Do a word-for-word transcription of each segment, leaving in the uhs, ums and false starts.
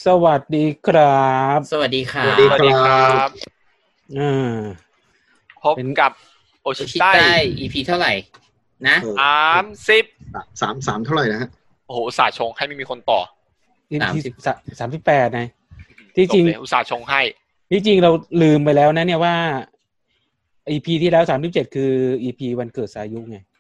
สวัสดีครับสวัสดีครัสวับสดีครับอ่าพบกับโอชิใต้อี พี เท่าไหร่นะสามสิบสามสามเท่าไหร่นะฮะโอ้โหอุตส่าห์ชงให้ไม่มีคนต่ออี พี สามสิบแปดนะที่จริงอุตส่าห์ชงให้ที่จริงเราลืมไปแล้วนะเนี่ยว่า อี พี ที่แล้วสามสิบเจ็ดคือ อี พี วันเกิดสายุไง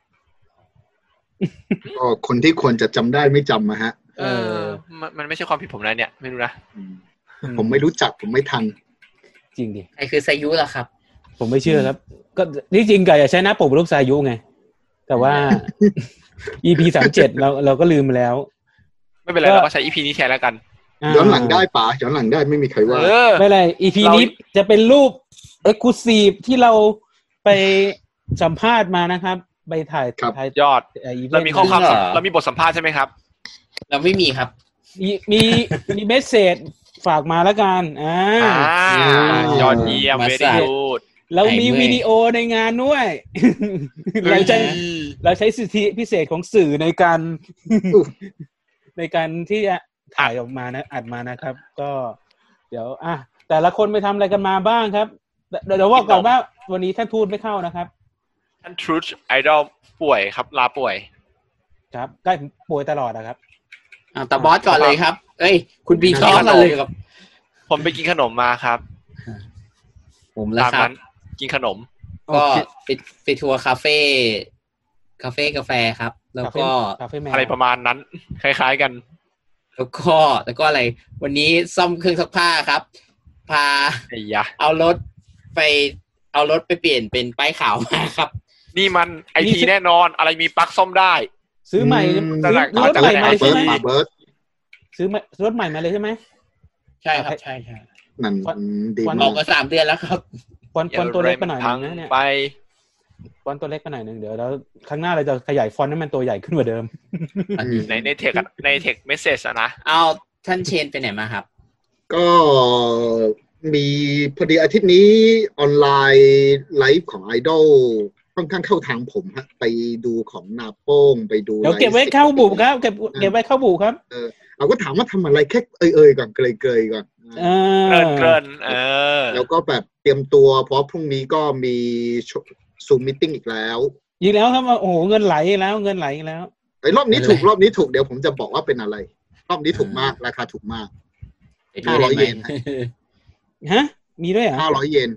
ก็คนที่ควรจะจำได้ไม่จำอะฮะเออมันไม่ใช่ความผิดผมนะเนี่ยไม่รู้นะผมไม่รู้จักผมไม่ทันจริงดิใครคือสายุล่ะครับผมไม่เชื่อครับก็ที่จริงก็อย่าใช้หน้าปกรูปสายุไงแต่ว่า อี พี สามสิบเจ็ดเราเราก็ลืมไปแล้วไม่เป็นไรเราก็ใช้ อี พี นี้แทนแล้วกันย้อนหลังได้ป๋าย้อนหลังได้ไม่มีใครว่าไม่เป็นไร อี พี นี้จะเป็นรูป Exclusive ที่เราไปสัมภาษณ์มานะครับไปถ่ายถ่ายยอดเรามีข้อความเรามีบทสัมภาษณ์ใช่ไหมครับเราไม่มีครับมีมีมีเมสเสจฝากมาแล้วกันอ่ายอดเยี่ยมเวรี่กูดเรามีวิดีโอในงานด้วยเราใช้เราใช้สิทธิพิเศษของสื่อในการในการที่จะถ่ายออกมานะอัดมานะครับก็เดี๋ยวอ่ะแต่ละคนไปทำอะไรกันมาบ้างครับเดี๋ยวว่าก่อนว่าวันนี้ท่านทูตไม่เข้านะครับท่านทูตไอดอลป่วยครับลาป่วยครับใกล้ป่วยตลอดนะครับอ่าแต่บอสก่อนเลยครับเอ้ยคุณบีก่อนเลยครับผมไปกินขนมมาครับผมแล้วครับกินขนมก็ไปไปทัวร์คาเฟ่คาเฟ่กาแฟครับแล้วก็อะไรประมาณนั้นคล้ายๆกันแล้วก็แล้วก็อะไรวันนี้ซ่อมเครื่องซักผ้าครับพาเอารถไปเอารถไปเปลี่ยนเป็นป้ายขาวมาครับนี่มันไอทีแน่นอนอะไรมีปลั๊กซ่อมได้ซื้อใหม่ซื้อรถใหม่มาเลยใช่ไหมซื้อรถใหม่มาเลยใช่ไหมใช่ครับใช่ใช่นั่นดีออกมาสามเดือนแล้วครับปอนปอนตัวเล็กไปหน่อยนึงนะเนี่ยไปปอนตัวเล็กไปหน่อยนึงเดี๋ยวแล้วครั้งหน้าเราจะขยายฟอนต์ให้มันตัวใหญ่ขึ้นกว่าเดิมในในเทคในเทคเมสเซจอะนะเอาท่านเชนไปไหนมาครับก็มีพอดีอาทิตย์นี้ออนไลน์ไลฟ์ของไอดอลค่อนข้างเข้าทางผมฮะไปดูของนาโป้งไปดูเดี๋ยวเก็บไว้เข้าบุครับเก็บเก็บไว้เข้าบุครับเออเราก็ถามว่าทำอะไรแค่เอ่ยๆก่อนเกยๆก่อนเออเกินเออแล้วก็แบบเตรียมตัวเพราะพรุ่งนี้ก็มีซูมมีตติ้งอีกแล้วอีกแล้วครับโอ้โหเงินไหลแล้วเงินไหลแล้วไอ้รอบนี้ถูกรอบนี้ถูกเดี๋ยวผมจะบอกว่าเป็นอะไรรอบนี้ถูกมากราคาถูกมากห้าร้อยเยนฮะมีด้วยเหรอห้าร้อยเยน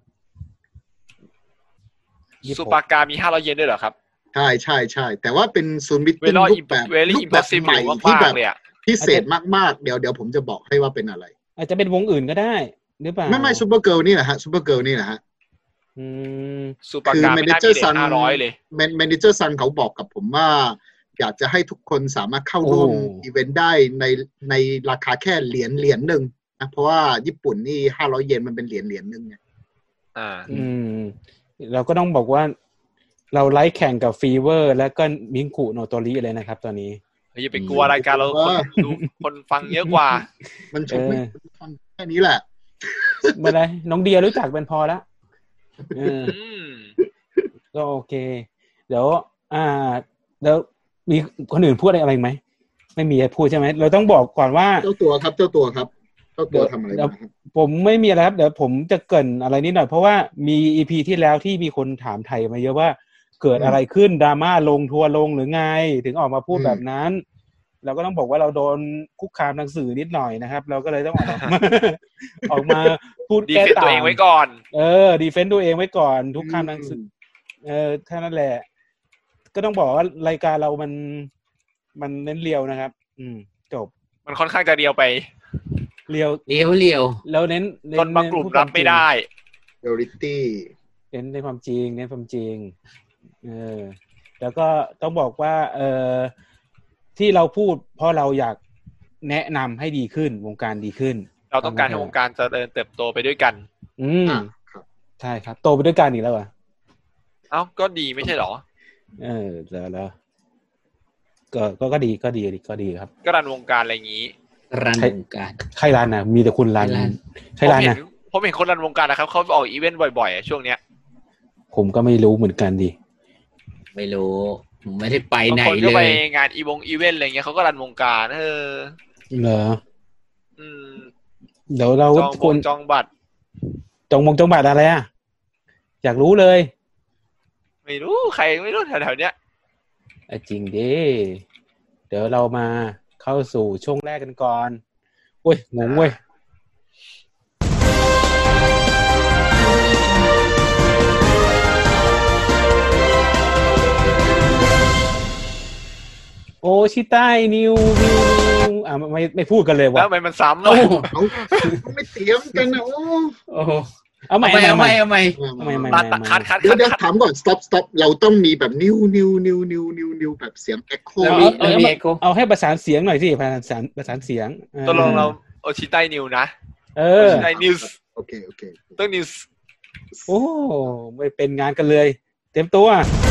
ซูปากามีห้าร้อยเยนด้วยเหรอครับใช่ใช่ใช่แต่ว่าเป็นซูมมิตติ้งรูปแบบรูปแบบใหม่ที่แบบพิเศษมากๆเดี๋ยวเดี๋ยวผมจะบอกให้ว่าเป็นอะไรอาจจะเป็นวงอื่นก็ได้หรือเปล่าไม่ไม่ซูเปอร์เกิร์ลนี่แหละฮะซูเปอร์เกิร์ลนี่แหละฮะอืมซูปากาไม่น่าจะห้าร้อยเลยแมเนเจอร์ซันเขาบอกกับผมว่าอยากจะให้ทุกคนสามารถเข้าร่วมอีเวนต์ได้ในในราคาแค่เหรียญเหรียญนึงนะเพราะว่าญี่ปุ่นนี่ห้าร้อยเยนมันเป็นเหรียญเหรียญนึงไงอ่าอืมเราก็ต้องบอกว่าเราไลฟ์แข่งกับฟีเวอร์และก็มิงคุโนโตริเลยนะครับตอนนี้อย่าไปกลัวรายการเราคนดูคนฟังเยอะกว่ามันชมไม่ฟังแค่นี้แหละไม่ได้น้องเดียรู้จักเป็นพอแล้วเออก็โอเคเดี๋ยวอ่าแล้วมีคนอื่นพูดอะไรไหมไม่มีอะไรพูดใช่ไหมเราต้องบอกก่อนว่าเจ้าตัวครับเจ้าตัวครับเจ้าตัวทำอะไรบ้างครับผมไม่มีอะไรครับเดี๋ยวผมจะเกริ่นอะไรนิดหน่อยเพราะว่ามี อี พี ที่แล้วที่มีคนถามไทยมาเยอะว่าเกิดอะไรขึ้นดราม่าลงทัวร์ลงหรือไงถึงออกมาพูดแบบนั้นเราก็ต้องบอกว่าเราโดนคุกคามทางสื่อนิดหน่อยนะครับเราก็เลยต้องออกมาออกมาพูดแก้ต่างดีเฟนต์ตัวเองไว้ก่อนเออดีเฟนต์ตัวเองไว้ก่อนทุกคามทางสื่อเออแค่นั้นแหละก็ต้องบอกว่ารายการเรามันมันเน้นเรียวนะครับอืมจบมันค่อนข้างจะเรียวไปเรียวเรียวเรียวแล้วเน้นต้นบางกลุ่มรับไม่ได้เรียลลิตี้เน้นในความจริงเน้นความจริงเออแล้วก็ต้องบอกว่าเออที่เราพูดเพราะเราอยากแนะนำให้ดีขึ้นวงการดีขึ้นเราต้องการให้วงการเจริญเติบโตไปด้วยกันอืมใช่ครับโตไปด้วยกันอีกแล้วอ่ะเอ้าก็ดีไม่ใช่หรอเออแล้วแล้วก็ก็ก็ดีก็ดีก็ดีครับก็รันวงการอะไรอย่างนี้รันวงการใครรันน่ะมีแต่คุณรันใครรันน่ะผมเห็นคนรันวงการนะครับเขาออกอีเวนต์บ่อยๆอ่ะช่วงเนี้ยผมก็ไม่รู้เหมือนกันดิไม่รู้ผมไม่ได้ไปไหนเลยคนก็ไปงานอีวงอีเวนต์อะไรเงี้ยเขาก็รันวงการเออเหรออืมเดี๋ยวเราจองควรจองบัตรจองมงจองบัตรอะไรอ่ะอยากรู้เลยไม่รู้ใครไม่รู้แถวๆเนี้ยจริงดิเดี๋ยวเรามาเข้าสู่ช่วงแรกกันก่อนโอ้ยงงเว้ยโอชิไตนิวนิวอ่ะไม่ไม่พูดกันเลยวะแล้วทำไมมันซ้ำอ่ะเขาไม่เตรียมกันนะโอ้โอ้เอาใหม่เอาใหม่เอาใหม่เอาใหม่ตัดตัดคัดคัดเดี๋ยวเดี๋ยวถามก่อน stop stop เราต้องมีแบบนิวนิวนิวนิวนิวนิวแบบเสียง echo เอาให้ประสานเสียงหน่อยสิประสานประสานเสียงตกลงเราโอชิไตนิวนะเออโอชิไตนิวส์โอเคโอเคต้องนิวส์โอ้ไม่เป็นงานกันเลยเต็มตัว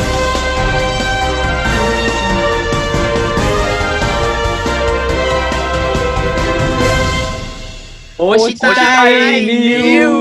โอชิไตนิว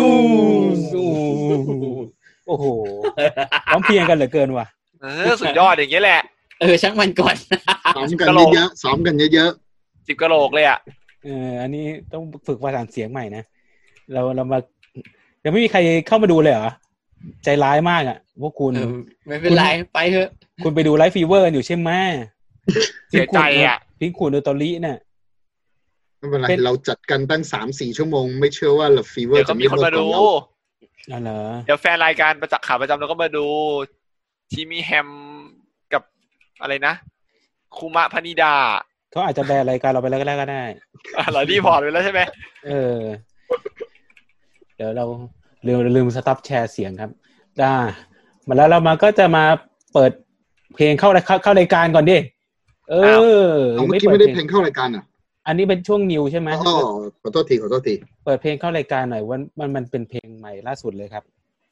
โอ้โหร้องเพียงกันเหลือเกินว่ะเออสุดยอดอย่างเงี้ยแหละเออช่างมันก่อนซ้อมกันเยอะๆซ้อมกันเยอะๆสิบกะโหลกเลยอ่ะเอออันนี้ต้องฝึกประสานเสียงใหม่นะเราเรามายังไม่มีใครเข้ามาดูเลยเหรอใจร้ายมากอ่ะพวกคุณไม่เป็นไรไปเถอะคุณไปดูไลฟ์ฟีเวอร์อยู่ใช่ไหมเสียใจอ่ะพิงค์คุณโดตอริเนี่ยไม่เป็นไรเราจัดกันตั้ง สามสี่ ชั่วโมงไม่เชื่อว่าฟีเวอร์จะมีคนมาดูอ๋อเหรอเดี๋ยวแฟนรายการประจักษ์ข่าวประจำเราก็มาดูทีมีแฮมกับอะไรนะคุมะพนิดาเขาอาจจะแบนรายการเราไปแล้วก็ได้ก็ได้เรารีพอร์ตไปแล้วใช่ไหมเออเดี๋ยวเราลืมลืมสต็อปแชร์เสียงครับได้มาแล้วเรามาก็จะมาเปิดเพลงเข้าเข้าเข้ารายการก่อนดิเออไม่ไม่ได้เพลงเข้ารายการอ่ะอันนี้เป็นช่วงนิวใช่ไหมอ๋อขอโทษทีขอโทษทีเปิดเพลงเข้ารายการหน่อยว่ามันมันเป็นเพลงใหม่ล่าสุดเลยครับ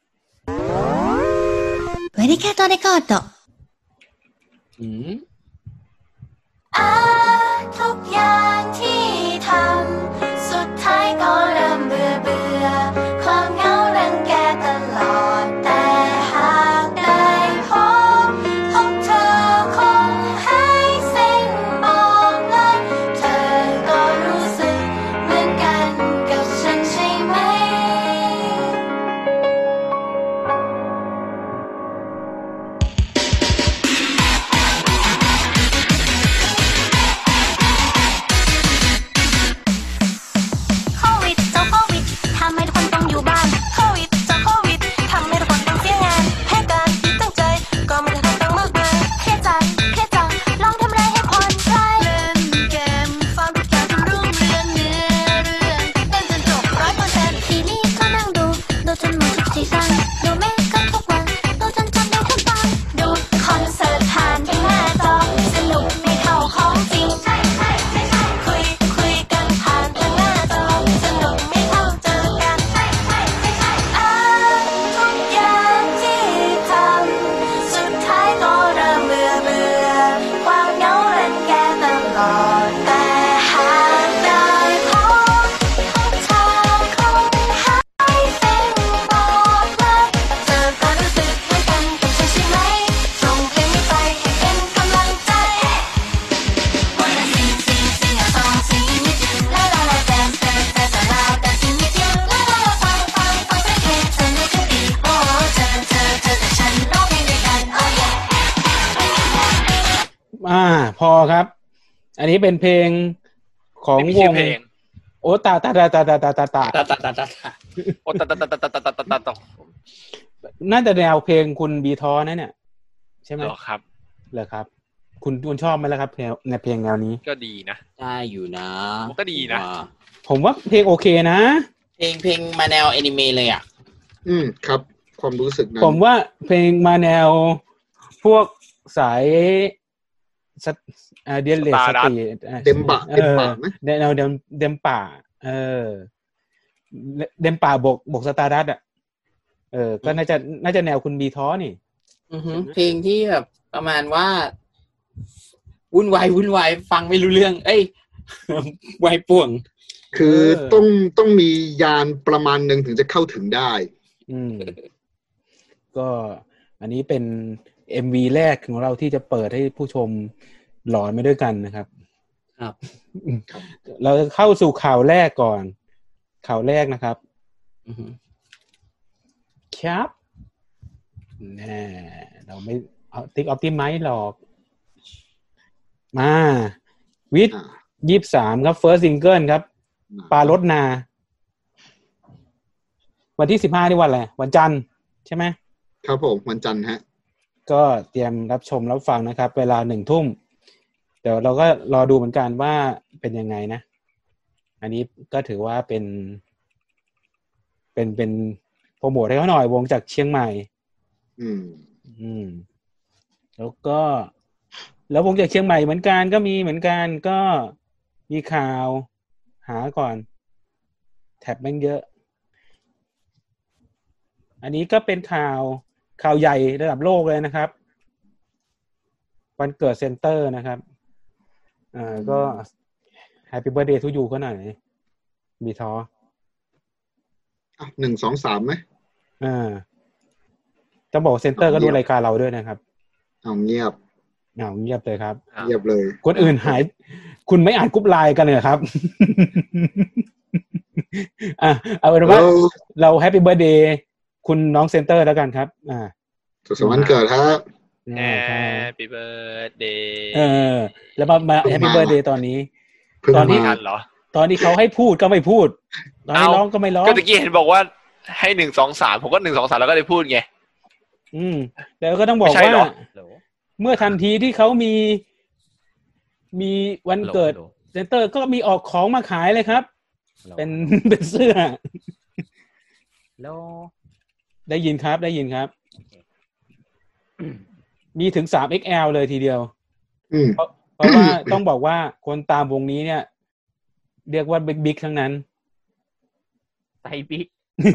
เวริแคโตเรคอร์โตอืมอ่าทุกอย่างที่ทำสุดท้ายก็เริ่มเบื่อเบื่อความเหงารังแกตลอดแต่หากได้พบพบเธอคงหายเส้นบอกเลยเธอก็รู้สึกเหมือนกันกับฉันใช่ไหมพอครับอันนี้เป็นเพลงของวงโอตาตาตาตาตาตาตาตาตาตาตาตาโอตาตาตาตาตาตาตาตาตาน่าจะแนวเพลงคุณบีท้อนะเนี่ยใช่ไหมเหรอครับเหรอครับคุณคุณชอบไหมล่ะครับเพลงในเพลงแนวนี้ก็ดีนะได้อยู่นะมันก็ดีนะผมว่าเพลงโอเคนะเพลงเพลงมาแนวแอนิเมะเลยอ่ะอืมครับความรู้สึกนั้นผมว่าเพลงมาแนวพวกสายเดียนเลสสตีเดมป่าเดมป่าไหมแนวเดมเดมป่าเออเดมป่าบกบกสตาร์ดัสอ่ะเออก็น่าจะน่าจะแนวคุณบีท้อนี่อือฮึเพลงที่แบบประมาณว่าวุ่นวายวุ่นวายฟังไม่รู้เรื่องเอ้ยวายป่วงคือต้องต้องมียานประมาณนึงถึงจะเข้าถึงได้อืมก็อันนี้เป็น เอ็ม วี แรกของเราที่จะเปิดให้ผู้ชมหลอนไปด้วยกันนะครับคครับเราจะเข้าสู่ข่าวแรกก่อนข่าวแรกนะครับครับแน่เราไม่เอาติ๊กออปติไมซ์หรอกมาวิทยี่สิบสามครับ first single ครับปลารถนาวันที่สิบห้านี่วันอะไรวันจันทร์ใช่ไหมครับผมวันจันทร์ฮะก็เตรียมรับชมรับฟังนะครับเวลาหนึ่งทุ่มเดี๋ยวเราก็รอดูเหมือนกันว่าเป็นยังไงนะอันนี้ก็ถือว่าเป็นเป็นเป็นโปรโมทให้เขาหน่อยวงจากเชียงใหม่อืมอืมแล้วก็แล้ววงจากเชียงใหม่เหมือนกันก็มีเหมือนกันก็มีข่าวหาก่อนแท็บแม่งเยอะอันนี้ก็เป็นข่าวข่าวใหญ่ระดับโลกเลยนะครับวันเกิดเซ็นเตอร์นะครับอ่าก็ Happy Birthday to you ก็หน่อยมีท้ออ่ะหนึ่ง สอง สามมั้ยอ่าจะบอกเซ็นเตอร์ก็ดูรายการเราด้วยนะครับเอาเงียบเอาเงียบเลยครับเงียบเลยคนอื่นหายคุณไม่อ่านกรุ๊ปไลน์กันเลยครับอ่ะเอาเป็นว่าเรา Happy Birthday คุณน้องเซ็นเตอร์แล้วกันครับอ่าสุขสันต์วันเกิดครับ Happy Birthday เออแล้วมามา Happy Birthday ตอนนี้ตอนที่ทันเหรอตอนที่เขาให้พูดก็ไม่พูดตอนที่ร้องก็ไม่ร้องก็ตะกี้เห็นบอกว่าให้หนึ่ง สอง สามผมก็หนึ่ง สอง สามแล้วก็ได้พูดไงอืมแล้วก็ต้องบอกว่าเมื่อทันทีที่เขามีมีวันเกิดเซ็นเตอร์ก็มีออกของมาขายเลยครับเป็นเป็นเสื้อแล้วได้ยินครับได้ยินครับมีถึง สาม เอ็กซ์ แอล เลยทีเดียวเพราะเพราะว่าต้องบอกว่าคนตามวงนี้เนี่ยเรียกว่าบิ๊กๆทั้งนั้นไซบิ๊ก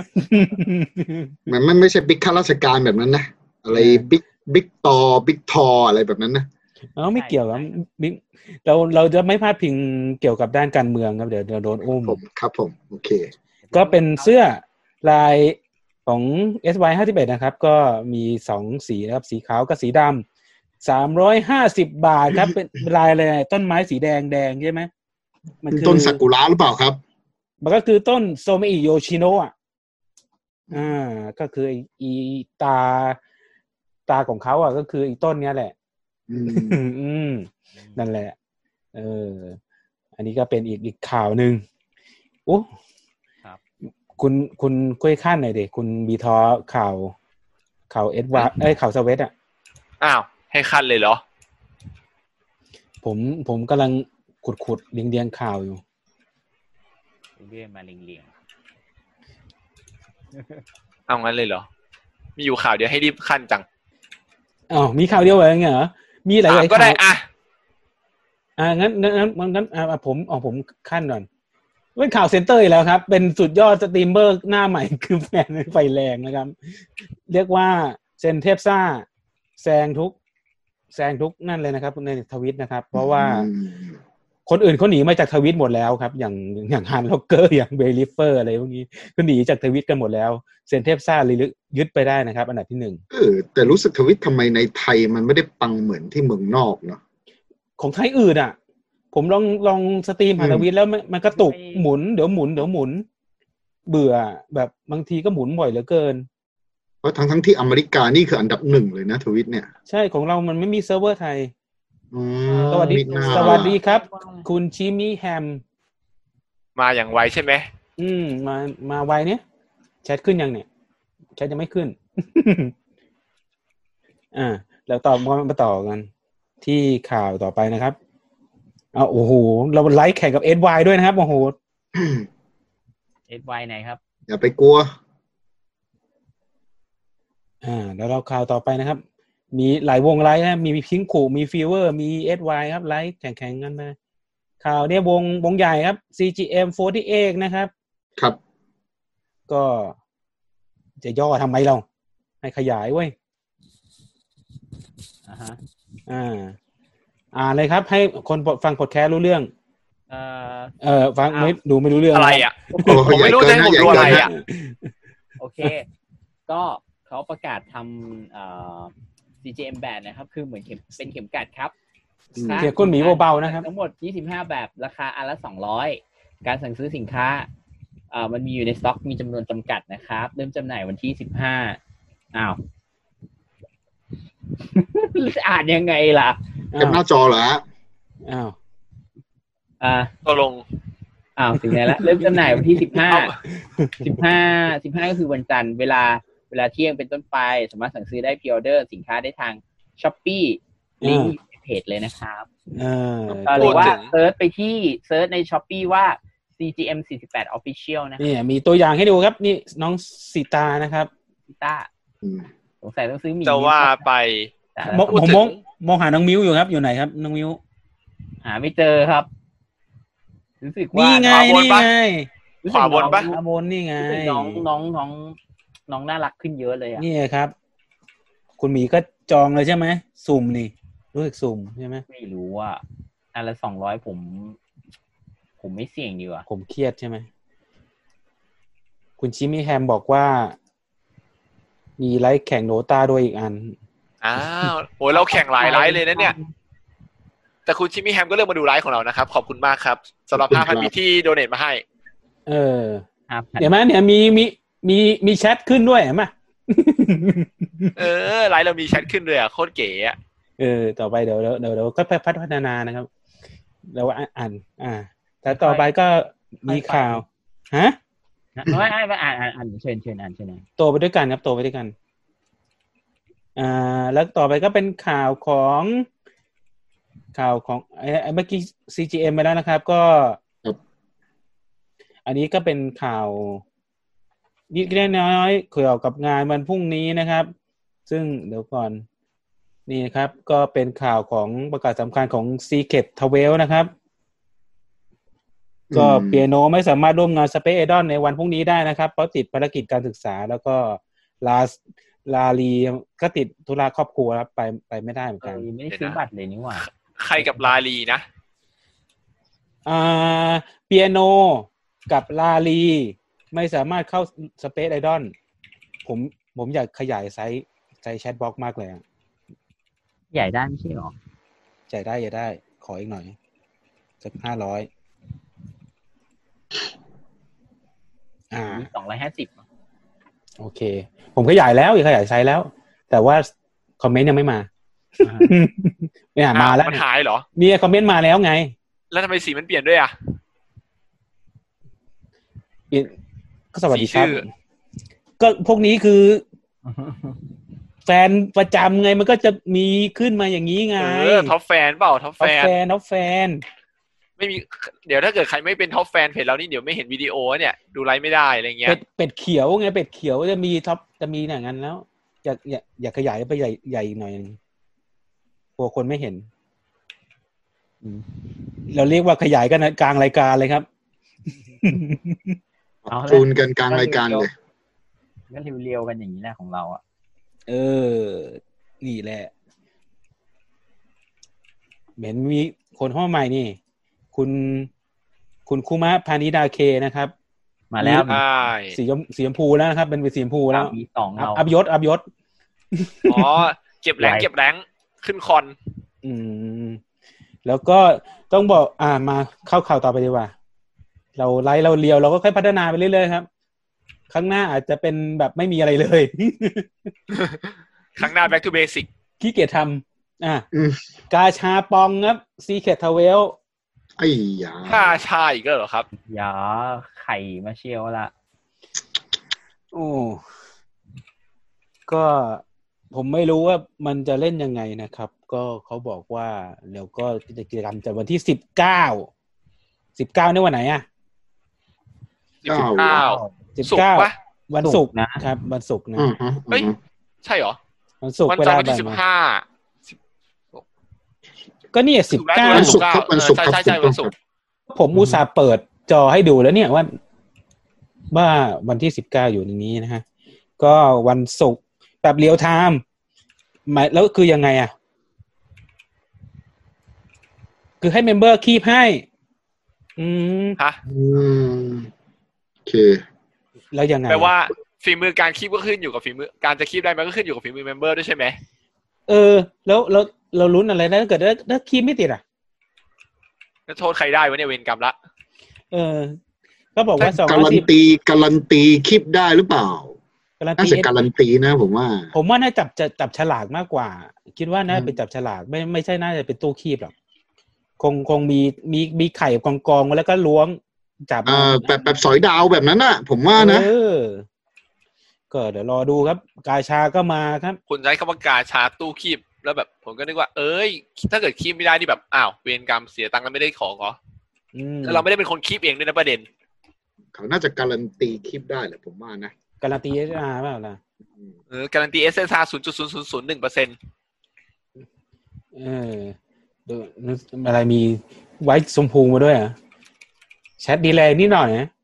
มันไม่ใช่บิ๊กข้าราชการแบบนั้นนะอะไรบิ๊กบิ๊กตอบิ๊กทออะไรแบบนั้นนะอ๋อไม่เกี่ยวครับบิ๊กเราเราจะไม่พลาดพิงเกี่ยวกับด้านการเมืองครับเดี๋ยวเดี๋ยวโดนอุ้มครับผมโอเคก็เป็นเสื้อลายของ เอส วาย ห้าสิบเอ็ดนะครับก็มีสองสีนะครับสีขาวกับสีดำสามร้อยห้าสิบบาทครับเป็นลายอะไรต้นไม้สีแดงแดงใช่ไหมมันคือต้นซากุระหรือเปล่าครับมันก็คือต้นโซเมอิโยชิโนะอ่ะอ่าก็คืออีตาตาของเขาอ่ะก็คืออีต้นเนี้ยแหละอืมอืมนั่นแหละเอออันนี้ก็เป็นอีกอีกข่าวนึงโอ้ครับคุณคุณคุยขั้นหน่อยดิคุณบีทอข่าวข่าวเอ็ดวาเอ้ยข่าวสวีทอ่ะอ้าวให้ขั้นเลยเหรอผมผมกำลังขุดๆเรียงๆข่าวอยู่เรียงมาเรียงๆเอางั้นเลยเหรอมีอยู่ข่าวเดียวให้รีบขั้นจังอ๋อมีข่าวเดียวเหรอเหรอมีหลายๆข่าวก็ได้อ่ะอ่างั้นงั้นงั้นอ่าผมอ๋อผมขั้นก่อนเป็นข่าวเซ็นเตอร์อีกแล้วครับเป็นสุดยอดสตรีมเมอร์หน้าใหม่คือแฟนไฟแรงนะครับเรียกว่าเซนเทปซ่าแซงทุกแซงทุกนั่นเลยนะครับในทวิตนะครับเพราะว่าคนอื่นเขาหนีมาจากทวิตหมดแล้วครับอย่างอย่างฮันล็อกเกอร์อย่างเบลิฟเฟอร์อะไรพวกนี้ก็หนีจากทวิตกันหมดแล้วเซนเทปซ่าเลยยึดไปได้นะครับอันดับที่หนึ่งเออแต่รู้สึกทวิตทำไมในไทยมันไม่ได้ปังเหมือนที่เมืองนอกเนาะของไทยอื่นอ่ะผมลองลองสตรีมผ่านทวิตแล้วมันมันกระตุกหมุนเดี๋ยวหมุนเดี๋ยวหมุนเบื่อแบบบางทีก็หมุนบ่อยเหลือเกินเพราะทั้งทั้งที่อเมริกานี่คืออันดับหนึ่งเลยนะทวิตเนี่ยใช่ของเรามันไม่มีเซิร์ฟเวอร์ไทยสวัสดีสวัสดีครับคุณชิมิแฮมมาอย่างไวใช่ไหมอืมมามาไวเนี้ยแชทขึ้นยังเนี่ยแชทยังไม่ขึ้น อ่าแล้วต่อมาต่อกันที่ข่าวต่อไปนะครับเอาโอ้โหเราไลฟ์แข่งกับ เอส วาย ด้วยนะครับโอ้โหเอส วาย ไหนครับอย่าไปกลัวอ่าแล้วเราข่าวต่อไปนะครับมีหลายวงไลฟ์นะมีพิงคูมีฟีเวอร์มี เอส วาย ครับไลฟ์แข่งๆกันมาข่าวเนี้ยวงวงใหญ่ครับ ซี จี เอ็ม สี่สิบแปดนะครับครับก็จะย่อทำไมเราให้ขยายเว้ยอ่าฮะอ่าอ่านเลยครับให้คนฟังพอดแคสต์รู้เรื่องเอ่อเออฟังไม่ดูไม่รู้เรื่องอะไรอ่ะผมไม่รู้จะให้ผมดูอะไรอ่ะโอเคก็เขาประกาศทำเอ่อ ซี จี เอ็ม Band นะครับคือเหมือนเข็มเป็นเข็มกัดครับเสียงคุณหมีเบาๆนะครับทั้งหมดยี่สิบห้าแบบราคาอันละสองร้อยการสั่งซื้อสินค้าเอ่อมันมีอยู่ในสต็อกมีจำนวนจำกัดนะครับเริ่มจำหน่ายวันที่สิบห้าอ้าว อ่านยังไงล่ะเต็มหน้าจอเหรออ้าวอ่าตกลงอ้าวถึงไหนละเริ่มจำหน่ายวันที่สิบห้า สิบห้า สิบห้าก็คือวันจันทร์เวลาเวลาเที่ยงเป็นต้นไปสามารถสั่งซื้อได้พรีออเดอร์สินค้าได้ทาง Shopee ลิงก์อยู่ในเพจเลยนะครับเออหรือว่าเซิร์ชไปที่เซิร์ชใน Shopee ว่า ซี จี เอ็ม สี่สิบแปด Official นะนี่มีตัวอย่างให้ดูครับนี่น้องสีตานะครับสีตาสงสัยต้องซื้อหมีจะว่าไปผมมองมองหาน้องมิ้วอยู่ครับอยู่ไหนครับน้องมิ้วหาไม่เจอครับรู้สึกว่านี่ไงนี่ไงขวาบนปะขวาบนนี่ไงน้องน้องน้องน้องน่ารักขึ้นเยอะเลยอ่ะนี่ครับคุณหมีก็จองเลยใช่ไหมสุ่มนี่รู้สึกสุ่มใช่ไหมไม่รู้ว่าอันละสองร้อยผมผมไม่เสี่ยงดีกว่าผมเครียดใช่ไหมคุณชิมิแฮมบอกว่ามีไลฟ์แข่งโนตาด้วยอีกอันอ้าวโอ้ยเราแข่งหลายไลฟ์เลยนะเนี่ยแต่คุณชิมิแฮมก็เลือกมาดูไลฟ์ของเรานะครับขอบคุณมากครับสำหรับ ห้าพัน บิตที่โดเนทมาให้เออเดี๋ยวมั้ยเนี่ยมีมีมีมีแชทขึ้นด้วยเห็นมั้ยเออไลฟ์เรามีแชทขึ้นด้วยอ่ะโคตรเก๋อ่ะเออต่อไปเดี๋ยวเดี๋ยวเดี๋ยวก็พัฒนานะครับแล้วอ่านอ่าแต่ต่อไปก็มีข่าวฮะไม่ไม่อ่านอ่านอ่านเชิญเชิญอ่านเชิญโตไปด้วยกันครับโตไปด้วยกันอ่าแล้วต่อไปก็เป็นข่าวของข่าวของไอ้เมื่อกี้ ซี จี เอ็ม ไปแล้วนะครับก็อันนี้ก็เป็นข่าวนิดน้อยเกี่ยวกับงานวันพรุ่งนี้นะครับซึ่งเดี๋ยวก่อนนี่ครับก็เป็นข่าวของประกาศสำคัญของ Secret สิบสอง นะครับก็เปียโนไม่สามารถร่วมงาน Space Idol ในวันพรุ่งนี้ได้นะครับเพราะติดภารกิจการศึกษาแล้วก็ลาลาลีก็ติดธุระครอบครัวครับไปไปไม่ได้เหมือนกันไม่ได้ซื้อบัตรเลยนี่หว่าใครกับลาลีนะอ่าเปียโนกับลาลีไม่สามารถเข้า Space Idol ผมผมอยากขยายไซส์ไซส์แชทบ็อกซ์มากเลยใหญ่ได้ไม่ใช่หรอใหญ่ได้ใหญ่ได้ขออีกหน่อยสักห้าร้อยอ่าสองร้อยห้าสิบโอเคผมขยายแล้วขยายไซส์แล้วแต่ว่าคอมเมนต์ยังไม่มาไม่อ่านมาแล้วมันหายเหรอนี่คอมเมนต์มาแล้วไงแล้วทำไมสีมันเปลี่ยนด้วยอ่ะเปลี่ยนก็สวัสดีครับก็พวกนี้คือแฟนประจำไงมันก็จะมีขึ้นมาอย่างนี้ไงเออท็อปแฟนเปล่าท็อปแฟนท็อปแฟนท็อปแฟนไม่มีเดี๋ยวถ้าเกิดใครไม่เป็นท็อปแฟนเพจเรานี่เดี๋ยวไม่เห็นวิดีโอเนี่ยดูไลฟ์ไม่ได้อะไรเงี้ยเป็ดเป็ดเขียวไงเป็ดเขียวจะมีท็อปจะมีอย่างนั้นแล้วอยากอยากอยากขยายไปใหญ่ใหญ่อีกหน่อยนึงกลัวคนไม่เห็นเราเรียกว่าขยายกันกลางรายการเลยครับจูนกันกลางรายการเลยงั้นเรียวๆกันอย่างนี้แหละของเราอ่ะเออนี่แหละเหม็นมีคนเข้ามาใหม่นี่คุณคุณคุมะพานิดาเคนะครับมาแล้วสีสีชมพูแล้วนะครับเป็นสีชมพูแล้วมีสองเราอัพยศอัพยศอ๋อเก็บแรงเก็บแรงขึ้นคอนอืมแล้วก็ต้องบอกอ่ามาเข้าข่าวต่อไปดีกว่าเราไล่เราเลียวเราก็ค่อยพัฒนาไปเรื่อยๆครับข้างหน้าอาจจะเป็นแบบไม่มีอะไรเลยข้างหน้า back to basic ขี้เกียจทำอ่ะกาชาปองครับ Secret สิบสองไอ้ยาถ้าชาอีกแล้วเหรอครับอย่าไข่มาเชียวละโอ้ก็ผมไม่รู้ว่ามันจะเล่นยังไงนะครับก็เขาบอกว่าเดี๋ยวก็กิจกรรมจะวันที่สิบเก้าสิบเก้านี่วันไหนอ่ะสิบเก้าสิบเก้าวันศุกร์นะครับวันศุกร์นะเฮ้ยใช่เหรอวันศุกร์วันจันทร์วันที่สิบห้าก็นี่สิบเก้าวันศุกร์วันศุกร์ใช่ๆวันศุกร์ผมอุตส่าห์เปิดจอให้ดูแล้วเนี่ยว่าว่าวันที่สิบเก้าอยู่ในนี้นะฮะก็วันศุกร์แบบเรียลไทม์หมายแล้วคือยังไงอ่ะคือให้เมมเบอร์คีปให้อืมฮะอืมโอเคแล้วยังไงแปลว่าฝีมือการคีปก็ขึ้นอยู่กับฝีมือการจะคีปได้มันก็ขึ้นอยู่กับฝีมือเมมเบอร์ด้วยใช่ไหมเออแล้วแล้วเราลุ้นอะไรนะถ้าเกิดถ้าคีบไม่ติดอ่ะจะโทษใครได้วะเนี่ยเวรกรรมละเออก็บอกว่าสองการันตีการันตีคลิปได้หรือเปล่าการันน่าตีจะการันตีนะผมว่าผมว่าน่าจับจะจับฉลากมากกว่า คิดว่าน่าเป็นจับฉลากไม่ไม่ใช่น่าจะเป็นตู้คีบหรอกคงคงมีมีมีไข่กองกองไว้แล้วก็ล้วงจับเออแบบแบบสอยดาวแบบนั้นน่ะ ผมว่านะเออก็เดี๋ยวรอดูครับ กาชาก็มาครับคุณใช้คำว่ากาชาตู้คีบแล้วแบบผมก็นึกว่าเอ้ยถ้าเกิดคีบไม่ได้นี่แบบอ้าวเวรกรรมเสียตังค์แล้วไม่ได้ของเหรออืมแล้วเราไม่ได้เป็นคนคีบเองด้วยนะประเด็นเขาน่าจะการันตีคลิปได้แหละผมว่านะการันตีเอสอาร์เปล่าล่ะเออการันตี เอส เอส อาร์ ศูนย์จุดศูนย์ศูนย์ศูนย์หนึ่งเปอร์เซ็นต์เออดูอะไรมีไว้ชมพูมาด้วยอ่ะแชทดีเลยนิดหน่อยนะ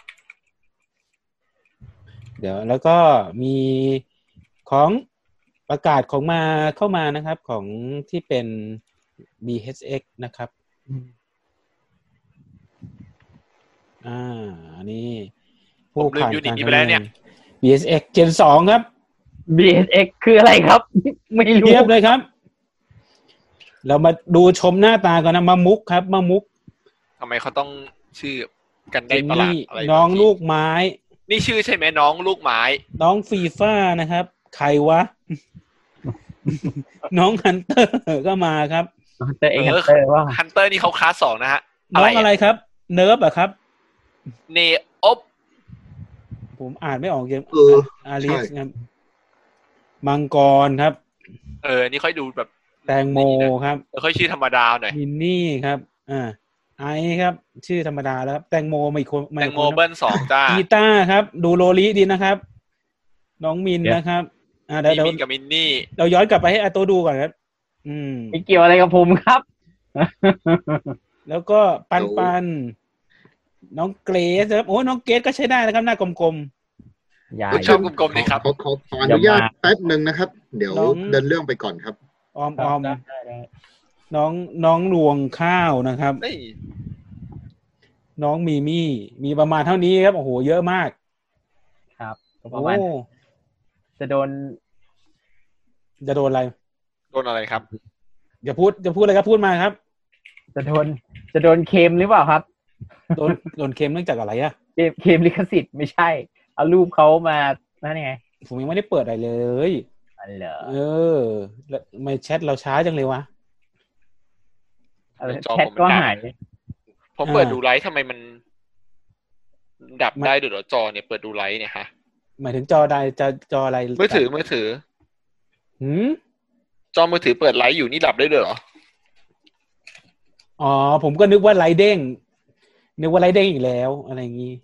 เดี๋ยวแล้วก็มีของประกาศของมาเข้ามานะครับของที่เป็น บี เอช เอ็กซ์ นะครับอ่าอันนี้ผู้ผ่านการทำงาน บี เอช เอ็กซ์ Gen สองครับบี เอส เอ็กซ์ คืออะไรครับ ไม่รู้เทียบเลยครับ เรามาดูชมหน้าตากันนะมะมุกครับมะมุกทำไมเขาต้องชื่อกันได้ประหลาดอะไรน้องลูกไม้นี่ชื่อใช่ไหมน้องลูกไม้น้องฟีฟ่านะครับใครวะ น้องฮันเตอร์ก็มาครับฮันเตอร์เองฮันเตอร์ว่าฮันเตอร์นี่เขาคลาสสองนะฮะน้องอะไรครับ เนิร์ฟอะครับเนออบผมอ่านไม่ออกเกมเอออาริสครับมังกรครับเออนี่ค่อยดูแบบแตงโมครับเออค่อยชื่อธรรมดาหน่อยมินนี่ครับอ่าไอครับ ชื่อธรรมดาแล้วครับแตงโมมาอีกคนแตงโมเบิ้ลสองจ้ากีตาร์ครับ ดูโรลิดีนะครับ น้องมินนะครับอ่าเดี๋ยวมีเดี๋ยวมินกับมินนี่เราย้อนกลับไปให้อาโตดูก่อนครับอืมไม่เกี่ยวอะไรกับผมครับแล้วก็ปันปันน้องเกรซครับโอ้น้องเกรซก็ใช้ได้นะครับหน้ากลมอย่าคุณชอบกลมๆดีครับขอขอขออนุญาตแป๊บหนึ่งนะครับ เดี๋ยวเดินเรื่องไปก่อนครับๆออมออมน้องน้องรวงข้าวนะครับเฮ้ยน้องมีมี่มีประมาณเท่านี้ครับโอ้โหเยอะมากครับปโอ้ระมาณจะโดนจะโดนอะไรโดนอะไรครับอย่าพูดจะพูดอะไรก็พูดมาครับจะโดนจะโดนเค็มหรือเปล่าครับโดนโดนเค็มเนื่องจากอะไรอะเค็มเค็มลิขสิทธิ์ไม่ใช่เอารูปเขามานั่นไงผมยังไม่ได้เปิดอะไรเลยอันเหรอเออแล้วทำไมแชทเราช้าจังเลยวะแชทก็หายผมเปิดดูไลฟ์ทำไมมัน ดับได้ด้วยเหรอจอเนี่ยเปิดดูไลฟ์เนี่ยฮะหมายถึงจอใดจะจออะไรมือถือมือถือหืมจอมือถือเปิดไลฟ์อยู่นี่ดับได้ด้วยเหรออ๋อผมก็นึกว่าไลท์เด้งนึกว่าไลท์เด้งอีกแล้วอะไรอย่างงี้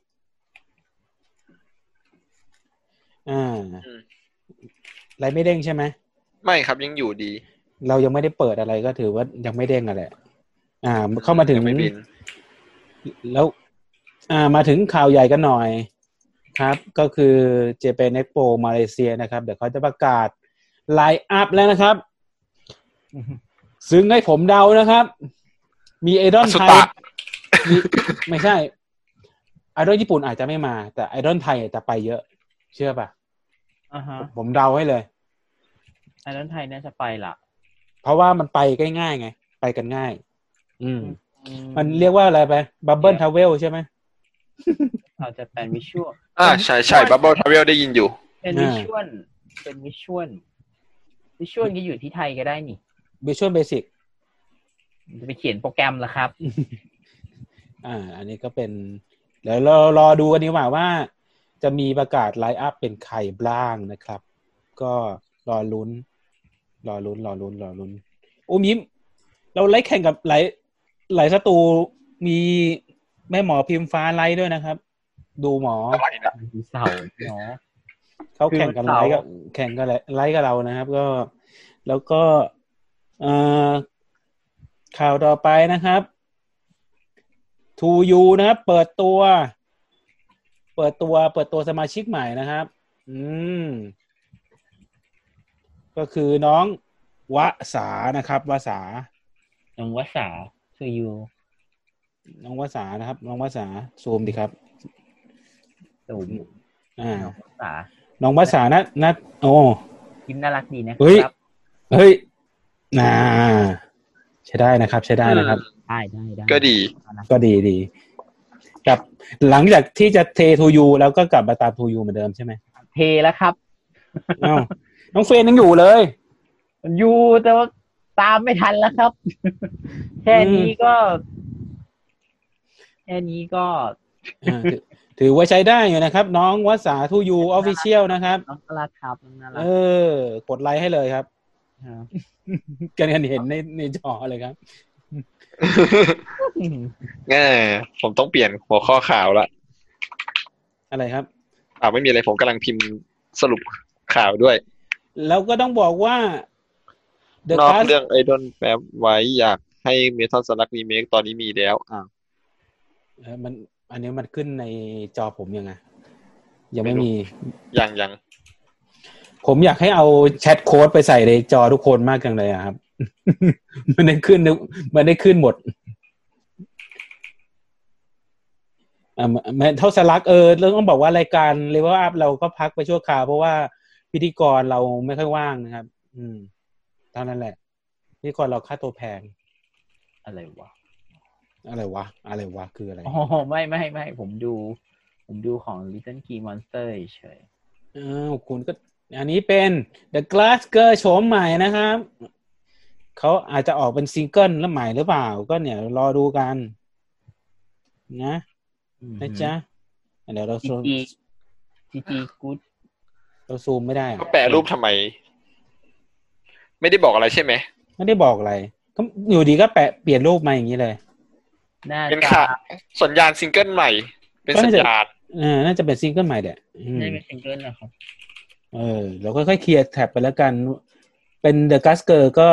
อ่าไลท์ไม่เด้งใช่ไหมไม่ครับยังอยู่ดีเรายังไม่ได้เปิดอะไรก็ถือว่ายังไม่เด้งอะไรอ่าเข้ามาถึงยังไม่บินแล้ว อ่ามาถึงข่าวใหญ่กันหน่อยครับ ก็คือ Japan Expo มาเลเซียนะครับเดี๋ยวเขาจะประกาศไลน์อัพแล้วนะครับ ซึ่งให้ผมเดานะครับ มีไอดอลไทยมีไม่ใช่ไอดอลญี่ปุ่นอาจจะไม่มา แต่ไอดอลไทยจะไปเยอะ เชื่อป่ะอ่าฮะผมเดาให้เลยไอรอนไทยน่าจะไปละเพราะว่ามันไปง่ายๆไง ไปกันง่าย อืม มันเรียกว่าอะไรไปบับเบิลทาวเวลใช่ไหมอาจจะเป็นวิชวลอ่าใช่ใช่บับเบิลทราเวลได้ยินอยู่เป็นวิชวลเป็นวิชวลวิชวลก็อยู่ที่ไทยก็ได้นี่ Visual Basic จะไปเขียนโปรแกรมละครับอ่า อันนี้ก็เป็นเดี๋ยวเรารอดูกันดีกว่าว่า จะมีประกาศไลฟ์อัพเป็นใครบ้างนะครับ ก็รอลุ้น รอลุ้นรอลุ้นรอลุ้นโอ้มิมเราไลฟ์แข่งกับหลายหลายสตูมีแม่หมอพิมฟ้าไลฟ์ด้วยนะครับ ดูหมอเสาเนาะเขาแข่งกันไลฟ์กับแข่งกันไลฟ์กับเรานะครับ ก็แล้วก็เอ่อข่าวต่อไปนะครับ ทู ยู นะครับเปิดตัว เปิดตัวเปิดตัวสมาชิกใหม่นะครับ อืมก็คือน้องวสานะครับวสาน้องวสาคือยูน้องวสานะครับน้องวสาซูมดิครับตูมอ่าน้องวสาน้องวสานะนะโอ้ยิ้มน่ารักดีนะเฮ้ยครับเฮ้ยอ่าใช้ได้นะครับใช้ได้นะครับได้ได้ได้ก็ดีก็ดีดีกับหลังจากที่จะเททูยูแล้วก็กลับมาตามทูยูเหมือนเดิมใช่ไหมเทแล้วครับอ้าวน้องเฟรนยังอยู่เลยอยู่แต่ว่าตามไม่ทันแล้วครับแค่นี้ก็แค่นี้ก็ถือว่าใช้ได้อยู่นะครับน้องวสาทูยูออฟฟิเชียลนะครับน้องน่ารักครับน้องน่ารักเออกดไลค์ให้เลยครับกันกันเห็นในในจอเลยครับแง่ผมต้องเปลี่ยนหัวข้อข่าวละอะไรครับอ่าไม่มีอะไรผมกำลังพิมพ์สรุปข่าวด้วยแล้วก็ต้องบอกว่านอกเรื่องไอดอลแป๊บไว้อยากให้เมทัลสลักรีเมคตอนนี้มีแล้วอ่าเออมันอันนี้มันขึ้นในจอผมยังไงยังไม่มียังยังผมอยากให้เอาแชทโค้ดไปใส่ในจอทุกคนมากจังเลยครับมันได้ขึ้นมันได้ขึ้นหมดอ่าแม้เท่าสลักเออเราต้องบอกว่ารายการเลเวลอัพเราก็พักไปชั่วคราวเพราะว่าพิธีกรเราไม่ค่อยว่างนะครับอืมเท่านั้นแหละพิธีกรเราค่าตัวแพงอะไรวะอะไรวะอะไรวะคืออะไรอ๋อไม่ไม่ไม่ผมดูผมดูของ Little Key Monster เฉยอ้าวคุณก็อันนี้เป็น The Glasker โฉมใหม่นะครับเขาอาจจะออกเป็นซิงเกิลแล้วใหม่หรือเปล่าก็เนี่ยรอดูกันนะนะจ๊ะเดี๋ยวเราซูมจี จี Good เราซูมไม่ได้ก็แปะรูปทำไมไม่ได้บอกอะไรใช่ไหมไม่ได้บอกอะไรก็อยู่ดีก็แปะเปลี่ยนรูปมาอย่างนี้เลยเป็นค่ะสัญญาณซิงเกิลใหม่เป็นสัญญาณเออน่าจะเป็นซิงเกิลใหม่แหละน่าจะเป็นซิงเกิลนะครับเออเราค่อยๆเคลียร์แท็บไปแล้วกันเป็น The Glasker ก็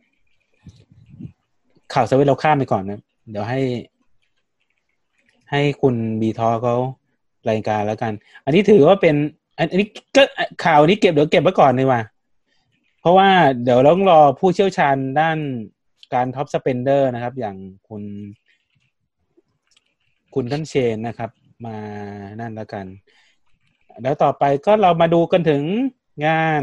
ข่าวสวิตเราข้ามไปก่อนนะเดี๋ยวให้ให้คุณบีทอเขารายการแล้วกันอันนี้ถือว่าเป็นอันนี้ก็ข่าวนี้เก็บเดี๋ยวเก็บไว้ก่อนดีกว่าเพราะว่าเดี๋ยวเราต้องรอผู้เชี่ยวชาญด้านการท็อปสเปนเดอร์นะครับอย่างคุณคุณท่านเชนนะครับมานั่นแล้วกันแล้วต่อไปก็เรามาดูกันถึงงาน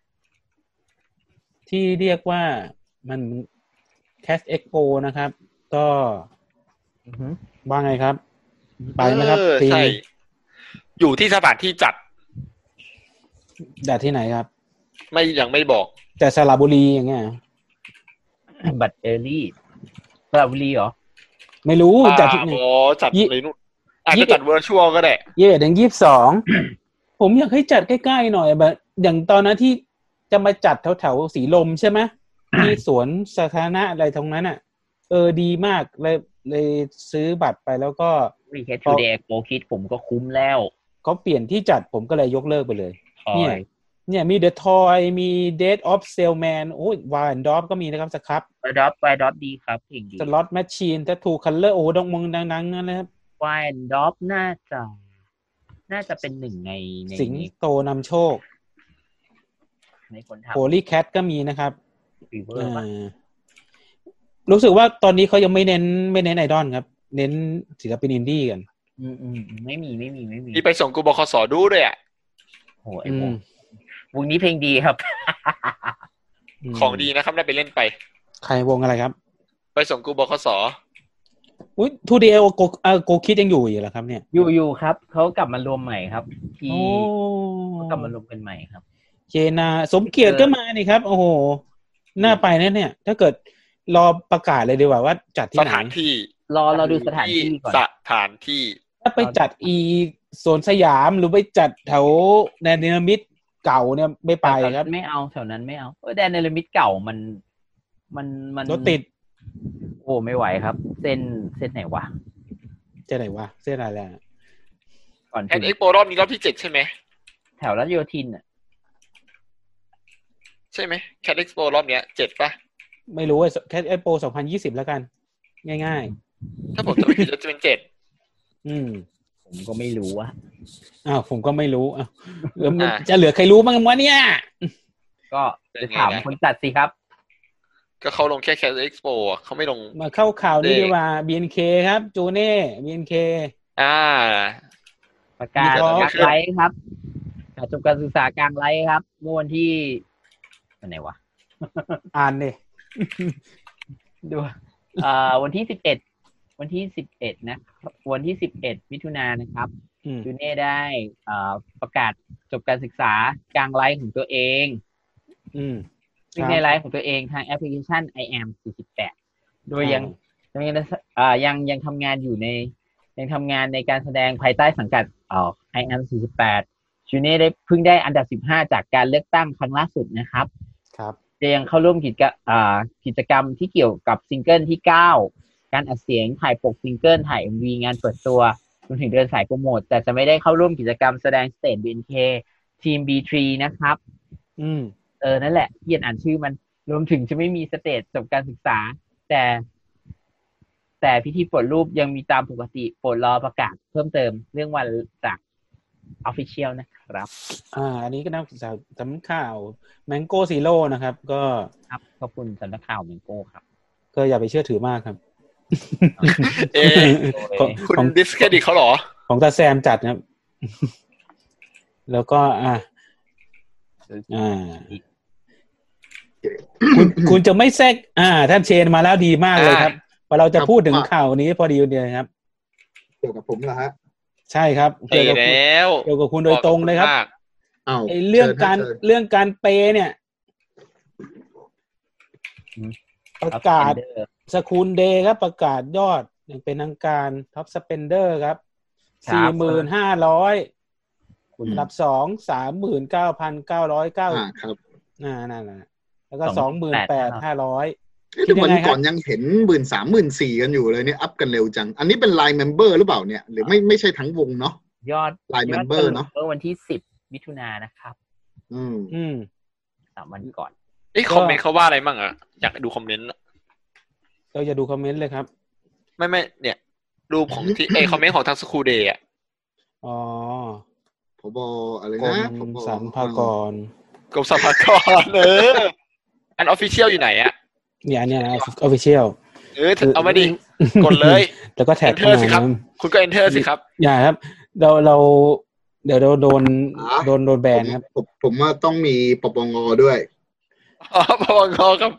ที่เรียกว่ามัน Cash Expo นะครับก็ว่าไงครับไปไหมครับปีใช่อยู่ที่สถานที่จัดจัดที่ไหนครับไม่ยังไม่บอกแต่สระบุรีอย่างเงี้ยบัตรเอลี่สระบุรีเหรอไม่รู้จัดที่ไหนอ๋อจัดเลยนู่นอาจจะจัดเวอร์ชวลก็ได้ยี่สิบเอ็ดถึงยี่สิบสองผมอยากให้จัดใกล้ๆหน่อยแบบอย่างตอนนั้นที่จะมาจัดแถวๆสีลมใช่ไหมที่สวนสาธารณะอะไรตรงนั้นอ่ะเออดีมากเลยเลยซื้อบัตรไปแล้วก็รีเทสทูเดย์โกคิดผมก็คุ้มแล้วเขาเปลี่ยนที่จัดผมก็เลยยกเลิกไปเลยเนี่ยเนี่ยมี The Toy มี Death of Salesman โอ้ย Wild Dog ก็มีนะครับสครับ Wild Dog Wild Dog ดีครับเก่งดี Slot Machine Tattoo Color โอ้ดงมงดังๆนั่นนะครับ Wild Dog น่าจะน่าจะเป็นหนึ่งในในสิงโตนำโชคในคนทำ Holy Cat ก็มีนะครับรู้สึกว่าตอนนี้เขายังไม่เน้นไม่เน้นไอดอลครับเน้นศิลปินอินดี้กันอืมอืมไม่มีไม่มีไม่มีที่ไปส่งกูบคสดูด้วยอ่ะโอ้ไอ้วงวงนี้เพลงดีครับของดีนะครับได้ไปเล่นไปใครวงอะไรครับไปส่งกูบคสอุ้ยทูเดย์โกโกคิดยังอยู่อยู่เหรอครับเนี่ยอยู่อยู่ครับเขากลับมารวมใหม่ครับที่เขากลับมารวมกันใหม่ครับเจนาสมเกียรติก็มานี่ครับโอ้โหน่าไปนะเนี่ยถ้าเกิดรอประกาศเลยดีกว่าว่าจัดที่ไหนสถานที่รอเราดูสถานที่ก่อนสถานที่ถ้าไปจัดอีโซนสยามหรือไปจัดแถวแดนเนลมิดเก่าเนี่ยไม่ไปครับไม่เอาแถวนั้นไม่เอาเออแดนเนลมิดเก่ามันมันมันรถติดโอ้ไม่ไหวครับเส้นเส้นไหนวะเส้นไหนวะเส้นอะไรก่อนแอนเอ็กโปรอบนี้รอบที่เจ็ดใช่ไหมแถวรัชโยธินอ่ะใช่ไหมแคดเอ็กโปรอบเนี้ยเจ็ดป่ะไม่รู้ว่าแคดเอ็กโปสองพันยี่สิบแล้วกันง่ายๆถ้าผมจะไม่ผิดจะเป็นเจ็ดอืมผมก็ไม่รู้อ่ะอ้าวผมก็ไม่รู้อ้าวจะเหลือใครรู้บ้างวะเนี่ยก็จะถามคนจัดสิครับก็เขาลงแค่แคดเอ็กโปเขาไม่ลงมาเข้าข่าวนี้ดีกว่า บี เอ็น เค ครับจูเน่ บี เอ็น เคอ่าประกาศการไลฟ์ครับจบการศึกษากลางไลฟ์ครับเมื่อวันที่วันไหนวะอ่านดิดูอ่าวันที่สิบเอ็ดวันที่สิบเอ็ดนะวันที่สิบเอ็ดมิถุนายนนะครับจูเน่ได้อ่าประกาศจบการศึกษากลางไลฟ์ของตัวเองอืมซึ่งในไลฟ์ของตัวเองทางแอปพลิเคชัน ไอ แอม สี่สิบแปดโดยยังยังอ่ายังยังทำงานอยู่ในยังทำงานในการแสดงภายใต้สังกัดอ่า ไอ แอม สี่สิบแปดจูเน่ได้เพิ่งได้อันดับสิบห้าจากการเลือกตั้งครั้งล่าสุดนะครับครับจะยังเข้าร่วมกิจกรรมอ่ากิจกรรมที่เกี่ยวกับซิงเกิลที่เก้าการอัดเสียงถ่ายปกซิงเกิลถ่าย เอ็ม วี งานเปิดตัวรวมถึงเดินสายโปรโมทแต่จะไม่ได้เข้าร่วมกิจกรรมแสดงสเตจ บี เอ็น เค ทีม บี ทรี นะครับอืมเออนั่นแหละเขียนอ่านชื่อมันรวมถึงจะไม่มีสเตจจบการศึกษาแต่แต่พิธีปลดรูปยังมีตามปกติโปรดรอประกาศเพิ่มเติมเรื่องวันจาก Official นะครับอ่าอันนี้ก็นำจากสำนักข่าว Mango Zero นะครับก็ครับขอบคุณสำนักข่าว Mango ครับก็อย่าไปเชื่อถือมากครับเอ๊ะคุณดิสเครดิตเขาเหรอของตาแซมจัดครับแล้วก็อ่าอ่าคุณคุณจะไม่แทรกอ่าท่านเชนมาแล้วดีมากเลยครับพอเราจะพูดถึงข่าวนี้พอดีเดียวครับเกี่ยวกับผมเหรอฮะใช่ครับเกี่ยวกับแล้วเกี่ยวกับคุณโดยตรงเลยครับไอ้เรื่องการเรื่องการเปย์เนี่ยประกาศสคูลเดย์ครับประกาศยอดอย่างเป็นทางการท็อปสเปนเดอร์ครับ สี่หมื่นห้าร้อย อันดับสอง สามหมื่นเก้าพันเก้าร้อยเก้าอ่าครับอ่านั่นน่ะแล้วก็ สองหมื่นแปดพันห้าร้อยคิดยังไงครับวันก่อนยังเห็น หนึ่งหมื่นสาม หนึ่งหมื่นสี่ กันอยู่เลยเนี่ยอัพกันเร็วจังอันนี้เป็น Line Member หรือเปล่าเนี่ยหรือไม่ไม่ใช่ทั้งวงเนาะยอด Line Member เนาะเมื่อวันที่สิบมิถุนายนนะครับอืมอืมสามวันก่อนเอ้ยคอมเมนต์เขาว่าอะไรมั่งอ่ะอยากดูคอมเมนต์เราจะดูคอมเมนต์เลยครับไม่ไม่เนี่ยรูปของที่เอคอมเมนต์ของทางสคูลเดย์อ่ะอ๋อผบอะไรนะกรมสรรพากรกรมสรรพากรเอออันออฟฟิเชียลอยู่ไหนอ่ะเนี่ยเนี่ยนะออฟฟิเชียลเออเอามาดิกดเลยแล้วก็แท็ก Enter สิครับคุณก็ Enter สิครับอย่าครับเราเราเดี๋ยวเราโดนโดนโดนแบนครับผมผมว่าต้องมีปปงด้วยอ๋อปปงครับ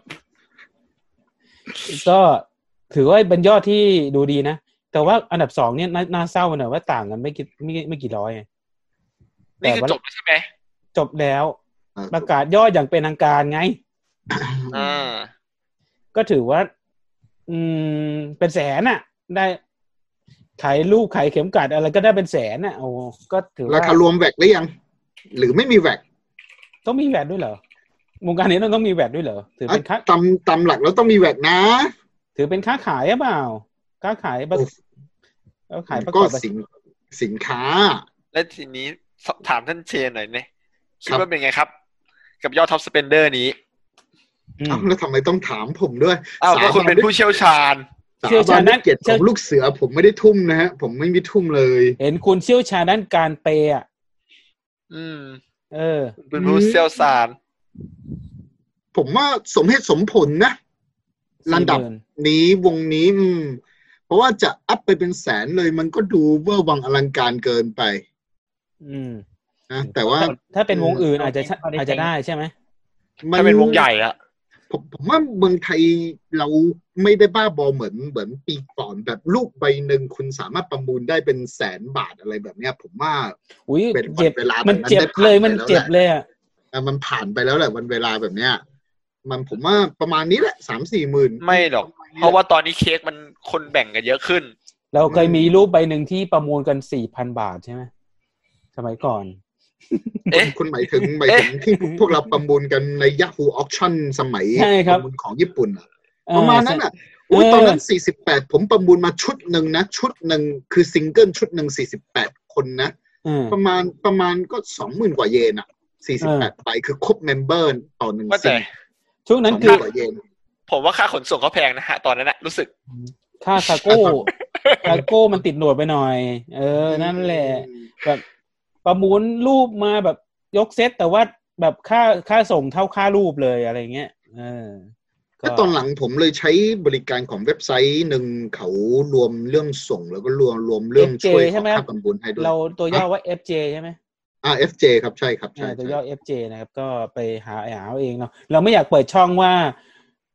ก็ถือว่าเป็นยอดที่ดูดีนะแต่ว่าอันดับสองเนี่ยน่าเศร้าหน่อยว่าต่างกันไม่กี่ไม่ไม่กี่ร้อยนี่คือจบแล้วใช่ไหมจบแล้วประกาศยอดอย่างเป็นทางการไงอ่าก็ถือว่าอืมเป็นแสนอ่ะได้ขายลูกขายเข็มกลัดอะไรก็ได้เป็นแสนอ่ะโอ้ก็ถือว่าราคารวมแวตหรือยังหรือไม่มีแวตต้องมีแวตด้วยเหรอวงการนี้ต้องมีแวตด้วยเหรอถือเป็นค่าตำตำหลักแล้วต้องมีแวตนะถือเป็นค้าขายหรือเปล่าค้าขายแบบขายประกอบสินสินค้าและทีนี้ถามท่านเชนหน่อยเนี่ยคิดว่าเป็นไงครับกับยอดท็อปสเปนเดอร์นี้อ้าวแล้วทำไมต้องถามผมด้วยอ้าวเพราะคุณเป็นผู้เชี่ยวชาญเชี่ยวชาญด้านเกียรติของลูกเสือผมไม่ได้ทุ่มนะฮะผมไม่มีทุ่มเลยเห็นคุณเชี่ยวชาญด้านการเปย์อ่ะอืมเออเป็นผู้เชี่ยวชาญผมว่าสมเหตุสมผลนะระดับนี้วงนี้เพราะว่าจะอัพไปเป็นแสนเลยมันก็ดูเวอร์วังอลังการเกินไปอืมนะแต่ว่าถ้าเป็นวงอื่นอาจจะอาจจะได้ใช่ไหมถ้าเป็นวงใหญ่อะผมผมว่าเมืองไทยเราไม่ได้บ้าบอเหมือนเหมือนปีก่อนแบบลูกใบหนึ่งคุณสามารถประมูลได้เป็นแสนบาทอะไรแบบเนี้ยผมว่าเป็นเจ็บมันเจ็บเลยมันเจ็บเลยอ่ะมันผ่านไปแล้วแหละวันเวลาแบบเนี้ยมันผมว่าประมาณนี้แหละสามสี่หมื่นไม่หรอกเพราะว่าตอนนี้เค้กมันคนแบ่งกันเยอะขึ้นเราเคยมีรูปใบหนึ่งที่ประมูลกันสี่พันบาทใช่ไหมสมัยก่อนเอ๊ะคุณหมายถึงหมายถึงที่พวกเราประมูลกันใน Yahoo Auction สมัยประมูลของญี่ปุ่นอ่ะประมาณนั้นอ่ะอุ้ยตอนนั้นสี่สิบแปดผมประมูลมาชุดหนึ่งนะชุดหนึ่งคือซิงเกิลชุดหนึ่งสี่สิบแปดคนนะประมาณประมาณก็สองหมื่นกว่าเยนอ่ะสี่สิบแปดใบคือครบเมมเบอร์ต่อหนึ่งซิงช่วงนั้นคือผมว่าค่าขนส่งเขาแพงนะฮะตอนนั้นนะรู้สึกค่าคาโก้คาโก้มันติดหนวดไปหน่อยเออนั่นแหละแบบประมูลรูปมาแบบยกเซตแต่ว่าแบบค่าค่าส่งเท่าค่ารูปเลยอะไรเงี้ยเออก็ตอนหลังผมเลยใช้บริการของเว็บไซต์หนึ่งเขารวมเรื่องส่งแล้วก็รวมรวมเรื่องช่วยค่าประมูลให้ด้วยเราตัวย่อว่า เอฟ เจ ใช่ไหมอ่า เอฟ เจ ครับใช่ครับใช่ตัวย่อ เอฟ เจ นะครับก็ไปหาเอาเองเนาะเราไม่อยากเปิดช่องว่า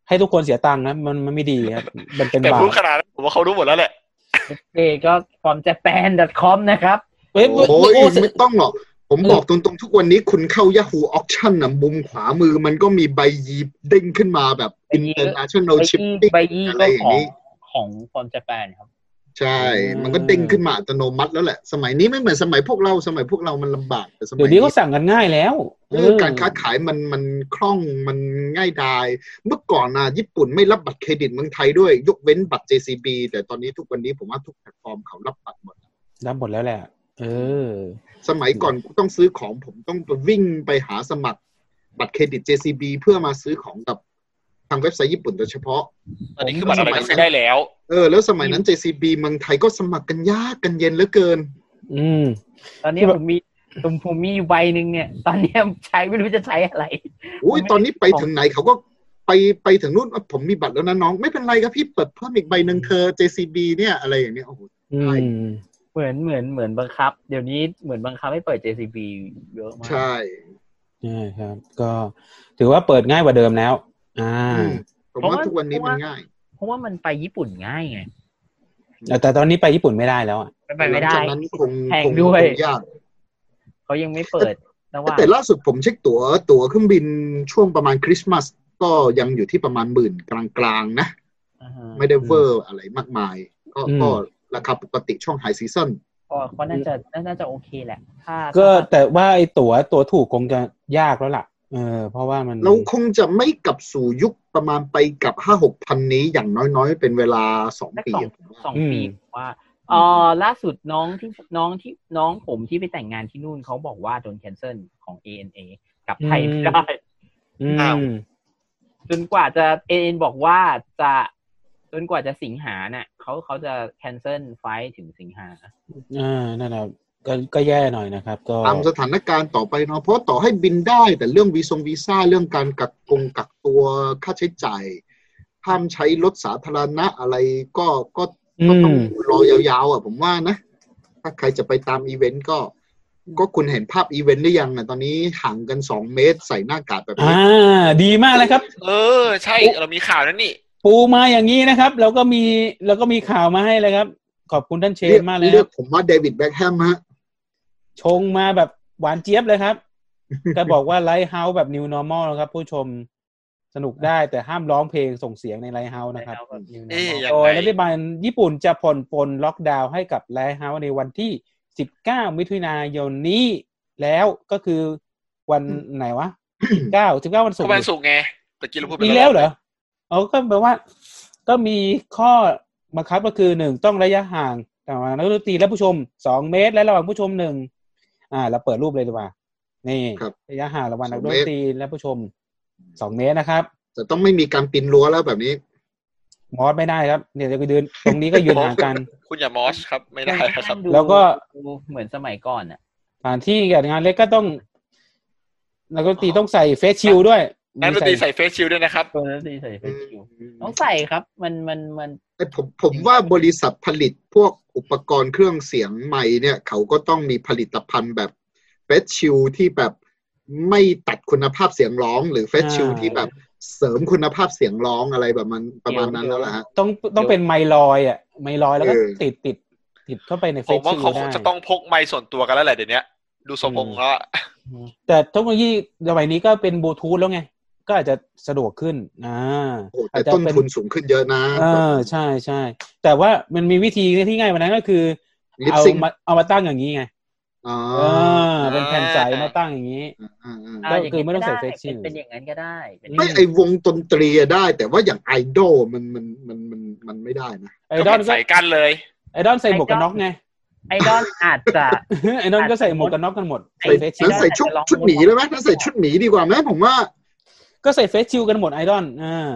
ให้ทุกคนเสียตังค์นะมันมันไม่ดีครับมันเป็นแต่บาปพูดขนาดนั้นผมว่าเขารู้หมดแล้วแหละเอฟ เอ ก็ ฟอร์มแจแปน ดอท คอม นะครับเฮ้ยโอ้ยไม่ต้องหรอกผมบอกตรงๆทุกวันนี้คุณเข้า Yahoo Auction น่ะมุมขวามือมันก็มีใบยีบเด้งขึ้นมาแบบ International ใบยี่ Shipping ใบยี่อะไรก็อย่าของ งนี้ของฟอร์มแจแปนครับใช่ มันก็เด้งขึ้นมาอัตโนมัติแล้วแหละ สมัยนี้ไม่เหมือนสมัยพวกเราสมัยพวกเรามันลำบากแต่สมัยเดี๋ยวนี้ก็สั่งกันง่ายแล้วเออการค้าขายมันมันคล่องมันง่ายดายเมื่อก่อนนะญี่ปุ่นไม่รับบัตรเครดิตเมืองไทยด้วยยกเว้นบัตร เจ ซี บี แต่ตอนนี้ทุกวันนี้ผมว่าทุกแพลตฟอร์มเขารับบัตรหมดรับหมดแล้วแหละเออสมัยก่อนต้องซื้อของผมต้องไปวิ่งไปหาสมัครบัตรเครดิต เจ ซี บี เพื่อมาซื้อของกับทางเว็บไซต์ญี่ปุ่นโดยเฉพาะตอนนี้คือบัตรอะไรก็ซื้อได้แล้วเออแล้วสมัยนั้น เจ ซี บี เมืองไทยก็สมัครกันยากกันเย็นเหลือเกินอืมตอนนี้ผมมีผมผมมีอยู่ใบนึงเนี่ยตอนนี้ใช้ไม่รู้จะใช้อะไรอุ้ยตอนนี้ไปถึงไหนเขาก็ไปไปถึงนู่นผมมีบัตรแล้วนะน้องไม่เป็นไรครับพี่เปิดเพิ่มอีกใบนึงเธอ เจ ซี บี เนี่ยอะไรอย่างเงี้ยโอ้โหเหมือนเหมือนเหมือนบังคับเดี๋ยวนี้เหมือนบังคับให้เปิด เจ ซี บี เยอะมากใช่ใช่ครับก็ถือว่าเปิดง่ายกว่าเดิมแล้วอ่าผมว่าทุกวันนี้มันง่ายเพราะว่ามันไปญี่ปุ่นง่ายไงแต่ตอนนี้ไปญี่ปุ่นไม่ได้แล้วอ่ะไปไม่ได้จากนั้นคงแพงด้วยยากเขายังไม่เปิดแต่ล่าสุดผมเช็คตั๋วตั๋วเครื่องบินช่วงประมาณคริสต์มาสก็ยังอยู่ที่ประมาณหมื่นกลางๆนะไม่ได้เวอร์อะไรมากมายก็ก็ราคาปกติช่วงไฮซีซั่นก็ก็น่าจะน่าจะโอเคแหละถ้าก็แต่ว่าไอ้ตั๋วตั๋วถูกคงจะยากแล้วล่ะเออเพราะว่ามันเราคงจะไม่กลับสู่ยุคประมาณไปกับ ห้าหกพัน นี้อย่างน้อยๆเป็นเวลาสองปีสองปีว่าเออล่าสุดน้องที่น้องที่น้องผมที่ไปแต่งงานที่นู่นเขาบอกว่าโดนแคนเซิลของ เอ เอ็น เอ กลับไทยไม่ได้อ้าวจนกว่าจะ เอ เอ็น บอกว่าจะจนกว่าจะสิงหาเนี่ยเขาเขาจะแคนเซิลไฟล์ถึงสิงหาอ่านั่นแหละก็ก็แย่หน่อยนะครับก็ตามสถานการณ์ต่อไปเนาะเพราะต่อให้บินได้แต่เรื่องวีซ่งวีซ่าเรื่องการกักกงกักตัวค่าใช้จ่ายห้ามใช้รถสาธารณะอะไรก็ก็ก็ต้องรอยาวๆอ่ะผมว่านะถ้าใครจะไปตามอีเวนต์ก็ก็คุณเห็นภาพอีเวนต์หรือยังนะตอนนี้ห่างกันสองเมตรใส่หน้ากากแบบนี้อ่าดีมากเลยครับเออใช่เรามีข่าวนั้นนี่ปูมาอย่างนี้นะครับเราก็มีเราก็มีข่าวมาให้เลยครับขอบคุณท่านเชนมากเลยเลือกผมว่าเดวิดแบ็คแฮมฮะชงมาแบบหวานเจี๊ยบเลยครับก็บอกว่าไลท์เฮาส์แบบ New Normal นะครับผู้ชมสนุกได้แต่ห้ามร้องเพลงส่งเสียงในไลท์เฮาส์นะครับโดยรัฐบาลญี่ปุ่นจะผ่อนปลนล็อกดาวน์ให้กับไลท์เฮาส์ในวันที่สิบเก้ามิถุนายนนี้แล้วก็คือวันไหนวะสิบเก้า สิบเก้าวันศุกร์วันศุกร์ไงตะกี้เราพูดไปแล้วอีกแล้วเหรออ๋อก็แปลว่าก็มีข้อบังคับก็คือหนึ่งต้องระยะห่างระหว่างนักดนตรีและผู้ชมสองเมตรและระหว่างผู้ชมหนึ่งอ่าเราเปิดรูปเลยดีกว่านี่ระยะห่างระหว่างนักดนตรีและผู้ชมสองเมตรนะครับจะต้องไม่มีการปีนรั้วแล้วแบบนี้มอสไม่ได้ครับเนี่ยจะไปยืนตรงนี้ก็ยืนห่างกันคุณอย่ามอสครับไม่ได้ครับแล้วก็เหมือนสมัยก่อนอ่ะสถานที่จัดงานเล็กก็ต้องนักดนตรีต้องใส่เฟซชิลด้วยนักดนตรีใส่เฟซชิลด้วยนะครับนักดนตรีใส่เฟซชิลต้องใส่ครับมันมันมันไอผมผมว่าบริษัทผลิตพวกอุปกรณ์เครื่องเสียงไมค์เนี่ยเขาก็ต้องมีผลิตภัณฑ์แบบเฟซชิลที่แบบไม่ตัดคุณภาพเสียงร้องหรือเฟซชิลที่แบบเสริมคุณภาพเสียงร้องอะไรแบบมันประมาณนั้นแล้วล่ะฮะต้องต้องเป็นไมค์ลอยอ่ะไมค์ลอยแล้วก็ติดติดติดเข้าไปในเฟซชิลได้ผมว่าเขาจะต้องพกไมค์ส่วนตัวกันแล้วแหละเดี๋ยวนี้ดูทรงแล้วแต่เทคโนโลยีสมัยนี้ก็เป็นบลูทูธแล้วไงก็อาจจะสะดวกขึ้นอ่าแต่ต้นทุนสูงขึ้นเยอะนะเออใช่ใช่แต่ว่ามันมีวิธีที่ง่ายกว่านั้นก็คือเอามาเอามาตั้งอย่างนี้ไงอ๋อเป็นแผ่นใสมาตั้งอย่างนี้ก็คือไม่ต้องใส่เฟซชิลเป็นอย่างนั้นก็ได้ไม่ไอวงดนตรีได้แต่ว่าอย่างไอดอลมันมันมันมันมันไม่ได้นะไอดอลใส่กันเลยไอดอลใส่หมวกกันน็อกไงไอดอลอาจจะไอดอลก็ใส่หมวกกันน็อกกันหมดใส่เฟซชิลใส่ชุดชุดหมีได้ไหมถ้าใส่ชุดหมีดีกว่าไหมผมว่าก็ใส่เฟซชิลกันหมดไอดอลอ่า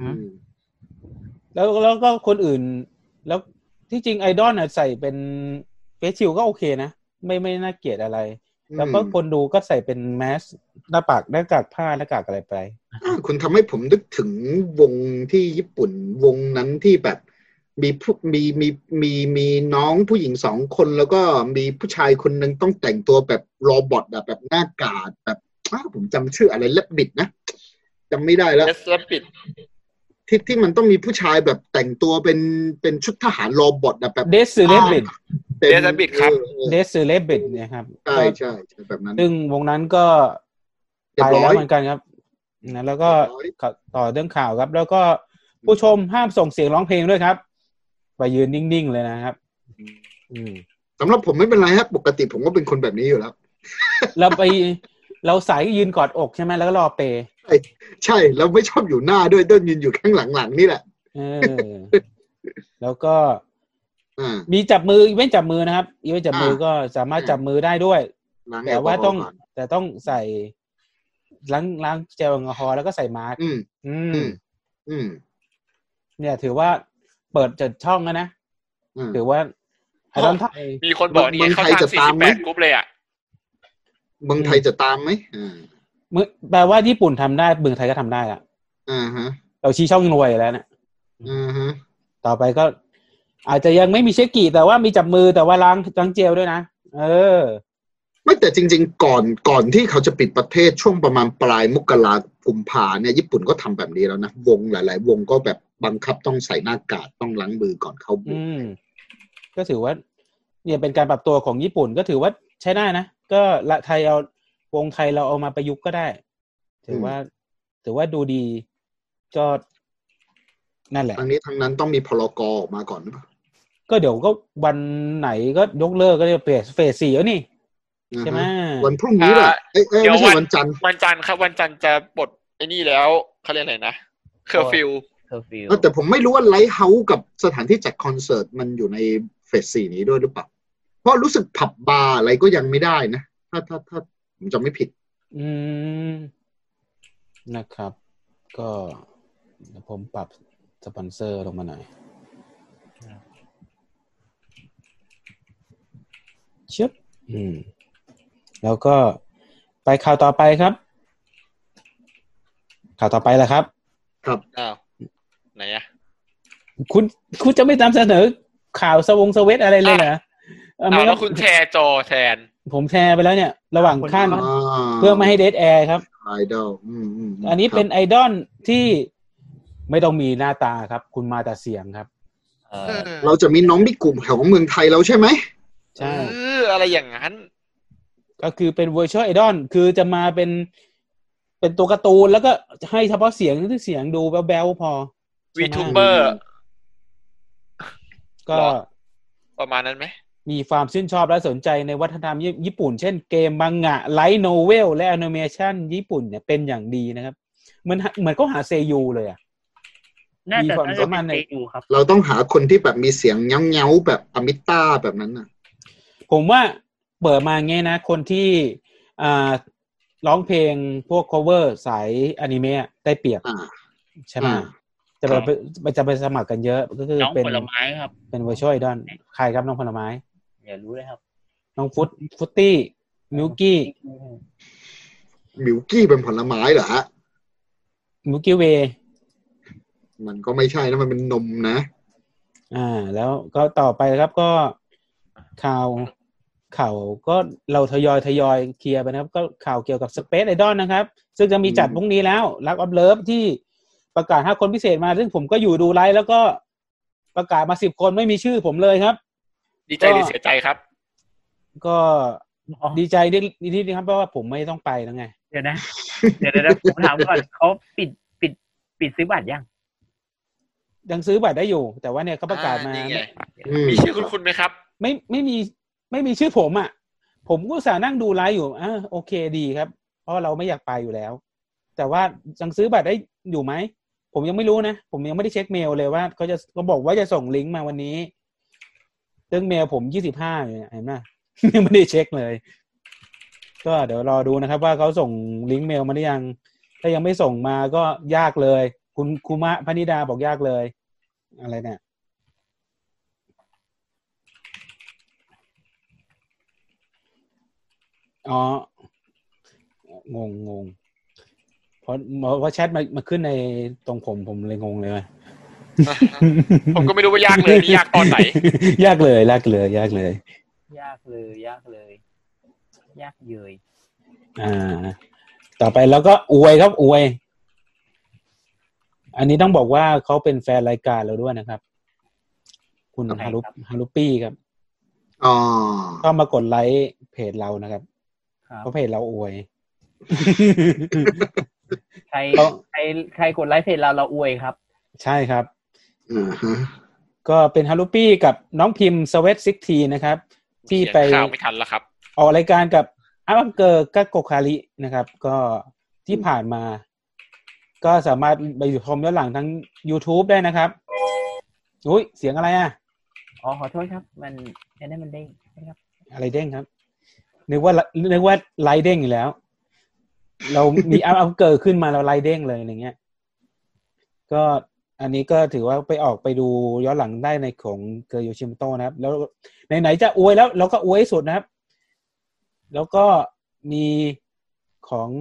แล้วแล้วก็คนอื่นแล้วที่จริงไอดอลน่ะใส่เป็นเฟซชิลก็โอเคนะไม่ไม่น่าเกลียดอะไรแล้วก็คนดูก็ใส่เป็นแมสหน้าปากหน้ากากผ้าหน้ากากอะไรไปคุณทำให้ผมนึกถึงวงที่ญี่ปุ่นวงนั้นที่แบบมีผู้มีมีมีมีน้องผู้หญิงสองคนแล้วก็มีผู้ชายคนนึงต้องแต่งตัวแบบโรบอทแบบแบบหน้ากากแบบผมจำชื่ออะไรเล็บบิดนะจำไม่ได้แล้วเล็บบิดที่ที่มันต้องมีผู้ชายแบบแต่งตัวเป็นเป็นชุดทหารโรบอทแบบเดซเลบิดเดซบิดครับเดซเลบิดเนี่ยครับใช่ใช่แบบนั้นซึ่งวงนั้นก็ไปแล้วเหมือนกันครับนะแล้วก็ต่อเรื่องข่าวครับ แล้วก็ผู้ชมห้ามส่งเสียงร้องเพลงด้วยครับไปยืนนิ่งๆเลยนะครับอืมสำหรับผมไม่เป็นไรครับปกติผมก็เป็นคนแบบนี้อยู่แล้วเราไปเราสายยืนกอดอกใช่ไหมแล้วก็รอเปย์ใช่ใช่เราไม่ชอบอยู่หน้าด้วยต้องยืนอยู่ข้างหลังๆนี่แหละเออแล้วก็มีจับมืออีเวนต์จับมือนะครับอีเวนต์จับมือก็สามารถจับมือได้ด้วยแต่ว่าต้องแต่ต้องใส่ล้างล้างเจลแอลกอฮอล์แล้วก็ใส่มาสก์อืมอืมอืมเนี่ยถือว่าเปิดเจอช่องแล้วนะถือว่าไอรอนไทยมีคนบอกนี่เขาทำสี่สิบแปดกรุ๊ปเลยอ่ะเมืองไทยจะตามไหมอ่าแปลว่าญี่ปุ่นทำได้เมืองไทยก็ทำได้อ่ะอ่าฮะเราชี้ช่องรวยแล้วเนี่ยอือฮะต่อไปก็อาจจะยังไม่มีเช็คกี่แต่ว่ามีจับมือแต่ว่าล้างล้างเจลด้วยนะเออไม่แต่จริงๆก่อนก่อนที่เขาจะปิดประเทศช่วงประมาณปลายมกรากุมภาเนี่ยญี่ปุ่นก็ทำแบบนี้แล้วนะวงหลายๆวงก็แบบบังคับต้องใส่หน้ากากต้องล้างมือก่อนเข้าวงก็ถือว่าเนี่ยเป็นการปรับตัวของญี่ปุ่นก็ถือว่าใช้ได้นะก็ละไทยเอาวงไทยเราเอามาประยุกต์ก็ได้ถือว่าถือว่าดูดีก็นั่นแหละทั้งนี้ทั้งนั้นต้องมีพรก.ออกมาก่อนหรือเปล่าก็เดี๋ยวก็วันไหนก็ยกเลิกก็จะเฟสเฟสสี่แล้วนี่ใช่ไหมวันพรุ่งนี้แหละเอ้ยไม่ใช่วันจันทร์วันจันทร์ครับวันจันทร์จะปลดไอ้นี่แล้วเขาเรียกอะไรนะเคอร์ฟิวเคอร์ฟิวแต่ผมไม่รู้ว่าไลท์เฮาส์กับสถานที่จัดคอนเสิร์ตมันอยู่ในเฟสสี่นี้ด้วยหรือเปล่าเพราะรู้สึกผับบาร์อะไรก็ยังไม่ได้นะถ้าถ้าถ้าผมจำไม่ผิดอืมนะครับก็ผมปรับสปอนเซอร์ลงมาหน่อยชิบอืมแล้วก็ไปข่าวต่อไปครับข่าวต่อไปแหละครับครับอ้าวไหนอ่ะคุณคุณจะไม่นำเสนอข่าวสวงสเวทอะไรเลยเหรออ้าวแล้วคุณแชร์จอแทนผมแชร์ไปแล้วเนี่ยระหว่างขั้นเพื่อไม่ให้เดทแอร์ครับไอดอลอันนี้เป็นไอดอลที่ไม่ต้องมีหน้าตาครับคุณมาแต่เสียงครับเราจะมีน้องที่กลุ่มของเมืองไทยแล้วใช่ไหมใช่อะไรอย่างนั้นก็คือเป็น virtual idol คือจะมาเป็นเป็นตัวการ์ตูนแล้วก็ให้เฉพาะเสียงที่เสียงดูแบ๊วๆพอ VTuber ก็ประมาณนั้นไหมมีความชื่นชอบและสนใจในวัฒนธรรมญี่ปุ่นเช่นเกมมังงะไลท์โนเวลและแอนิเมชันญี่ปุ่นเนี่ยเป็นอย่างดีนะครับเหมือนเหมือนก็หาเซยูเลยอ่ะน่าจะน่าจะเป็นเซยูครับเราต้องหาคนที่แบบมีเสียงเงี้ยวๆแบบอมิต้าแบบนั้นน่ะผมว่าเปิดมาเงี้ยนะคนที่อ่าร้องเพลงพวก cover สายอนิเมะได้เปรียบใช่ไหมจะไปจะไปสมัครกันเยอะก็คือเป็นน้องผลไม้ครับเป็น virtual idol ใครครับน้องผลไม้อย่ารู้เลยครับน้องฟุตฟุตตี้มิวกี้มิวกี้เป็นผลไม้เหรอฮะมิวกี้เวมันก็ไม่ใช่นะมันเป็นนมนะอ่าแล้วก็ต่อไปครับก็ข่าวข่าวก็เราทยอยทยอยเคลียร์ไปนะครับก็ข่าวเกี่ยวกับ Space Idol นะครับซึ่งจะมีจัดพรุ่งนี้แล้ว Luck of Love ที่ประกาศห้าคนพิเศษมาซึ่งผมก็อยู่ดูไลฟ์แล้วก็ประกาศมาสิบคนไม่มีชื่อผมเลยครับดีใจหรือเสียใจครับก็ดีใจนิดนิดนะครับเพราะว่าผมไม่ต้องไปแล้วไงเดี๋ยวนะเดี๋ยวเดี๋ยวผมถามก่อนเขาปิดปิดปิดซื้อบัตรยังยังซื้อบัตรได้อยู่แต่ว่าเนี่ยเขาประกาศมามีชื่อคุณคุณไหมครับไม่ไม่มีไม่มีชื่อผมอ่ะผมก็อุตส่าห์นั่งดูไลฟ์อยู่อ่าโอเคดีครับเพราะเราไม่อยากไปอยู่แล้วแต่ว่ายังซื้อบัตรได้อยู่ไหมผมยังไม่รู้นะผมยังไม่ได้เช็คเมลเลยว่าเขาจะเขาบอกว่าจะส่งลิงก์มาวันนี้เรื่องเมลผมยี่สิบห้าอยู่เห็นไหมยังไม่ได้เช็คเลยก็เดี๋ยวรอดูนะครับว่าเขาส่งลิงก์เมลมาหรือยังถ้ายังไม่ส่งมาก็ยากเลยคุณคุมะพนิดาบอกยากเลยอะไรเนี่ยอ๋องงงงเพราะเพราะแชทมามาขึ้นในตรงผมผมเลยงงเลยผมก็ไม่รู้ว่ายากเลยนี่ยากตอนไหนยากเลยยากเลยยากเลยยากเลยยากเลยยากเยยอ่าต่อไปแล้วก็อวยครับอวยอันนี้ต้องบอกว่าเขาเป็นแฟนรายการเราด้วยนะครับคุณฮารุฮารุปี้ครับอ๋อก็มากดไลค์เพจเรานะครับเพราะเพจเราอวยใครใครใครกดไลค์เพจเราเราอวยครับใช่ครับอ่าฮะก็เป็นฮารุปี้กับน้องพิมพ์สเวตซิกทีนะครับที่ไปข่าวไม่ทันแล้วครับออกรายการกับอัมเกอร์กักโกคารินะครับก็ที่ผ่านมาก็สามารถไปชมย้อนหลังทั้ง YouTube ได้นะครับอุ้ยเสียงอะไรอ่ะอ๋อขอโทษครับมันอันนั้นมันเด้งนะครับอะไรเด้งครับนึกว่านึกว่าไลท์เด้งอยู่แล้วเรามีอัพเกิดขึ้นมาเราไลท์เด้งเลยอย่างเงี้ยก็อันนี้ก็ถือว่าไปออกไปดูย้อนหลังได้ในของเกอร์โยชิโมโตะนะครับแล้วไหนๆจะอวยแล้วเราก็อวยให้สุดนะครับแล้วก็มีของ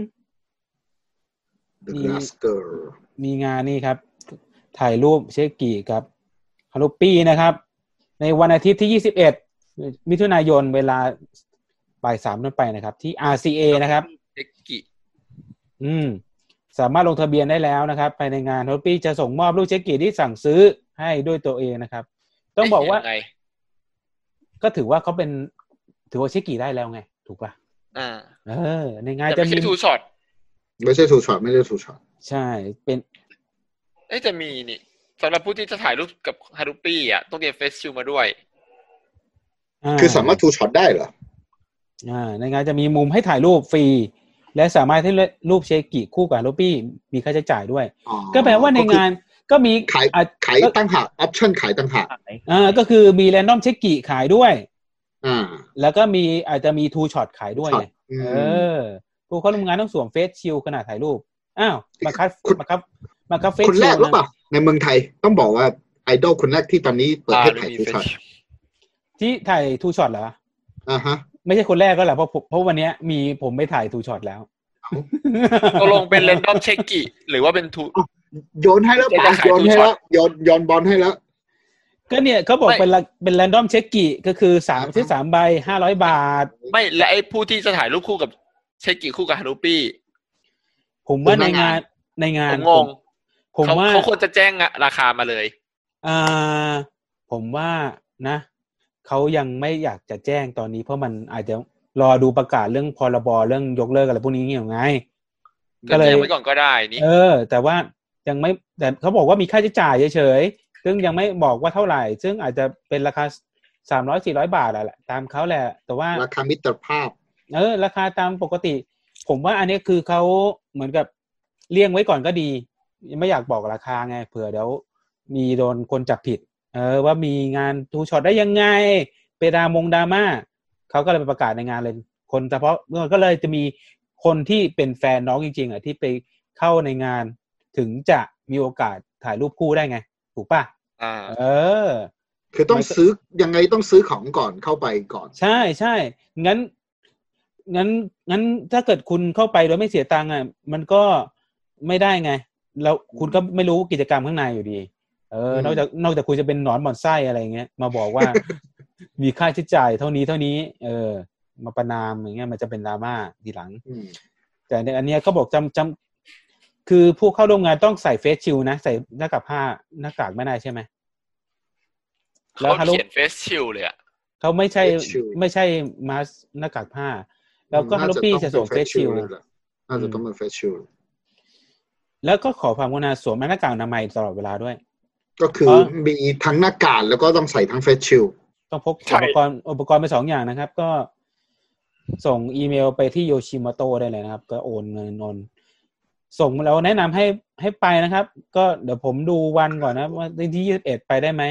มีมีงานนี่ครับถ่ายรูปเชกิกับฮารุปี้นะครับในวันอาทิตย์ที่ยี่สิบเอ็ดมิถุนายนเวลาบ่ายสามต้นไปนะครับที่ อาร์ ซี เอ นะครับเชกิอืมสามารถลงทะเบียนได้แล้วนะครับภายในงานฮารุปี้จะส่งมอบรูปเชกิที่สั่งซื้อให้ด้วยตัวเองนะครับต้องบอกว่าก็ถือว่าเขาเป็นถือว่าเชกิได้แล้วไงถูกป่ะอ่าเออในงานจะมีทูช็อตไม่ใช่ทูช็อตไม่ใช่ทูช็อตใช่เป็นเอ๊ะจะมีนี่สำหรับผู้ที่จะถ่ายรูปกับฮารุปี้อ่ะต้องเตรียมเฟซชิลมาด้วยคือสามารถทูช็อตได้เหรออ่าในงานจะมีมุมให้ถ่ายรูปฟรีและสามารถให้รูปเชกิคู่กับฮารุปี้มีค่าใช้จ่ายด้วยก็แปลว่าในงานก็มีขายขายตั้งหากออปชั่นขายตั้งหากอ่าก็คือมีแรนดอมเชกิขายด้วยอ่าแล้วก็มีอาจจะมีทูช็อตขายด้วยไงเออผู้เข้าร่วมงานต้องสวมเฟซชิลขณะถ่ายรูปอ้าวมาคับมาคับมาคับเฟซชิลคนแรกหรือเปล่าในเมืองไทยต้องบอกว่าไอดอลคนแรกที่ตอนนี้เปิดให้ถ่ายทูช็อตที่ถ่ายทูช็อตเหรออ่าฮะไม่ใช่คนแรกก็แหละเพราะเพราะวันนี้มีผมไปถ่ายทูช็อตแล้วตกลงเป็นแรนดอมเชกิหรือว่าเป็นทูโยนให้แล้วป่ะโยนให้แล้วโยนโยนบอลให้แล้วก็เนี่ยเขาบอกเป็นเป็นแรนดอมเช็คกิก็คือสามซื้อสามใบห้าร้อยบาทไม่และไอ้ผู้ที่จะถ่ายรูปคู่กับเช็คกิคู่กับฮารุปี้ผมว่าในงานในงานงงผมว่าเขาควรจะแจ้งราคามาเลยอ่าผมว่านะเขายังไม่อยากจะแจ้งตอนนี้เพราะมันอาจจะรอดูประกาศเรื่องพรบเรื่องยกเลิกอะไรพวกนี้อย่างไงก็เลยแจ้งไว้ก่อนก็ได้นี่เออแต่ว่ายังไม่แต่เขาบอกว่ามีค่าใช้จ่ายเฉยๆซึ่งยังไม่บอกว่าเท่าไหร่ซึ่งอาจจะเป็นราคาสามร้อย สี่ร้อยบาทแหละตามเขาแหละแต่ว่าราคามิตรภาพเออราคาตามปกติผมว่าอันนี้คือเขาเหมือนกับเลี่ยงไว้ก่อนก็ดีไม่อยากบอกราคาไงเผื่อเดี๋ยวมีโดนคนจับผิดเออว่ามีงานทูช็อตได้ยังไงเปดามงดราม่าเขาก็เลยไปประกาศในงานเลยคนเฉพาะก็เลยจะมีคนที่เป็นแฟนน้องจริงๆอ่ะที่ไปเข้าในงานถึงจะมีโอกาสถ่ายรูปคู่ได้ไงถูกป่ะอ่าเออคือต้องซื้อยังไงต้องซื้อของก่อนเข้าไปก่อนใช่ใช่งั้นงั้นงั้นถ้าเกิดคุณเข้าไปโดยไม่เสียตังค์อ่ะมันก็ไม่ได้ไงแล้วคุณก็ไม่รู้กิจกรรมข้างในอยู่ดีเออนอกจากนอกจากคุณจะเป็นหนอนหมอนไส้อะไรเงี้ยมาบอกว่า มีค่าใช้จ่ายเท่านี้เท่านี้เออมาประนามอย่างเงี้ยมันจะเป็นดราม่าทีหลังแต่ในอันเนี้ยเขาบอกจำจำคือผู้เข้าร่วมงานต้องใส่เฟซชิลนะใส่หน้ากากผ้าหน้ากากไม่ได้ใช่ไหมแล้วเขาเขียนเฟซชิลเลยอ่ะเขาไม่ใช่ไม่ใช่มาสหน้ากากผ้าแล้วก็ฮารุปี้จะสวมเฟซชิลน่าจะต้องเป็นเฟซชิลแล้วก็ขอความกรุณาสวมหน้ากากอนามัยตลอดเวลาด้วยก็คือมีทั้งหน้ากากแล้วก็ต้องใส่ทั้งเฟซชิลต้องพกอุปกรณ์อุปกรณ์ไปสองอย่างนะครับก็ส่งอีเมลไปที่โยชิโมโตะได้เลยนะครับก็โอนเงินโอนส่งแล้วแนะนำให้ให้ไปนะครับก็เดี๋ยวผมดูวันก่อนนะว่าวันที่ยี่สิบเอ็ดไปได้ไหม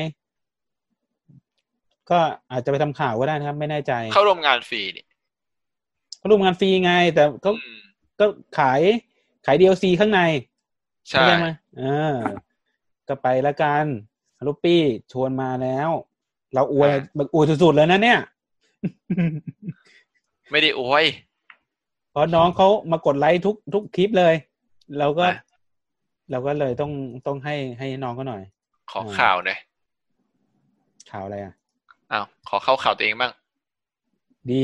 ก็อาจจะไปทำข่าวก็ได้นะครับไม่แน่ใจเข้าร่วมงานฟรีนี่เข้าร่วมงานฟรีไงแต่ก็ก็ขายขาย ดี แอล ซี ข้างในใช่ไหมอ่าก็ไปละกันฮารุปี้ชวนมาแล้วเราอวยแบบอวยสุดๆเลยนะเนี่ยไม่ได้อวยเพราะน้องเขามากดไลค์ทุกทุกคลิปเลยเราก็เราก็เลยต้องต้องให้ให้น้องก็หน่อยขอข่าวหน่อยข่าวอะไรอ่ะอ้าวขอเข้าข่าวตัวเองบ้างดี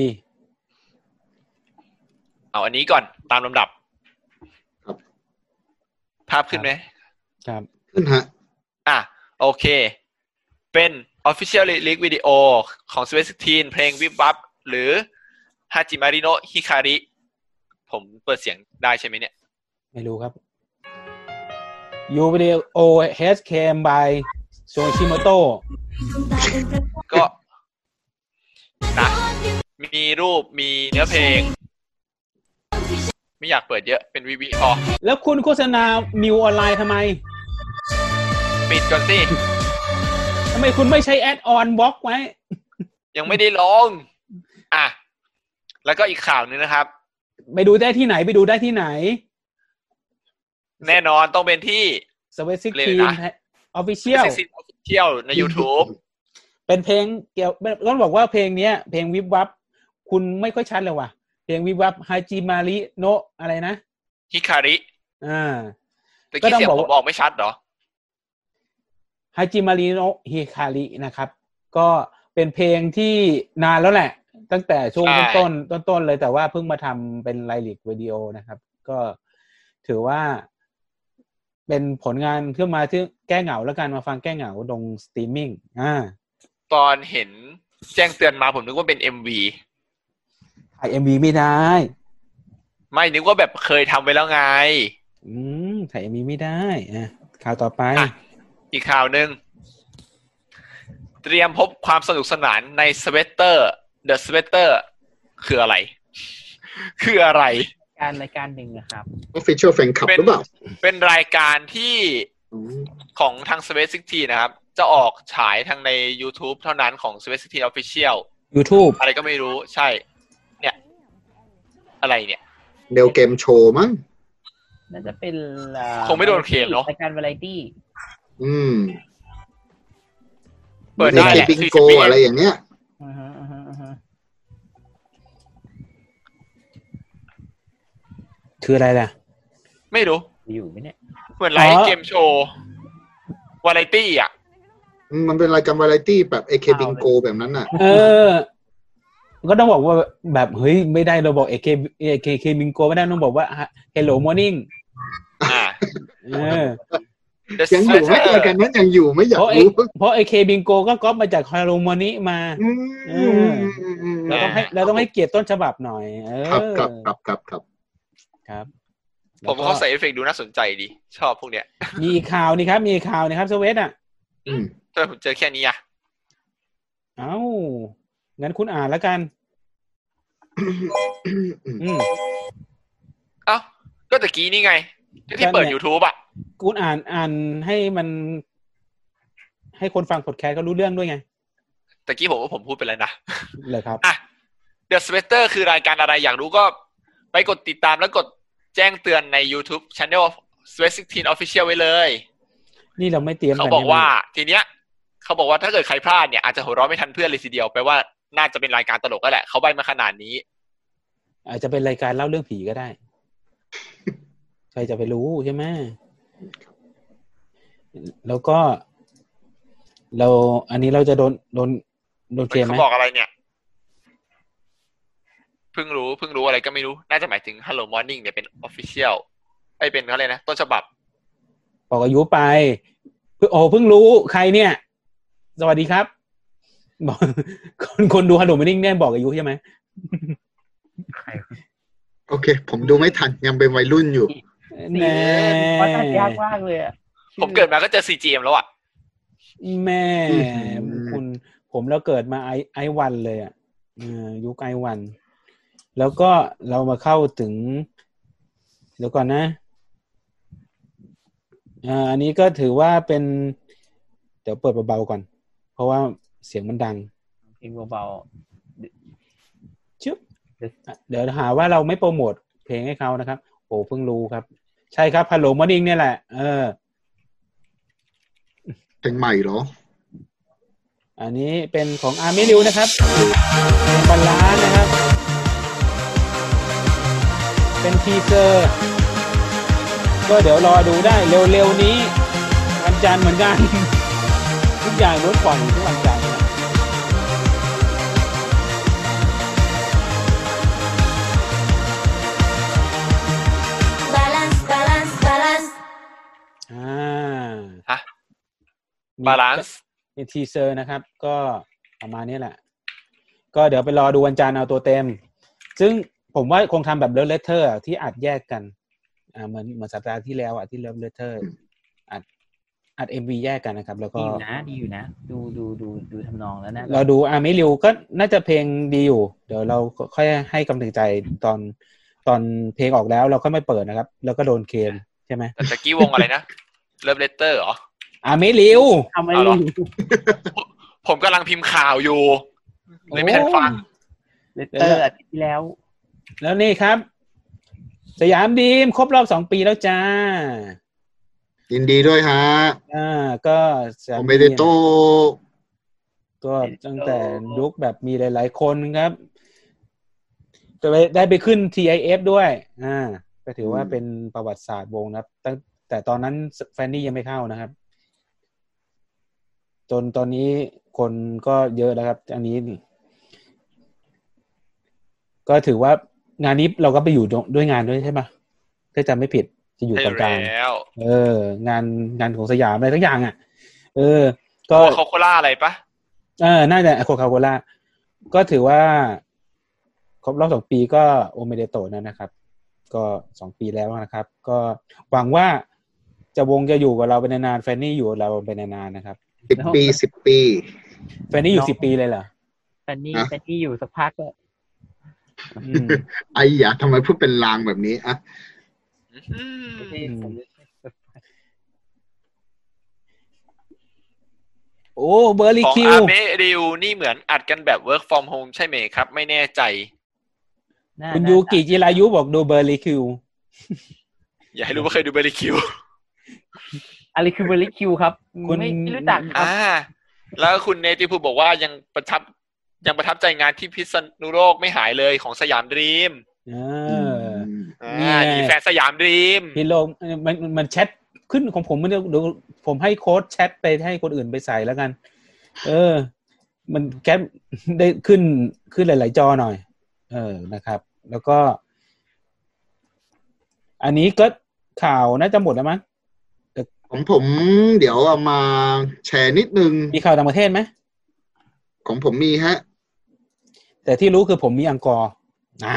เอาอันนี้ก่อนตามลำดับภาพขึ้นไหมครับขึ้นฮะอ่ะโอเคเป็น Official Release Video ของ Sweet สิบหกเพลงวิบวับหรือ Hajimari no Hikari ผมเปิดเสียงได้ใช่ไหมเนี่ยไม่รู้ครับ You Video has came by Yoshimoto ก็นะมีรูปมีเนื้อเพลงไม่อยากเปิดเยอะเป็นวีวีพอแล้วคุณโฆษณามิวออนไลน์ทำไมปิดก่อนสิทำไมคุณไม่ใช้แอดออนบล็อกไว้ยังไม่ได้ลงอ่ะแล้วก็อีกข่าวนึงนะครับไปดูได้ที่ไหนไปดูได้ที่ไหนแน่นอนต้องเป็นที่ Sweet สิบหก Official Official ใน YouTube เป็นเพลงเกี่ยวต้องบอกว่าเพลงนี้เพลงวิบวับคุณไม่ค่อยชัดเลยว่ะเพลงวิบวับ Hajimari no อะไรนะ Hikari อ่าก็ต้องบอกผมบอกไม่ชัดเหรอ Hajimari no Hikari นะครับก็เป็นเพลงที่นานแล้วแหละตั้งแต่ช่วงต้นๆต้นๆเลยแต่ว่าเพิ่งมาทำเป็นไลลิกวิดีโอนะครับก็ถือว่าเป็นผลงานขึ้นมาที่แก้เหงาแล้วกันมาฟังแก้เหงาตรงสตรีมมิ่งอ่าตอนเห็นแจ้งเตือนมาผมนึกว่าเป็น เอ็ม วีถ่าย เอ็ม วี ไม่ได้ไม่นึกว่าแบบเคยทำไว้แล้วไงอืมถ่าย เอ็ม วี ไม่ได้อ่ะข่าวต่อไปอีกข่าวนึงเตรียมพบความสนุกสนานใน Sweater The Sweater คืออะไรคืออะไรการรายการหนึ่งนะครับ Official Fan Club หรือเปล่าเป็นรายการที่ของทาง Sweet สิบหกนะครับจะออกฉายทางใน YouTube เท่านั้นของ Sweet สิบหก Official YouTube อะไรก็ไม่รู้ใช่เนี่ยอะไรเนี่ยเดลเกมโชว์มั้งน่าจะเป็นคงไม่โดนเคลมเนาะรายการวาไรตี้อืมเปิดได้แหละบิงโกอะไรอย่างเงี้ยอือฮะอือฮะอือฮะคืออะไรล่ะไม่รู้อยู่มั้ยเนี่ยเหมือนไลฟ์เกมโชว์วาไรตี้อ่ะมันเป็นรายการวาไรตี้แบบ เอ เค Bingo แบบนั้นน่ะเออก็ต้องบอกว่าแบบเฮ้ยไม่ได้เราบอก เอ เค เอ เค Bingo ไม่ได้ต้องบอกว่า Hello Morning อ่าเออยังอยู่ไหมรายการนั้นยังอยู่ไม่อยากรู้เพราะ เอ เค Bingo ก็ก๊อปมาจาก Hello Morning มาเออเราต้องให้เราต้องให้เกียรติต้นฉบับหน่อยเออครับครับครับครับครับครับผมเขาใส่เอฟเฟกต์ดูน่าสนใจดีชอบพวกเนี้ยมีข่าวนี่ครับมีข่าวนี่ครับสวีทอ่ะอืมแต่ผมเจอแค่นี้อ่ะเอ้างั้นคุณอ่านแล้วกันอืมเอ้าก็ตะกี้นี่ไงที่เปิด YouTube อ่ะคุณอ่านอ่านให้มันให้คนฟังพอดแคสต์เขารู้เรื่องด้วยไงตะกี้ผมว่าผมพูดไปแล้วนะเลยครับอ่ะ The Sweater คือรายการอะไรอยากรู้ก็ไปกดติดตามแล้วกดแจ้งเตือนใน YouTube Channel Sweet สิบหก Official ไว้เลยนี่เราไม่เตรียมเขาบอกว่าทีเนี้ยเขาบอกว่าถ้าเกิดใครพลาดเนี่ยอาจจะหัวเราะไม่ทันเพื่อนเลยทีเดียวแปลว่าน่าจะเป็นรายการตลกแล้วแหละเขาใบมาขนาดนี้อาจจะเป็นรายการเล่าเรื่องผีก็ได้ใครจะไปรู้ใช่ไหมแล้วก็เราอันนี้เราจะโดนโดนโดนเกมไหมเขาบอกอะไรเนี่ยเพิ่งรู้เพิ่งรู้อะไรก็ไม่รู้น่าจะหมายถึง Hello Morning เนี่ยเป็น Official ไอ้เป็นเขาเลยนะต้นฉบับบอกอายุไปโอ้เพิ่งรู้ใครเนี่ยสวัสดีครับบอกคนคนดู Hello Morning เนี่ยบอกอายุใช่ไหมโอเคผมดูไม่ทันยังเป็นวัยรุ่นอยู่แน่ว่าทำยากมากเลยอ่ะผมเกิดมาก็เจอ ซี จี เอ็ม แล้วอ่ะแม่คุณผมแล้วเกิดมาไอไอวันเลยอ่ะยุคไอวันแล้วก็เรามาเข้าถึงเดี๋ยวก่อนนะอ่าอันนี้ก็ถือว่าเป็นเดี๋ยวเปิดเบาๆก่อนเพราะว่าเสียงมันดังเพลงเบาๆชึบเดี๋ยวหาว่าเราไม่โปรโมทเพลงให้เขานะครับโอ้เพิ่งรู้ครับใช่ครับ Hello Morning เนี่ยแหละเออเพลงใหม่เหรออันนี้เป็นของอาร์มิริวนะครับบาลานซ์นะครับเป็นทีเซอร์ก็เดี๋ยวรอดูได้เร็วๆนี้วันจันทร์เหมือนกันทุกอย่างรถปล่อยทุกวันจันทร์อ่าบาลานซ์มีทีเซอร์นะครับก็ประมาณนี้แหละก็เดี๋ยวไปรอดูวันจันทร์เอาตัวเต็มซึ่งผมว่าคงทำแบบเลิฟเลเทอร์ที่อัดแยกกันอ่าเหมือนเหมือนสัปดาห์ที่แล้วอ่ะที่เลิฟเลเทอร์อัดอัด เอ็ม วี แยกกันนะครับแล้วก็ดีอยู่นะดีอยู่นะดูดูดูดูทำนองแล้วนะเราดูอาร์มิริวก็น่าจะเพลงดีอยู่เดี๋ยวเราค่อยให้กำลังใจตอนตอนเพลงออกแล้วเราก็ไม่เปิดนะครับแล้วก็โดนเคนใช่ไหมแต่ตะกี้วงอะไรนะเลิฟเลเตอร์เหรออาร์มิริวอาร์มิริวผมกำลังพิมพ์ข่าวอยู่เลยไม่ทันฟังเลเตอร์อาทิตย์ที่แล้วแล้วนี่ครับสยามดีมครบรอบสองปีแล้วจ้ายินดีด้วยฮะอ่าก็ผมไม่ได้โตก็ตั้งแต่ยุคแบบมีหลายๆคนครับจะไปได้ไปขึ้น ที ไอ เอฟ ด้วยอ่าก็ถือว่าเป็นประวัติศาสตร์วงนะครับตั้งแต่ตอนนั้นแฟนนี่ยังไม่เข้านะครับจนตอนนี้คนก็เยอะแล้วครับอันนี้ก็ถือว่างานนี้เราก็ไปอยู่ด้วยงานด้วยใช่ไหมถ้าจำไม่ผิดจะอยู่กลางๆเอองานงานของสยามอะไรทั้งอย่างอ่ะเออก็โคคาโคล่าอะไรปะเออน่าจะโคคาโคล่าก็ถือว่าครบรอบสองปีก็โอเมเดโตะนั่นนะครับก็สองปีแล้วนะครับก็หวังว่าจะวงจะอยู่กับเราเป็นนานๆแฟนนี่อยู่กับเราเป็นนานๆนะครับสิบปีสิบปีแฟนนี่อยู่สิบปีเลยเหรอแฟนนี่แฟนนี่อยู่สักพักก็ไอ้ยาทำไมพูดเป็นลางแบบนี้อะโอ้เบอร์รี่คิวของอาเมริวนี่เหมือนอัดกันแบบ work from home ใช่ไหมครับไม่แน่ใจคุณยูกิจิรายุบอกดูเบอร์รี่คิวอย่าให้รู้ว่าเคยดูเบอร์รี่คิวอะไรคือเบอร์รี่คิวครับคุณไม่รู้จักครับอ่าแล้วคุณเนติภูบอกว่ายังประทับยังประทับใจงานที่พิษณุโลกไม่หายเลยของสยามดรีมอ่าอ่านี่แฟนสยามดรีมพี่โลมันมันแชทขึ้นของผมมันเดี๋ยวผมให้โค้ดแชทไปให้คนอื่นไปใส่แล้วกันเออมันแคปได้ขึ้นขึ้นหลายๆจอหน่อยเออนะครับแล้วก็อันนี้ก็ข่าวน่าจะหมดแล้วมั้งของผมเดี๋ยวเอามาแชร์นิดนึงมีข่าวต่างประเทศไหมของผมมีฮะแต่ที่รู้คือผมมีอังกอร์อ่า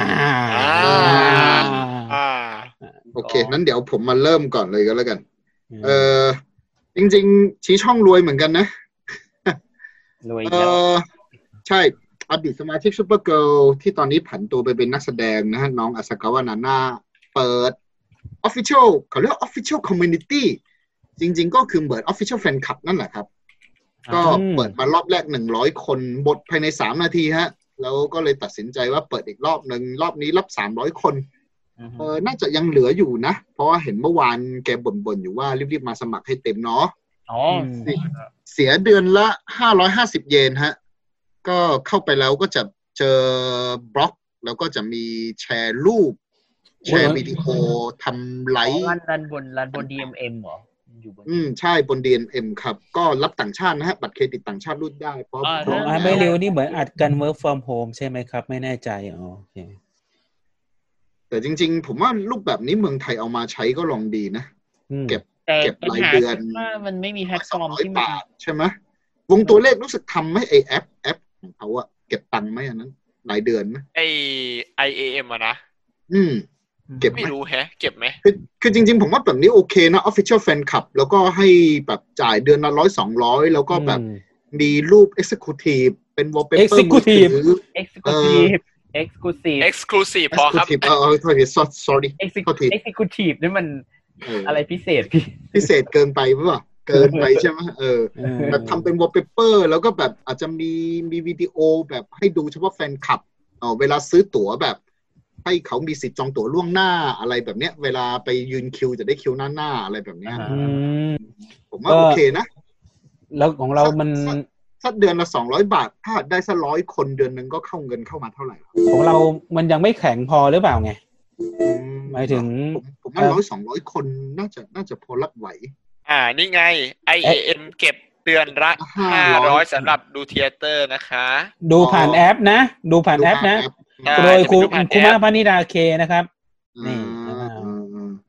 โอเคนั้นเดี๋ยวผมมาเริ่มก่อนเลยก็แล้วกันเออจริงๆชี้ช่องรวยเหมือนกันนะรวยเออใช่อดีตสมาชิกซูเปอร์เกิร์ลที่ตอนนี้ผันตัวไปเป็นนักแสดงนะฮะน้องอาซากาวะนาน่าเปิด Official เขาเรียก Official Community จริงๆก็คือเหมือน Official Fan Club นั่นแหละครับก็เปิดมารอบแรกหนึ่งร้อยคนบทภายในสามนาทีฮะแล้วก็เลยตัดสินใจว่าเปิดอีกรอบนึงรอบนี้รับสามร้อยคนเออน่าจะยังเหลืออยู่นะเพราะว่าเห็นเมื่อวานแกบ่นๆอยู่ว่ารีบๆมาสมัครให้เต็มเนาะอ๋อเสียเดือนละห้าร้อยห้าสิบเยนฮะก็เข้าไปแล้วก็จะเจอบล็อกแล้วก็จะมีแชร์รูปแชร์วิดีโอทำไลฟ์รันรันบนรันบน ดี เอ็ม เอ็ม เหรออืมใช่บน ดี เอ็ม เอ็ม ครับก็รับต่างชาตินะฮะบัตรเครดิตต่างชาติรูดได้เพราะของอาไม่เร็วนี่เหมือนอัดกัน work from home ใช่ไหมครับไม่แน่ใจอ๋อโอเคแต่จริงๆผมว่ารูปแบบนี้เมืองไทยเอามาใช้ก็ลองดีนะเก็บเก็บรายเดือนมันไม่มีแพลตฟอร์มที่บาทใช่ไหมวงตัวเลขรู้สึกทำไหมไอแอปแอปของเขาอะเก็บตังค์ไหมอันนั้นรายเดือนไหมไอ ไอ เอ เอ็ม อะนะอืมเก็บไม่รู้แฮะเก็บไหมคือคือจริงๆผมว่าแบบนี้โอเคนะ Official Fan Club แล้วก็ให้แบบจ่ายเดือนละร้อยสองร้อยแล้วก็แบบมีรูป Executive เป็น Wallpaper Executive Executive Exclusive Exclusive พอครับเออโทษที sorry Executive นี่มันอะไรพิเศษพี่พิเศษเกินไปป่ะเกินไปใช่ไหมเออแบบทำเป็น Wallpaper แล้วก็แบบอาจจะมีมีวิดีโอแบบให้ดูเฉพาะแฟนคลับอ๋อเวลาซื้อตั๋วแบบให้เขามีสิทธิ์จองตั๋วล่วงหน้าอะไรแบบเนี้ยเวลาไปยืนคิวจะได้คิวหน้าหน้าอะไรแบบเนี้ยผมว่าโอเคนะแล้วของเรามันสักเดือนละสองร้อยบาทถ้าได้สักร้อยคนเดือนนึงก็เข้าเงินเข้ามาเท่าไหร่ของเรามันยังไม่แข็งพอหรือเปล่าไงหมายถึงผมว่าร้อยสองร้อยคนน่าจะน่าจะพอรับไหวอ่านี่ไง ไอ เอ เอ็ม เก็บเดือนละห้าร้อยสำหรับดูเธียเตอร์นะคะดูผ่านแอปนะดูผ่านแอปนะโดยครูคุมาพนิดาเคนะครับนี่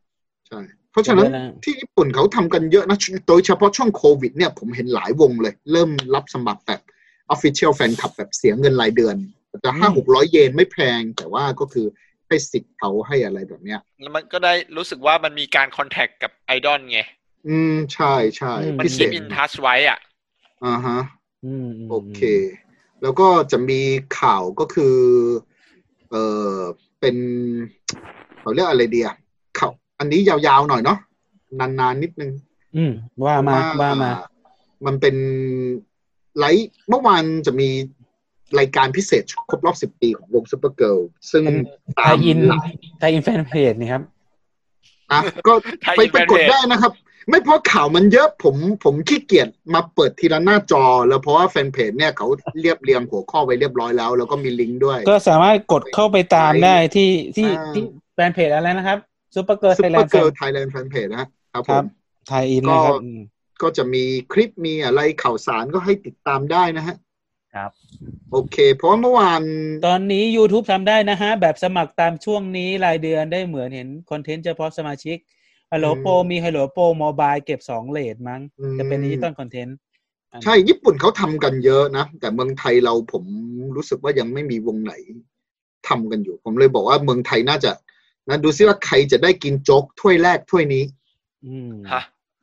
ใช่เพราะฉะนั้นที่ญี่ปุ่นเขาทำกันเยอะนะโดยเฉพาะช่วงโควิดเนี่ยผมเห็นหลายวงเลยเริ่มรับสมัครแบบ Official Fan Club แบบเสียเงินรายเดือนจะห้าหกร้อยเยนไม่แพงแต่ว่าก็คือให้สิทธิ์เขาให้อะไรแบบเนี้ยแล้วมันก็ได้รู้สึกว่ามันมีการคอนแทคกับไอดอลไงอืมใช่ใช่มันคีปอินทัชไว้อ่ะอ่าฮะโอเคแล้วก็จะมีข่าวก็คือเออเป็นเขาเรียกอะไรดีอ่ะข่าวอันนี้ยาวๆหน่อยเนาะนานๆนิดนึงอืมว่ามาว่ามามันเป็นไลฟ์เมื่อวานจะมีรายการพิเศษครบรอบสิบปีของวงซูเปอร์เกิร์ลซึ่งไทยอินไทยอินแฟนเพจนี่ครับอ่ะก็ไปไปกดได้นะครับไม่เพราะข่าวมันเยอะผมผมขี้เกียจมาเปิดทีละหน้าจอแล้วเพราะว่าแฟนเพจเนี่ยเขาเรียบเรียงหัวข้อไว้เรียบร้อยแล้วแล้วก็มีลิงก์ด้วยก็สามารถกดเข้าไปตามได้ที่ที่ที่แฟนเพจอะไรนะครับซูเปอร์เกิร์ลไทยแลนด์ซูเปอร์เกิร์ลไทยแลนด์แฟนเพจนะครับผมไทยอินนะครับก็จะมีคลิปมีอะไรข่าวสารก็ให้ติดตามได้นะฮะครับโอเคเพราะว่าเมื่อวานตอนนี้ YouTube ทำได้นะฮะแบบสมัครตามช่วงนี้รายเดือนได้เหมือนเห็นคอนเทนต์เฉพาะสมาชิก Hello Pro มี Hello Pro Mobile เก็บสองเรทมั้งจะเป็นดิจิตอลคอนเทนต์ใช่ญี่ปุ่นเขาทำกันเยอะนะแต่เมืองไทยเราผมรู้สึกว่ายังไม่มีวงไหนทำกันอยู่ผมเลยบอกว่าเมืองไทยน่าจะนะดูซิว่าใครจะได้กินโจ๊กถ้วยแรกถ้วยนี้อืมฮะ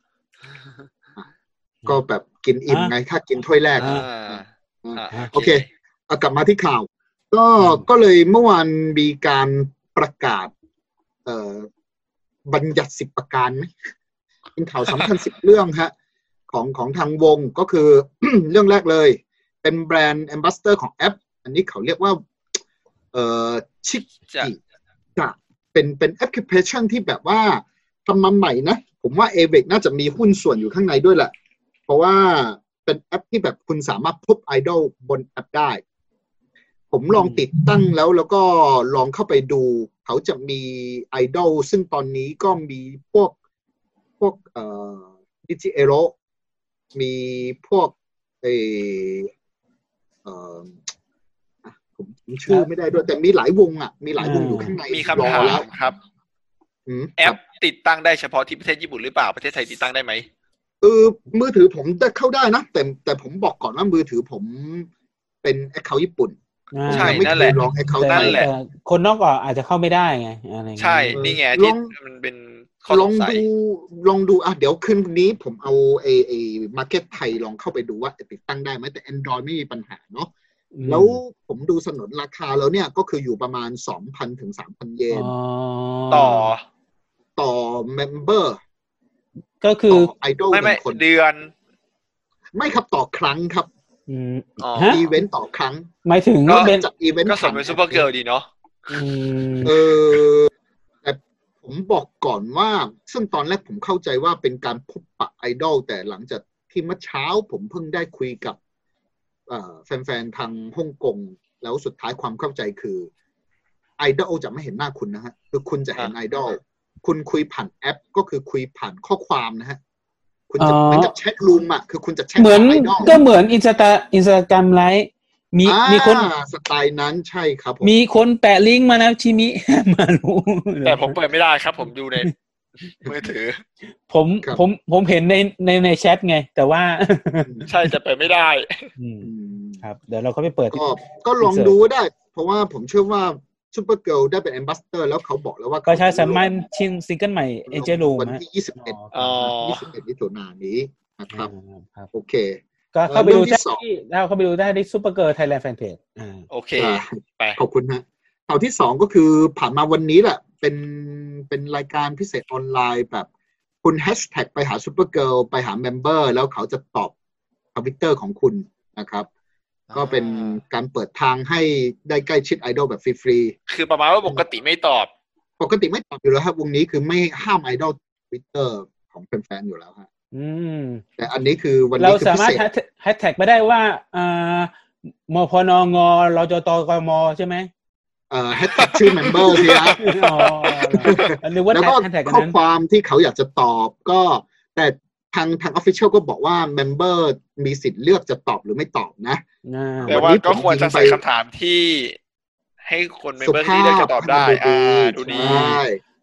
ก็แบบกินอิ่มไงถ้ากินถ้วยแรกโอเคเอากลับมาที่ข่าวก็ก็เลยเมื่อวานมีการประกาศเอ่อบัญญัติสิบประการไหมเป็นข่าวสำคัญสิบเรื่องฮะของของทางวงก็คือ เรื่องแรกเลยเป็นแบรนด์แอมบาสเดอร์ของแอปอันนี้เขาเรียกว่าเอ่อชิกจิจะเป็นเป็นแอปพลิเคชันที่แบบว่าทำมาใหม่นะผมว่า เอ เว ซี น่าจะมีหุ้นส่วนอยู่ข้างในด้วยแหละเพราะว่าเป็นแอปที่แบบคุณสามารถพบไอดอลบนแอปได้ผมลองติดตั้งแล้วแล้วก็ลองเข้าไปดูเขาจะมีไอดอลซึ่งตอนนี้ก็มีพวกพวกเอ่อดิจิเอโรมีพวกเอเอ่อผมชื่อไม่ได้ด้วยแต่มีหลายวงอ่ะมีหลายวงอยู่ข้างในมีคำถามครับแอปติดตั้งได้เฉพาะที่ประเทศญี่ปุ่นหรือเปล่าประเทศไทยติดตั้งได้ไหมเออมือถือผมได้เข้าได้นะแต่แต่ผมบอกก่อนว่ามือถือผมเป็นแอคเคาท์ญี่ปุ่นใช่นั่นแหละลองแอคเคาท์นั่นแหละคนนอกก็อาจจะเข้าไม่ได้ไงอะไรใช่นี่ไงที่มันเป็นลองดูลองดูอ่ะเดี๋ยวคืนนี้ผมเอาไอไอมาร์เก็ตไทยลองเข้าไปดูว่าติดตั้งได้ไหมแต่ Android ไม่มีปัญหาเนาะแล้วผมดูสนนราคาแล้วเนี่ยก็คืออยู่ประมาณ สองพัน ถึง สามพัน เยนต่อต่อเมมเบอร์ก็คือไอดอลไม่ไม่เดือนไม่ครับต่อครั้งครับอีเวนต์ต่อครั้งหมายถึงก็จัดอีเวนต์ก็สมเป็นซูเปอร์เกิร์ลดีเนาะเออแต่ผมบอกก่อนว่าซึ่งตอนแรกผมเข้าใจว่าเป็นการพบปะไอดอลแต่หลังจากที่เมื่อเช้าผมเพิ่งได้คุยกับแฟนๆทางฮ่องกงแล้วสุดท้ายความเข้าใจคือไอดอลจะไม่เห็นหน้าคุณนะฮะคือคุณจะเห็นไอดอลคุณคุยผ่านแอปก็คือคุยผ่านข้อความนะฮะคุณจะเหมือนกับแชทรูมอ่ะคือคุณจะแชทเหมือนก็เหมือนอินสตาอินสตาแกรมไลฟ์มีมีคนสไตล์นั้นใช่ครับมีคนแปะลิงก์มานะชิมิมารู้แต่ผมเปิดไม่ได้ครับผมดูในมือถือผมผมผมเห็นในในในแชทไงแต่ว่าใช่แต่เปิดไม่ได้ครับเดี๋ยวเราก็ไปเปิดก็ก็ลองดูได้เพราะว่าผมเชื่อว่าซูเปอร์เกิร์ลได้เป็นแอมบาสเดอร์แล้วเขาบอกแล้วว่าก็ใช้สมัยชิงซิงเกิลใหม่เอเจลูมวันที่ยี่สิบเอ็ดอ๋อยี่สิบเอ็ดมิถุนายนนี้นะครับโอเคก็เข้าไปดูได้ที่เราเข้าไปดูได้ที่ซูเปอร์เกิร์ลไทยแลนด์แฟนเพจอ่าโอเคไปขอบคุณฮะข่าวที่สองก็คือผ่านมาวันนี้แหละเป็นเป็นรายการพิเศษออนไลน์แบบคุณแฮชแท็กไปหาซูเปอร์เกิร์ลไปหาเมมเบอร์แล้วเขาจะตอบทวิตเตอร์ของคุณนะครับก็เป็นการเปิดทางให้ได้ใกล้ชิดไอดอลแบบฟรีๆคือประมาณว่าปกติไม่ตอบปกติไม่ตอบอยู่แล้วครับวงนี้คือไม่ห้ามไอดอลทวิตเตอร์ของแฟนๆอยู่แล้วฮะอืมแต่อันนี้คือวันนี้เราสามารถแฮชแท็กไม่ได้ว่าอ่ามพนงรจตกมใช่ไหมเอ่อแฮชแท็กชื่อเมมเบอร์สิฮะแล้วก็ข้อความที่เขาอยากจะตอบก็แต่ทางทาง official ก็บอกว่า member มีสิทธิ์เลือกจะตอบหรือไม่ตอบนะแต่ว่าก็ควรจะใส่คำถามที่ให้คน member ที่เลือกจะตอบได้อ่าดูดี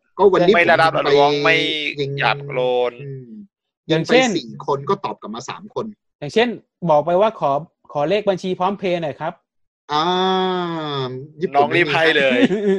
ก็วันนี้ไม่ระดับระวงไม่ยิงหยาบโลนอย่างเช่นสี่คนก็ตอบกลับมาสามคนอย่างเช่นบอกไปว่าขอขอเลขบัญชีพร้อมเพย์หน่อยครับอ่าน้องรีบให้เลย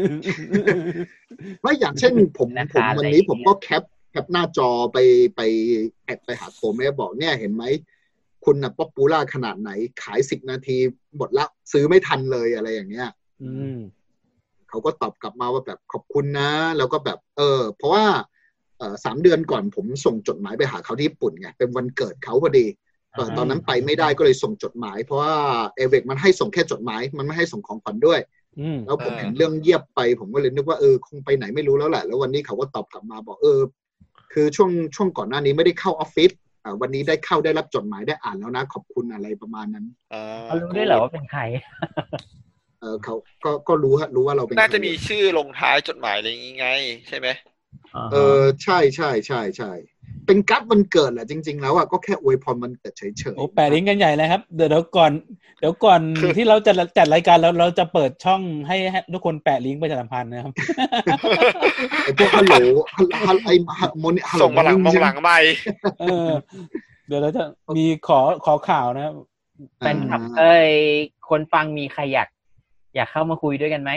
ไม่อย่างเช่นผมผมวันนี้ผมก็แคปแคปหน้าจอไปไปแอดไปหาโคเมะบอกเนี่ยเห็นไหมคุณน่ะป๊อปปูล่าขนาดไหนขายสิบนาทีหมดละซื้อไม่ทันเลยอะไรอย่างเงี้ยอืมเขาก็ตอบกลับมาว่าแบบขอบคุณนะแล้วก็แบบเออเพราะว่าเออสามเดือนก่อนผมส่งจดหมายไปหาเขาที่ญี่ปุ่นไงเป็นวันเกิดเขาพอดีเออตอนนั้นไปไม่ได้ก็เลยส่งจดหมายเพราะว่าเอเวกมันให้ส่งแค่จดหมายมันไม่ให้ส่งของขวัญด้วยแล้วผมเห็นเรื่องเยียบไปผมก็เลยนึกว่าเออคงไปไหนไม่รู้แล้วแหละแล้ววันนี้เขาก็ตอบกลับมาบอกเออคือช่วงช่วงก่อนหน้านี้ไม่ได้เข้าออฟฟิศอ่าวันนี้ได้เข้าได้รับจดหมายได้อ่านแล้วนะขอบคุณอะไรประมาณนั้นเขารู้ได้เหรอว่าเป็นใครเออเขาก็ก็รู้ฮะรู้ว่าเราเป็นน่าจะมีชื่อลงท้ายจดหมายอะไรอย่างงี้ไงใช่ไหมเออใช่ใช่ใช่ใช่เป็นการ์ดวันเกิดแหละจริงๆแล้วอ่ะก็แค่อวยพรวันเกิดเฉยๆโอ้แปะลิงก์กันใหญ่เลยครับเดี๋ยวเดี๋ยวก่อนเดี๋ยวก่อนที่เราจะจัดรายการแล้วเราจะเปิดช่องให้ทุกคนแปะลิงก์ประชาสัมพันธ์นะครับไอ้พวกฮัลโหลไอ้โมนิส่งมาหลังมองหลังไม่เออเดี๋ยวเราจะมีขอขอข่าวนะครับแฟนคลับเอ้ยคนฟังมีใครอยากอยากเข้ามาคุยด้วยกันไหม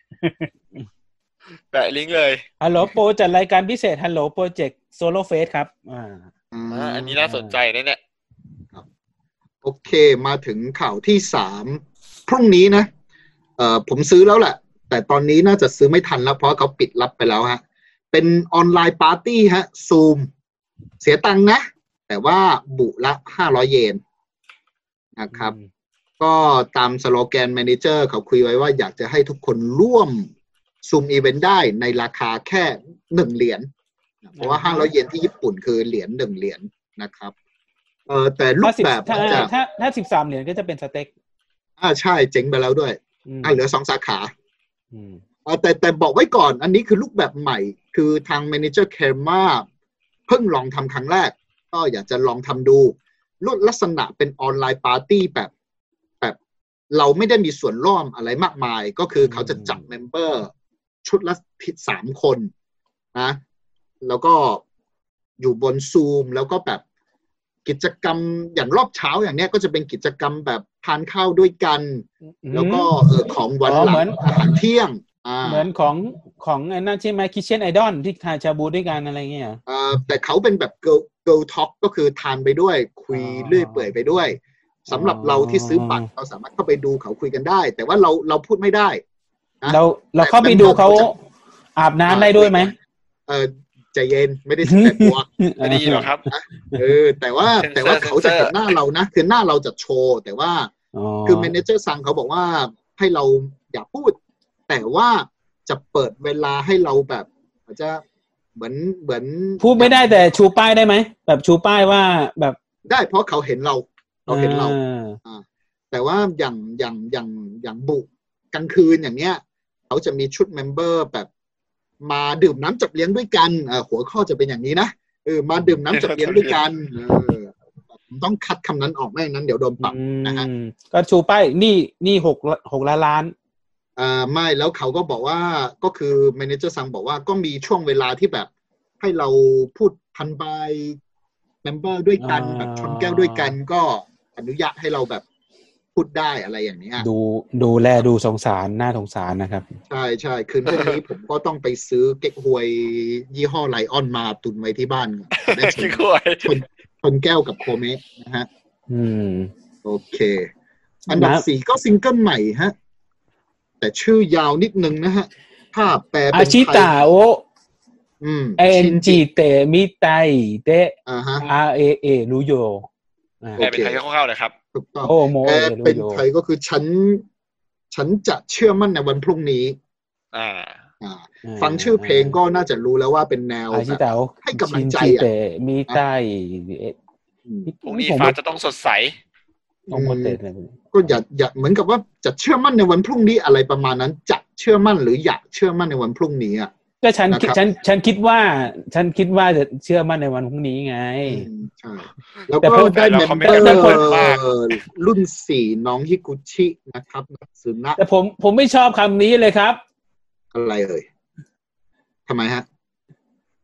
แปะลิงก์เลยฮัลโหลโปรจัดรายการพิเศษฮัลโหลโปรเจกต์โซโล่เฟสครับอ่าอ่าอันนี้น่าสนใจนะเนี่ยโอเคมาถึงข่าวที่สามพรุ่งนี้นะเอ่อผมซื้อแล้วแหละแต่ตอนนี้น่าจะซื้อไม่ทันแล้วเพราะเขาปิดรับไปแล้วฮะเป็นออนไลน์ปาร์ตี้ฮะซูมเสียตังค์นะแต่ว่าบุละห้าร้อยเยนนะครับก็ตามสโลแกนแมเนเจอร์เขาคุยไว้ว่าอยากจะให้ทุกคนร่วมซูมอีเวนต์ได้ในราคาแค่หนึ่งเหรียญเพราะว่าห้าร้อยเยนที่ญี่ปุ่นคือเหรียญหนึ่งเหรียญนะครับเออแต่รูปแบบถ้าถ้าถ้าสิบสามเหรียญก็จะเป็นสเต็กอ่าใช่เจ๋งไปแล้วด้วยอ่าเหลือสองสาขาอ่าแต่แต่บอกไว้ก่อนอันนี้คือรูปแบบใหม่คือทางแมเนเจอร์เคร์มาเพิ่งลองทำครั้งแรกก็อยากจะลองทำดูรูปลักษณะเป็นออนไลน์ปาร์ตี้แบบแบบเราไม่ได้มีส่วนร่วมอะไรมากมายก็คือเขาจะจับเมมเบอร์ชุดละสามคนนะแล้วก็อยู่บนซูมแล้วก็แบบกิจกรรมอย่างรอบเช้าอย่างเนี้ยก็จะเป็นกิจกรรมแบบทานข้าวด้วยกันแล้วก็เออของวันหลังอาหารเที่ยงเหมือนของของไอ้นั่นใช่ไหมคิเช่นไอดอลที่ทานชาบูด้วยกันอะไรเงี้ยอ่าแต่เขาเป็นแบบ girl girl talk ก็คือทานไปด้วยคุยเรื่อยเปื่อยไปด้วยสำหรับเราที่ซื้อบัตรเราสามารถเข้าไปดูเขาคุยกันได้แต่ว่าเราเราพูดไม่ได้เราเราเข้าไปดูเขาอาบน้ำได้ด้วยไหมเออใจเย็นไม่ได้สิบแปดตัวไม่ดีหรอกครับเออแต่ว่าแต่ว่าเขาจะเห็นหน้าเรานะคือหน้าเราจะโชว์แต่ว่าคือแมเนเจอร์ซังเขาบอกว่าให้เราอย่าพูดแต่ว่าจะเปิดเวลาให้เราแบบอาจจะเหมือนเหมือนพูดไม่ได้แต่ชูป้ายได้ไหมแบบชูป้ายว่าแบบได้เพราะเขาเห็นเราเขาเห็นเราอ่าแต่ว่าอย่างอย่างอย่างอย่างบุกกลางคืนอย่างเนี้ยเขาจะมีชุดเมมเบอร์แบบมาดื่มน้ำจับเลี้ยงด้วยกันหัวข้อจะเป็นอย่างนี้นะเออมาดื่มน้ำจับเลี้ยงด้วยกันเออต้องคัดคำนั้นออกไม่งั้นเดี๋ยวโดนปรับนะฮะก็ชูป้ายนี่นี่หกหกล้านล้านอ่าไม่แล้วเขาก็บอกว่าก็คือแมเนเจอร์ซังบอกว่าก็มีช่วงเวลาที่แบบให้เราพูดพันใบเมมเบอร์ด้วยกันแบบชนแก้วด้วยกันก็อนุญาตให้เราแบบพูดได้อะไรอย่างนี้ดูดูแลดูสงสารน่าสงสารนะครับใช่ใช่คืนพรุ่งนี้ผมก็ต้องไปซื้อเก๊กฮวยยี่ห้อไลออนมาตุนไว้ที่บ้านก่อนได้ชนชนชนแก้วกับโคเมะนะฮะอืมโอเคอันดับสี่ก็ซิงเกิลใหม่ฮะแต่ชื่อยาวนิดนึงนะฮะถ้าแปลเป็นไทยอาชิตะโออืมเอ็นจิเตมิไตเตะอ่าฮะอาร์เอเอรูโยแปลเป็นไทยคร่าวๆเลยครับถูกต้องแปลเป็นไทยก็คือฉันฉันจะเชื่อมั่นในวันพรุ่งนี้อ่าอ่าฟังชื่อเพลงก็น่าจะรู้แล้วว่าเป็นแนวแบบให้กำลังใจอ่ะมีไตพรุ่งนี้ฟ้าจะต้องสดใสต้องโมเตเลยก็อย่าอย่าเหมือนกับว่าจะเชื่อมั่นในวันพรุ่งนี้อะไรประมาณนั้นจะเชื่อมั่นหรืออยากเชื่อมั่นในวันพรุ่งนี้อ่ะก็ฉันฉันฉันคิดว่าฉันคิดว่าจะเชื่อมั่นในวันพรุ่งนี้ไงใช่แล้วก็ได้เมมเบอร์รุ่นสี่น้องฮิกุชินะครับซึนะแต่ผมผมไม่ชอบคำนี้เลยครับอะไรเอ่ยทำไมฮะ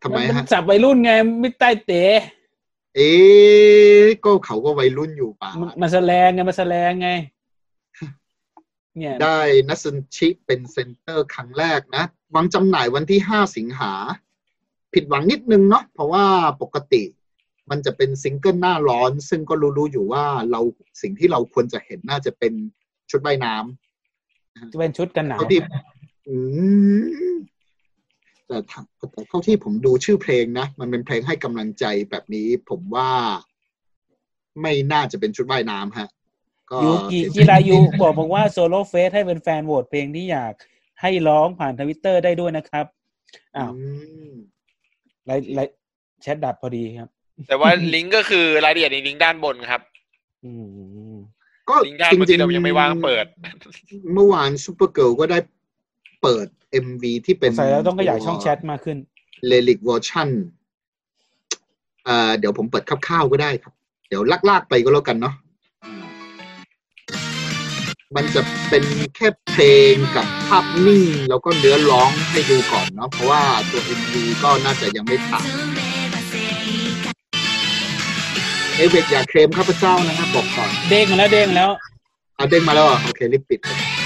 ทำไมฮะจับวัยรุ่นไงไม่ใต้เต๋เอ๊ะก็เขาก็วัยรุ่นอยู่ป่ะมาแสดงไงมาแสดงไงเนี่ยได้นัสชิเป็นเซ็นเตอร์ครั้งแรกนะวางจำหน่ายวันที่ห้าสิงหาผิดหวังนิดนึงเนาะเพราะว่าปกติมันจะเป็นซิงเกิลหน้าร้อนซึ่งก็รู้ๆอยู่ว่าเราสิ่งที่เราควรจะเห็นน่าจะเป็นชุดว่ายน้ำจะเป็นชุดกันหนาวอืมแต่แต่เท่าที่ผมดูชื่อเพลงนะมันเป็นเพลงให้กำลังใจแบบนี้ผมว่าไม่น่าจะเป็นชุดว่ายน้ำฮะยูกิจิรายุบอกบอกว่าโซโล่เฟสให้เป็นแฟนโหวตเพลงที่อยากให้ร้องผ่านทวิตเตอร์ได้ด้วยนะครับอ้าวไลไลแชทดับพอดีครับแต่ว่าลิงก์ก็คือรายละเอียดในลิงก์ด้านบนครับอืมก็จริงๆเรายังไม่ว่างเปิดเมื่อวานซูเปอร์เกิร์ลก็ได้เปิด เอ็ม วี ที่เป็นใส่แล้วต้องขยายช่องแชทมากขึ้น Lyric Version เอ่อเดี๋ยวผมเปิดคร่าวๆก็ได้ครับเดี๋ยวลากๆไปก็แล้วกันเนาะมันจะเป็นแค่เพลงกับภาพนิ่งแล้วก็เนื้อร้องให้ดูก่อนเนาะเพราะว่าตัว เอ็ม วี ก็น่าจะยังไม่ถ่ายเอเวกอย่าเคลมข้าพเจ้านะครับบอกก่อนเด้งมาแล้วเด้งแล้วอ่ะเด้งมาแล้วอ่ะโอเครีบปิด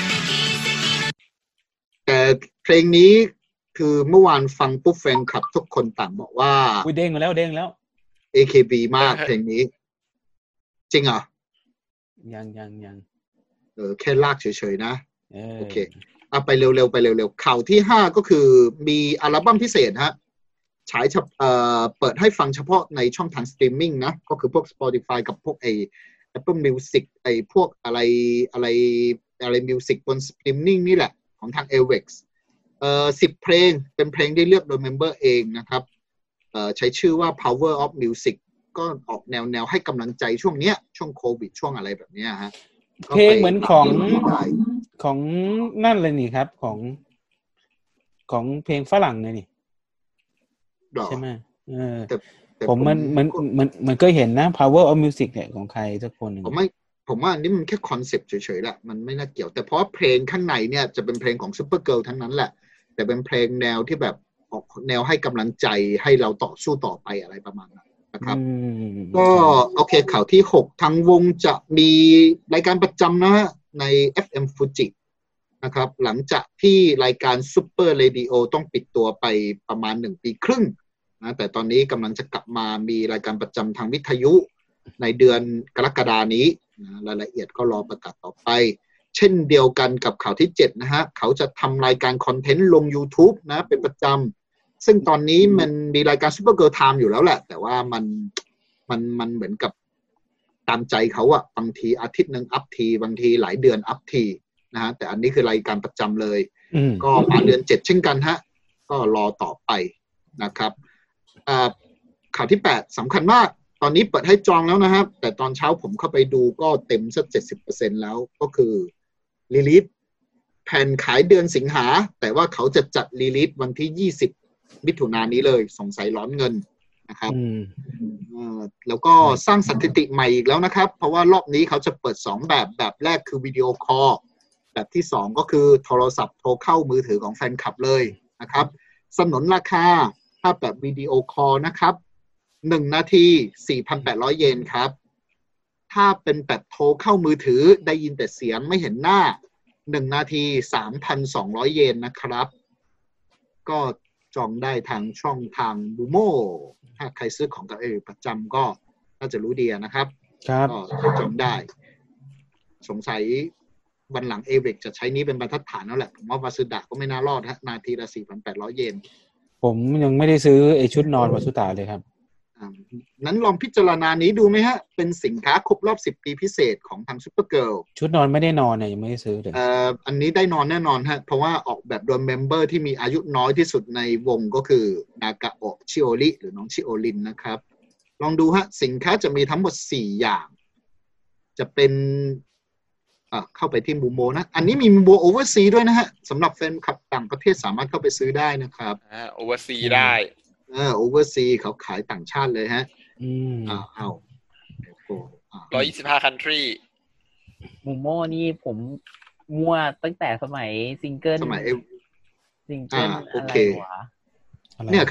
แต่เพลงนี้คือเมื่อวานฟังปุ๊บแฟนคลับทุกคนต่างบอกว่าอุ้ยเด้งมาแล้วเด้งแล้วเอ เค บี มากเพลงนี้จริงเหรอยังยังยังเออแค่ลากเฉยๆนะโอเคเอาไปเร็วๆไปเร็วๆข่าวที่ห้าก็คือมีอัลบั้มพิเศษฮะฉายเอ่อเปิดให้ฟังเฉพาะในช่องทางสตรีมมิ่งนะก็คือพวก Spotify กับพวกไอ้ Apple Music ไอ้พวกอะไรอะไรอะไร Music บนสตรีมมิ่งนี่แหละของทาง เอ วี อี เอ็กซ์ เอ่อสิบเพลงเป็นเพลงที่เลือกโดยเมมเบอร์เองนะครับเอ่อใช้ชื่อว่า Power of Music ก็ออกแนวแนวให้กำลังใจช่วงเนี้ยช่วงโควิดช่วงอะไรแบบเนี้ยฮะเพลงเหมือนของของนั่นเลยนี่ครับของของเพลงฝรั่งเลยนี่ใช่ไหมเออผมมันมันมันมันก็เห็นนะ Power of Music เนี่ยของใครสักคนนึงผมไม่ผมว่าอันนี้มันแค่คอนเซ็ปต์เฉยๆแหละมันไม่น่าเกี่ยวแต่เพราะเพลงข้างในเนี่ยจะเป็นเพลงของซุปเปอร์เกิร์ลทั้งนั้นแหละแต่เป็นเพลงแนวที่แบบออกแนวให้กำลังใจให้เราต่อสู้ต่อไปอะไรประมาณนั้นนะครับก็โอเคข่าวที่หกทางวงจะมีรายการประจำนะฮะใน เอฟ เอ็ม Fuji นะครับหลังจากที่รายการ Super Radio ต้องปิดตัวไปประมาณหนึ่งปีครึ่งนะแต่ตอนนี้กำลังจะกลับมามีรายการประจำทางวิทยุในเดือนกรกฎานี้นะรายละเอียดก็รอประกาศต่อไปเช่นเดียวกันกับข่าวที่เจ็ดนะฮะเขาจะทำรายการคอนเทนต์ลง YouTube นะเป็นประจำซึ่งตอนนี้มันมีรายการ Super Girl Time อยู่แล้วแหละแต่ว่ามันมันมันเหมือนกับตามใจเขาอะบางทีอาทิตย์นึงอัพทีบางทีหลายเดือนอัพทีนะฮะแต่อันนี้คือรายการประจำเลยก็มาเดือนเจ็ดเช่นกันฮะก็รอต่อไปนะครับข่าวที่แปดสำคัญมากตอนนี้เปิดให้จองแล้วนะครับแต่ตอนเช้าผมเข้าไปดูก็เต็มสัก เจ็ดสิบเปอร์เซ็นต์ แล้วก็คือรีลีสแผ่นขายเดือนสิงหาแต่ว่าเขาจะจัดรีลีสวันที่ยี่สิบมิถุนายนนี้เลยสงสัยร้อนเงินนะครับแล้วก็สร้างสถิติใหม่อีกแล้วนะครับเพราะว่ารอบนี้เขาจะเปิดสองแบบแบบแรกคือวิดีโอคอลแบบที่สองก็คือโทรศัพท์โทรเข้ามือถือของแฟนคลับเลยนะครับสนนราคาถ้าแบบวิดีโอคอลนะครับหนึ่งนาที สี่พันแปดร้อย เยนครับถ้าเป็นแบบโทรเข้ามือถือได้ยินแต่เสียงไม่เห็นหน้าหนึ่งนาที สามพันสองร้อย เยนนะครับก็จองได้ทางช่องทางบูโมถ้าใครซื้อของกับเออประจำก็น่าจะรู้ดีนะครับก็จองได้สงสัยวันหลังเอเวกจะใช้นี้เป็นบรรทัดฐานแล้วแหละผมว่าวาสุดะก็ไม่น่ารอดฮะนาทีละ สี่พันแปดร้อย เยนผมยังไม่ได้ซื้อไอชุดนอนวาสุดะเลยครับนั้นลองพิจารณานี้ดูไหมฮะเป็นสินค้าครบรอบสิบปีพิเศษของทางซุปเปอร์เกิร์ลชุดนอนไม่ได้นอนเนี่ยยังไม่ได้ซื้อเลยเอ่ออันนี้ได้นอนแน่นอนฮะเพราะว่าออกแบบโดยเมมเบอร์ที่มีอายุน้อยที่สุดในวงก็คือนากาโอะชิโอริหรือน้องชิโอรินนะครับลองดูฮะสินค้าจะมีทั้งหมดสี่อย่างจะเป็นอ่ะเข้าไปที่บูโมนะอันนี้มีบูโมโอเวอร์ซีด้วยนะฮะสำหรับแฟนคลับต่างประเทศสามารถเข้าไปซื้อได้นะครับอ่าโอเวอร์ซีได้เออโอเวอร์ซีเขาขายต่างชาติเลยฮะอืมอ้าวเอาร้อยยี่สิบห้า country มูโม่นี่ผมมั่วตั้งแต่สมัยซิงเกิลสมัยซิงเกิลอะไรวะเนี่ยครับ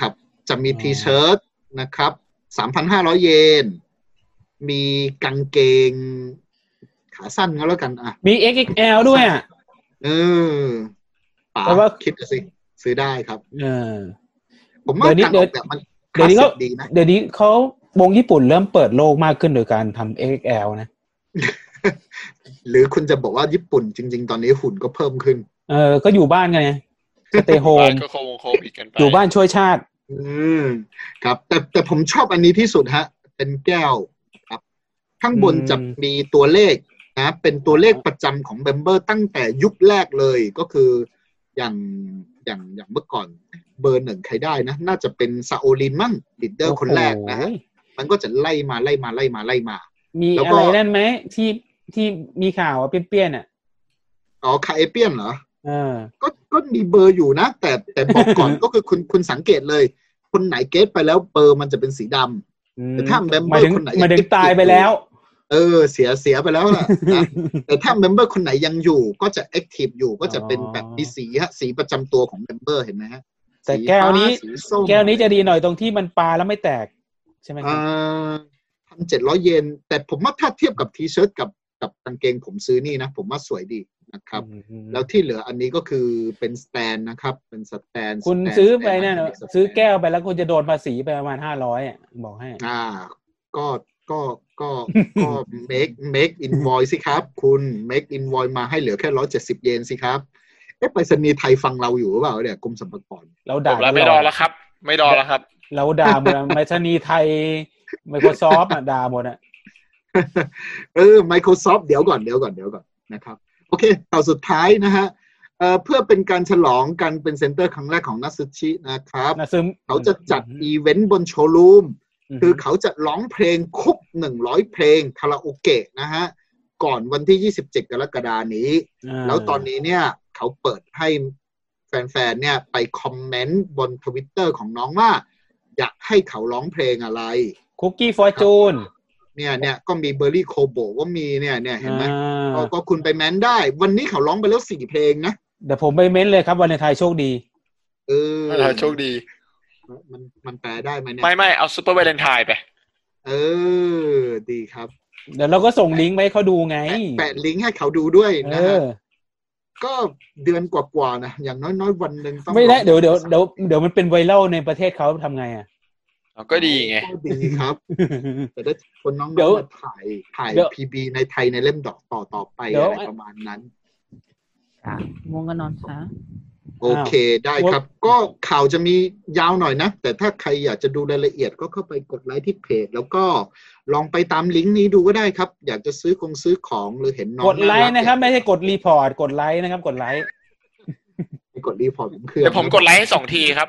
จะมีทีเชิ้ตนะครับ สามพันห้าร้อย เยนมีกางเกงขาสั้นก็แล้วกันอ่ะมี เอ็กซ์ เอ็กซ์ แอล ด้วยอ่ะเออป๋าคิดสิซื้อได้ครับเออผมว่าการออกแบบมันเดี๋ยวนี้เขาเดี๋ยวนี้เขาวงญี่ปุ่นเริ่มเปิดโลกมากขึ้นโดยการทำ เอ็กซ์ เอ็กซ์ แอล นะหรือคุณจะบอกว่าญี่ปุ่นจริงๆตอนนี้หุ่นก็เพิ่มขึ้นเออก็อยู่บ้านไงสเตย์โฮมอยู่บ้านช่วยชาติอืมครับแต่แต่ผมชอบอันนี้ที่สุดฮะเป็นแก้วครับข้างบนจะมีตัวเลขนะเป็นตัวเลขประจำของเมมเบอร์ตั้งแต่ยุคแรกเลยก็คืออย่างอย่างอย่างเมื่อก่อนเบอร์หนึ่งใครได้นะน่าจะเป็นซาโอรินมั่งลีดเดอร์คนแรกนะฮะมันก็จะไล่มาไล่มาไล่มาไล่มามีอะไรนั่นไหมที่ที่มีข่าวว่าเปี้ยนๆอ่ะอ๋อคาเอเปี้ยนเหรอเออก็ก็มีเบอร์อยู่นะแต่แต่บอกก่อน ก็คือคุณคุณสังเกตเลยคนไหนเกตไปแล้วเบอร์มันจะเป็นสีดำแต่ถ้าเมมเบอร์คนไหนมันถึงตายไปแล้วเออเสียเสียไปแล้วนะแต่ถ้าเมมเบอร์คนไหนยังอยู่ก็จะแอคทีฟอยู่ก็จะเป็นแบบมีสีฮะสีประจำตัวของเมมเบอร์เห็นไหมฮะแต่แก้วนี้แก้วนี้จะดีหน่อยตรงที่มันปาแล้วไม่แตกใช่ไหมครับอ่าพันเจ็ดร้อยเยนแต่ผมว่าถ้าเทียบกับทีเชิ้ตกับกับกางเกงผมซื้อนี่นะผมว่าสวยดีนะครับแล้วที่เหลืออันนี้ก็คือเป็นสแตนนะครับเป็นสแตนคุณซื้อไปเนี่ยซื้อแก้วไปแล้วคุณจะโดนภาษีไปประมาณห้าร้อยอ่ะบอกให้อ่าก็ก็ก็ก็ make make invoice สิครับคุณ make invoice มาให้เหลือแค่หนึ่งร้อยเจ็ดสิบเยนสิครับเอ๊ะไปรษณีย์ไทยฟังเราอยู่หรือเปล่าเนี่ยกรมสรรพากรเราด่าไม่รอแล้วครับไม่รอแล้วครับเราด่าหมดไปรษณีย์ไทย Microsoft อ่ะด่าหมดอ่ะเออ Microsoft เดี๋ยวก่อนเดี๋ยวก่อนเดี๋ยวก่อนนะครับโอเคต่อสุดท้ายนะฮะเอ่อเพื่อเป็นการฉลองกันเป็นเซ็นเตอร์ครั้งแรกของนัทซึชินะครับเขาจะจัดอีเวนต์บนโชว์รูมคือเขาจะร้องเพลงครบหนึ่งร้อยเพลงคาราโอเกะนะฮะก่อนวันที่ยี่สิบเจ็ดกรกฎาคมนี้แล้วตอนนี้เนี่ยเขาเปิดให้แฟนๆเนี่ยไปคอมเมนต์บน Twitter ของน้องว่าอยากให้เขาร้องเพลงอะไร Cookie Fortune เนี่ยเนี่ยก็มีเบอร์รี่โคโบก็มีเนี่ยเนี่ยเห็นไหมก็ก็คุณไปเม้นได้วันนี้เขาร้องไปแล้วสี่เพลงนะเดี๋ยวผมไปเม้นเลยครับวันในไทยโชคดีเออวันในไทยโชคดีมันมันแปลได้ไหมเนี่ยไม่ไม่เอาซุปเปอร์วาเลนไทน์ไปเออดีครับเดี๋ยวเราก็ส่งลิงก์ไปให้เขาดูไงแปะลิงก์ให้เขาดูด้วยนะฮะก็เดือนกว่าๆนะอย่างน้อยๆวันนึงต้องไม่ได้เดี๋ยวเดี๋ยวเดี๋ยวเดี๋ยวมันเป็นไวรัลในประเทศเขาทำไงอ่ะก็ดีไงก็ดีครับแต่ถ้าคนน้องๆมาถ่ายถ่าย พี บี ในไทยในเล่มดอกต่อต่อไปอะไรประมาณนั้นค่ะง่วงก็นอนซะโอเคได้ครับก็ข่าวจะมียาวหน่อยนะแต่ถ้าใครอยากจะดูรายละเอียดก็เข้าไปกดไลค์ที่เพจแล้วก็ลองไปตามลิงก์นี้ดูก็ได้ครับอยากจะซื้อคงซื้อของหรือเห็นน้องกดไลค์นะครับไม่ใช่กดรีพอร์ตกดไลค์นะครับกดไลค์กดรีพอร์ตผมคือเดี๋ยวผมกดไลค์ให้สองทีครับ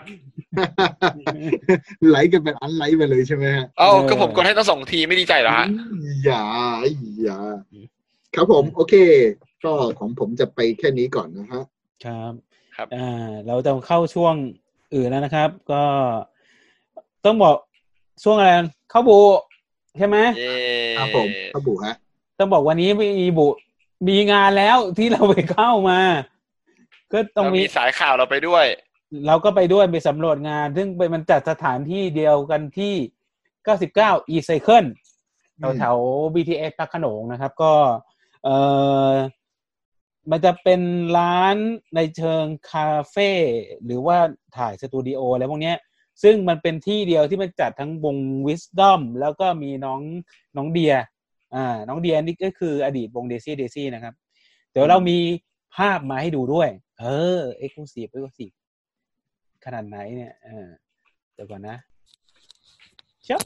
ไลค์กันเป็นอันไลค์ไปเลยใช่ไหมฮะเอ้าก็ผมกดให้ตั้งสองทีไม่ดีใจเหรอฮะอย่าอย่าครับผมโอเคก็ของผมจะไปแค่นี้ก่อนนะฮะครับครับอ่าเราจะเข้าช่วงอื่นแล้วนะครับก็ต้องบอกช่วงอะไรเข้าบูใช่ไหมครับผมเข้าบูฮะต้องบอกวันนี้มีบุมีงานแล้วที่เราไปเข้ามาก็ต้องมีสายข่าวเราไปด้วยเราก็ไปด้วยไปสำรวจงานซึ่งไปมันจัดสถานที่เดียวกันที่เก้าสิบเก้า E-Cycle แถวๆ บี ที เอส พระโขนงนะครับก็เอ่อมันจะเป็นร้านในเชิงคาเฟ่หรือว่าถ่ายสตูดิโออะไรพวกนี้ซึ่งมันเป็นที่เดียวที่มันจัดทั้งวง Wisdom แล้วก็มีน้องน้องเดียอ่าน้องเดียนี่ก็คืออดีตวง Daisy Daisy นะครับเดี๋ยวเรามีภาพมาให้ดูด้วยเออ Exclusive Exclusive ขนาดไหนเนี่ยเออเดี๋ยวก่อนนะชับ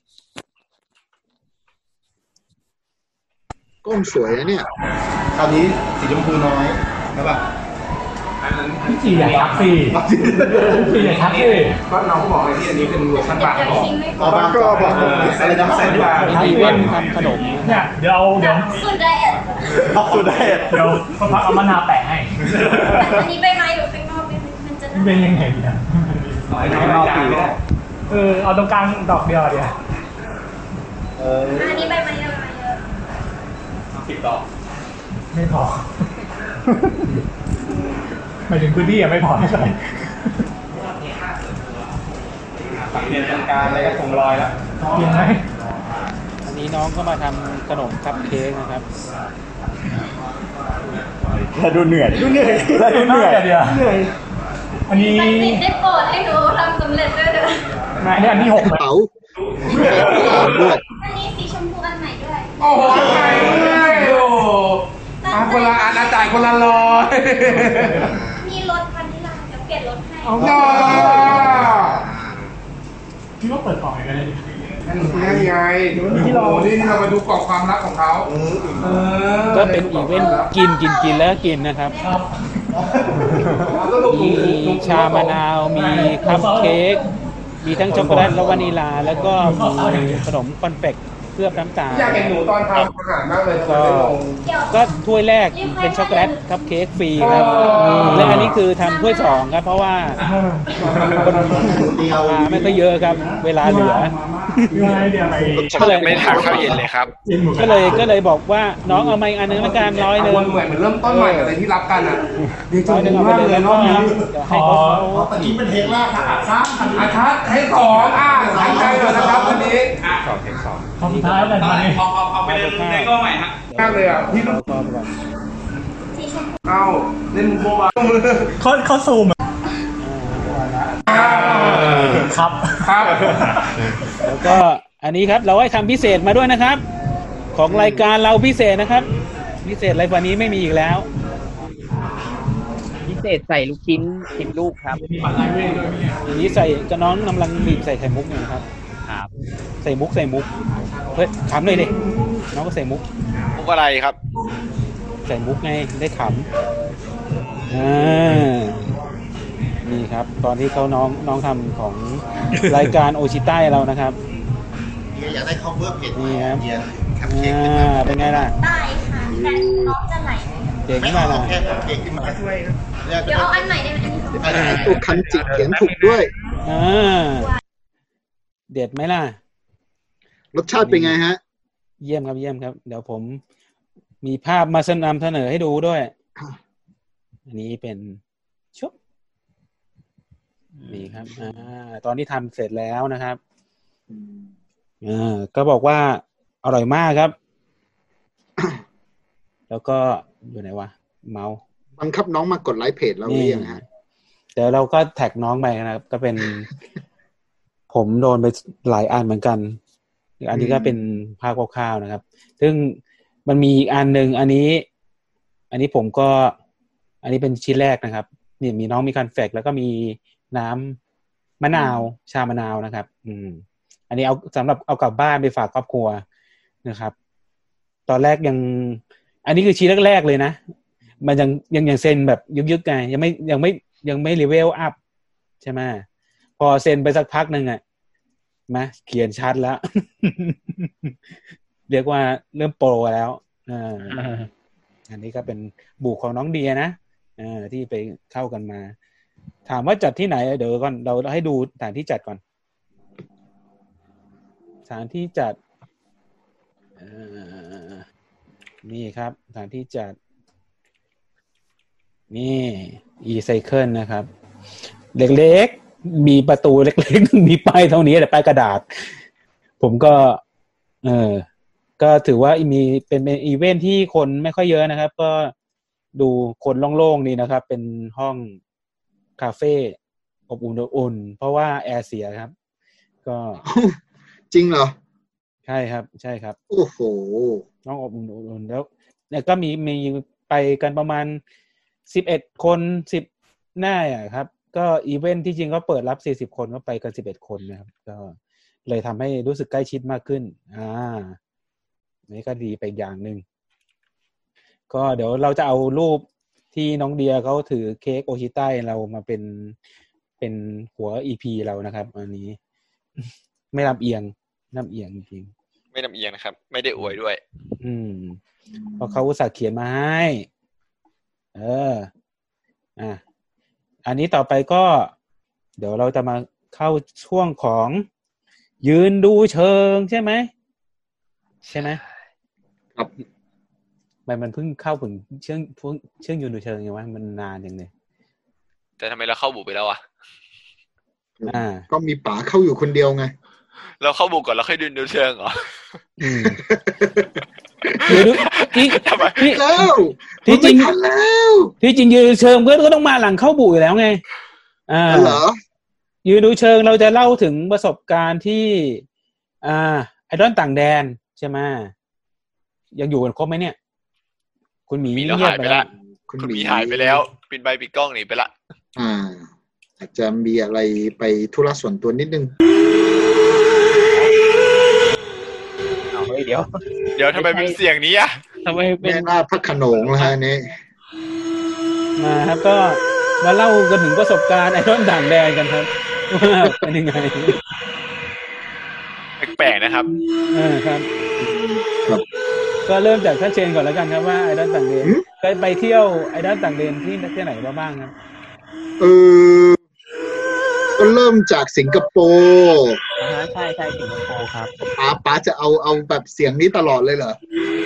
กล้องสวยนะเนี่ยคราวนี้สีชมพูน้อยใช่ป่ะพี่จีอย่าทักสิพี่อย่าทักสิก็น้องก็บอกเลยที่อันนี้เป็นเวอร์ชันบางของอ๋อบางก็บอกอะไรนะแซนด์บาร์ที่เว้นทำขนมเนี่ยเดี๋ยวเดี๋ยวสุดได้อ่ะสุดได้เดี๋ยวสักพักเอามะนาวแปะให้อันนี้ใบไม้อยู่ข้างนอกมันจะเป็นยังไงเนี่ยเออเอาตรงกลางดอกเดียวเดียวเอออันนี้ใบไม้เยอะใบเยอะสิบดอกไม่พอหมายถึงพื้นที่อะไม่พอใช่ไหมปสังเกตตรงกลางอะไรก็คงลอยแล้วกินไหมอันนี้น้องก็มาทำขนมคัพเค้กนะครับแล้วดูเหนื่อยดูเหนื่อยแล้วดูเหนื่อยเดียวเหนื่อยอันนี้ได้โปรดให้หนูทำสำเร็จด้วยเถอะนายอันนี้หกเต๋าด้วยอันนี้สีชมพูอันใหม่ด้วยโอ้โหอันใหม่ด้วยโอ้อาคนละอันอาจ่ายคนละร้อยมีรถพันธิลาจะเปลี่ยนรถให้อ๋อพี่ว่าเปิดกล่องอะไรกันเลยนั่นไงที่เราที่เรามาดูกล่องความรักของเขาก็เป็นอีเวนต์กินกินกินแล้วกินนะครับมีชามะนาวมีคัพเค้กมีทั้งช็อกโกแลตและวานิลาแล้วก็มีขนมคอนเฟกเคลือบน้ำตาลอยากเห็นหนูตอนทำอาหารมากเลยก็ก็ถ้วยแรกเป็นช็อกโกแลตคัพเค้กฟรีครับและอันนี้คือทำถ้วยสองครับเพราะว่ามาไม่ค่อยเยอะครับเวลาเหลือก็เลยไม่ทานข้าวเย็นเลยครับก็เลยก็เลยบอกว่าน้องเอามาอีกอันนึงละกันร้อยนึงเหมือนเหมือนเริ่มต้นใหม่อะไรที่รักกันอ่ะดีจังเลยมากเลยน้องให้เขาตะกี้เป็นเทคแรกครับอาชัดอาชัดให้สองอ่ะหายใจเลยนะครับวันนี้สองเทคสองคำท้ายเลยมาเอาเอาเอาไปเล่นในก็ใหม่ฮะมากเลยอ่ะพี่ลูกเอาเล่นโมบายเขาเขาซูมครับครับแล้วก็อันนี้ครับเราให้ทำพิเศษมาด้วยนะครับของรายการเราพิเศษนะครับพิเศษอะไรกว่านี้ไม่มีอีกแล้วพิเศษใส่ลูกชิ้นสิบลูกครับอันนี้ใส่กระน้องกำลังบีบใส่ไข่มุกอยู่นะครับครับใส่มุกใส่มุกเฮ้ยขำเลยดิน้องก็ใส่มุกมุกอะไรครับใส่มุกไงได้ขำอ่านี่ครับตอนที่เขาน้องน้องทำของรายการโอชิใต้เรานะครับอยากได้คอมเวอร์เพจนี่ครับอ่าเป็นไงล่ะได้ค่ะแต่น้องจะไหลเก่งมากเลยเก่งขึ้นมาช่วยเดี๋ยวเอาอันใหม่ได้ไหมอันนี้ตัวคันจิเขียนถูกด้วยอ่าเด็ดไหมล่ะรสชาติเป็นไงฮะเยี่ยมครับเยี่ยมครับเดี๋ยวผมมีภาพมาเสนำเสนอให้ดูด้วยอันนี้เป็นชุบนี่ครับอ่าตอนที่ทำเสร็จแล้วนะครับอ่าก็บอกว่าอร่อยมากครับแล้วก็อยู่ไหนวะเมาส์บังคับน้องมากดไลค์เพจเราหรือยังฮะเดี๋ยวเราก็แท็กน้องไปนะครับก็เป็นผมโดนไปหลายอันเหมือนกันอันนี้ก็เป็นภาพคร่าวๆนะครับซึ่งมันมีอีกอันนึงอันนี้อันนี้ผมก็อันนี้เป็นชิ้นแรกนะครับนี่มีน้องมีคอนเฟกแล้วก็มีน้ำมะนาวชามะนาวนะครับอืมอันนี้เอาสำหรับเอากลับบ้านไปฝากครอบครัวนะครับตอนแรกยังอันนี้คือชิ้นแรกๆเลยนะมันยังยังยังเซ็นแบบยึกๆไงยังไม่ยังไม่ยังไม่เลเวลอัพใช่ไหมพอเซ็นไปสักพักนึงอ่ะมาเขียนชัดแล้ว เรียกว่าเริ่มโปรแล้วอ่าอันนี้ก็เป็นบุกของน้องเดียนะอ่าที่ไปเข้ากันมาถามว่าจัดที่ไหนเดี๋ยวก่อนเราให้ดูสถานที่จัดก่อนสถานที่จัดนี่ครับสถานที่จัดนี่ e-cycle นะครับเล็กๆมีประตูเล็กๆมีป้ายเท่านี้แต่ป้ายกระดาษผมก็เออก็ถือว่ามีเป็นเป็นอีเวนท์ที่คนไม่ค่อยเยอะนะครับก็ดูคนโล่งๆนี่นะครับเป็นห้องคาเฟ่อบอุ่นๆเพราะว่าแอร์เสียครับก็จริงเหรอใช่ครับใช่ครับโอ้โหน้องอบอุ่นๆแล้วเนี่ยก็มีมีไปกันประมาณสิบเอ็ดคนสิบหน้าอ่ะครับก็อีเวนท์ที่จริงก็เปิดรับสี่สิบคนก็ไปกันสิบเอ็ดคนนะครับก็เลยทำให้รู้สึกใกล้ชิดมากขึ้นอ่านี่ก็ดีไปอย่างนึงก็เดี๋ยวเราจะเอารูปที่น้องเดียเขาถือเค้กโอชิใต้เรามาเป็นเป็นหัว อี พี เรานะครับอันนี้ไม่ลำเอียงลำเอียงจริงไม่ลำเอียงนะครับไม่ได้อวยด้วยอืมเพราะเขาอุตส่าห์เขียนมาให้เอออ่ะอันนี้ต่อไปก็เดี๋ยวเราจะมาเข้าช่วงของยืนดูเชิงใช่ไหมใช่ไหมครับมันมันเพิ่งเข้าถึงเชื่องเชื่องยืนดูเชิงไงวะมันนานอย่างเลยแต่ทำไมเราเข้าบุกไปแล้วอ่ะอ่าก็มีป๋าเข้าอยู่คนเดียวไงเราเข้าบุกก่อนแล้วค่อยดูดูเชิงเหรอเดี๋ยวดูที่ที่แล้วที่จริงที่จริงยืนเชิงเพื่อนก็ต้องมาหลังเข้าบุกอยู่แล้วไงอ่าเหรอยืนดูเชิงเราจะเล่าถึงประสบการณ์ที่อ่าไอดอลต่างแดนใช่ไหมยังอยู่กันครบไหมเนี่ยคุณหมีเงียบไปแล้วคุณหมีหายไปแล้วปิดใบปิดกล้องหนีไปละอ่าอาจจะมีอะไรไปธุระส่วนตัวนิดนึงเอาเฮ้ยเดี๋ยวเดี๋ยวทำไมเป็นเสียงนี้อ่ะทำไมเป็นแม่นาพระโขนงนะฮะนี่มาครับก็มาเล่ากันถึงประสบการณ์ไอดอลต่างแดนกันครับว่าเป็นยังไงแปลกๆนะครับอ่าครับครับก็เริ่มจากท่านเชนก่อนแล้วกันครับว่าไอดอลต่างแดนเคยไปเที่ยวไอดอลต่างแดนที่ที่ไหนมาบ้างครับเออก็เริ่มจากสิงคโปร์อ่าใช่ใช่สิงคโปร์ครับป้าป้าจะเอาเอาแบบเสียงนี้ตลอดเลยเหรอ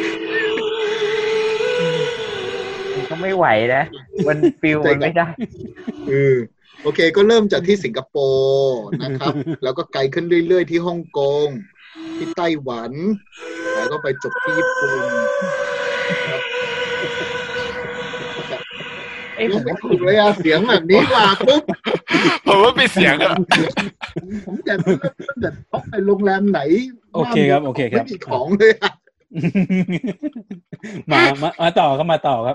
มันก็ไม่ไหวนะมันฟิลมันไม่ได้เออโอเคก็เริ่มจากที่สิงคโปร์นะครับแล้วก็ไกลขึ้นเรื่อยๆที่ฮ่องกงที่ไต้หวันแล้วก็ไปจบที่ญี่ปุ่นไอ้ผมถูกเลยอะเสียงแบบนี้มาปุ๊บผมว่าเป็นเสียงอะผมจะจะต้องไปโรงแรมไหนโอเคครับโอเคครับไม่มีของเลยอะมามามาต่อก็มาต่อครับ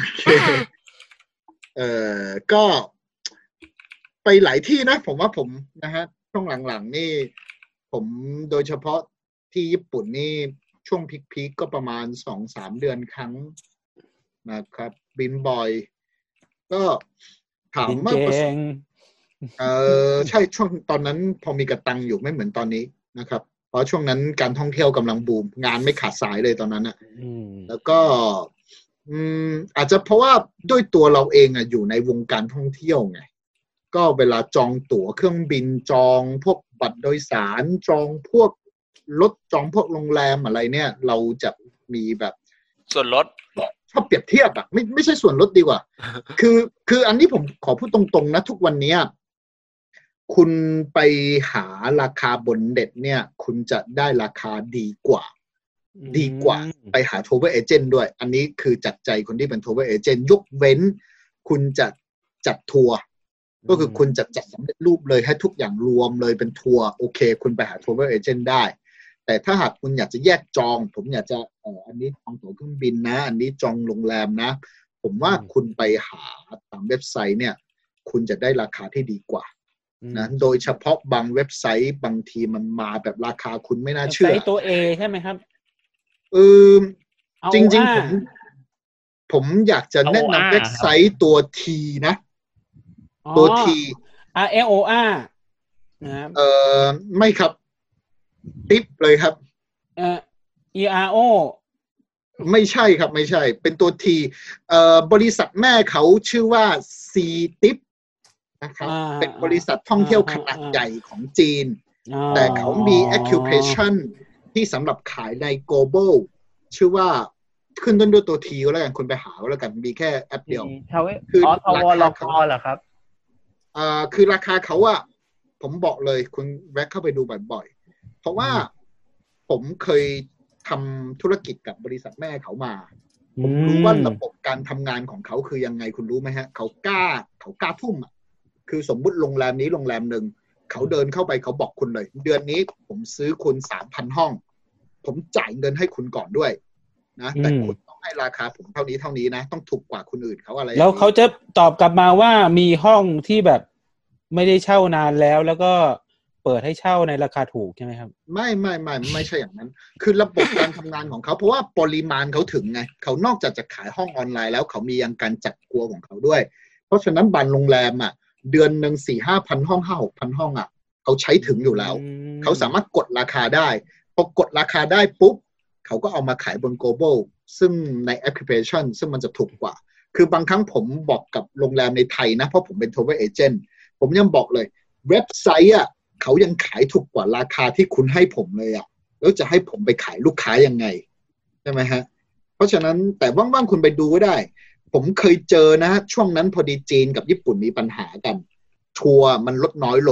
เอ่อก็ไปหลายที่นะผมว่าผมนะฮะช่วงหลังๆนี่ผมโดยเฉพาะที่ญี่ปุ่นนี่ช่วงพีคๆก็ประมาณ สองถึงสาม เดือนครั้งนะครับบินบ่อยก็ถามว่าเออใช่ช่วงตอนนั้นพอมีกระตังอยู่ไม่เหมือนตอนนี้นะครับเพราะช่วงนั้นการท่องเที่ยวกำลังบูมงานไม่ขาดสายเลยตอนนั้นอ่ะแล้วก็อืมอาจจะเพราะว่าด้วยตัวเราเองอ่ะอยู่ในวงการท่องเที่ยวไงก็เวลาจองตั๋วเครื่องบินจองพวกบัตรโดยสารจองพวกรถจองพวกโรงแรมอะไรเนี่ยเราจะมีแบบส่วนลดชอบเปรียบเทียบอ่ะไม่ไม่ใช่ส่วนลดดีกว่าคือคืออันนี้ผมขอพูดตรงๆนะทุกวันนี้คุณไปหาราคาบนเน็ตเนี่ยคุณจะได้ราคาดีกว่าดีกว่าไปหา Travel Agent ด้วยอันนี้คือจัดใจคนที่เป็น Travel Agent ยกเว้นคุณจะจัดทัวร์ก็คือคุณจะจัดสำเร็จรูปเลยให้ทุกอย่างรวมเลยเป็นทัวร์โอเคคุณไปหา Travel Agent ได้แต่ถ้าหากคุณอยากจะแยกจองผมอยากจะเอ่ออันนี้จองตั๋วเครื่องบินนะอันนี้จองโรงแรมนะผมว่าคุณไปหาตามเว็บไซต์เนี่ยคุณจะได้ราคาที่ดีกว่านะโดยเฉพาะบางเว็บไซต์บางทีมันมาแบบราคาคุณไม่น่าเชื่อเว็บไซต์ตัว A ใช่ไหมครับเออจริงๆผมผมอยากจะแนะนำเว็บไซต์ตัว T นะตัว T R L O R นะครับเอ่อไม่ครับติ๊บเลยครับเอ่อ E R O ไม่ใช่ครับไม่ใช่เป็นตัว T เอ่อบริษัทแม่เขาชื่อว่า C ติ๊บนะครับเป็นบริษัทท่องเที่ยวขนาดใหญ่ของจีนแต่เขามี occupation ที่สำหรับขายใน global ชื่อว่าขึ้นต้นด้วยตัว T ก็แล้วกันคุณไปหาก็แล้วกันมีแค่แอปเดียวคือราคาเขาเหรอครับอ่าคือราคาเขาอะผมบอกเลยคุณแวะเข้าไปดูบ่อยๆเพราะว่าผมเคยทำธุรกิจกับบริษัทแม่เขามาผมรู้ว่าระบบการทำงานของเขาคือยังไงคุณรู้ไหมฮะเขากล้าเขากล้าทุ่มอะคือสมมุติโรงแรมนี้โรงแรมหนึ่งเขาเดินเข้าไปเขาบอกคุณเลยเดือนนี้ผมซื้อคุณ สามพัน ห้องผมจ่ายเงินให้คุณก่อนด้วยนะแต่คุณต้องให้ราคาผมเท่านี้เท่านี้นะต้องถูกกว่าคนอื่นเขาอะไรแล้วเขาจะตอบกลับมาว่ามีห้องที่แบบไม่ได้เช่านานแล้วแล้วก็เปิดให้เช่าในราคาถูกใช่ไหมครับไม่ไม่ไม่ไม่ใช่อย่างนั้นคือระบบการทำงานของเขาเพราะว่าปริมาณเขาถึงไงเขานอกจากจะขายห้องออนไลน์แล้วเขามียังการจัดครัวของเขาด้วยเพราะฉะนั้นบางโรงแรมอ่ะเดือนหนึ่งสี่ห้าพันห้องห้าหกพันห้องอ่ะเขาใช้ถึงอยู่แล้วเขาสามารถกดราคาได้พอกดราคาได้ปุ๊บเขาก็เอามาขายบน global ซึ่งในแอปพลิเคชันซึ่งมันจะถูกกว่าคือบางครั้งผมบอกกับโรงแรมในไทยนะเพราะผมเป็น travel agent ผมยังบอกเลยเว็บไซต์อ่ะเขายังขายถูกกว่าราคาที่คุณให้ผมเลยอ่ะแล้วจะให้ผมไปขายลูกค้ายังไงใช่ไหมฮะเพราะฉะนั้นแต่ว่างๆคุณไปดูก็ได้ผมเคยเจอนะช่วงนั้นพอดีจีนกับญี่ปุ่นมีปัญหากันทัวร์มันลดน้อยลง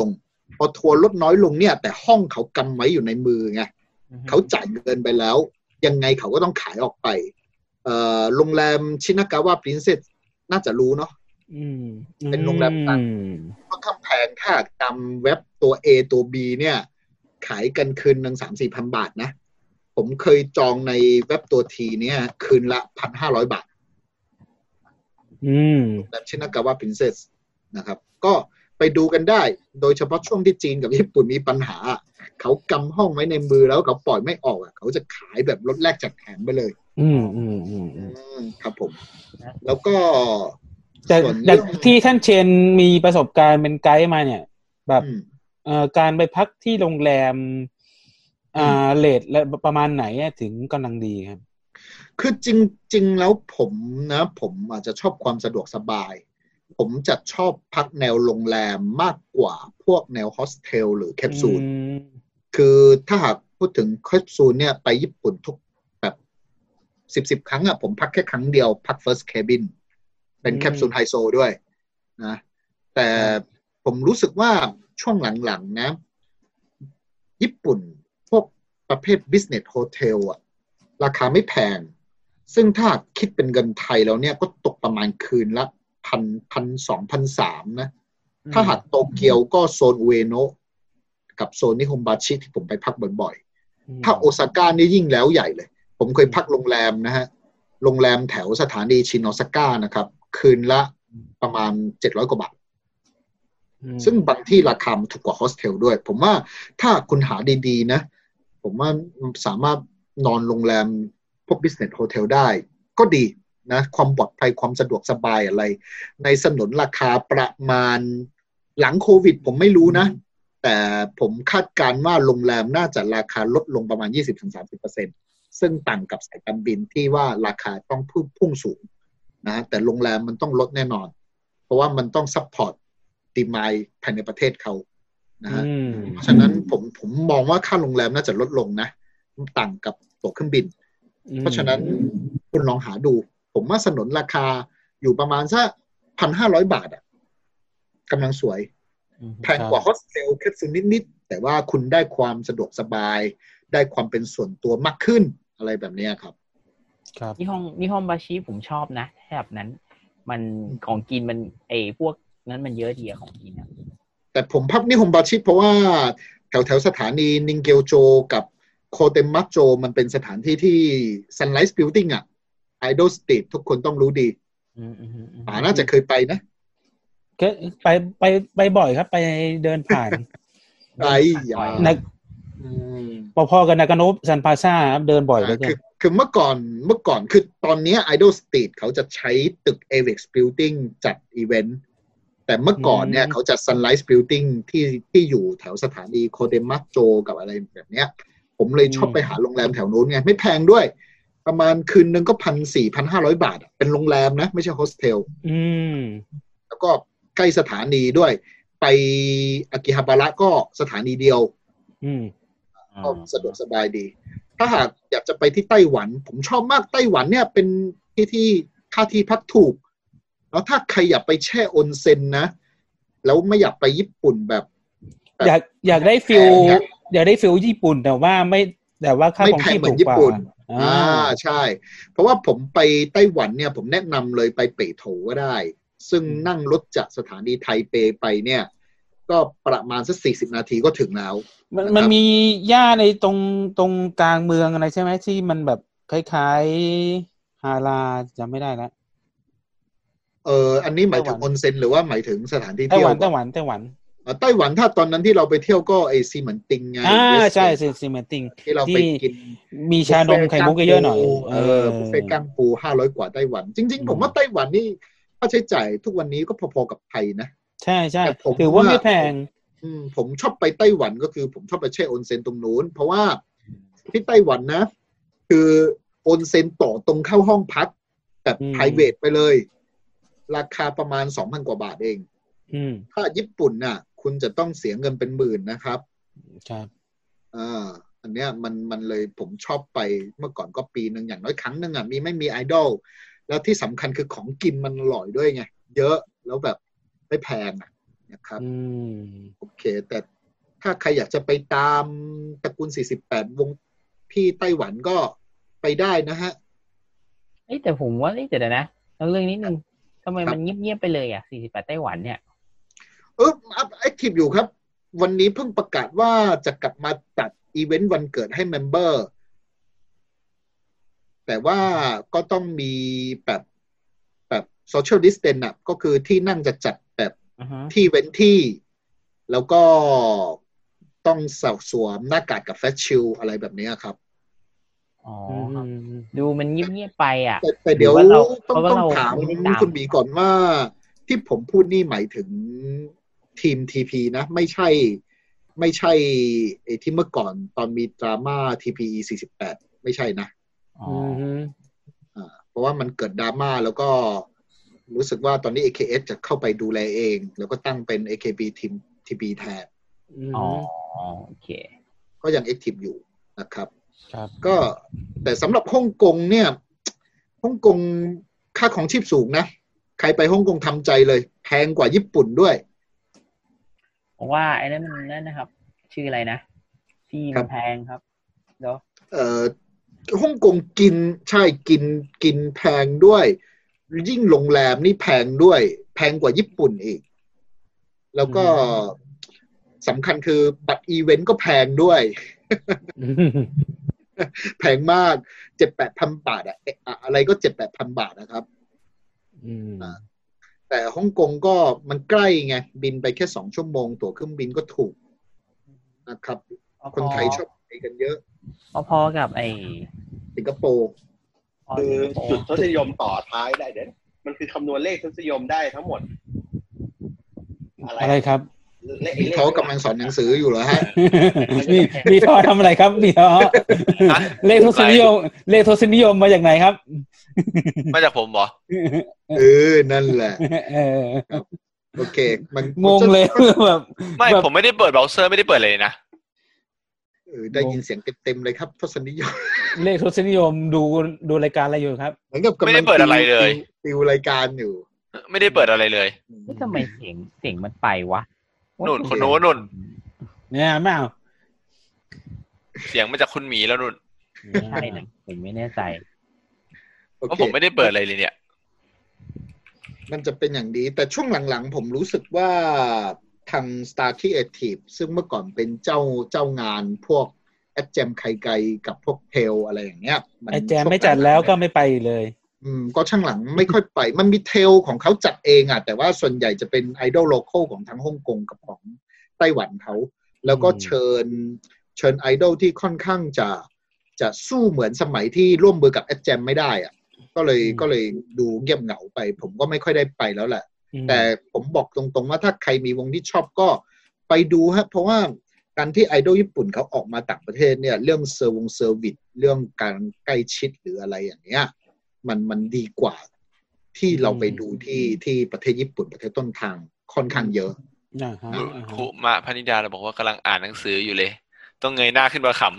พอทัวร์ลดน้อยลงเนี่ยแต่ห้องเขากำไว้อยู่ในมือไงเขาจ่ายเงินไปแล้วยังไงเขาก็ต้องขายออกไปเอ่อโรงแรมชินากาวะพรินเซสน่าจะรู้เนาะเป็นโรงแรมต่างค่อนข้างแพงถ้าตามเว็บตัว A ตัว B เนี่ยขายกันคืนหนึ่ง สามสี่พัน บาทนะผมเคยจองในเว็บตัว T เนี่ยคืนละ หนึ่งพันห้าร้อย บาทอืมแบบชินากาวะพรินเซสนะครับก็ไปดูกันได้โดยเฉพาะช่วงที่จีนกับญี่ปุ่นมีปัญหาเขากำห้องไว้ในมือแล้วเขาปล่อยไม่ออกอ่ะเขาจะขายแบบลดแลกจากแถมไปเลยอืมอืมอืมครับผมแล้วก็แต่แต่ที่ท่านเชนมีประสบการณ์เป็นไกด์มาเนี่ยแบบเอ่อการไปพักที่โรงแรมอ่าเรทและประมาณไหนถึงกำลังดีครับคือจริงๆแล้วผมนะผมอาจจะชอบความสะดวกสบายผมจะชอบพักแนวโรงแรมมากกว่าพวกแนวโฮสเทลหรือแคปซูลคือถ้าหากพูดถึงแคปซูลเนี่ยไปญี่ปุ่นทุกแบบสิบสิบครั้งอะผมพักแค่ครั้งเดียวพัก First Cabin เป็นแคปซูลไฮโซด้วยนะแต่ผมรู้สึกว่าช่วงหลังๆนะญี่ปุ่นพวกประเภท Business Hotel อะราคาไม่แพงซึ่งถ้าคิดเป็นเงินไทยแล้วเนี่ยก็ตกประมาณคืนละพันพันสองพันสามนะถ้าหากโตเกียวก็โซนอุเอโนะกับโซนนิฮงบาชิที่ผมไปพักบ่อยๆถ้าโอซาก้านี่ยิ่งแล้วใหญ่เลยผมเคยพักโรงแรมนะฮะโรงแรมแถวสถานีชินโอซาก้านะครับคืนละประมาณเจ็ดร้อยกว่าบาทซึ่งบางที่ราคาถูกกว่าโฮสเทลด้วยผมว่าถ้าคุณหาดีๆนะผมว่าสามารถนอนโรงแรมพวก Business Hotel ได้ก็ดีนะความปลอดภัยความสะดวกสบายอะไรในสนนราคาประมาณหลังโควิดผมไม่รู้นะแต่ผมคาดการณ์ว่าโรงแรมน่าจะราคาลดลงประมาณ ยี่สิบถึงสามสิบเปอร์เซ็นต์ ซึ่งต่างกับสายการบินที่ว่าราคาต้องพุ่งสูงนะแต่โรงแรมมันต้องลดแน่นอนเพราะว่ามันต้องซัพพอร์ตดีมานด์ภายในประเทศเขานะฮะเพราะฉะนั้นผมผมมองว่าค่าโรงแรมน่าจะลดลงนะต่างกับตั๋วเครื่องบินเพราะฉะนั้นคุณลองหาดูผมว่าสนนราคาอยู่ประมาณสัก หนึ่งพันห้าร้อย บาทอ่ะกำลังสวยแพงกว่าโฮสเทลแคปซูลนิดๆแต่ว่าคุณได้ความสะดวกสบายได้ความเป็นส่วนตัวมากขึ้นอะไรแบบนี้ครับครับนี่ห้องนี่ห้องบาชิผมชอบนะแถบนั้นมันของกินมันไอพวกนั้นมันเยอะดีอะของกินนะแต่ผมพักนี่ฮงบาชิเพราะว่าแถวแถวสถานีนิงเกลโจกับโคเตมมัตโจมันเป็นสถานที่ที่ Sunrise Building อ่ะ Idol Street ทุกคนต้องรู้ดีป๋าน่าจะเคยไปนะไปไปไปบ่อยครับไปเดินผ่านไปนักพอๆกันนากาโนะซันพาซ่าครับเดินบ่อยเลยคือคือเมื่อก่อนเมื่อก่อนคือตอนนี้ Idol Street เขาจะใช้ตึก เอ วี อี เอ็กซ์ Building จัดอีเวนต์แต่เมื่อก่อนเนี่ยเขาจะ Sunrise Building ที่ที่อยู่แถวสถานีโคเดมัตโจกับอะไรแบบเนี้ยผมเลยชอบไปหาโรงแรมแถวนู้นไงไม่แพงด้วยประมาณคืนนึงก็ หนึ่งพันสี่ร้อย หนึ่งพันห้าร้อย บาทเป็นโรงแรมนะไม่ใช่โฮสเทลอืมแล้วก็ใกล้สถานีด้วยไปอากิฮาบาระก็สถานีเดียวอืมก็สะดวกสบายดีถ้าหากอยากจะไปที่ไต้หวันผมชอบมากไต้หวันเนี่ยเป็นที่ที่ค่าที่พักถูกแล้วถ้าใครอยากไปแช่ออนเซ็นนะแล้วไม่อยากไปญี่ปุ่นแบบอยากอยากได้ฟิลอยากได้ฟิลญี่ปุ่นแต่ว่าไม่แต่ว่าค่าของที่ถูกกว่าอ่าใช่เพราะว่าผมไปไต้หวันเนี่ยผมแนะนำเลยไปเป่ยโถก็ได้ซึ่งนั่งรถจากสถานีไทเปไปเนี่ยก็ประมาณสักสี่สิบนาทีก็ถึงแล้วมันมันมีหญ้าในตรงตรงกลางเมืองอะไรใช่ไหมที่มันแบบคล้ายๆฮาราจำไม่ได้แล้วเอออันนี้หมายถึงออนเซ็นหรือว่าหมายถึงสถานที่เที่ยวไต้หวันไต้หวันไต้หวันถ้าตอนนั้นที่เราไปเที่ยวก็ไอซีเหมือนติงไงอ่าใช่ซีเหมือนติงที่เราไปกินมีชานมไข่มุกเยอะหน่อยเออบุฟเฟ่ต์ก้างปูห้าร้อยกว่าไต้หวันจริงๆผมว่าไต้หวันนี่ค่าใช้จ่ายทุกวันนี้ก็พอๆกับไทยนะใช่ใช่ถือว่าไม่แพงอืมผมชอบไปไต้หวันก็คือผมชอบไปแช่ออนเซ็นตรงนู้นเพราะว่าที่ไต้หวันนะคือออนเซ็นต่อตรงเข้าห้องพักแบบไพรเวทไปเลยราคาประมาณ สองพัน กว่าบาทเองถ้าญี่ปุ่นน่ะคุณจะต้องเสียเงินเป็นหมื่นนะครับครับอ่าอันเนี้ยมันมันเลยผมชอบไปเมื่อก่อนก็ปีนึงอย่างน้อยครั้งนึงอ่ะมีไม่มีไอดอลแล้วที่สำคัญคือของกินมันอร่อยด้วยไงเยอะแล้วแบบไม่แพงอ่ะนะครับโอเคแต่ถ้าใครอยากจะไปตามตระกูลสี่สิบแปดวงพี่ไต้หวันก็ไปได้นะฮะเอ้แต่ผมว่าเดี๋ยวนะเรื่องนิดนึงทำไมมันเงียบๆไปเลยอ่ะสี่สิบแปดไต้หวันเนี่ยเออแอคทีฟอยู่ครับวันนี้เพิ่งประกาศว่าจะกลับมาจัดอีเวนต์วันเกิดให้เมมเบอร์แต่ว่าก็ต้องมีแบบแบบโซเชียลดิสเทนซ์อ่ะก็คือที่นั่งจะจัดแบบ uh-huh. ที่เว้นที่แล้วก็ต้องใส่สวมหน้ากากกับแฟชชิลอะไรแบบนี้ครับอ๋อดูมันเงียบๆไปอ่ะแต่, แต่เดี๋ยวต้องต้องถามคุณบีก่อนว่าที่ผมพูดนี่หมายถึงทีม ที พี นะไม่ใช่ไม่ใช่ไอ้ที่เมื่อก่อนตอนมีดราม่า ที พี อี สี่สิบแปดไม่ใช่นะอ๋ออ่าเพราะว่ามันเกิดดราม่าแล้วก็รู้สึกว่าตอนนี้ เอ เค เอส จะเข้าไปดูแลเองแล้วก็ตั้งเป็น เอ เค บี ทีม ที พี แทนอ๋อโอเคก็ยังแอคทีฟอยู่นะครับครับก็แต่สำหรับฮ่องกงเนี่ยฮ่องกงค่าของชีพสูงนะใครไปฮ่องกงทำใจเลยแพงกว่าญี่ปุ่นด้วยผมว่าไอ้นั่นมันนั่นนะครับชื่ออะไรนะที่มันแพงครับเนาะเอ่อฮ่องกงกินใช่กินกินแพงด้วยยิ่งโรงแรมนี่แพงด้วยแพงกว่าญี่ปุ่นอีกแล้วก็สำคัญคือบัตรอีเวนต์ก็แพงด้วยแพงมากเจ็ดแปดพันบาทอะอะไรก็เจ็ดแปดพันบาทนะครับแต่ฮ่องกงก็มันใกล้ไงบินไปแค่สองชั่วโมงตั๋วเครื่องบินก็ถูกนะครับคนไทยชอบไปกันเยอะพอๆกับไอ้สิงคโปร์คือจุดทศนิยมต่อท้ายได้เด่นมันคือคำนวณเลขทศนิยมได้ทั้งหมดอะไรอะไรครับเขากำลังสอนหนังสืออยู่เหรอฮะมีมีท่อทำอะไรครับมีท่อเลขทศนิยมเลขทศนิยมมาจากไหนครับมาจากผมเหรอเออนั่นแหละโอเคมันงงเลยแบบไม่ผมไม่ได้เปิดเบราว์เซอร์ไม่ได้เปิดเลยนะเออได้ยินเสียงเต็มๆเลยครับทศนิยมเลขทศนิยมดูดูรายการอะไรอยู่ครับเหมือนกับไม่ได้เปิดอะไรเลยติวรายการอยู่ไม่ได้เปิดอะไรเลยทำไมเสียงเสียงมันไปวะนุ่นคนโน้นนุ่นเนี่ยไม่เอาเสียงมาจากคุณหมีแล้วนุ่นใช่นะผมไม่แน่ใจเพราะผมไม่ได้เปิดอะไรเลยเนี่ยมันจะเป็นอย่างดีแต่ช่วงหลังๆผมรู้สึกว่าทาง Star Creative ซึ่งเมื่อก่อนเป็นเจ้าเจ้างานพวกแอดแจมไข่ไก่กับพวกเพลอะไรอย่างเงี้ยแอดแจมไม่จัดแล้วก็ไม่ไปเลยอืมก็ช่างหลังไม่ค่อยไปมันมีเทลของเขาจัดเองอ่ะแต่ว่าส่วนใหญ่จะเป็นไอดอลโลคอลของทั้งฮ่องกงกับของไต้หวันเขาแล้วก็เชิญเชิญไอดอลที่ค่อนข้างจะจะสู้เหมือนสมัยที่ร่วมมือกับแอดแจมไม่ได้อ่ะก็เลยก็เลยดูเงียบเหงาไปผมก็ไม่ค่อยได้ไปแล้วแหละแต่ผมบอกตรงๆว่าถ้าใครมีวงที่ชอบก็ไปดูฮะเพราะว่าการที่ไอดอลญี่ปุ่นเขาออกมาต่างประเทศเนี่ยเรื่องเซอร์วงเซอร์วิสเรื่องการใกล้ชิดหรืออะไรอย่างเงี้ยมันมันดีกว่าที่เราไปดูที่ที่ประเทศญี่ปุ่นประเทศต้นทางค่อนข้างเยอะครูมาพนิดาเราบอกว่ากำลังอ่านหนังสืออยู่เลยต้องเงยหน้าขึ้นมาข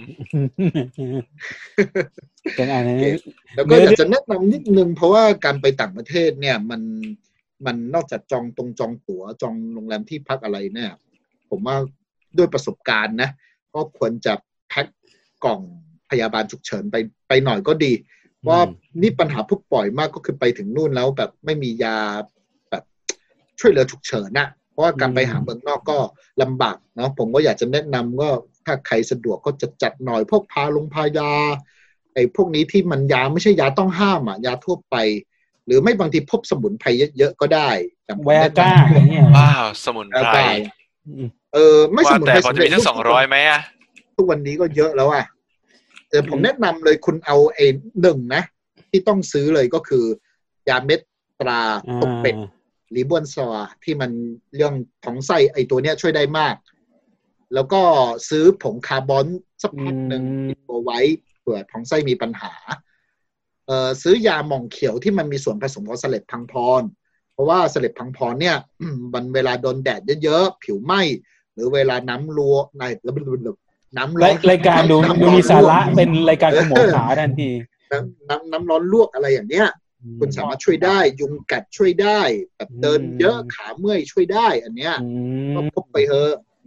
ำกันอ่านแล้วก็อยากจะแนะนำนิดนึงเพราะว่าการไปต่างประเทศเนี่ยมันมันนอกจากจองตรงจองตั๋วจองโรงแรมที่พักอะไรเนี่ยผมว่าด้วยประสบการณ์นะก็ควรจะแพ็คกล่องพยาบาลฉุกเฉินไปไปหน่อยก็ดีว่านี่ปัญหาพบบ่อยมากก็คือไปถึงนู่นแล้วแบบไม่มียาแบบช่วยเหลือฉุกเฉินนะเพราะว่าการไปหาเมืองนอกก็ลำบากเนาะผมก็อยากจะแนะนำก็ถ้าใครสะดวกก็จะจัดหน่อยพวกพาลงพายาไอ้พวกนี้ที่มันยาไม่ใช่ยาต้องห้ามอ่ะยาทั่วไปหรือไม่บางทีพบสมุนไพรเยอะๆก็ได้แวก้าเนี่ยว้าวสมุนไพรเออไม่สมุนไพรแต่พอจะมีสักสองร้อยไหมอ่ะทุกวันนี้ก็เยอะแล้วอ่ะเออผมแนะนำเลยคุณเอาเอหนึ่งนะที่ต้องซื้อเลยก็คือยาเม็ดตราตกเป็ดลิบอนซอที่มันเรื่องท้องไส้ไอตัวเนี้ยช่วยได้มากแล้วก็ซื้อผงคาร์บอนสักพักหนึ่งติดตัวไว้เผื่อท้องไส้มีปัญหาเอ่อซื้อยาหม่องเขียวที่มันมีส่วนผสมของสเลดพังพรเพราะว่าสเลดพังพรเนี่ยมันเวลาโดนแดดเยอะๆผิวไหม้หรือเวลาน้ำรัวในแล้วน้ำร้อนรายการดูดูมีสาระเป็นรายการขโมยขาทันทีน้ำน้ำน้ำร้อนลวกอะไรอย่างเนี้ยคุณสามารถช่วยได้ยุงกัดช่วยได้แบบเดินเยอะขาเมื่อยช่วยได้อันเนี้ยก็พกไปเถอะ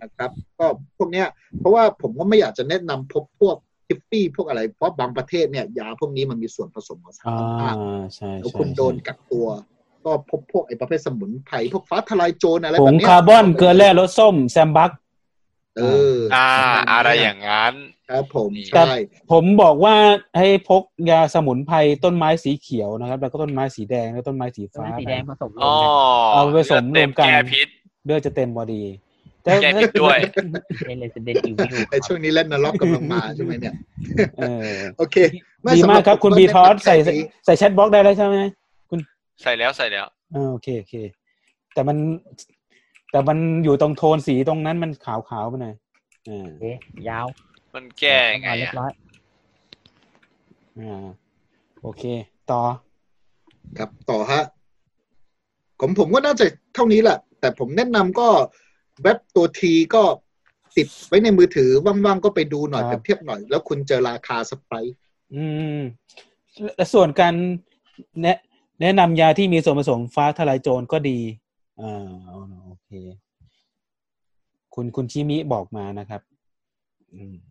นะครับก็พวกเนี้ยเพราะว่าผมก็ไม่อยากจะแนะนำพบพวกทิฟฟี่พวกอะไรเพราะบางประเทศเนี่ยยาพวกนี้มันมีส่วนผสมของสารอ่าต้องห้ามใช่แล้วใช่คุณโดนกักตัวก็พบพวกไอ้ประเภทสมุนไพรพวกฟ้าทลายโจรอะไรผแบงบเนี้ยคาร์บอนเกลือแร่รสส้มแซมบักเอออ่า อะไรอย่างนั้นครับผมแต่ใช่ผมบอกว่าให้พกยาสมุนไพรต้นไม้สีเขียวนะครับแล้วก็ต้นไม้สีแดงแล้วต้นไม้สีฟ้าสีแดงผสมรอ๋วอมกันเอาไปผสมรเต็วมมกันแก้พิษเลือดจะเต็มพอดีแก้พิษด้วยเป็น Resident Evil ไอ้ช่วงนี้เล่นนรกกำลังมาใช่ไหมเนี่ยเออโอเคดีมากครับคุณบีทอสใส่ใส่แชทบล็อกได้แล้วใช่ไหมคุณใส่แล้วใส่แล้วอ่าโอเคโอเคแต่มันแต่มันอยู่ตรงโทนสีตรงนั้นมันขาวๆไปหน่อยอ่าโอเคยาวมันแก้ยังไงเรียอ่ะบร้อยอ่าโอเคต่อครับต่อฮะผมผมก็น่าจะเท่านี้แหละแต่ผมแนะนำก็เว็บตัวทีก็ติดไว้ในมือถือว่างๆก็ไปดูหน่อยเปรียบเทียบหน่อยแล้วคุณเจอราคาสไปร์อืมและส่วนการแนะแนะนำยาที่มีส่วนผสมฟ้าทลายโจรก็ดีอ่าโอเคคุณคุณชิมิบอกมานะครับอืม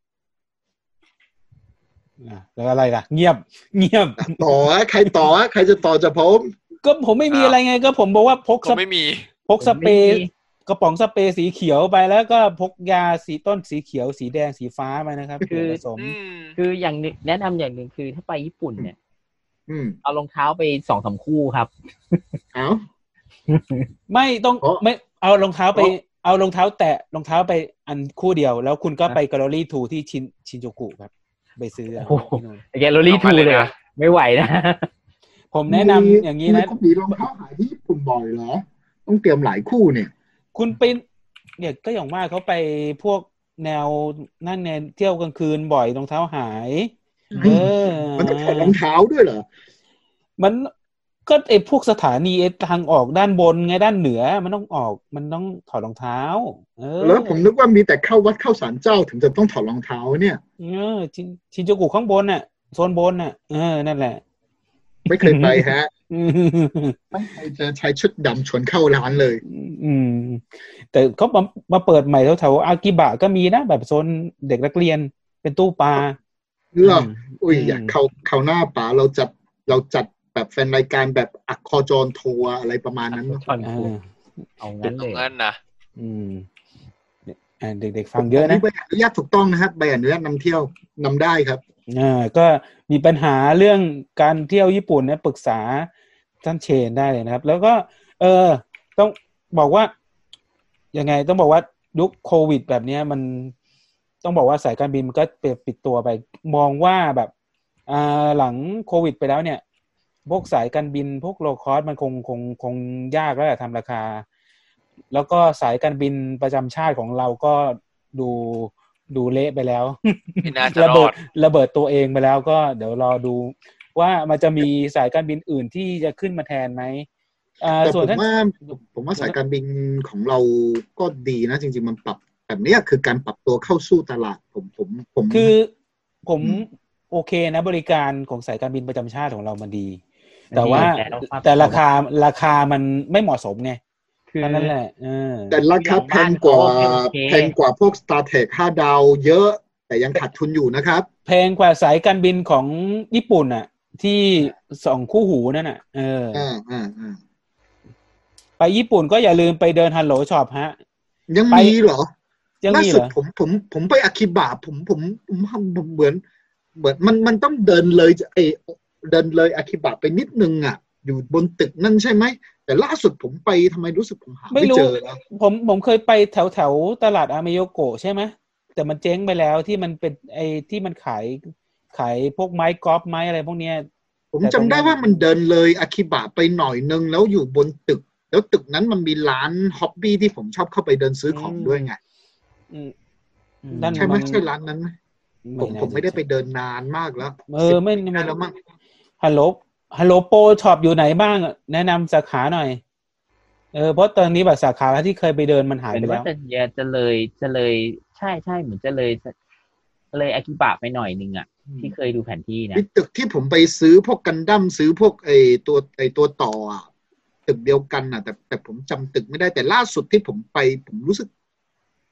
อ่ะแล้วอะไรล่ะ เงียบเงียบต่อใครต่อใครจะต่อจะผมก็ผมไม่มีอะไรไงก็ผมบอกว่าพกผมไม่มีพกสเปรย์กระป๋องสเปรย์สีเขียวไปแล้วก็พกยาสีต้นสีเขียวสีแดงสีฟ้าไปนะครับคือผสมอืมคืออย่างหนึ่งแนะนำอย่างหนึ่งคือถ้าไปญี่ปุ่นเนี่ยอืมเอารองเท้าไปสองสามคู่ครับเอาไม่ต้องเพราะไม่เอารองเท้าไปเพราะเอารองเท้าแตะรองเท้าไปอันคู่เดียวแล้วคุณก็ไปแกลเลอรี่ทูที่ชินชินจูกุครับไปซื้อเอาโอ้โหที่นู่นแกลเลอรี่เอาทูมาเลยเลยนะไม่ไหวนะผมแนะนำอย่างนี้นะคุณมีรองเท้าหายที่ญี่ปุ่นบ่อยเหรอต้องเตรียมหลายคู่เนี่ยคุณไปเนี่ยก็อย่างว่าเขาไปพวกแนวนั่นเนี่ยเที่ยวกลางคืนบ่อยรองเท้าหายเออมันต้องถอดรองเท้าด้วยเหรอมันก็ไอ้พวกสถานีไอ้ทางออกด้านบนไงด้านเหนือมันต้องออกมันต้องถอดรองเท้าเออแล้วผมนึกว่ามีแต่เข้าวัดเข้าศาลเจ้าถึงจะต้องถอดรองเท้าเนี่ยเออชินชินจูกุข้างบนน่ะโซนบนน่ะเออนั่นแหละไม่เคยไปฮะ ไม่เคยจะใช้ชุดดำชวนเข้าร้านเลยอืมแต่เขามามาเปิดใหม่แถวๆอากิบะก็มีนะแบบโซนเด็กนักเรียนเป็นตู้ปลาเหรออุ้ยอยากเข้าเข้าหน้าป๋าเราจัดเราจัดแบบแฟนรายการแบบอักคอจรทัวร์อะไรประมาณนั้นเนอะชอนเอคูอเอางั้นตเลรงยนั้นนะอืมอ่าเด็กๆฟังเยอะนะใบอนุญาตถูกต้องนะครับใบอนุญาตนำเที่ยวนำได้ครับอ่าก็มีปัญหาเรื่องการเที่ยวญี่ปุ่นเนี่ยปรึกษาท่านเชนได้เลยนะครับ แล้วก็ เออ ต้องบอกว่ายังไงต้องบอกว่ายุคโควิดแบบนี้มันต้องบอกว่าสายการบินมันก็ปิดตัวไปมองว่าแบบอ่าหลังโควิดไปแล้วเนี่ยพวกสายการบินพวกโลคอสมันคงคงคงยากแล้วแหละทำราคา แล้วก็สายการบินประจำชาติของเราก็ดูดูเละไปแล้วไม่น่าจะระรเบิอดดระเบิดตัวเองไปแล้วก็เดี๋ยวรอดูว่ามันจะมีสายการบินอื่นที่จะขึ้นมาแทนไหมอ่าแต่ส่ผวนมท่านว่าผมว่าสายการบินของเราก็ดีนะจริงๆมันปรับแบบเนี้ยคือการปรับตัวเข้าสู้ตลาดผมผมผมคือผมอืมโอเคนะบริการของสายการบินประจำชาติของเรามันดี แต่ว่าแต่เราครับแต่ราคาราคามันไม่เหมาะสมไงคือแค่นั้นแหละเออแต่ราคาแพงกว่าโอเคแพงกว่าพวก StarTech ห้าดาวเยอะ แต่ยังขาดทุนอยู่นะครับแพงกว่าสายการบินของญี่ปุ่นอ่ะ ที่สองคู่หูนั่นน่ะเอออ่าอ่าอ่าไปญี่ปุ่นก็อย่าลืมไปเดินฮัลโหลช็อปฮะยังไปมีเหรอยังล่ามีเหสุรดอผมผมผมไปอาคิบะผมผมผมผมเหมือนเหมือนมันมันต้องเดินเลยไอเดินเลยอาคิบะไปนิดนึงอ่ะ อยู่บนตึกนั่นใช่ไหมแต่ล่าสุดผมไปทำไมรู้สึกผมหาไม่ไม่รู้เจอแล้วผมผมเคยไปแถวแถวตลาดอาเมโยโกะใช่ไหมแต่มันเจ๊งไปแล้วที่มันเป็นไอ้ที่มันขายขายพวกไม้กอล์ฟไม้อะไรพวกเนี้ยผมแต่จำตรงนั้นได้ว่ามันเดินเลยอาคิบะไปหน่อยนึงแล้วอยู่บนตึก แล้วตึกนั้นมันมีร้านฮ็อบบี้ที่ผมชอบเข้าไปเดินซื้อของด้วยไงอืมอืมนั่นใช่ไหมมันใช่ร้านนั้นไหมผมผมไม่ได้ไปเดินนานมากแล้วเออไม่สิบปีไม่แล้วมั้งฮัลโหลฮัลโหลโปรช็อปอยู่ไหนบ้างอะแนะนำสาขาหน่อยเออเพราะตอนนี้แบบสาขาที่เคยไปเดินมันหายเหมืไปอนแล้ว่าว จะจะเลยจะเลยใช่ใช่เหมือนจะเลยจะเลยอากิบะไปหน่อยนึงอ่ะ ที่เคยดูแผนที่นะมีตึกที่ผมไปซื้อพวกกันดั้มซื้อพวกไอตัวไอตัวต่ออะตึกเดียวกันอ่ะ แต่แต่ผมจำตึกไม่ได้แต่ล่าสุดที่ผมไป ผมรู้สึก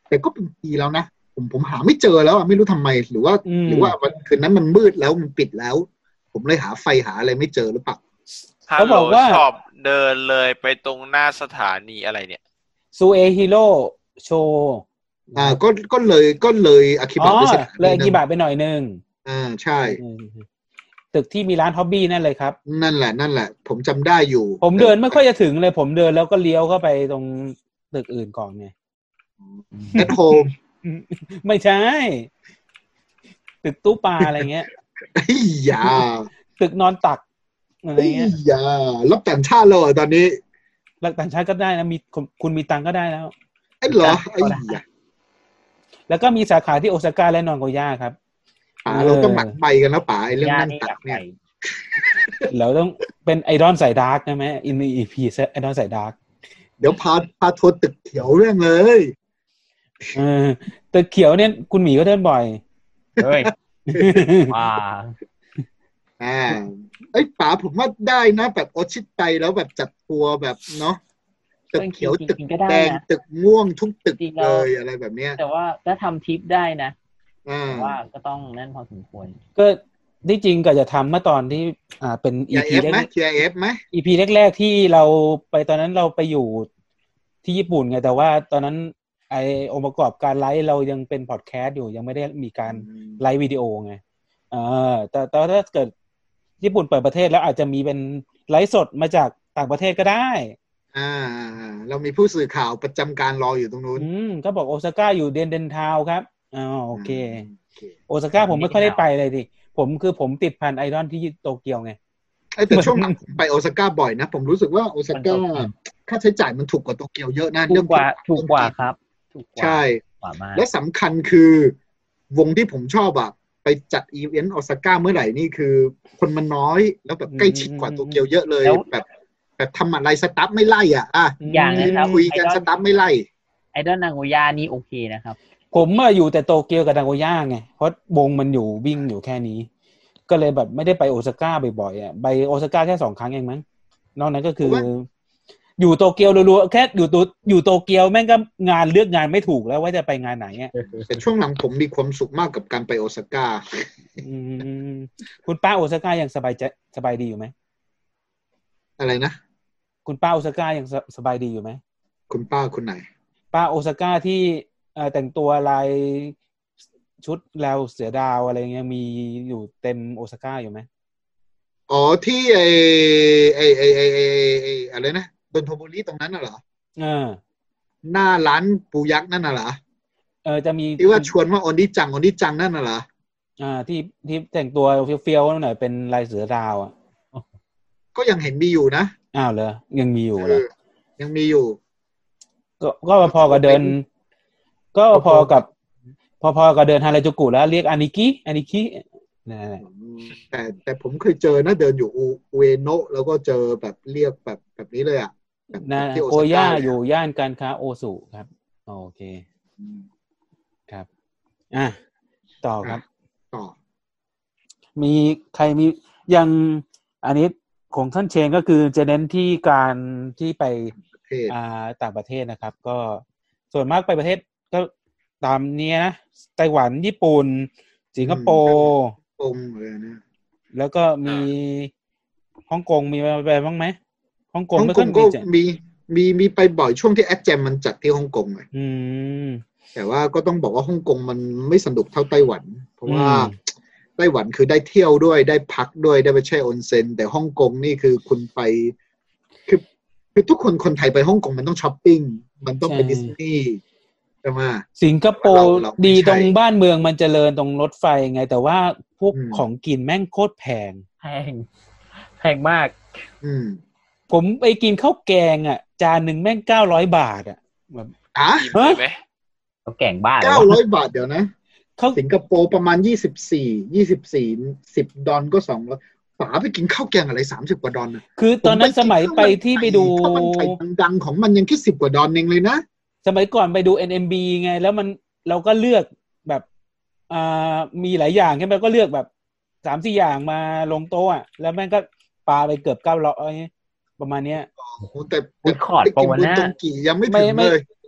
แต่ก็เป็นปีแล้วนะผมผมหาไม่เจอแล้วอ่ะไม่รู้ทำไมหรือว่าหรือว่าวันคืนนั้นมันมืดแล้วมันปิดแล้วผมเลยหาไฟหาอะไรไม่เจอหรือเปล่าเขาบอกว่าชอบเดินเลยไปตรงหน้าสถานีอะไรเนี่ยซูเอฮิโร่โชอ่าก็ก็เลยก็เลยอาคิบะไปสถานีเลยอาคิบะไปหน่อยนึงอ่าใช่ตึกที่มีร้านฮ็อบบี้นั่นเลยครับนั่นแหละนั่นแหละผมจำได้อยู่ผมเดินไม่ค่อยจะถึงเลยผมเดินแล้วก็เลี้ยวเข้าไปตรงตึกอื่นก่อนไงแอทโฮมไม่ใช่ตึกตู้ปลาอะไรเงี้ยไอ้ยาตึกนอนตักอะไรเงี้ยยารับต่างชาติเลยตอนนี้รับต่างชาติก็ได้นะมีคุณมีตังก็ได้แล้วไอ้เหรอไอ้ยาแล้วก็มีสาขาที่โอซาก้าและนอนโกย่าครับป๋าเราต้องหมักไปกันแล้วป๋าไอ้เรื่องนั่งตักเนี่ยเราต้องเป็นไอดอลสายดาร์กใช่ไหมอินมีอีพีไอดอลสายดาร์กเดี๋ยวพาพาทัวร์ตึกเขียวเรื่องเลยเออตึกเขียวเนี่ยคุณหมีก็เดินบ่อยเฮ้ยว้าอ่าไอ้ป๋าผมว่าได้นะแบบโอชิไตแล้วแบบจัดทัวร์แบบเนาะตึกเขียวตึกแดงตึกม่วงทุกตึกเลยอะไรแบบเนี้ยแต่ว่าถ้าทำทริปได้นะแต่ว่าก็ต้องนั่นพอสมควรก็ที่จริงก็จะทำเมื่อตอนที่อ่าเป็น อี พีแรกๆ ที ไอ เอฟ ไหมอี พี แรกๆที่เราไปตอนนั้นเราไปอยู่ที่ญี่ปุ่นไงแต่ว่าตอนนั้นไอองค์ประกอบการไลฟ์เรายังเป็นพอดแคสต์อยู่ยังไม่ได้มีการไลฟ์วิดีโอไงเออแต่แต่ถ้าเกิดญี่ปุ่นเปิดประเทศแล้วอาจจะมีเป็นไลฟ์สดมาจากต่างประเทศก็ได้อ่าเรามีผู้สื่อข่าวประจำการรออยู่ตรงนู้นอืมก็บอกโอซาก้าอยู่เดนเดนทาวครับอ๋อโอเคโอซาก้าผมไม่ค่อยได้ไปเลยดิผมคือผมติดพันไอดอลที่โตเกียวไงแต่ช่วงหลังผมไปโอซาก้าบ่อยนะผมรู้สึกว่าโอซาก้าค่าใช้จ่ายมันถูกกว่าโตเกียวเยอะนะเรื่องถูกกว่าถูกกว่าครับใช่และสำคัญคือวงที่ผมชอบอะไปจัดอีเวนต์โอซาก้าเมื่อไหร่นี่คือคนมันน้อยแล้วแบบใกล้ชิดกว่าโตเกียวเยอะเลยแบบแบบทำอะไรสตาฟไม่ไล่อ่ะอ่ะอย่างนะครับคุยกันสตาฟไม่ไล่ไอดอลนางโกย่านี่โอเคนะครับผมมาอยู่แต่โตเกียวกับนางโกย่าไงเพราะวงมันอยู่วิ่งอยู่แค่นี้ก็เลยแบบไม่ได้ไปโอซาก้าบ่อยๆอ่ะไปโอซาก้าแค่สองครั้งเองมั้งนอกนั้นก็คืออยู่โตเกียวรัวๆแค่อยู่ตัวอยู่โตเกียวแม่งก็งานเลือกงานไม่ถูกแล้วว่าจะไปงานไหนอ่ะแต่ช่วงหลังผมมีความสุขมากกับการไปโอซาก้าคุณป้าโอซาก้ายังสบายใจสบายดีอยู่ไหมอะไรนะคุณป้าโอซาก้ายังสบายดีอยู่ไหมคุณป้าคนไหนป้าโอซาก้าที่แต่งตัวลายชุดแล้วเสือดาวอะไรเงี้ยมีอยู่เต็มโอซาก้าอยู่ไหมอ๋อที่ไอไอไอไอไออะไรนะดนโทโบริตรงนั้นน่ะเหรอเออหน้าร้านปูยักษ์นั่นน่ะเหรอเออจะมีที่ว่าชวนว่าออนดิจังออนดิจังนั่นน่ะเหรออ่าที่ที่แต่งตัวเฟี้ยวๆหน่อยเป็นลายเสือดาวอ่ะก็ยังเห็นมีอยู่นะอ้าวเหรอยังมีอยู่เหรอยังมีอยู่ก็ก็พอกับเดินก็พอกับพอๆกับเดินฮาราจูกุแล้วเรียกอานิกิอานิกินะแต่แต่ผมเคยเจอนะเดินอยู่อุเอโนะแล้วก็เจอแบบเรียกแบบแบบนี้เลยอ่ะนะโกย่าอยู่ย่านการค้าโอสุครับโอเคครับอ่ะต่อครับต่อมีใครมียังอันนี้ของท่านเชนก็คือจะเน้นที่การที่ไปอ่าต่างประเทศนะครับก็ส่วนมากไปประเทศก็ตามนี้นะไต้หวันญี่ปุ่นสิงคโปร์ปงเลยนะแล้วก็มีฮ่องกงมีไปบ้างไหมฮ่องกงฮ่องกงก็มีมีมีไปบ่อยช่วงที่แอดแจมมันจัดที่ฮ่องกงอ่ะอืมแต่ว่าก็ต้องบอกว่าฮ่องกงมันไม่สนุกเท่าไต้หวันเพราะว่าไต้หวันคือได้เที่ยวด้วยได้พักด้วยได้ไปแช่ออนเซ็นแต่ฮ่องกงนี่คือคุณไปคือคือทุกคนคนไทยไปฮ่องกงมันต้องช้อปปิ้งมันต้องไปดิสนีย์ใช่ไหมสิงคโปร์ดีตรงบ้านเมืองมันเจริญตรงรถไฟไงแต่ว่าพวกของกินแม่งโคตรแพงแพงแพงมากอืมผมไปกินข้าวแกงอ่ะจานหนึ่งแม่งเก้าร้อยบาทอ่ะแบบอ่ะเฮ้ยข้าวแกงบ้านเก้าร้อยบาทเดี๋ยวนะสิงคโปร์ประมาณยี่สิบสี่ ยี่สิบสี่ สิบดอลก็สองร้อยป๋าไปกินข้าวแกงอะไรสามสิบกว่าดอลนะคือตอนนั้นสมัยไปที่ไปดูข้าวมันไก่ดังๆของมันยังแค่สิบกว่าดอลเองเลยนะสมัยก่อนไปดู เอ็น เอ็ม บี ไงแล้วมันเราก็เลือกแบบอ่ามีหลายอย่างใช่ไหมก็เลือกแบบ สามสี่ อย่างมาลงโต๊ะอ่ะแล้วแม่งก็ปาไปเกือบเก้าร้อยประมาณเนี้ยโอ้แต่แต่คอร์ดปะวะนะตรงกี่ยังไม่ถึงเลย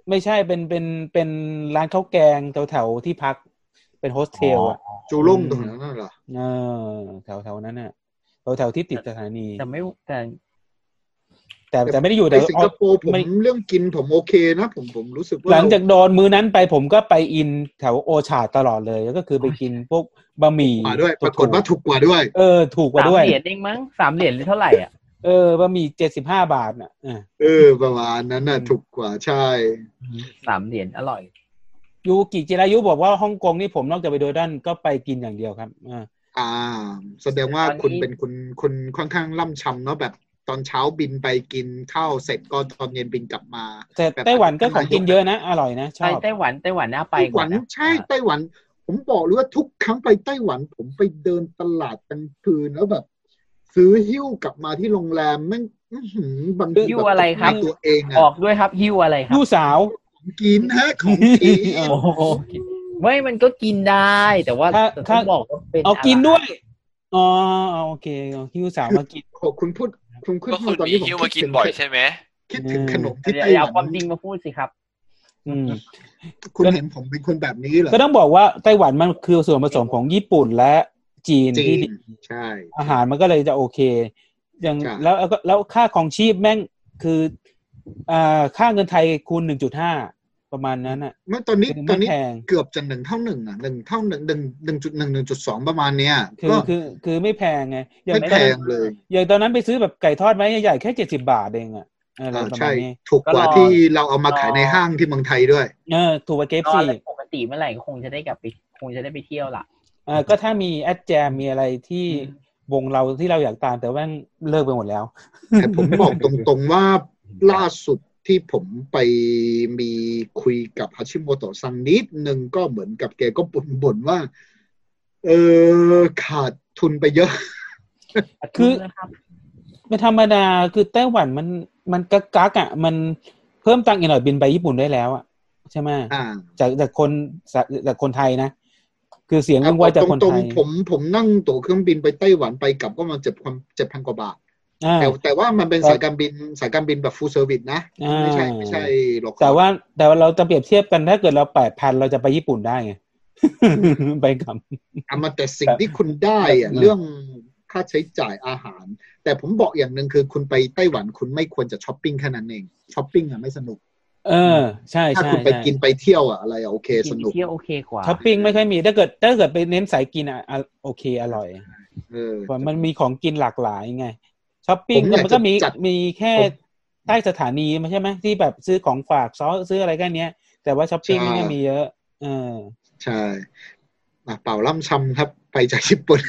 ไม่ใช่เป็นเป็นเป็นร้านข้าวแกงแถวๆที่พักเป็นโฮสเทลอ่ะจูล่งตรงนั้นน่ะเหรอเออแถวๆนั้นน่ะแถวๆที่ติดสถานีแต่ไม่แต่แต่แต่ไม่ได้อยู่แต่สิงคโปร์ผมเรื่องกินผมโอเคนะผมผมรู้สึกว่าหลังจากโดนมื้อนั้นไปผมก็ไปอินแถวโอชาตลอดเลยก็คือไปกินพวกบะหมี่ด้วยปรากฏว่าถูกกว่าด้วยเออถูกกว่าด้วยสามเหรียญเองมั้งสามเหรียญหรือเท่าไหร่อ่ะเออบะหมี่เจ็ดสิบห้าบาทน่ะเออประมาณนั้นน่ะถูกกว่าใช่สามเหรียญอร่อยยูกิจิรายุบอกว่าฮ่องกงนี่ผมนอกจากไปโดยด้านก็ไปกินอย่างเดียวครับอ่าอ่าแสดงว่าคุณเป็นคุณคุณค่อนข้างล่ำชำเนาะแบบตอนเช้าบินไปกินข้าวเสร็จก็ตอนเย็นบินกลับมาแต่ไต้หวันก็ของกินเยอะนะอร่อยนะชอบไต้หวันไต้หวันน่าไปกว่านะใช่ไต้หวันผมบอกเลยว่าทุกครั้งไปไต้หวันผมไปเดินตลาดกลางคืนแล้วแบบซื้อหิ้วกลับมาที่โรงแรมแม่งบางทีหิ้วอะไรครับตัวเองออกด้วยครับหิ้วอะไรครับหิ้วสาวของกินฮะของกินโอ้ไม่มันก็กินได้แต่ว่าถ้าบอกว่าเป็นเอากินด้วยอ๋อโอเคหิ้วสาวมากินคุณพูดคุณพูดตอนนี้ผมหิ้วมากินบ่อยใช่ไหมคิดถึงขนมที่ไต้หวันเอาความจริงมาพูดสิครับอืมคุณเห็นผมเป็นคนแบบนี้เหรอก็ต้องบอกว่าไต้หวันมันคือส่วนผสมของญี่ปุ่นและจีนที่ใช่อาหารมันก็เลยจะโอเคอย่างแล้วแล้วค่าของชีพแม่งคืออ่าค่าเงินไทยคูณ หนึ่งจุดห้า ประมาณนั้นน่ะเมื่อตอนนี้ตอนนี้เกือบจะหนึ่งเท่าหนึ่งอ่ะหนึ่งเท่าหนึ่ง หนึ่งจุดหนึ่ง หนึ่งจุดสอง ประมาณเนี้ยคือคือคือไม่แพงไงไม่แพงเลยอย่างตอนนั้นไปซื้อแบบไก่ทอดไม้ใหญ่ๆแค่เจ็ดสิบบาทเองอ่ะอะไรประมาณนี้ถูกกว่าที่เราเอามาขายในห้างที่เมืองไทยด้วยเออถูกกว่า เค เอฟ ซีปกติเมื่อไหร่ก็คงจะได้กลับไปคงจะได้ไปเที่ยวล่ะอ่าก็ถ้ามีแอดแจมมีอะไรที่วงเราที่เราอยากตามแต่ว่าเลิกไปหมดแล้วแต่ผมบอกตรงๆว่าล่าสุดที่ผมไปมีคุยกับฮาชิโมโตะซังนิดนึงก็เหมือนกับแกก็บ่นๆว่าเออขาดทุนไปเยอะคือไม่ธรรมดาคือไต้หวันมันมันกักกักอ่ะมันเพิ่มตังค์อีกหน่อยบินไปญี่ปุ่นได้แล้วอ่ะใช่ไหมจากจากคนจากคนไทยนะคือเสียงเรื่องว่าจากคนไทยผมผมนั่งตั๋วเครื่องบินไปไต้หวันไปกลับก็มาเจ็ดพันเจ็ดพันกว่าบาทแต่แต่ว่ามันเป็นสายการบินสายการบินแบบฟูลเซอร์วิสนะไม่ใช่ไม่ใช่หรอกแต่ว่าแต่ว่าเราจะเปรียบเทียบกันถ้าเกิดเรา แปดพัน เราจะไปญี่ปุ่นได้ไงไปกับเอามาแต่สิ่งที่คุณได้อ่ะเรื่องค่าใช้จ่ายอาหารแต่ผมบอกอย่างนึงคือคุณไปไต้หวันคุณไม่ควรจะช้อปปิ้งแค่นั้นเองช้อปปิ้งอ่ะไม่สนุกเออใช่ๆถ้าคุณไปกินไปเที่ยวอ่ะอะไรโอเคสนุกเที่ยวโอเคกว่าช้อปปิ้งไม่ค่อยมีถ้าเกิดถ้าเกิดไปเน้นสายกินอ่ะโอเคอร่อยเออมันมีของกินหลากหลายไงช้อปปิ้งมันก็มีมีแค่ใต้สถานีไม่ใช่ไหมที่แบบซื้อของฝากซอซื้ออะไรกันเนี้ยแต่ว่าช้อปปิ้งมันก็มีเยอะเออใช่เป่าล่ำชำครับไปจากญี่ปุ่น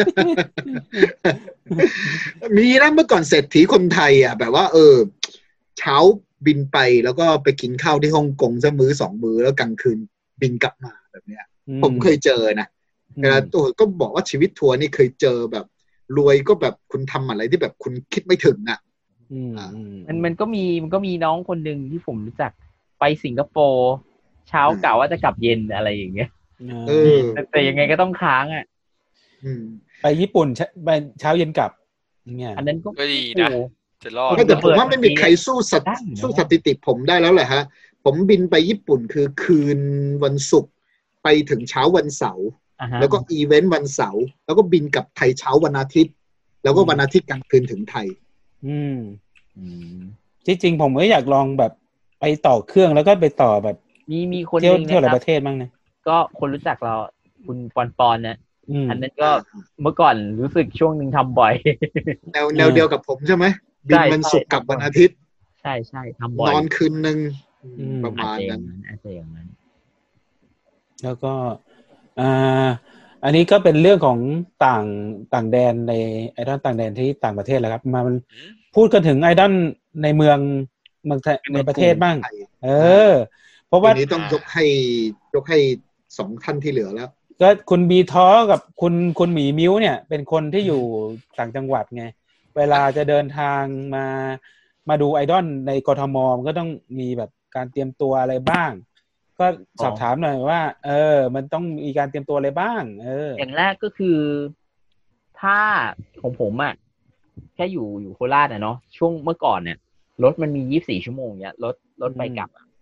มีนะเมื่อก่อนเศรษฐีคนไทยอ่ะแบบว่าเออเช้าบินไปแล้วก็ไปกินข้าวที่ฮ่องกงสักมื้อสองมื้อแล้วกลางคืนบินกลับมาแบบเนี้ยผมเคยเจอนะเวลาตัวก็บอกว่าชีวิตทัวร์นี่เคยเจอแบบรวยก็แบบคุณทำอะไรที่แบบคุณคิดไม่ถึงอ่ะมันมันก็มีมันก็มีน้องคนหนึ่งที่ผมรู้จักไปสิงคโปร์เช้ากะว่าจะกลับเย็นอะไรอย่างเงี้ยเออแต่ยังไงก็ต้องค้างอ่ะไปญี่ปุ่นไปเช้าเย็นกลับเนี่ยอันนั้นก็ดีนะจะรอดแต่ผมว่าไม่มีใครสู้สัตสู้สถิติผมได้แล้วแหละฮะผมบินไปญี่ปุ่นคือคืนวันศุกร์ไปถึงเช้าวันเสาร์แล้วก็อีเวนต์วันเสาร์แล้วก็บินกลับไทยเช้าวันอาทิตย์แล้วก็วันอาทิตย์กลางคืนถึงไทยอืมที่จริงผมก็อยากลองแบบไปต่อเครื่องแล้วก็ไปต่อแบบมีมีคนเที่ยวเที่ยวหลายประเทศบ้างนะก็คนรู้จักเราคุณปอนปอนนะอันนั้นก็เมื่อก่อนรู้สึกช่วงนึงทำบ่อยแนวแนวเดียวกับผมใช่ไหมบินวันศุกร์กับวันอาทิตย์ใช่ใช่ทำบ่อยนอนคืนนึงประมาณนั้นอาจจะอย่างนั้นแล้วก็อ่าอันนี้ก็เป็นเรื่องของต่างต่างแดนในไอดอลต่างแดนที่ต่างประเทศแล้วครับมามันพูดกันถึงไอดอลในเมืองเมืองในประเทศบ้างเออเพราะว่านี้ต้องยกให้ยกให้สองท่านที่เหลือแล้วก็คุณบีท้อกับคุณคุณหมีมิ้วเนี่ยเป็นคนที่อยู่ต่างจังหวัดไงเวลาจะเดินทางมามาดูไอดอลในกทมมันก็ต้องมีแบบการเตรียมตัวอะไรบ้างก็สอบถามหน่อยว่าเออมันต้องมีการเตรียมตัวอะไรบ้างเอออย่างแรกก็คือถ้าของผมอ่ะแค่อยู่อยู่โคราชอ่ะเนาะช่วงเมื่อก่อนเนี่ยรถมันมียี่สิบสี่ชั่วโมงเนี้ยรถรถไปกลับอ่ะ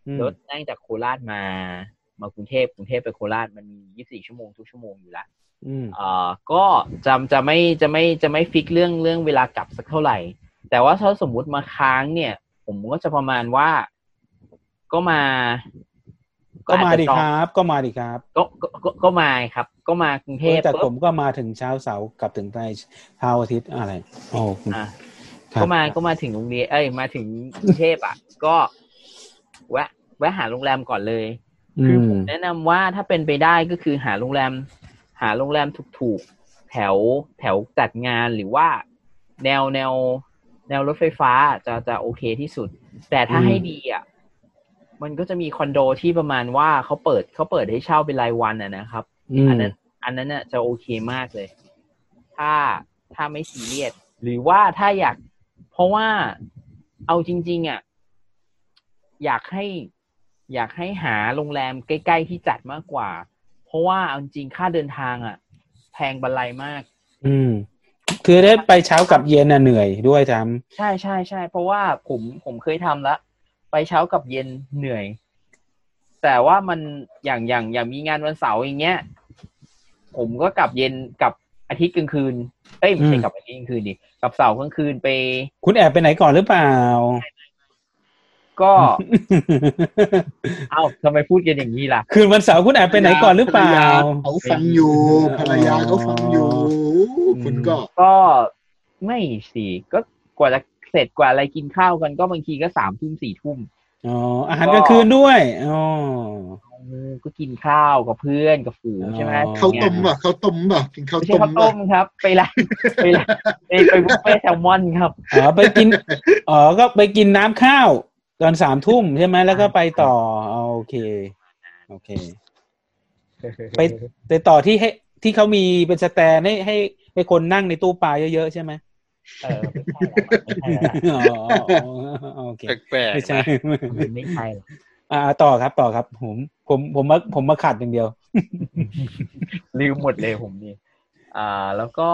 รถนั่งจากโคราชมามากรุงเทพกรุงเทพไปโคราชมันมียี่สิบสี่ชั่วโมงทุกชั่วโมงอยู่แล้วอ่าก็จะจะไม่จะไม่จะไม่ฟิกเรื่องเรื่องเวลากลับสักเท่าไหร่แต่ว่าถ้าสมมุติมาค้างเนี่ยผมก็จะประมาณว่าก็มาก็มาดิครับก็มาดิครับก็ก็ก็มาครับก็มากรุงเทพแต่ผมก็มาถึงเช้าเสาร์กลับถึงใต้เช้าอาทิตย์อะไรโอ้อ่าก็มาก็มาถึงโรงเรียนเอ้ยมาถึงกรุงเทพอ่ะก็แวะแวะหาโรงแรมก่อนเลยคือผมแนะนำว่าถ้าเป็นไปได้ก็คือหาโรงแรมหาโรงแรมถูกๆแถวแถวจัดงานหรือว่าแนวแนวแนวรถไฟฟ้าจะจะโอเคที่สุดแต่ถ้าให้ดีอ่ะมันก็จะมีคอนโดที่ประมาณว่าเขาเปิดเขาเปิดให้เช่าเป็นรายวันอ่ะนะครับอันนั้นอันนั้นน่ะจะโอเคมากเลยถ้าถ้าไม่ซีเรียสหรือว่าถ้าอยากเพราะว่าเอาจริงๆอ่ะอยากให้อยากให้หาโรงแรมใกล้ๆที่จัดมากกว่าเพราะว่าเอาจริงค่าเดินทางอ่ะแพงบันไลมากอืมคือได้ไปเช้ากับเย็นน่ะเหนื่อยด้วยทำใช่ใช่ใช่เพราะว่าผมผมเคยทำละไปเช้ากับเย็นเหนื่อยแต่ว่ามันอย่างอย่างอย่างมีงานวันเสาร์อย่างเงี้ยผมก็กลับเย็นกับอาทิตย์กลางคืนเอ้ยไม่ใช่กับอาทิตย์กลางคืนดิกับเสาร์กลางคืนไปคุณแอบไปไหนก่อนหรือเปล่าก็เอ้าทำไมพูดกันอย่างนี้ล่ะคืนวันเสาร์คุณแอบไปไหนก่อนหรือเปล่าเขาฟังอยู่ภรรยาเขาฟังอยู่คุณก็ก็ไม่สิก็กว่าจะเสร็จกว่าอะไรกินข้าวกันก็บางทีก็สามทุ่มสี่ทุ่มอ๋ออาหารกลางคืนด้วยอ๋อก็กินข้าวกับเพื่อนกับฝูงใช่ไหมข้าวต้มป่ะข้าวต้มป่ะกินข้าวต้มข้าวต้มครับไปร้านไปร้านไปไปบุฟเฟ่แซลมอนครับอ๋อไปกินอ๋อก็ไปกินน้ำข้าวตอนสามทุ่มใช่ไหมแล้วก็ไปต่อโอเคโอเคไปไปต่อที่ให้ที่เขามีเป็นสแตนให้ให้ให้คนนั่งในตู้ปลาเยอะๆใช่ไหมเออไม่ใช่ไม่ใช่อ๋อโอเคแปลกๆไม่ใช่ไม่ใช่อ่าต่อครับต่อครับผมผมผมมาผมมาขัดอย่างเดียวลืมหมดเลยผมนี่อ่าแล้วก็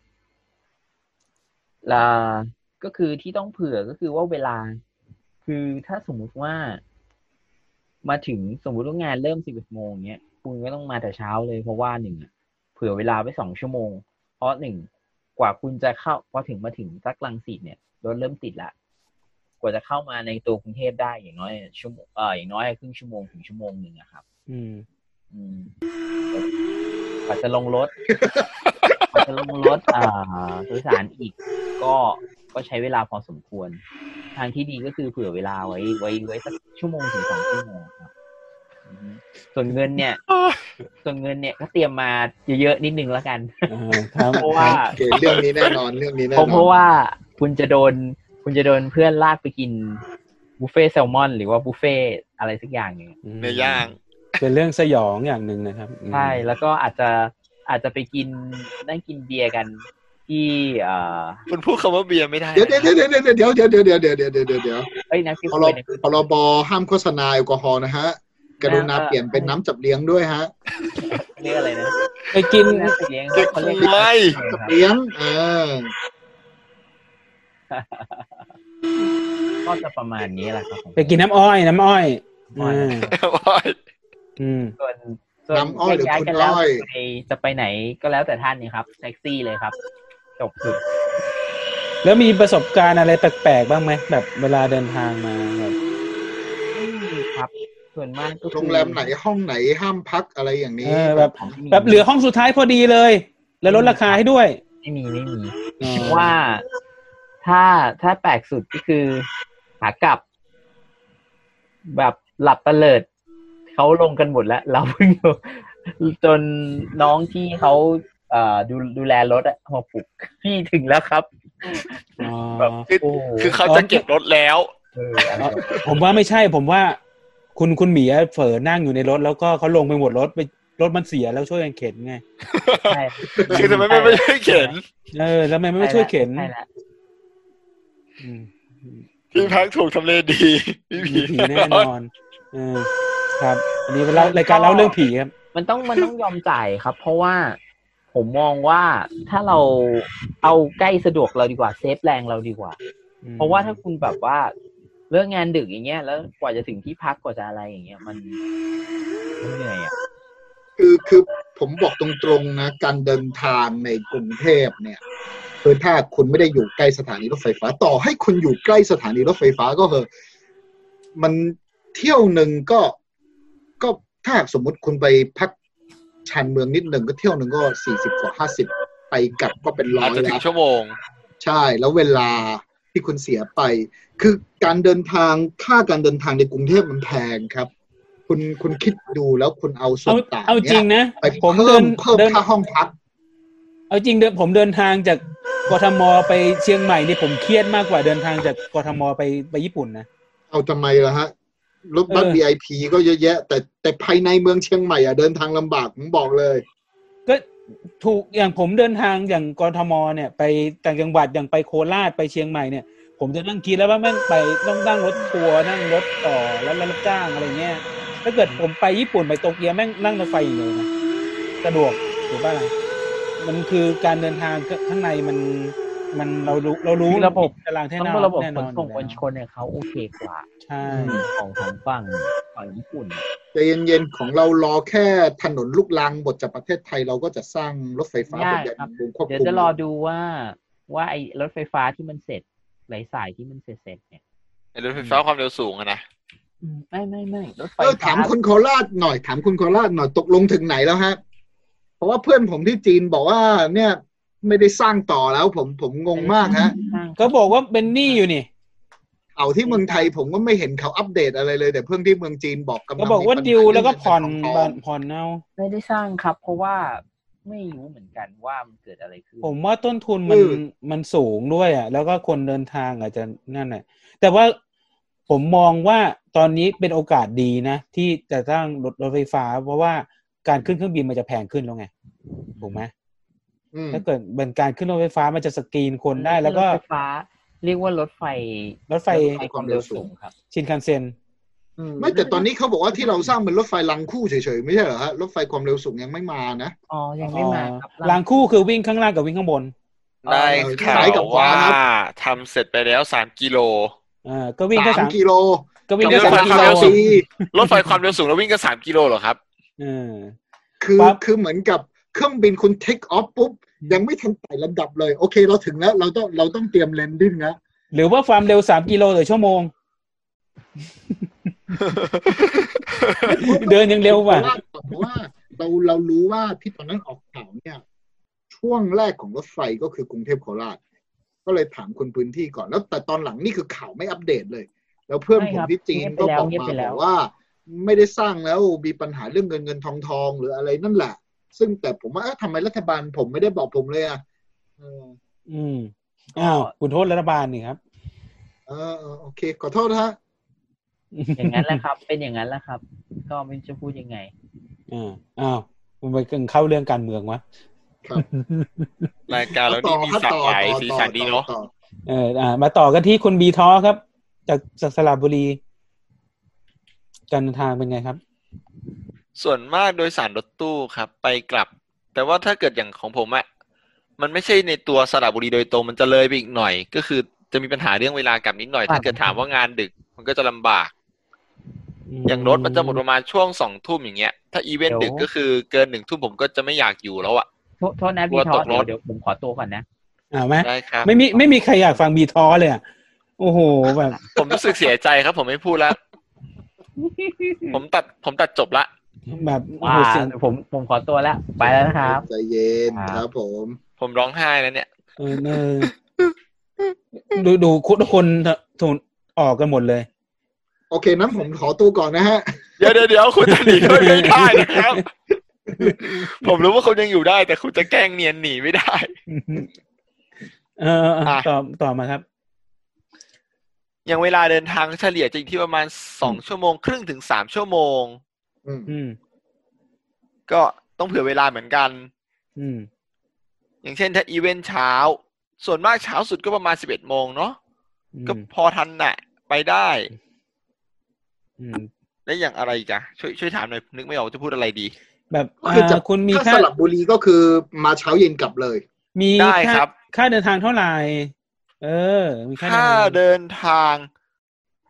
ลาก็คือที่ต้องเผื่อก็คือว่าเวลาคือถ้าสมมุติว่ามาถึงสมมุติว่างานเริ่มสิบเอ็ดโมงเงี้ยคุณก็ต้องมาแต่เช้าเลยเพราะว่าหนึ่งเผื่อเวลาไว้สองชั่วโมงเพราะหนึ่งกว่าคุณจะเข้าพอถึงมาถึงสักรังสิตเนี่ยรถเริ่มติดละกว่าจะเข้ามาในตัวกรุงเทพได้อย่างน้อยชั่วโมงเอ่ออย่างน้อยครึ่งชั่วโมงถึงชั่วโมงนึงอะครับอืมอืมกว่าจะลงรถกว่าจะลงรถอ่าโดยสารอีกก็ก็ใช้เวลาพอสมควรทางที่ดีก็คือเผื่อเวลาไว้ไว้ไว้สักชั่วโมงถึงสองชั่วโมงครับส่วนเงินเนี่ยส่วนเงินเนี่ยก็เตรียมมาเยอะๆนิดนึงแล้วกันเพราะว่าเรื่องนี้แน่นอนเรื่องนี้แน่นอนเพราะว่าคุณจะโดนคุณจะโดนเพื่อนลากไปกินบุฟเฟ่แซลมอนหรือว่าบุฟเฟ่อะไรสักอย่างนึงเนื้อย่างเป็นเรื่องสยองอย่างหนึ่งนะครับใช่แล้วก็อาจจะอาจจะไปกินนั่งกินเบียร์กันที่อ่าคุณพูดคำว่าเบียร์ไม่ได้เดี๋ยวเดี๋ยวเดี๋ยวเดี๋ยวเดี๋ยวเดี๋ยวเดี๋ยวเดี๋ยวเดี๋ยวเดี๋ยวเดี๋ยวเดี๋ยวเฮ้ยนะพรบพรบห้ามโฆษณาแอลกอฮอล์นะฮะกรุณาเปลี่ยนเป็นน้ำจับเลี้ยงด้วยฮะเรียกอะไรนะไปกินน้ำจับเลี้ยงเขาเรียกไม่จับเลี้ยงเออก็จะประมาณนี้แหละครับไปกินน้ำอ้อยน้ำอ้อยอ้อยอืมส่วนส่วนน้ำอ้อยหรือคุณอ้อยจะไปไหนก็แล้วแต่ท่านนี่ครับแท็กซี่เลยครับจบสุดแล้วมีประสบการณ์อะไรแปลกๆบ้างไหมแบบเวลาเดินทางมาแบบครับส่วนมากก็โรงแรมไหนห้องไหนห้ามพักอะไรอย่างนี้แบบแบบเหลือห้องสุดท้ายพอดีเลยแล้วลดราคาให้ด้วยไม่มีไม่มีว่าถ้าถ้าแปลกสุดก็คือขากลับแบบหลับตะเลิดเขาลงกันหมดแล้วเราเพิ่งจนน้องที่เขาเอ่อดูดูแลรถอะมาปลุกพี่ถึงแล้วครับแบบคือเขาจะเก็บรถแล้วผมว่าไม่ใช่ผมว่าคุณคุณหมีเฝอนั่งอยู่ในรถแล้วก็เขาลงไปหมดรถไปรถมันเสียแล้วช่วยกันเข็นไงใช่คือทำไมไม่ไม่ช่วยเข็นเออแล้วทำไมไม่ช่วยเข็นที่พักถูกทำเลดีผีแน่นอนเออครับอันนี้เป็นรายการเล่าเรื่องผีครับมันต้องมันต้องยอมจ่ายครับเพราะว่าผมมองว่าถ้าเราเอาใกล้สะดวกเราดีกว่าเซฟแรงเราดีกว่าเพราะว่าถ้าคุณแบบว่าเลิกงานดึกอย่างเงี้ยแล้วกว่าจะถึงที่พักกว่าจะอะไรอย่างเงี้ยมันมันเหนื่อยอ่ะคือคือผมบอกตรงๆนะการเดินทางในกรุงเทพเนี่ยคือถ้าคุณไม่ได้อยู่ใกล้สถานีรถไฟฟ้าต่อให้คุณอยู่ใกล้สถานีรถไฟฟ้าก็เถอะมันเที่ยวหนึ่งก็ก็ถ้าสมมุติคุณไปพักชานเมืองนิดหนึ่งก็เที่ยวหนึ่งก็สี่สิบกว่าห้าสิบไปกลับก็เป็นร้อยแล้วอาจจะถึงชั่วโมงใช่แล้วเวลาที่คุณเสียไปคือการเดินทางค่าการเดินทางในกรุงเทพมันแพงครับคุณคุณคิดดูแล้วคุณเอาส่วนต่างเนี่ยไปผมเดินเพิ่มค่าห้องพักเอาจริงเดินผมเดินทางจากกทมไปเชียงใหม่นี่ผมเครียดมากกว่าเดินทางจากกทมไปไปญี่ปุ่นนะเอาทำไมล่ะฮะรถบัส วี ไอ พี ก็เยอะแยะแต่แต่ภายในเมืองเชียงใหม่อ่ะเดินทางลำบากผมบอกเลยก็ถูกอย่างผมเดินทางอย่างกทมเนี่ยไปต่างจังหวัดอย่างไปโคราชไปเชียงใหม่เนี่ยผมจะนั่งคิดแล้วว่าแม่งไปต้องนั่งรถทัวร์นั่งรถต่อแล้วรับจ้างอะไรเงี้ยถ้าเกิดผมไปญี่ปุ่นไปโตเกียวแม่งนั่งรถไฟอย่างเดียวนะสะดวกถูกป่ะล่ะมันคือการเดินทางข้างในมันมันเรารู้เรารู้ระบบตารางแน่นอนระบบขนส่งมวลชนเนี่ยเขาโอเคกว่าใช่ของของฝั่งฝั่งญี่ปุ่นใจเย็นๆของเรารอแค่ถนนลูกรังบทจากประเทศไทยเราก็จะสร้างรถไฟฟ้าเป็นอย่างวงควบคุมเดี๋ยวจะรอดูว่าว่าไอ้รถไฟฟ้าที่มันเสร็จหลายสายที่มันเสร็จๆเนี่ยไอ้รถไฟฟ้าความเร็วสูงอะนะไม่ไม่ไม่รถไฟถามคุณโคราชหน่อยถามคุณโคราชหน่อยตกลงถึงไหนแล้วฮะเพราะว่าเพื่อนผมที่จีนบอกว่าเนี่ยไม่ได้สร้างต่อแล้วผมผมงงมากฮะเขาบอกว่าเป็นหนี้อยู่นี่เอาที่เมืองไทยผมก็ไม่เห็นเขาอัปเดตอะไรเลยแต่เพื่อนที่เมืองจีนบอกกำลังเขาบอกว่าดิวแล้วก็ผ่อนผ่อนเอาไม่ได้สร้างครับเพราะว่าไม่รู้เหมือนกันว่ามันเกิดอะไรขึ้นผมว่าต้นทุนมันมันสูงด้วยอ่ะแล้วก็คนเดินทางอาจจะนั่นแหละแต่ว่าผมมองว่าตอนนี้เป็นโอกาสดีนะที่จะสร้างรถรถไฟฟ้าเพราะว่าการขึ้นเครื่องบินมันจะแพงขึ้นแล้วไงถูกไหมถ้าเกิดเป็นการขึ้นรถไฟฟ้ามันจะสกรีนคนได้แล้วก็รถไฟฟ้าเรียกว่ารถไฟรถไฟความเร็วสูงครับชินคันเซ็นไม่แต่ตอนนี้เขาบอกว่าที่เราสร้างเป็นรถไฟรางคู่เฉยๆไม่ใช่เหรอฮะรถไฟความเร็วสูงยังไม่มานะอ๋อยังไม่มาครับรางคู่คือวิ่งข้างล่างกับวิ่งข้างบนได้ข่าวว่าทำเสร็จไปแล้วสามกิโลอ่าก็วิ่งแค่สามกิโลก็วิ่งแค่สามกิโลรถไฟความเร็วสูงแล้ววิ่งแค่สามกิโลเหรอครับเออคือคือเหมือนกับเครื่องบินคุณเทคออฟปุ๊บยังไม่ทันไต่ลำดับเลยโอเคเราถึงแล้วเราต้องเราต้องเตรียมแลนดิ้งนะหรือว่าความเร็วสามกิโลต่อชั่วโมงเดินยังเร็วกว่าเพราะว่าเราเรารู้ว่าที่ตอนนั้นออกข่าวเนี่ยช่วงแรกของรถไฟก็คือกรุงเทพโคราชก็เลยถามคนพื้นที่ก่อนแล้วแต่ตอนหลังนี่คือข่าวไม่อัปเดตเลยแล้วเพื่อนผมที่จีนก็บอกมาบอกว่าไม่ได้สร้างแล้วมีปัญหาเรื่องเงินเงินทองทองหรืออะไรนั่นแหละซึ่งแต่ผมว่าทำไมรัฐบาลผมไม่ได้บอกผมเลยอ่ะอืมอ้าวคุณโทษรัฐบาลนี่ครับเออโอเคขอโทษนะฮะอย่างนั้นแหละครับเป็นอย่างนั้นแหละครับก็ไม่จะพูดยังไงอ่าอ้าวมันไปกึ่งเข้าเรื่องการเมืองวะครับรายการเรานี่มีสายสีสันดีเนาะเอออ่ามาต่อกันที่คุณบีท้อครับจากจากสระบุรีการเดินทางเป็นไงครับส่วนมากโดยสารรถตู้ครับไปกลับแต่ว่าถ้าเกิดอย่างของผมอะมันไม่ใช่ในตัวสระบุรีโดยตรงมันจะเลยไปอีกหน่อยก็คือจะมีปัญหาเรื่องเวลากลับนิดหน่อยถ้าเกิดถามว่างานดึกมันก็จะลำบากอย่างรถมันจะหมดประมาณช่วงสองทุ่มอย่างเงี้ยถ้าอีเวนต์ดึกก็คือเกินหนึ่งทุ่มผมก็จะไม่อยากอยู่แล้วอะโทษนะบีทอเดี๋ยวผมขอตัวก่อนนะอ้าวไหมได้ครับไม่มีไม่มีใครอยากฟังบีทอเลยอ่ะโอ้โหแบบผมรู้สึกเสียใจครับผมไม่พูดแล้วผมตัดผมตัดจบละแบบว่าผมผมขอตัวแล้วไปแล้วนะครับใจเย็นครับผมผมร้องไห้แล้วเนี่ยเออดูดูทุกคนถูกออกกันหมดเลยโอเคนั้นผมขอตัวก่อนนะฮะเดี๋ยวเดี๋ยวเดี๋ยวคุณจะหนีไม่ได้นะครับผมรู้ว่าคุณยังอยู่ได้แต่คุณจะแกล้งเนียนหนีไม่ได้เออต่อต่อมาครับอย่างเวลาเดินทางเฉลี่ยจะอยู่ที่ประมาณสองชั่วโมงครึ่งถึงสามชั่วโมงอืมก็ต้องเผื่อเวลาเหมือนกันอืมอย่างเช่นถ้าอีเวนต์เช้าส่วนมากเช้าสุดก็ประมาณสิบเอ็ดโมงเนาะก็พอทันน่ะไปได้แล้วอย่างอะไรอีกอะช่วยช่วยถามหน่อยนึกไม่ออกจะพูดอะไรดีแบบคือจะคุณมีค่าสลับบุรีก็คือมาเช้าเย็นกลับเลยมีได้ครับค่าเดินทางเท่าไหร่เออมีค่าเดินทาง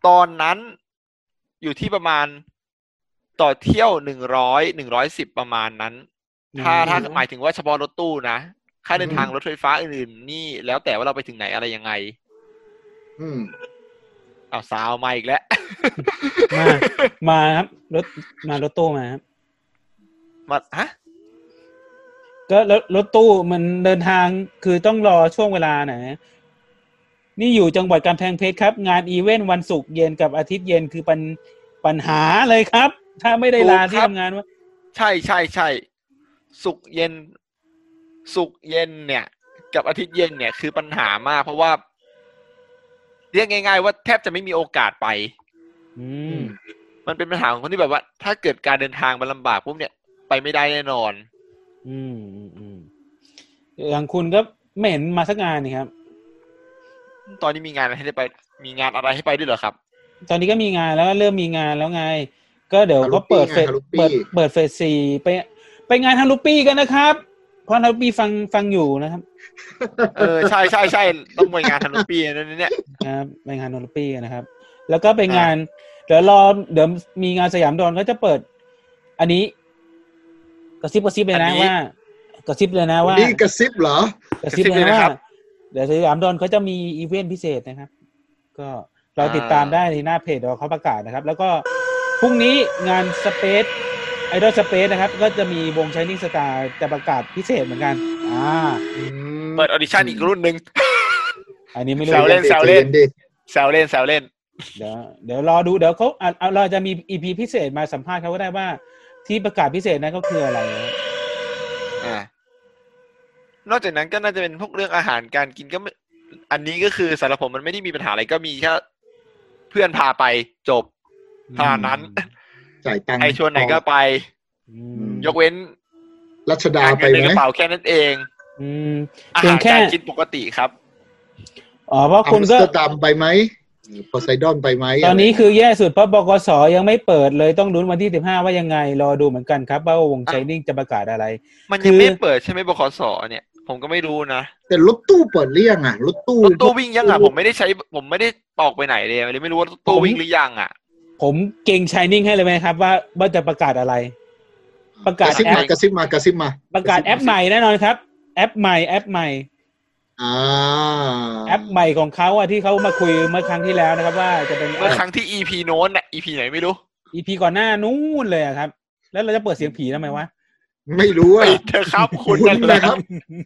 ตอนนั้นอยู่ที่ประมาณต่อเที่ยวหนึ่งร้อยหนึ่งร้อยสิบประมาณนั้นถ้าถ้าหมายถึงว่าเฉพาะรถตู้นะค่าเดินทางรถไฟฟ้าอื่นๆนี่แล้วแต่ว่าเราไปถึงไหนอะไรยังไงอืมอ้าวสาวมาอีกแล้วมามาครับรถมารถตู้มาครับมาฮะก็รถรถตู้มันเดินทางคือต้องรอช่วงเวลาไหนนี่อยู่จังหวัดกำแพงเพชรครับงานอีเวนต์วันศุกร์เย็นกับอาทิตย์เย็นคือปัญปัญหาเลยครับถ้าไม่ได้ลาที่ทำงานว่าใช่ใช่ใช่ศุกร์เย็นศุกร์เย็นเนี่ยกับอาทิตย์เย็นเนี่ยคือปัญหามากเพราะว่าเรียกง่ายๆว่าแทบจะไม่มีโอกาสไปอืมมันเป็นปัญหาของคนที่แบบว่าถ้าเกิดการเดินทางมันลำบากปุ๊บเนี่ยไปไม่ได้แน่นอนอืมอืมอย่างคุณก็ไม่เห็นมาสักงานนี่ครับตอนนี้มีงานอะไรให้ได้ไปมีงานอะไรให้ไปด้วยเหรอครับตอนนี้ก็มีงานแล้วเริ่มมีงานแล้วไงก็เดี๋ยวเขาเปิดเฟสเปิดเปิดเฟสสี่ไปไปงานฮารุปี้กันนะครับเพราะฮารุปี้ฟังฟังอยู่นะครับเออใช่ใช่ใช่ต้องไปงานฮารุปี้นั่นเนี่ยครับไปงานฮารุปี้นะครับ แล้วก็ไปงานเดี๋ยวรอเดี๋ยวมีงานสยามดอนก็จะเปิดอันนี้กระซิบกระซิบเลยนะว่ากระซิบเลยนะว่านี่กระซิบเหรอกระซิบเลยนะว่าเดี๋ยวสยามดอนเขาจะมีอีเวนต์พิเศษนะครับก็เราติดตามได้ในหน้าเพจเขาประกาศนะครับแล้วก็พรุ่งนี้งานสเปซไอดอลสเปซนะครับก็จะมีวง Shining Star จะประกาศพิเศษเหมือนกันอ่าเปิดออดิชั่นอีกรุ่นนึงอันนี้ไม่รู้แซวเล่นแซวเล่นแซวเล่นแซวเล่นเดี๋ยวเดี๋ยวรอดูเดี๋ยวเขาเอาเราจะมี อี พี พิเศษมาสัมภาษณ์เขาก็ได้ว่าที่ประกาศพิเศษนั้นก็คืออะไรอ่านอกจากนั้นก็น่าจะเป็นพวกเรื่องอาหารการกินก็อันนี้ก็คือสำหรับผมมันไม่ได้มีปัญหาอะไรก็มีแค่เพื่อนพาไปจบเท่านั้นจ่ายตังค์ใครชวนไหนก็ไปยกเว้นรัชดาไปไหมในกระเป๋าแค่นั้นเองอาหารการกินปกติครับอ๋อเพราะคุณก็ตามไปไหมโพไซดอนไปไหมตอนนี้คือแย่สุดเพราะบกสยังไม่เปิดเลยต้องลุ้นวันที่สิบห้าว่ายังไงรอดูเหมือนกันครับว่าวง Shining จะประกาศอะไรมันยังไม่เปิดใช่ไหมบกสเนี่ยผมก็ไม่รู้นะแต่รถตู้เปิดหรือยังอ่ะรถตู้รถตู้วิ่งยังอ่ะผมไม่ได้ใช้ผมไม่ได้ออกไปไหนเลยเลยไม่รู้ว่ารถตู้วิ่งหรือยังอ่ะผมเก่ง Shining ให้เลยไหมครับว่าว่าจะประกาศอะไรประกาศแอปกระซิบมากระซิบมาประกาศแอปใหม่แน่นอนครับแอปใหม่แอปใหม่อ่าแอปใหม่ของเขาอ่ะที่เขามาคุยเมื่อครั้งที่แล้วนะครับว่าจะเป็นเมื่อครั้งที่ อี พี โน้นน่ะ อี พี ไหนไม่รู้อี พี ก่อนหน้านู้นเลยครับแล้วเราจะเปิดเสียงผีทำไมวะไม่รู้อ่ะเธอครับคุณนะครับ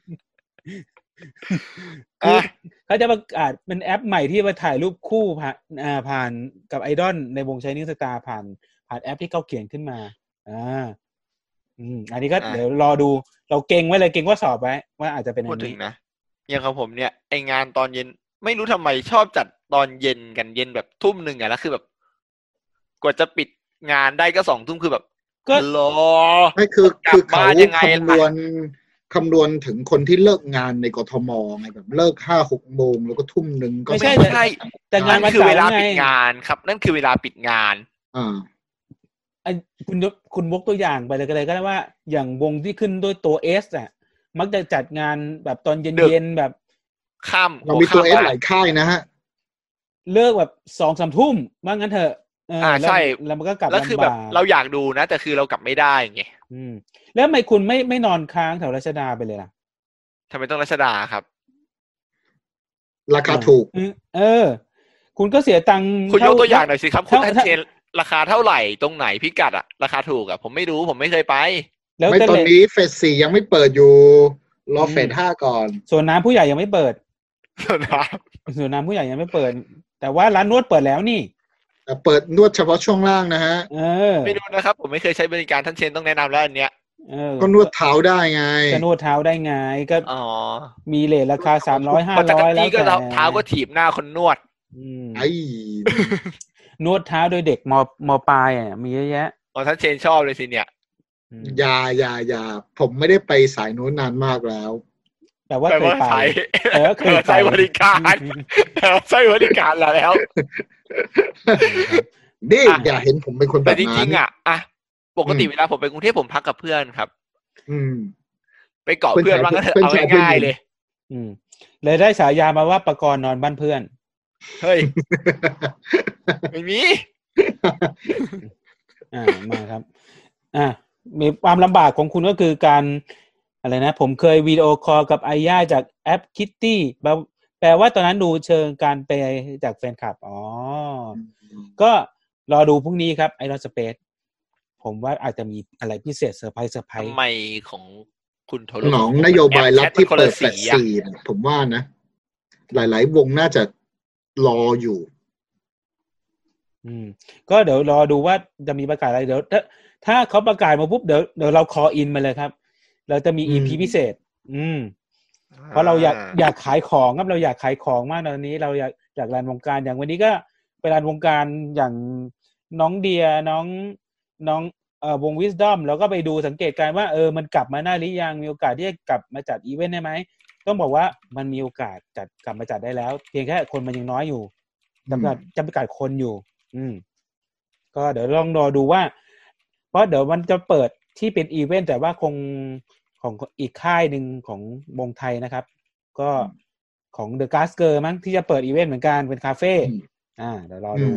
เขาจะประกาศเป็นแอปใหม่ที่มาถ่ายรูปคู่ผ่านอ่าผ่านกับไอดอลในวง Shining Star ผ่านผ่านแอปที่เขาเขียนขึ้นมาอ่าอืมอันนี้ก็เดี๋ยวรอดูเราเก่งไว้เลยเก่งว่าสอบไว้ว่าอาจจะเป็นอย่างนี้นะอย่างของผมเนี่ยไองานตอนเย็นไม่รู้ทำไมชอบจัดตอนเย็นกันเย็นแบบทุ่มหนึ่งอ่ะแล้วคือแบบกว่าจะปิดงานได้ก็สองทุ่มคือแบบก็รอไม่คือคือเขาคำนวณคำนวณถึงคนที่เลิกงานในกทมไงแบบเลิกห้าหกโมงแล้วก็ทุ่มหนึ่งก็ไม่ใช่ใช่แต่งานมันคือเวลาปิดงานครับนั่นคือเวลาปิดงานอ่าคุณคุณวกตัวอย่างไปเลยก็เลยก็ได้ว่าอย่างวงที่ขึ้นด้วยตัว S อ่ะมักจะจัดงานแบบตอนเย็นๆแบบค่ำเรามีตัว S หลายค่ายนะฮะเลิกแบบสองสามทุ่มว่างั้นเถอะอ่าใช่แล้วมันก็กลับแล้วคือแบบเราอยากดูนะแต่คือเรากลับไม่ได้ไงอืมแล้วทำไมคุณไม่ไม่นอนค้างแถวรัชดาไปเลยล่ะทำไมต้องรัชดาครับราคาถูกเออคุณก็เสียตังค์คุณยกตัวอย่างหน่อยสิครับคุณท่านเชนราคาเท่าไหร่ตรงไหนพิกัดอะราคาถูกอะผมไม่รู้ผมไม่เคยไปแล้วไม่ตอนนี้เฟสสี่ยังไม่เปิดอยู่รอเฟสห้าก่อนส่วนน้ำผู้ใหญ่ยังไม่เปิดส่วนน้ำส่วนน้ำผู้ใหญ่ยังไม่เปิดแต่ว่าร้านนวดเปิดแล้วนี่แต่เปิดนวดเฉพาะช่วงล่างนะฮะเออไม่รู้นะครับผมไม่เคยใช้บริการท่านเชนต้องแนะนำแล้วอันเนี้ยก็นวดเท้าได้ไงก็นวดเท้าได้ไงก็อ๋อมีเรทราคาสามร้อยห้าร้อยแล้วแต่เท้าก็ถีบหน้าคนนวดไอ้นวดเท้าโดยเด็กมมปลายอ่ะมีเยอะแยะอ๋อท่านเชนชอบเลยสิเนี่ยอย่าอย่าอย่าผมไม่ได้ไปสายนู้นนานมากแล้วแต่ว่าเคยไปเออเคยใช้บริการใช้บริการแล้วนี่อย่าเห็นผมเป็นคนแบบนั้นแต่จริงๆอ่ะอ่ะปกติเวลาผมไปกรุงเทพผมพักกับเพื่อนครับอืมไปเกาะเพื่อนว่างั้นเถอะเอาง่ายๆเลยอืมเลยได้ฉายามาว่าปกรณ์นอนบ้านเพื่อนเฮ้ย ไม่มีอ่ามาครับอ่ามีความลำบากของคุณก็คือการอะไรนะผมเคยวิดีโอคอลกับไอย่าจากแอป Kitty แปลว่าตอนนั้นดูเชิงการเปย์จากแฟนคลับอ๋อก็รอดูพรุ่งนี้ครับ Iron Space ผมว่าอาจจะมีอะไรพิเศษเซอร์ไพรส์เซอร์ไพรส์ทำไมของคุณโทรหนองนโยบายลับที่เปิดแฟลชสี่ผมว่านะหลายๆวงน่าจะรออยู่อืมก็เดี๋ยวรอดูว่าจะมีประกาศอะไรเดี๋ยวถ้าถ้าเขาประกาศมาปุ๊บเดี๋ยวเดี๋ยวเราคออินมาเลยครับเราจะมี อี พี พิเศษอืมเพราะเราอยากอยากขายของครับเราอยากขายของมากตอนนี้เราอยากอยากรันวงการอย่างวันนี้ก็ไปรันวงการอย่างน้องเดียน้องน้องเอ่อวง Wisdom แล้วก็ไปดูสังเกตการณ์ว่าเออมันกลับมาได้หรือยังมีโอกาสที่จะกลับมาจัดอีเวนต์ได้ไหมต้องบอกว่ามันมีโอกาสจัดกลับมาจัดได้แล้วเพียงแค่คนมันยังน้อยอยู่จำกัดจำกัดคนอยู่อืมก็เดี๋ยวลองรอดูว่าเพราะเดี๋ยวมันจะเปิดที่เป็นอีเวนต์แต่ว่าคงของอีกค่ายหนึ่งของวงไทยนะครับก็ของ The Gasker มั้งที่จะเปิดอีเวนต์เหมือนกันเป็นคาเฟ่อ่าเดี๋ยวรอดู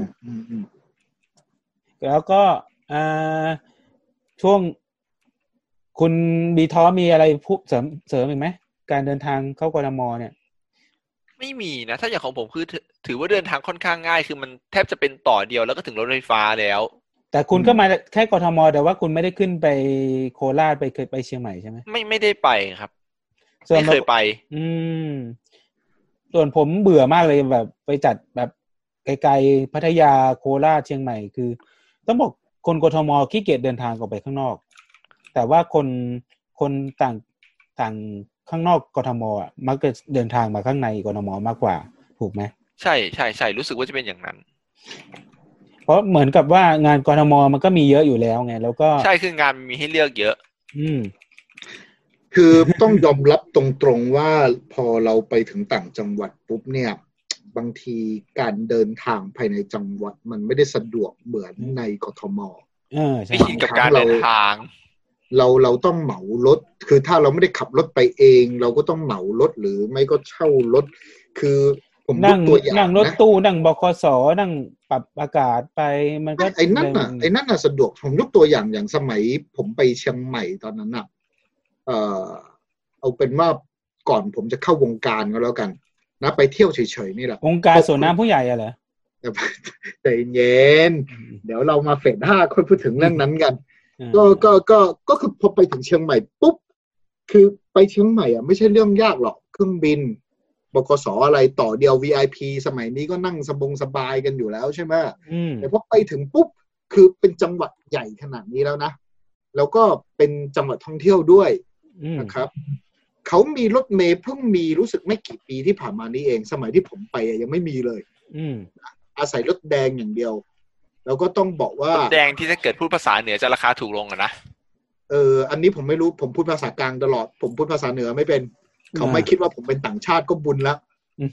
แล้วก็อ่าช่วงคุณบีท้อมีอะไรพูดเสริมเสริมอีกไหมการเดินทางเข้ากทมเนี่ยไม่มีนะถ้าอย่างของผมคือถือว่าเดินทางค่อนข้างง่ายคือมันแทบจะเป็นต่อเดียวแล้วก็ถึงรถไฟฟ้าแล้วแต่คุณก็มาแค่กทมแต่ว่าคุณไม่ได้ขึ้นไปโคราชไปเคยไปเชียงใหม่ใช่ไหมไม่ไม่ได้ไปครับไม่เคยไปอืมส่วนผมเบื่อมากเลยแบบไปจัดแบบไกลๆพัทยาโคราชเชียงใหม่คือต้องบอกคนกทมขี้เกียจเดินทางออกไปข้างนอกแต่ว่าคนคนต่างต่างข้างนอกกทมอ่ะมักจะเดินทางมาข้างในกทมมากกว่าถูกไหมใช่ใช่ใช่รู้สึกว่าจะเป็นอย่างนั้นเพราะเหมือนกับว่างานกทมมันก็มีเยอะอยู่แล้วไงแล้วก็ใช่คืองานมีให้เลือกเยอะอืมคือต้องยอมรับตรงๆว่าพอเราไปถึงต่างจังหวัดปุ๊บเนี่ยบางทีการเดินทางภายในจังหวัดมันไม่ได้สะดวกเหมือนในกทมเออใช่ไม่ชินกับการเดินทางเราเราต้องเหมารถคือถ้าเราไม่ได้ขับรถไปเองเราก็ต้องเหมารถหรือไม่ก็เช่ารถคือผมยกตัวอย่างนะนั่งรถตู้นั่งบขสนั่งปรับอากาศไปมันก็ไอ้นั่นน่ะไอ้นั่นน่ะสะดวกผมยกตัวอย่างอย่างสมัยผมไปเชียงใหม่ตอนนั้นน่ะเอ่อเอาเป็นว่าก่อนผมจะเข้าวงการก็แล้วกันนะไปเที่ยวเฉยๆนี่แหละวงการสวนน้ำผู้ใหญ่อะเหรอใจเย็นเดี๋ยวเรามาเฟสห้าค่อยพูดถึงเรื่องนั้นกันก็ก็ก็ก็คือพอไปถึงเชียงใหม่ปุ๊บคือไปเชียงใหม่อ่ะไม่ใช่เรื่องยากหรอกเครื่องบินบขสอะไรต่อเดียว วี ไอ พี สมัยนี้ก็นั่งสบงสบายกันอยู่แล้วใช่ไหมแต่พอไปถึงปุ๊บคือเป็นจังหวัดใหญ่ขนาดนี้แล้วนะแล้วก็เป็นจังหวัดท่องเที่ยวด้วยนะครับเขามีรถเมล์เพิ่งมีรู้สึกไม่กี่ปีที่ผ่านมานี้เองสมัยที่ผมไปยังไม่มีเลยอาศัยรถแดงอย่างเดียวแล้วก็ต้องบอกว่ารถแดงที่ถ้าเกิดพูดภาษาเหนือจะราคาถูกลงอะนะเอออันนี้ผมไม่รู้ผมพูดภาษากลางตลอดผมพูดภาษาเหนือไม่เป็นเขาไม่คิดว่าผมเป็นต่างชาติก็บุญแล้ว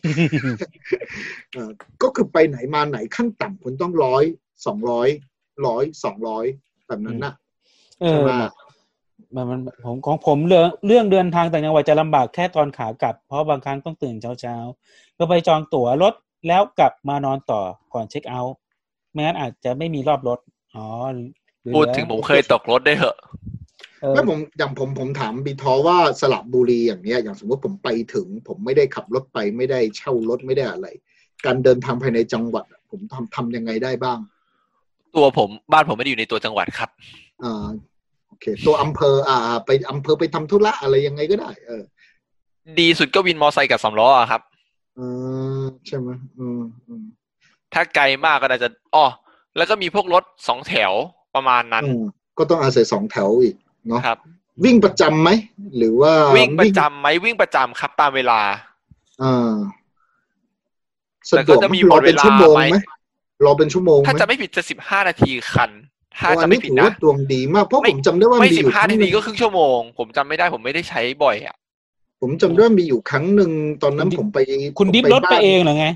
ก็คือไปไหนมาไหนขั้นต่ำคุณต้องร้อยสองร้อยร้อยสองร้อยแบบนั้นน่ะเออมันมันผมของผมเรื่องเรื่องเดินทางต่างจังหวัดจะลำบากแค่ตอนขากลับเพราะบางครั้งต้องตื่นเช้าๆก็ไปจองตั๋วรถแล้วกลับมานอนต่อก่อนเช็คเอาท์ไม่งั้นอาจจะไม่มีรอบรถอ๋อพูดถึงผมเคยตกรถได้เหรอไม่ผมอย่างผมผมถามบีทอว่าสระบุรีอย่างเนี้ยอย่างสมมติผมไปถึงผมไม่ได้ขับรถไปไม่ได้เช่ารถไม่ได้อะไรการเดินทางภายในจังหวัดผมทำทำยังไงได้บ้างตัวผมบ้านผมไม่ได้อยู่ในตัวจังหวัดครับอ่าโอเคตัวอำเภออ่าไปอำเภอไปทำธุระอะไรยังไงก็ได้เออดีสุดก็วินมอไซค์กับสามล้ออะครับอืมใช่ไหมอืมอืมถ้าไกลมากก็อาจจะอ๋อแล้วก็มีพวกรถสองแถวประมาณนั้นก็ต้องอาศัยสองแถวอีกเนาะครับวิ่งประจำไหมหรือว่าวิ่งประจำไหมวิ่งประจำครับตามเวลาอ่าแต่ก็จะมีหมดเวลาไหมรอเป็นชั่วโมงถ้าจะไม่ผิดจะสิบห้านาทีคันถ้าจะไม่ผิดนะดวงดีมากเพราะผมจำได้ว่าไม่สิบห้านาทีก็ครึ่งชั่วโมงผมจำไม่ได้ผมไม่ได้ใช้บ่อยอ่ะผมจำได้มีอยู่ครั้งหนึ่งตอนนั้นผมไปคุณดิฟรถไปเองเหรอไง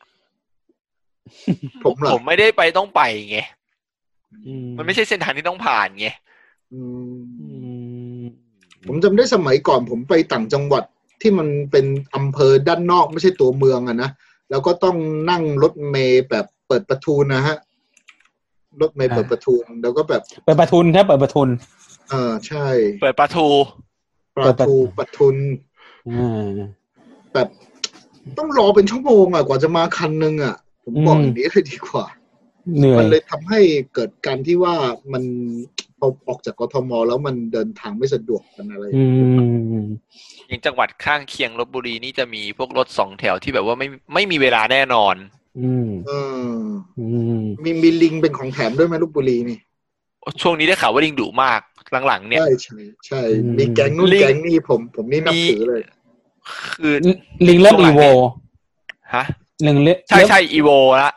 ผมผมไม่ได้ไปต้องไปไงมันไม่ใช่เส้นทางที่ต้องผ่านไงผมจำได้สมัยก่อนผมไปต่างจังหวัดที่มันเป็นอำเภอด้านนอกไม่ใช่ตัวเมืองอะนะแล้วก็ต้องนั่งรถเมล์แบบเปิดประตูนะฮะรถเมล์เปิดประตูแล้วก็แบบเปิดประทุนครับเปิดประทุนเออใช่เปิดประตูประตูประทุนแบบต้องรอเป็นชั่วโมงอ่ะกว่าจะมาคันนึงอ่ะผมบอกอย่างนี้เลยดีกว่ามันเลยทำให้เกิดการที่ว่ามันพอออกจากกทมแล้วมันเดินทางไม่สะดวกกันอะไรอย่างจังหวัดข้างเคียงลพบุรีนี่จะมีพวกรถสองแถวที่แบบว่าไม่ไม่มีเวลาแน่นอนอืมเออมีมีลิงเป็นของแถมด้วยไหมลพบุรีนี่ช่วงนี้ได้ข่าวว่าลิงดุมากหลังๆเนี่ยใช่ใช่ใช่มีแก๊งนู่นแก๊งนี่ผมผมนี่นับถือเลยคือลิงเริ่มอีโวฮะลิงเใช่ใช่อีโวละ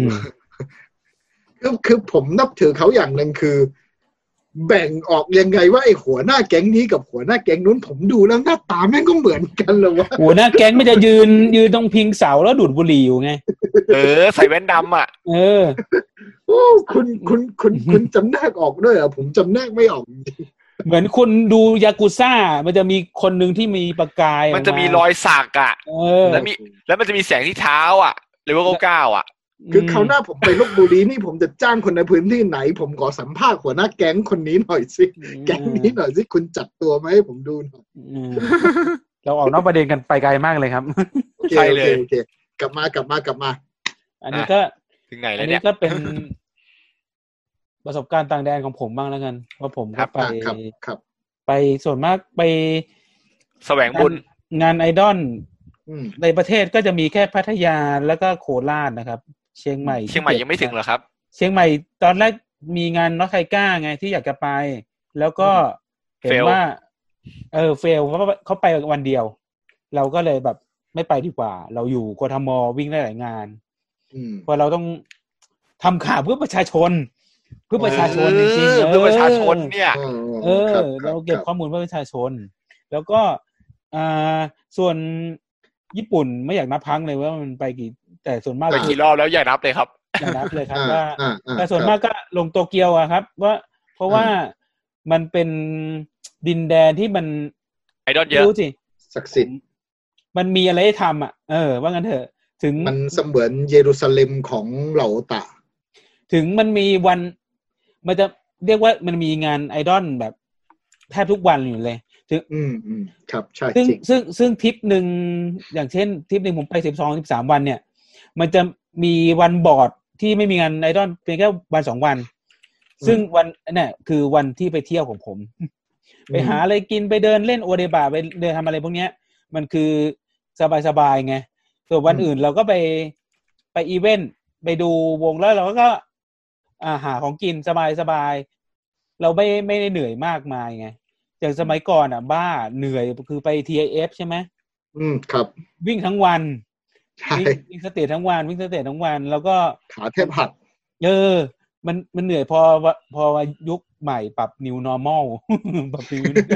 คือคือผมนับถือเขาอย่างนึงคือแบ่งออกยังไงว่าไอ้หัวหน้าแก๊งนี้กับหัวหน้าแก๊งนู้นผมดูแล้วหน้าตาแม่งก็เหมือนกันเลยวะหัวหน้าแก๊งไม่จะยืนยืนตรงพิงเสาแล้วดูดบุหรี่อยู่ไงเออใส่แว่นดำอ่ะเออโอ้คุณคุณคุณคุณจำแนกออกด้วยอ่ะผมจำแนกไม่ออกเหมือนคุณดูยากุซ่ามันจะมีคนหนึ่งที่มีประกายมันจะมีรอยสักอ่ะแล้วมีแล้วมันจะมีแสงที่เท้าอ่ะเลเวลเก้าอ่ะคือคราวหน้าผมไปลพบุรีนี่ผมจะจ้างคนในพื้นที่ไหนผมขอสัมภาษณ์หัวหน้าแก๊งคนนี้หน่อยสิแก๊งนี้หน่อยสิคุณจัดตัวมาให้ผมดูหน่อยเราออกนอกประเด็นกันไปไกลมากเลยครับใช่เลยโอเคกลับมากลับมากลับมาอันนี้ก็ถึงไหนแล้วเนี่ยอันนี้ก็เป็นประสบการณ์ต่างแดนของผมบ้างแล้วกันว่าผมก็ไปไปส่วนมากไปแสวงบุญงานไอดอลในประเทศก็จะมีแค่พัทยาแล้วก็โคราชนะครับเชียงใหม่เชียงใหม่ยังไม่ถึงเหรอครับเชียงใหม่ตอนแรกมีงานน็อตไทก้าไงที่อยากจะไปแล้วก็เห็นว่าเออเฟลเพราะเขาไปวันเดียวเราก็เลยแบบไม่ไปดีกว่าเราอยู่กทมวิ่งได้หลายงานเพราะเราต้องทำข่าวเพื่อประชาชนเพื่อประชาชนจริงๆเพื่อประชาชนเนี่ยเออเราเก็บข้อมูลเพื่อประชาชนแล้วก็อ่าส่วนญี่ปุ่นไม่อยากนับพังเลยว่ามันไปกี่แต่ส่วนมากไปกี่รอบแล้วอยากนับเลยครับอยากนับเลยครับว่าแต่ส่วนมากก็ลงโตเกียวอะครับว่าเพราะว่ามันเป็นดินแดนที่มันไอดอลเยอะรู้สิศักดิ์สิทธิ์มันมีอะไรให้ทำอ่ะเออว่างั้นเถอะถึงมันเสมือนเยรูซาเล็มของเหล่าตะถึงมันมีวันมันจะเรียกว่ามันมีงานไอดอลแบบแทบทุกวันอยู่เลยถึงอืมอืมครับใช่ซึ่งซึ่งซึ่งทริปหนึ่งอย่างเช่นทริปหนึ่งผมไปสิบสอง สิบสามวันเนี่ยมันจะมีวันบอร์ดที่ไม่มีงานไอดอลเพียงแค่วันสองวันซึ่งวันเนี่ยคือวันที่ไปเที่ยวของผมไปหาอะไรกินไปเดินเล่นโอเดบะไปเดินทำอะไรพวกเนี้ยมันคือสบายๆไงส่วนวันอื่นเราก็ไปไปอีเวนต์ไปดูวงแล้วเราก็อาหาของกินสบายๆเราไม่ไม่ได้เหนื่อยมากมายไงอย่างสมัยก่อนอ่ะบ้าเหนื่อยคือไป ที ไอ เอฟ ใช่ไหมอืมครับวิ่งทั้งวันใช่วิ่งสเตจทั้งวันวิ่งสเตจทั้งวันแล้วก็ขาแทบหักเออมันมันเหนื่อยพอพอยุคใหม่ปรับ new normal ปรับ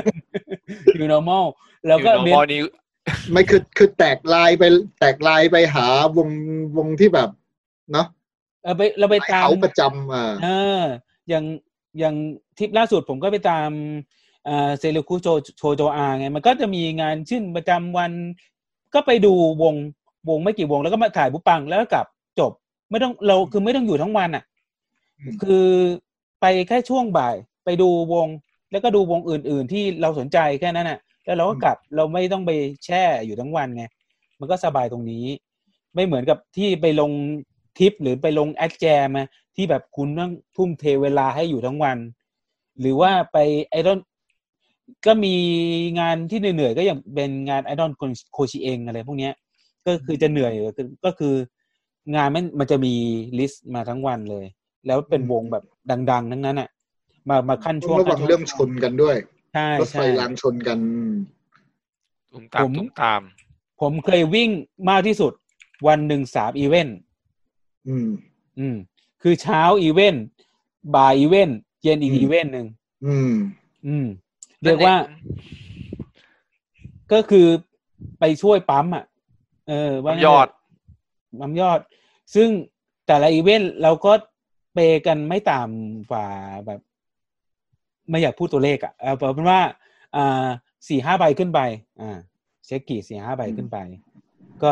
new normal แล้วก็เรียนไม่คือคือแตกลายไปแตกลายไปหาวงวงที่แบบเนาะเออไปเราไปตามเขาประจำอ่าเอออย่างอย่างทริปล่าสุดผมก็ไปตามอ่าเซเลคุโชโชโจอาไงมันก็จะมีงานชื่นประจำวันก็ไปดูวงวงไม่กี่วงแล้วก็มาถ่ายบุปังแล้วก็กลับจบไม่ต้องเราคือไม่ต้องอยู่ทั้งวันอ่ะคือไปแค่ช่วงบ่ายไปดูวงแล้วก็ดูวงอื่นๆที่เราสนใจแค่นั้นน่ะแล้วเราก็กลับเราไม่ต้องไปแช่อยู่ทั้งวันไงมันก็สบายตรงนี้ไม่เหมือนกับที่ไปลงทริปหรือไปลงแอดแจมมาที่แบบคุณต้องทุ่มเทเวลาให้อยู่ทั้งวันหรือว่าไปไอดอลก็มีงานที่เหนื่อยๆก็อย่างเป็นงานไอดอลโคชิเองอะไรพวกนี้ก็คือจะเหนื่อยก็คืองานมันมันจะมีลิสต์มาทั้งวันเลยแล้วเป็นวงแบบดังๆทั้งนั้นอ่ะมามาขั้นช่วงระหว่างเรื่องชนกันด้วยใช่รถไฟรางชนกันตุ้มตามตุ้มตามผมเคยวิ่งมากที่สุดวันหนึ่งสามอีเวนต์อืมอืมคือเช้าอีเวนต์บ่ายอีเวนต์เย็นอีกอีเวนต์หนึ่งอืมอืมเรียกว่าก็คือไปช่วยปั๊มอ่ะเออว่ายอดปั๊มยอดซึ่งแต่ละอีเวนต์เราก็เปกันไม่ต่ำกว่าแบบไม่อยากพูดตัวเลขอ่ะเอาเป็นว่าอ่าสี่ห้าใบขึ้นไปอ่าเช็คกี่สี่ห้าใบขึ้นไปก็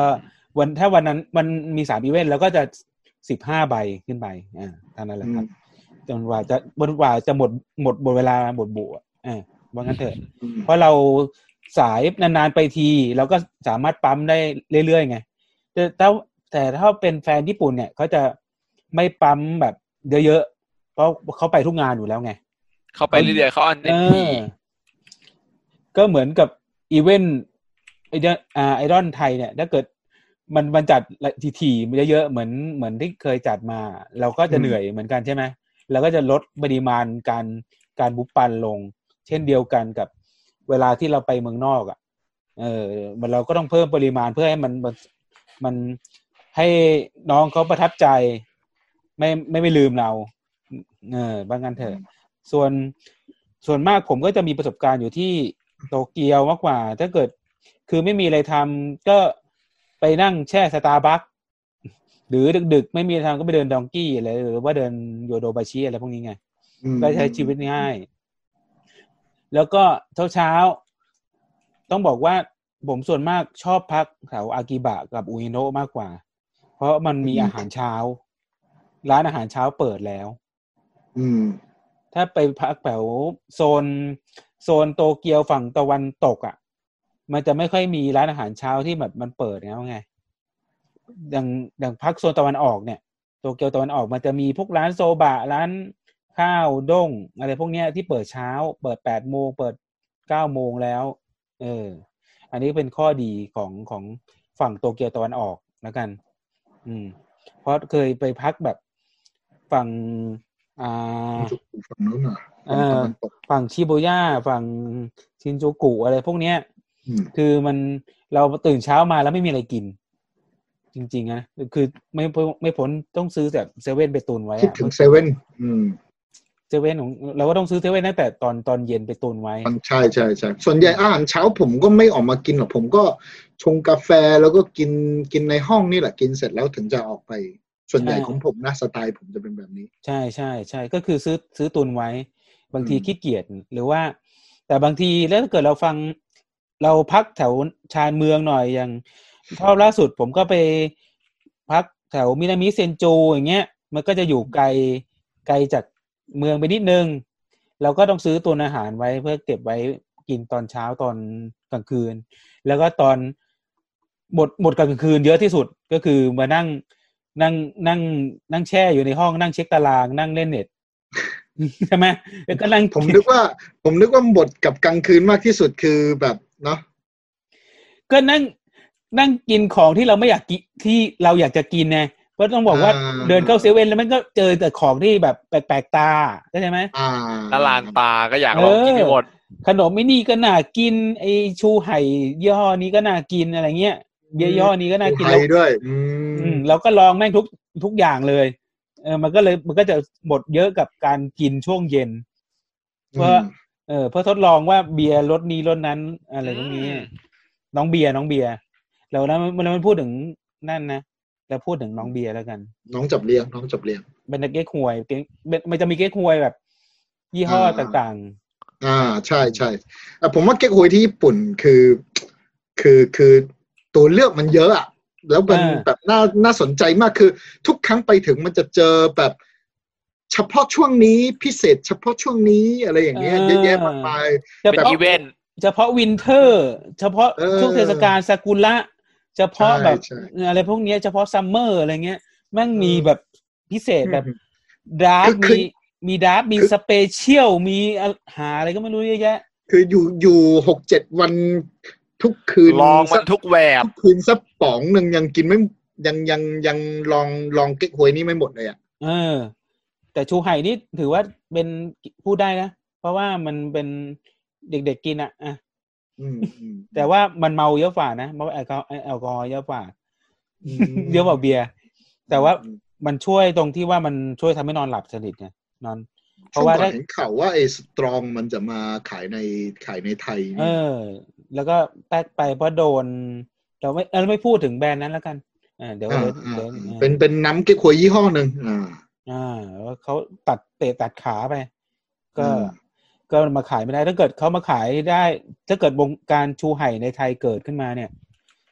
วันถ้าวันนั้นมันมีสามอีเวนต์แล้วก็จะสิบห้าใบขึ้นไปอ่าเท่านั้นแหละครับจนกว่าจะบนกว่าจะหมดหมดหมดเวลาหมดบุอ่ะอ่าว่างั้นเถอะเพราะเราสายนานๆไปทีเราก็สามารถปั๊มได้เรื่อยๆไงแต่ถ้าแต่ถ้าเป็นแฟนญี่ปุ่นเนี่ยเขาจะไม่ปั๊มแบบเยอะๆเพราะเขาไปทุกงานอยู่แล้วไงเขาไปเรื่อยๆเขาอันเน้นทีก็เหมือนกับอีเวนต์ไอเดอ่าไอดอลไทยเนี่ยถ้าเกิดมันมันจัดถี่ๆมันเยอะๆเหมือนเหมือนที่เคยจัดมาเราก็จะเหนื่อยเหมือนกันใช่ไหมเราก็จะลดปริมาณการการบุ๊ปปันลงเช่นเดียวกันกับเวลาที่เราไปเมืองนอกอ่ะเออมันเราก็ต้องเพิ่มปริมาณเพื่อให้มันมันมันให้น้องเขาประทับใจไม่ไม่ไม่ลืมเราเออบ้างงั้นเถอะส่วนส่วนมากผมก็จะมีประสบการณ์อยู่ที่โตเกียวมากกว่าถ้าเกิดคือไม่มีอะไรทำก็ไปนั่งแช่สตาร์บัคหรือดึกๆไม่มีทางก็ไปเดินดองกี้อะไรหรือว่าเดินโยโดบาชิอะไรพวกนี้ไงก็ใช้ชีวิตง่ายแล้วก็เช้าๆต้องบอกว่าผมส่วนมากชอบพักแถวอากิบะกับอุเอโนะมากกว่าเพราะมันมีอาหารเช้าร้านอาหารเช้าเปิดแล้วอืมถ้าไปพักแถวโซนโซนโตเกียวฝั่งตะวันตกอ่ะมันจะไม่ค่อยมีร้านอาหารเช้าที่แบบมันเปิดแล้วไงอย่างอย่างพักโซนตะวันออกเนี่ยโตเกียวตะวันออกมันจะมีพวกร้านโซบะร้านข้าวด้งอะไรพวกเนี้ยที่เปิดเช้าเปิดแปดโมงเปิดเก้าโมงแล้วเอออันนี้เป็นข้อดีของของฝั่งโตเกียวตะวันออกแล้วกันอืมเพราะเคยไปพักแบบฝั่งอ่าฝั่งนู้นน่ะเออฝั่งชิบูย่าฝั่งชินจูกุอะไรพวกเนี้ยคือมันเราตื่นเช้ามาแล้วไม่มีอะไรกินจริงๆนะคือไม่ไม่พ้นต้องซื้อแบบเซเว่นไปตุนไว้อะถึงเซเว่นอืมเซเว่นของเราก็ต้องซื้อเซเว่นตั้งแต่ตอนตอนเย็นไปตุนไว้ใช่ใช่ใช่ส่วนใหญ่อาหารเช้าผมก็ไม่ออกมากินหรอกผมก็ชงกาแฟแล้วก็กินกินในห้องนี่แหละกินเสร็จแล้วถึงจะออกไปส่วนใหญ่ของผมนะสไตล์ผมจะเป็นแบบนี้ใช่ใช่ใช่ก็คือซื้อซื้อตุนไว้บางทีขี้เกียจหรือว่าแต่บางทีแล้วถ้าเกิดเราฟังเราพักแถวชานเมืองหน่อยอย่างรอบล่าสุดผมก็ไปพักแถวมินามิเซนจูอย่างเงี้ยมันก็จะอยู่ไกลไกลจากเมืองไปนิดนึงเราก็ต้องซื้อตุนอาหารไว้เพื่อเก็บไว้กินตอนเช้าตอนกลางคืนแล้วก็ตอนหมดหมดกลางคืนเยอะที่สุดก็คือมานั่งนั่งนั่งนั่งแช่อยู่ในห้องนั่งเช็คตารางนั่งเล่นเน็ตใช่ไหมแล้วก็นั่งผมนึกว่าผมนึกว่าบทกับกลางคืนมากที่สุดคือแบบเนาะก็นั่งนั่งกินของที่เราไม่อยากกินที่เราอยากจะกินไงเพราะต้องบอกว่าเดินเข้าเซเว่นแล้วมันก็เจอแต่ของที่แบบแปลกๆตาใช่ไหมละลานตาก็อยากลองกินไปหมดขนมไม่นี่ก็น่ากินไอชูไห่ยี่ห้อนี้ก็น่ากินอะไรเงี้ยเบียร์ยี่ห้อนี้ก็น่ากินแล้วด้วยอืมเราก็ลองแม่งทุกทุกอย่างเลยเออมันก็เลยมันก็จะหมดเยอะกับการกินช่วงเย็นเพราะเออเพื่อทดลองว่าเบียร์รสนี้รสนั้นอะไรพวกนี้น้องเบียร์น้องเบียร์เราแล้วมันมันพูดถึงนั่นนะเราพูดถึงน้องเบียร์แล้วกันน้องจับเลี้ยงน้องจับเลี้ยงเป็นเก๊กฮวยมันจะมีเก๊กฮวยแบบยี่ห้อต่างๆอ่าใช่ใช่ผมว่าเก๊กฮวยที่ญี่ปุ่นคือคือคือตัวเลือกมันเยอะอะแล้วมันแบบน่าน่าสนใจมากคือทุกครั้งไปถึงมันจะเจอแบบเฉพาะช่วงนี้พิเศษเฉพาะช่วงนี้อะไรอย่างเงี้ยเยอะแยะมากมายเป็นอีเวนต์เฉพาะวินเทอร์เฉพาะช่วงเทศกาลซากุระเฉพาะแบบอะไรพวกนี้เฉพาะซัมเมอร์อะไรเงี้ยแม่งมีแบบพิเศษแบบดาร์กมีมีดาร์กมีสเปเชียลมีหาอะไรก็ไม่รู้เยอะแยะคืออยู่อยู่หกเจ็ดวันทุกคืนลองมันทุกแวบทุกคืนสักป๋องหนึ่งยังกินไม่ยังยังยังลองลองเก๊กฮวยนี่ไม่หมดเลยอ่ะเออแต่ชูไห่นี่ถือว่าเป็นพูดได้นะเพราะว่ามันเป็นเด็กๆกินอ่ะอ่ะแต่ว่ามันเมาเยอะกว่านะเพราะแอลกอฮอล์แอลกอฮอล์เยอะกว่าเยอะกว่าเบียร์แต่ว่ามันช่วยตรงที่ว่ามันช่วยทำให้นอนหลับสนิทไงนอนเพราะว่าเห็นข่าวว่าไอ้สตรองมันจะมาขายในขายในไทยเออแล้วก็แป๊กไปเพราะโดนเราไม่เราไม่พูดถึงแบรนด์นั้นแล้วกันอ่าเดี๋ยวเดี๋ยวเป็นเป็นน้ำเก๊กฮวยยี่ห้อหนึ่งอ่าอ่าแล้วเขาตัดเตะตัดขาไปก็ก็มาขายไม่ได้ถ้าเกิดเขามาขายได้ถ้าเกิดวงการชูไห่ในไทยเกิดขึ้นมาเนี่ย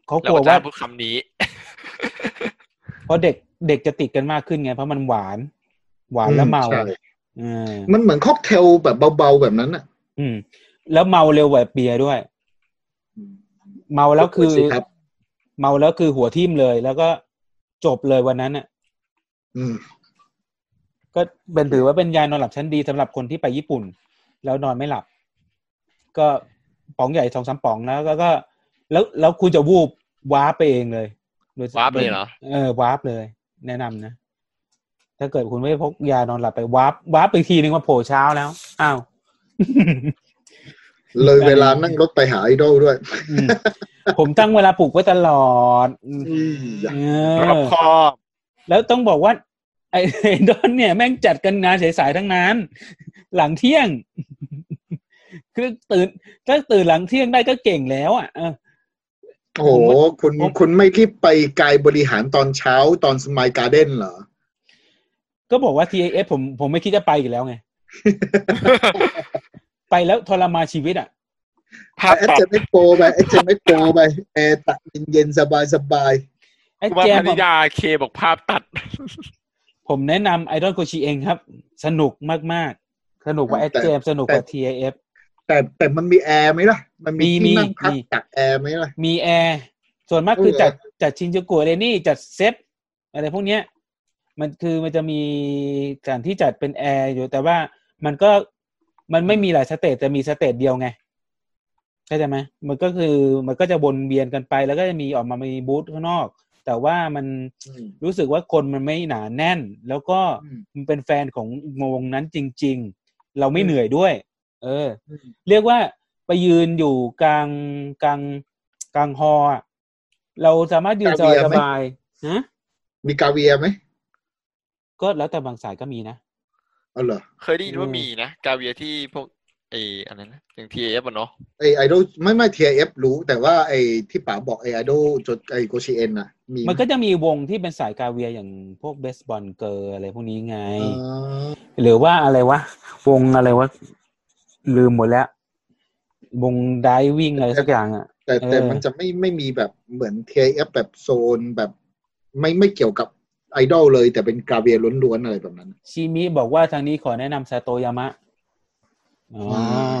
เขากลัวว่าพูดคำนี้เพราะเด็กเด็กจะติดกันมากขึ้นไงเพราะมันหวานหวานแล้วเมาอืมมันเหมือนค็อกเทลแบบเบาๆแบบนั้นอ่ะอืมแล้วเมาเร็วกว่าเบียร์ด้วยเมาแล้วคือเมาแล้วคือหัวทิ่มเลยแล้วก็จบเลยวันนั้นอ่ะอืมก็เป็นถือว่าเป็นยานอนหลับชั้นดีสำหรับคนที่ไปญี่ปุ่นแล้วนอนไม่หลับก็ป๋องใหญ่สองสามป๋องแล้วก็แล้วแล้วคุณจะวูบวาร์ปไปเองเลยวาร์ปเลยเหรอเออวาร์ปเลยแนะนำนะถ้าเกิดคุณไม่พกยานอนหลับไปวาร์ปวาร์ปไปทีนึงมาโผล่เช้าแล้วอ้าวเลยเวลานั่งรถไปหาไอดอลด้วยผมตั้งเวลาปลุกไว้ตลอดรอบคอบแล้วต้องบอกว่าไอดอลเนี่ยแม่งจัดกันงานสายๆทั้งนั้นหลังเที่ยงคือตื่นถ้าตื่นหลังเที่ยงได้ก็เก่งแล้วอ่ะโอ้โหคุณคุณไม่รีบไปกายบริหารตอนเช้าตอนสมายการ์เด้นเหรอก็บอกว่า ที เอ เอฟ ผมผมไม่คิดจะไปอีกแล้วไง ไปแล้วทรมานชีวิตอ่ะภาพตัดจะไม่โปรไปไอ้จะไม่โปรไปแอร์ตัดเย็นๆสบายๆไอ้แจมพัทยาเคบอกภาพตัดผมแนะนำไอดอลโคชิเองครับสนุกมากๆสนุกกว่าแอดเจมสนุกกว่า ที เอ เอฟแต่แต่มันมีแอร์ไหมล่ะมันมีที่นั่งพักตักแอร์ไหมล่ะมีแอร์ส่วนมากคือจัดจัดชินจูกุเรนี่จัดเซตอะไรพวกเนี้ยมันคือมันจะมีสถานที่จัดเป็นแอร์อยู่แต่ว่ามันก็มันไม่มีหลายสเตจจะมีสเตจเดียวไงเข้าใจไหมมันก็คือมันก็จะวนเวียนกันไปแล้วก็จะมีออกมามีบูธข้างนอกแต่ว่ามันรู้สึกว่าคนมันไม่หนาแน่นแล้วก็มันเป็นแฟนของวงนั้นจริงๆเราไม่เหนื่อยด้วยเออเรียกว่าไปยืนอยู่กลางกลางกลางฮอลล์เราสามารถยืนสบายๆฮะมีกาเวียไหมก็แล้วแต่บางสายก็มีนะอ๋อเหรอเคยได้ยินว่ามีนะกาเวียที่พวกไอ้อันนั้นนะอย่าง ที เอ เอฟ อ่ะเนาะไอ้ไอดอลไม่ไม่ ที เอ เอฟ รู้แต่ว่าไอ้ที่ป๋าบอกไอ้ไอดอลจดไอ้โกชิเอ็นน่ะมีมันก็จะมีวงที่เป็นสายกาเวียอย่างพวกเบสบอลเกอร์อะไรพวกนี้ไงหรือว่าอะไรวะวงอะไรวะลืมหมดแล้ววงไดวิ่งอะไรสักอย่างอ่ะแต่แต่มันจะไม่ไม่มีแบบเหมือน ที เอ เอฟ แบบโซนแบบไม่ไม่เกี่ยวกับไอดอลเลยแต่เป็นกาเวียล้วนๆอะไรแบบนั้นชิมิบอกว่าทางนี้ขอแนะนำซาโตยามะอ๋อ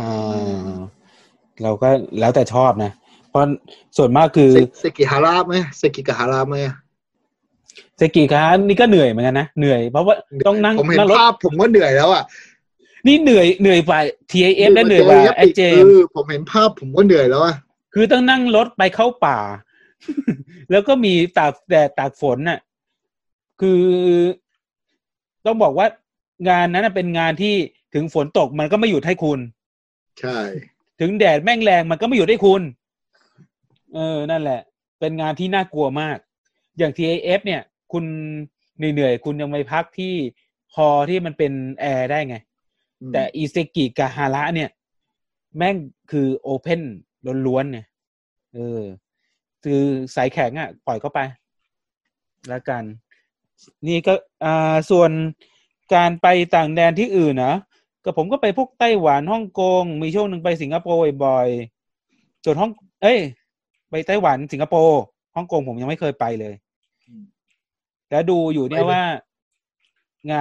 เราก็แล้วแต่ชอบนะเพราะส่วนมากคือเซกิฮาระไหมเซกิกะฮาระไหมเซกิกะฮาระนี่ก็เหนื่อยเหมือนกันนะเหนื่อยเพราะว่าต้องนั่งผมเห็นภาพผมก็เหนื่อยแล้วอ่ะนี่เหนื่อยเหนื่อยไป ที เอ เอฟ และเหนื่อยกว่าไอเจมผมเห็นภาพผมก็เหนื่อยแล้วอ่ะคือต้องนั่งรถไปเข้าป่าแล้วก็มีตากแดดตากฝนน่ะคือต้องบอกว่างานนั้นเป็นงานที่ถึงฝนตกมันก็ไม่หยุดให้คุณใช่ถึงแดดแม่งแรงมันก็ไม่หยุดให้คุณเออนั่นแหละเป็นงานที่น่ากลัวมากอย่าง ที เอ เอฟ เนี่ยคุณเหนื่อยๆคุณยังไปพักที่ฮอที่มันเป็นแอร์ได้ไงแต่อิเซกิกะฮาระเนี่ยแม่งคือโอเพ่นล้วนๆเนี่ยเออคือสายแข็งอ่ะปล่อยเข้าไปแล้วกันนี่ก็อ่าส่วนการไปต่างแดนที่อื่นนะก็ผมก็ไปพวกไต้หวันฮ่องกงมีช่วงหนึ่งไปสิงคโปร์บ่อยๆส่วนฮ่องเอ้ยไปไต้หวันสิงคโปร์ฮ่องกงผมยังไม่เคยไปเลยแล้วดูอยู่เนี่ยว่างาน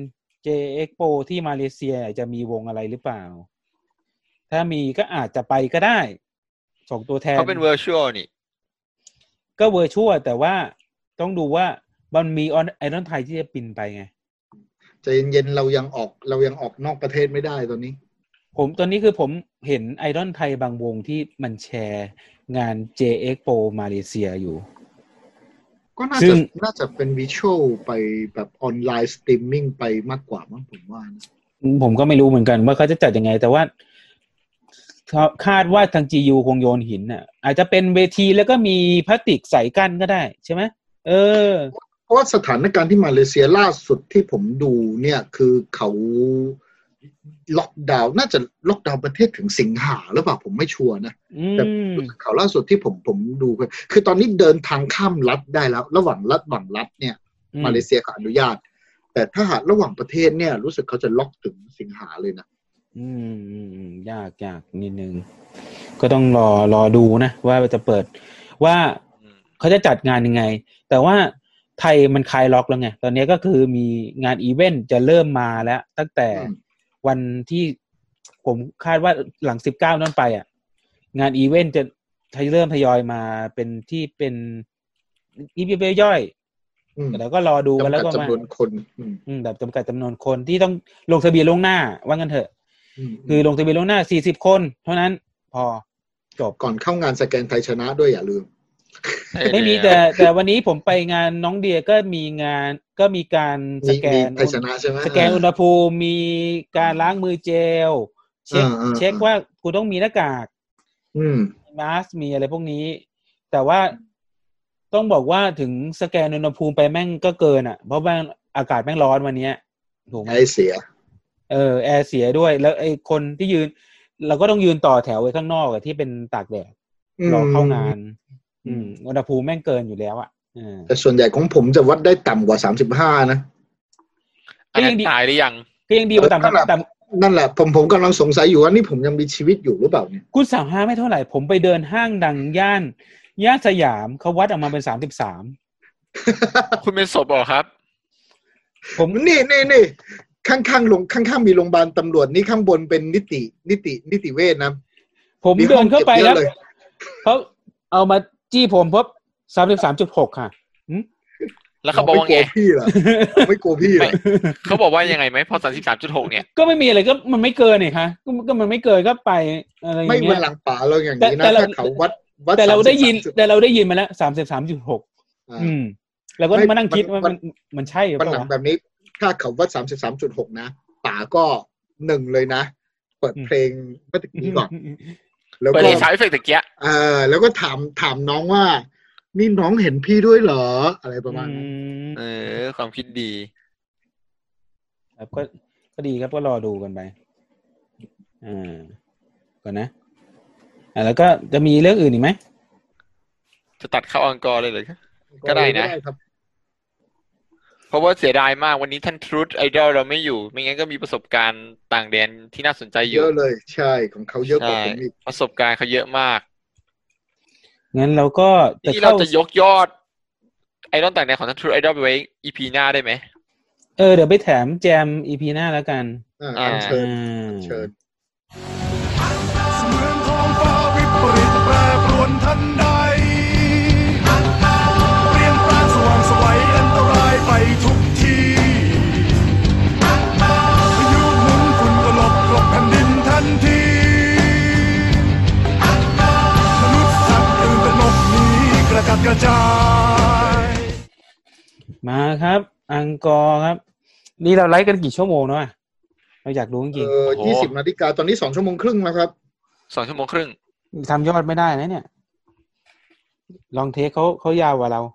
J Expo ที่มาเลเซียจะมีวงอะไรหรือเปล่าถ้ามีก็อาจจะไปก็ได้ส่งตัวแทนเขาเป็น virtual นี่ก็ virtual แต่ว่าต้องดูว่ามันมีไอดอลไทยที่จะบินไปไงใจเย็นๆเรายังออกเรายังออกนอกประเทศไม่ได้ตอนนี้ผมตอนนี้คือผมเห็นไอดอลไทยบางวงที่มันแชร์งาน J Expo มาเลเซียอยู่ก็น่าจะน่าจะเป็นวิชวลไปแบบออนไลน์สตรีมมิ่งไปมากกว่ามั้งผมว่านะผมก็ไม่รู้เหมือนกันว่าเขาจะจัดยังไงแต่ว่าคาดว่าทาง จี ยู คงโยนหินน่ะอาจจะเป็นเวทีแล้วก็มีพลาสติกใส่กั้นก็ได้ใช่ไหมเออเพราะว่าสถานการณ์ที่มาเลเซียล่าสุดที่ผมดูเนี่ยคือเขาล็อกดาวน์น่าจะล็อกดาวน์ประเทศถึงสิงหาหรือเปล่าผมไม่ชัวร์นะแต่ข่าวล่าสุดที่ผมผมดูคือตอนนี้เดินทางข้ามรัฐได้แล้วระหว่างรัฐระหว่างรัฐเนี่ยมาเลเซียเขาอนุญาตแต่ถ้าหากระหว่างประเทศเนี่ยรู้สึกเขาจะล็อกถึงสิงหาเลยนะอืมยากยากนิดนึงก็ต้องรอรอดูนะว่าจะเปิดว่าเขาจะจัดงานยังไงแต่ว่าไทยมันคลายล็อกแล้วไงตอนนี้ก็คือมีงานอีเวนต์จะเริ่มมาแล้วตั้งแต่วันที่ผมคาดว่าหลังสิบเก้านั้นไปอ่ะงานอีเวนต์จะเริ่มทยอยมาเป็นที่เป็นอีเวนต์ย่อยแต่เราก็รอดูกันแล้วก็มาจำนวนคนอืมแบบจำกัดจำนวนคนที่ต้องลงทะเบียนล่วงหน้าว่างั้นเถอะคือลงทะเบียนล่วงหน้าสี่สิบคนเท่านั้นพอจบก่อนเข้างานสแกนไทยชนะด้วยอย่าลืมไม่มีแต่แต่วันนี้ผมไปงานน้องเดียก็มีงานก็มีการสแกนไทยชนะใช่ไหมสแกนอุณหภูมิมีการล้างมือเจลเช็คเช็คว่ากูต้องมีหน้ากากมาสมีอะไรพวกนี้แต่ว่าต้องบอกว่าถึงสแกนอุณหภูมิไปแม่งก็เกินอ่ะเพราะว่าอากาศแม่งร้อนวันนี้ถูกไหมแอร์เสียเออแอร์เสียด้วยแล้วไอ้คนที่ยืนเราก็ต้องยืนต่อแถวไว้ข้างนอกอะที่เป็นตากแดดรอเข้างานอืมอุณหภูมิแม่งเกินอยู่แล้วอ่ะแต่ส่วนใหญ่ของผมจะวัดได้ต่ำกว่าสามสิบห้านะก็ยังตายหรือยังก็ยังดีกว่าต่ำต่ำนั่นแหละผมผมกำลังสงสัยอยู่ว่านี่ผมยังมีชีวิตอยู่หรือเปล่าเนี่ยกูสามห้าไม่เท่าไหร่ผมไปเดินห้างดังย่านย่านสยามเขาวัดออกมาเป็นสามสิบสามคุณเป็นศพเหรอครับผมนี่นี่นี่ข้างๆลงข้างๆมีโรงพยาบาลตำรวจนี่ข้างบนเป็นนิตินิตินิติเวชนะผมเดินเข้าไปแล้วเขาเอามาจี้ผมพบสามสิบสามจุดหกค่ะแล้วเขาบอกว่าไงพี่เหรอไม่กลัวพี่เหรอเขาบอกว่ายังไงไหมพอสามสิบสามจุดหกเนี่ยก็ไม่มีอะไรก็มันไม่เกินนี่ค่ะก็มันไม่เกินก็ไปอะไรอย่างเงี้ยไม่เหมือนหลังป่าเราอย่างนี้นะถ้าเขาวัดวัดแต่เราได้ยินแต่เราได้ยินมาแล้วสามสิบสามจุดหกอืมแล้วก็มานั่งคิดว่ามันมันใช่หรือเปล่าหลังแบบนี้ถ้าเขาวัดสามสิบสามจุดหกนะป่าก็หนึ่งเลยนะเปิดเพลงเมื่อกี้ก่อนแล้วก็สายเอฟเฟกต์ตะเกียเออแล้วก็ถามถามน้องว่านี่น้องเห็นพี่ด้วยเหรออะไรประมาณนั้นเออความคิดดีครับก็ก็ดีครับก็รอดูกันไปอ่าก่อนนะอ่าแล้วก็จะมีเรื่องอื่นอีกไหมจะตัดเข้าอังกอร์เลยเหรอก็ได้นะเพราะว่าเสียดายมากวันนี้ท่านทรูธไอดอลเราไม่อยู่ไม่งั้นก็มีประสบการณ์ต่างแดนที่น่าสนใจเยอะเลยใช่ของเขาเยอะกว่าผมอีกประสบการณ์เขาเยอะมากงั้นเราก็ที่เราจะยกยอดไอดอลต่างแดนของท่านทรูธไอดอลไปไว้ อี พี หน้าได้ไหมเออเดี๋ยวไปแถมแจม อี พี หน้าแล้วกันอ่าเชิญเชิญเมืองท้องฟ้าวิปริตแปรปรวนทันใดเปลี่ยนแปลงสว่างไสวอันตรายไปทุกทีพายุหมุนฝุ่นก็หลบหลบแผ่นดินทันทีมนุษย์สัตว์ตื่นตระหนกหนีกระจัดกระจายมาครับอังกอร์ครับนี่เราไลฟ์กันกี่ชั่วโมงเนาะเราอยากรู้จริงๆเออยี่สิบนาฬิกาตอนนี้สองชั่วโมงครึ่งแล้วครับสองชั่วโมงครึ่งทำยอดไม่ได้นะเนี่ยลองเทคเขาเขายาวกว่าเรา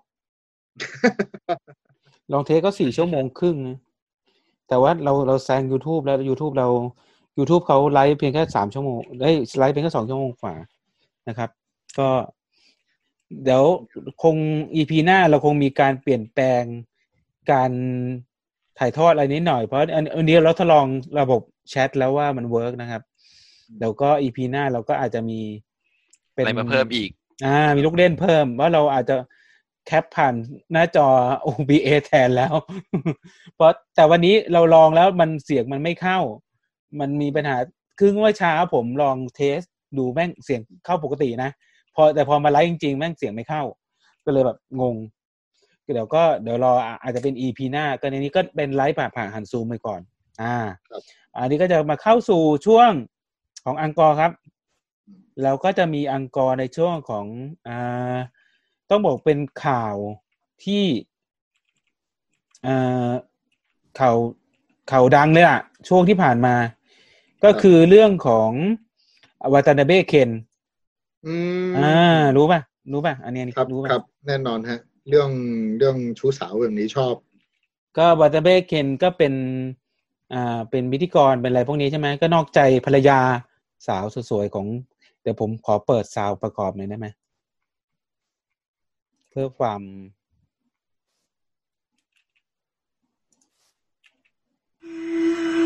ลองเทคก็สี่ชั่วโมงครึ่งนะแต่ว่าเราเราแซง YouTube แล้ว YouTube เรา YouTube เขาไลฟ์เพียงแค่สามชั่วโมงได้ไลฟ์เพียงแค่สองชั่วโมงกว่านะครับก็เดี๋ยวคง อี พี หน้าเราคงมีการเปลี่ยนแปลงการถ่ายทอดอะไรนิดหน่อยเพราะอันนี้เราทดลองระบบแชทแล้วว่ามันเวิร์กนะครับเดี๋ยวก็ อี พี หน้าเราก็อาจจะมีเป็นอะไรมาเพิ่มอีกอ่ามีลูกเล่นเพิ่มว่าเราอาจจะแคปผ่านหน้าจอ โอ บี เอ แทนแล้วเพราะแต่วันนี้เราลองแล้วมันเสียงมันไม่เข้ามันมีปัญหาคือเมื่อเช้าผมลองเทสดูแม่งเสียงเข้าปกตินะพอแต่พอมาไลฟ์จริงๆแม่งเสียงไม่เข้าก็เลยแบบงงเดี๋ยวก็เดี๋ยวรออาจจะเป็น อี พี หน้าก็ในนี้ก็เป็นไลฟ์ผ่านผ่านหันซูมไปก่อนอ่าอันนี้ก็จะมาเข้าสู่ช่วงของอังกอร์ครับเราก็จะมีอังกอร์ในช่วงของอ่าต้องบอกเป็นข่าวที่อ่าข่าวข่าวดังเลยอ่ะช่วงที่ผ่านมาก็คือเรื่องของวาตานาเบะเคนอืมอ่ารู้ป่ะรู้ป่ะอันนี้รู้ป่ะครับแน่นอนฮะเรื่องเรื่องชู้สาวแบบนี้ชอบก็วาตานาเบะเคนก็เป็นอ่าเป็นพิธีกรเป็นอะไรพวกนี้ใช่ไหมก็นอกใจภรรยาสาวสวยๆของเดี๋ยวผมขอเปิดซาวด์ประกอบหน่อยได้ไหมเพื่อความ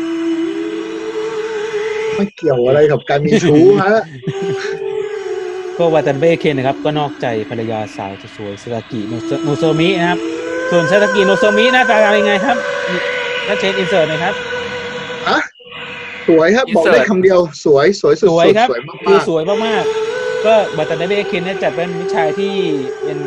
ไม่เกี่ยวอะไรกับการมีชู้ฮะก็วาตานาเบะเคนนะครับก็นอกใจภรรยาสาวสวยซาซากิโนโซมินะครับส่วนซาซากิโนโซมิหน้าตาเป็นยังไงครับถ้าเช็คอินเสิร์ตหน่อยครับอ่ะสวยครับบอกได้คำเดียวสวยสวยสุดๆสวยครับคือสวยมากๆก็วาตานาเบะเคนเนี่ยจัดเป็นผู้ชายที่เป็น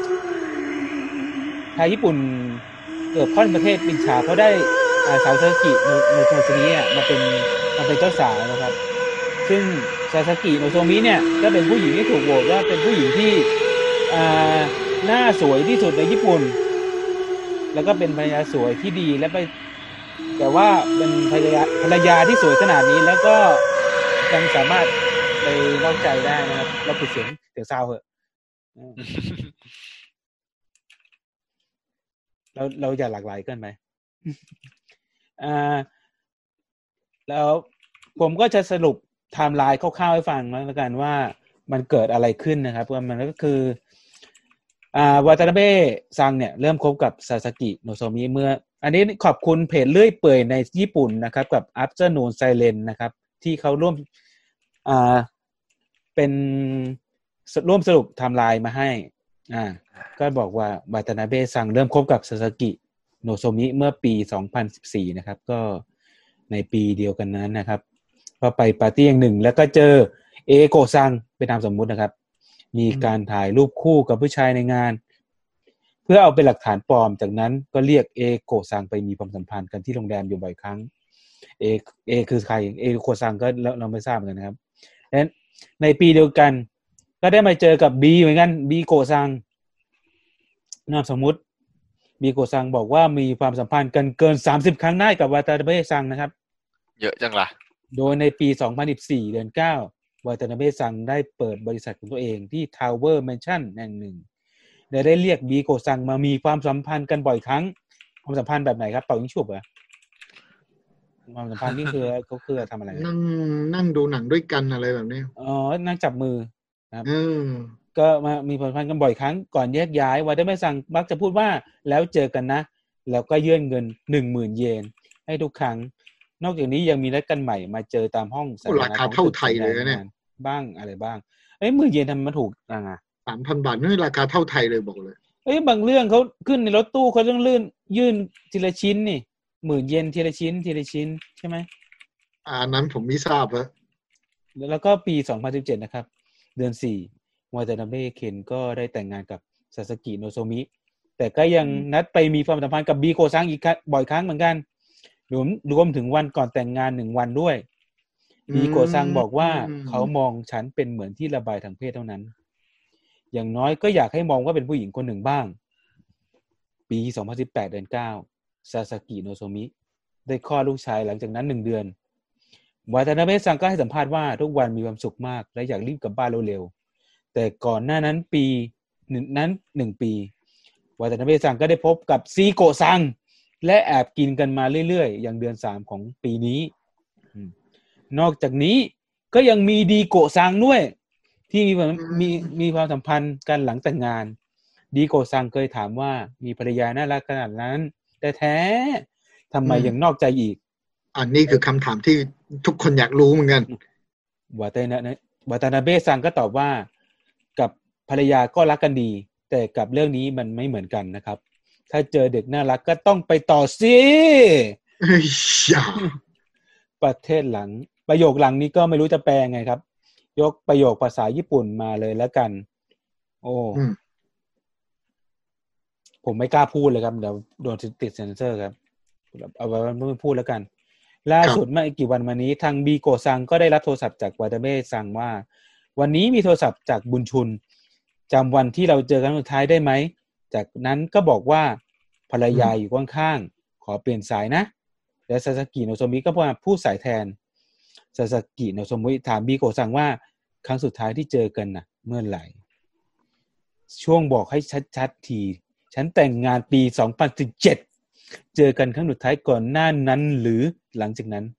ชายญี่ปุ่นเกือบค่อนประเทศปินชาเขาได้สาวซาซากิโนโซมิเนี่ยมาเป็นมาเป็นเจ้าสาวนะครับซึ่งซาซากิโนโซมิเนี่ยก็เป็นผู้หญิงที่ถูกโหวตว่าเป็นผู้หญิงที่หน้าสวยที่สุดในญี่ปุ่นแล้วก็เป็นภรรยาสวยที่ดีและไปแต่ว่าเป็นภรรยาภรรยาที่สวยขนาดนี้แล้วก็ยังสามารถไปนอกใจได้นะครับเราปิดเสียงเสียงซาวเหอะเราเราอย่าหลากหลายเกินไปอ่าแล้วผมก็จะสรุปไทม์ไลน์คร่าวๆให้ฟังแล้วกันว่ามันเกิดอะไรขึ้นนะครับว่ามันก็คืออ่าวาตานาเบะซังเนี่ยเริ่มคบกับซาซากิโนโซมิเมื่ออันนี้ขอบคุณเพจเลื่อยเปื่อยในญี่ปุ่นนะครับกับ Afternoon Silence นะครับที่เขาร่วมอ่าเป็นร่วมสรุปไทม์ไลน์มาให้อ่าก็บอกว่าวาตานาเบะซังเริ่มคบกับซาซากิโนโซมิเมื่อปีสองพันสิบสี่นะครับก็ในปีเดียวกันนั้นนะครับก็ไปปาร์ตี้อย่างหนึ่งแล้วก็เจอเอโกะซังเป็นนามสมมุตินะครับมีการถ่ายรูปคู่กับผู้ชายในงานเพื่อเอาเป็นหลักฐานปลอมจากนั้นก็เรียกเอโกะซังไปมีความสัมพันธ์กันที่โรงแรมอยู่บ่อยครั้งเอเอคือใครเอโกะซังก็เราไม่ทราบเหมือนกันนะครับดังนั้นในปีเดียวกันก็ได้มาเจอกับบีเหมือนกันบีโกะซังนามสมมุติบีโกะซังบอกว่ามีความสัมพันธ์กันเกินสามสิบครั้งได้กับวาตานาเบะซังนะครับเยอะจังล่ะโดยในปีสองพันสิบสี่เดือนเก้าวาตานาเบะซังได้เปิดบริษัทของตัวเองที่ Tower Mansion แห่งหนึ่งและได้เรียกบีโกะซังมามีความสัมพันธ์กันบ่อยครั้งความสัมพันธ์แบบไหนครับเป่ายิงฉุบเหรอความสัมพันธ์นี่คือเขาคือทำอะไรนั่งนั่งดูหนังด้วยกันอะไรแบบนี้อ๋อนั่งจับมือครับก็มามีความสัมพันธ์กันบ่อยครั้งก่อนแยกย้ายวาตานาเบะซังมักจะพูดว่าแล้วเจอกันนะแล้วก็ยื่นเงิน หนึ่งหมื่น เยนให้ทุกครั้งนอกจากนี้ยังมีนัดกันใหม่มาเจอตามห้องสาธารณะราคาเท่าไทยเลยนะเนี่ยบ้างอะไรบ้างเอ้ยหมื่นเยนทำไมมันถูกจังอ่ะสามพัน บาทนี่ราคาเท่าไทยเลยบอกเลยเอ้ยบางเรื่องเขาขึ้นในรถตู้เขาต้องลื่นยื่นทีละชิ้นนี่หมื่นเยนทีละชิ้นทีละชิ้นใช่ไหมอ่านั้นผมไม่ทราบฮะแล้วก็ปีสองพันสิบเจ็ดนะครับเดือนสี่วาตานาเบะเคนก็ได้แต่งงานกับซาซากิโนโซมิแต่ก็ยังนัดไปมีความสัมพันธ์กับบีโกะซังอีกบ่อยครั้งเหมือนกันรวมรวมถึงวันก่อนแต่งงานหนึ่งวันด้วยบีโกะซังบอกว่าเขามองฉันเป็นเหมือนที่ระบายทางเพศเท่านั้นอย่างน้อยก็อยากให้มองว่าเป็นผู้หญิงคนหนึ่งบ้างปีสองพันสิบแปดเดือนเก้าซาซากิโนโซมิได้คลอดลูกชายหลังจากนั้นหนึ่งเดือนวาตานาเบะซังก็ให้สัมภาษณ์ว่าทุกวันมีความสุขมากและอยากรีบกลับบ้านเร็วๆแต่ก่อนหน้านั้นปีนั้นหนึ่งปีวาตานาเบะซังก็ได้พบกับซีโกะซังและแอบกินกันมาเรื่อยๆอย่างเดือนสามของปีนี้นอกจากนี้ก็ยังมีดีโกะซังด้วยที่มีมีมีความสัมพันธ์กันหลังแต่งงานดีโกะซังเคยถามว่ามีภรรยาน่ารักขนาดนั้นแต่แท้ทำไมยังนอกใจอีกอันนี้คือคำถามที่ทุกคนอยากรู้เหมือนกันวาตานะวาตานาเบะซังก็ตอบว่ากับภรรยาก็รักกันดีแต่กับเรื่องนี้มันไม่เหมือนกันนะครับถ้าเจอเด็กน่ารักก็ต้องไปต่อสิประเทศหลังประโยคหลังนี้ก็ไม่รู้จะแปลไงครับยกประโยคภาษาญี่ปุ่นมาเลยแล้วกันโอ้ผมไม่กล้าพูดเลยครับเดี๋ยวโดนติดเซ็นเซอร์ครับเอาไว้ไม่พูดแล้วกันล่าสุดเมื่อกี่วันมานี้ทางบีโกะซังก็ได้รับโทรศัพท์จากวาตานาเบะซังว่าวันนี้มีโทรศัพท์จากบุญชุนจำวันที่เราเจอกันสุดท้ายได้ไหมจากนั้นก็บอกว่าภรรยาอยู่ข้างๆขอเปลี่ยนสายนะและซาซากิโนโซมิก็มาพูดสายแทนซาซากิโนโซมิถามบีโกะซังว่าครั้งสุดท้ายที่เจอกันน่ะเมื่อไหร่ช่วงบอกให้ชัดๆทีฉันแต่งงานปีสองพันสิบเจ็ดเจอกันครั้งสุดท้ายก่อนหน้านั้นหรือหลังจากนั้น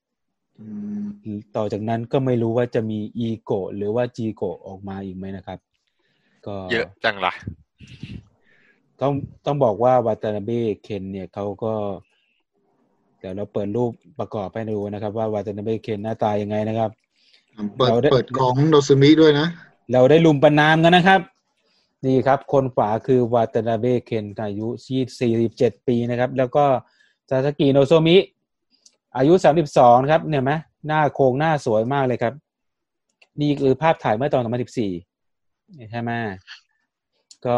ต่อจากนั้นก็ไม่รู้ว่าจะมีอีโกะหรือว่าจีโกะออกมาอีกไหมนะครับก็เยอะจังล่ะต้องต้องบอกว่าวาตานาเบะเคนเนี่ยเขาก็เดี๋ยวเราเปิดรูปประกอบให้ดูนะครับว่าวาตานาเบะเคนหน้าตายังไงนะครับเปิดเปิดของโนซึมิด้วยนะเราได้ลุมประนามกันนะครับนี่ครับคนขวาคือวาตานาเบะเคนอายุสี่สิบเจ็ดปีนะครับแล้วก็ซาซากิโนโซมิอายุสามสิบสองครับเนี่ยมั้ยหน้าโครงหน้าสวยมากเลยครับนี่คือภาพถ่ายเมื่อตอนสองพันสิบสี่ใช่มั้ยก็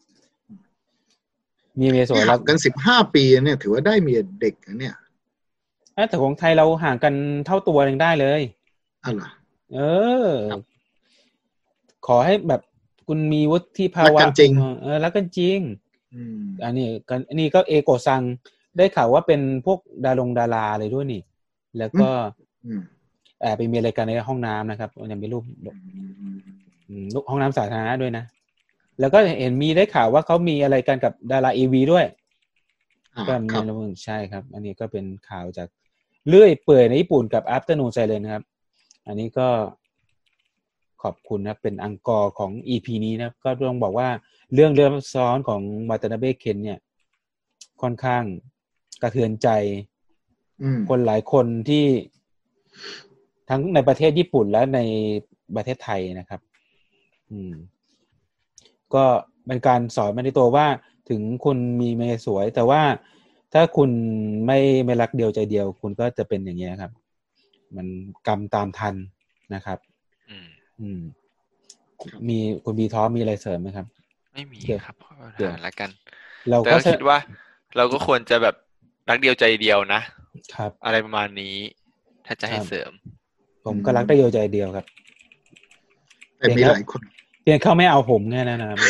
มีเมียสวยแล้วกันสิบห้าปีเนี่ยถือว่าได้เมียเด็กนะเนี่ยแต่ของไทยเราห่างกันเท่าตัวยังได้เลยอ๋อเหรอเออขอให้แบบคุณมีวุฒิภาวะจริงเออรักกันจริงอืมอันนี้กันอันนี้ก็เอโกะซังได้ข่าวว่าเป็นพวกดารงดาราเลยด้วยนี่แล้วก็อืมแอบไปมีอะไรกันในห้องน้ำนะครับยังมีรูปอืมห้องน้ำสาธารณะด้วยนะแล้วก็เห็นมีได้ข่าวว่าเขามีอะไรกันกับดารา อี วี ด้วยก็ในเรื่องใช่ครับอันนี้ก็เป็นข่าวจากเลื่อยเปื่อยในญี่ปุ่นกับ Afternoon Siren นะครับอันนี้ก็ขอบคุณนะเป็นอังกอร์ของ อี พี นี้นะก็ต้องบอกว่าเรื่องเรื่องซ้อนของวาตานาเบะเคนเนี่ยค่อนข้างกระเทือนใจคนหลายคนที่ทั้งในประเทศญี่ปุ่นและในประเทศไทยนะครับอืมก็เป็นการสอนมาในตัวว่าถึงคุณมีเมียสวยแต่ว่าถ้าคุณไม่ไม่รักเดียวใจเดียวคุณก็จะเป็นอย่างเงี้ยครับมันกรรมตามทันนะครับอืมอืมมีคุณบีท้อมีอะไรเสริมไหมครับไม่มีครับเดี๋ยวละกันเราก็คิดว่าเราก็ควรจะแบบรักเดียวใจเดียวนะครับอะไรประมาณนี้ถ้าจะให้เสริมผมก็รักได้เดียวใจเดียวครับแต่มีหลายคนเพียงเขาไม่เอาผมแค่นั้นนะครับ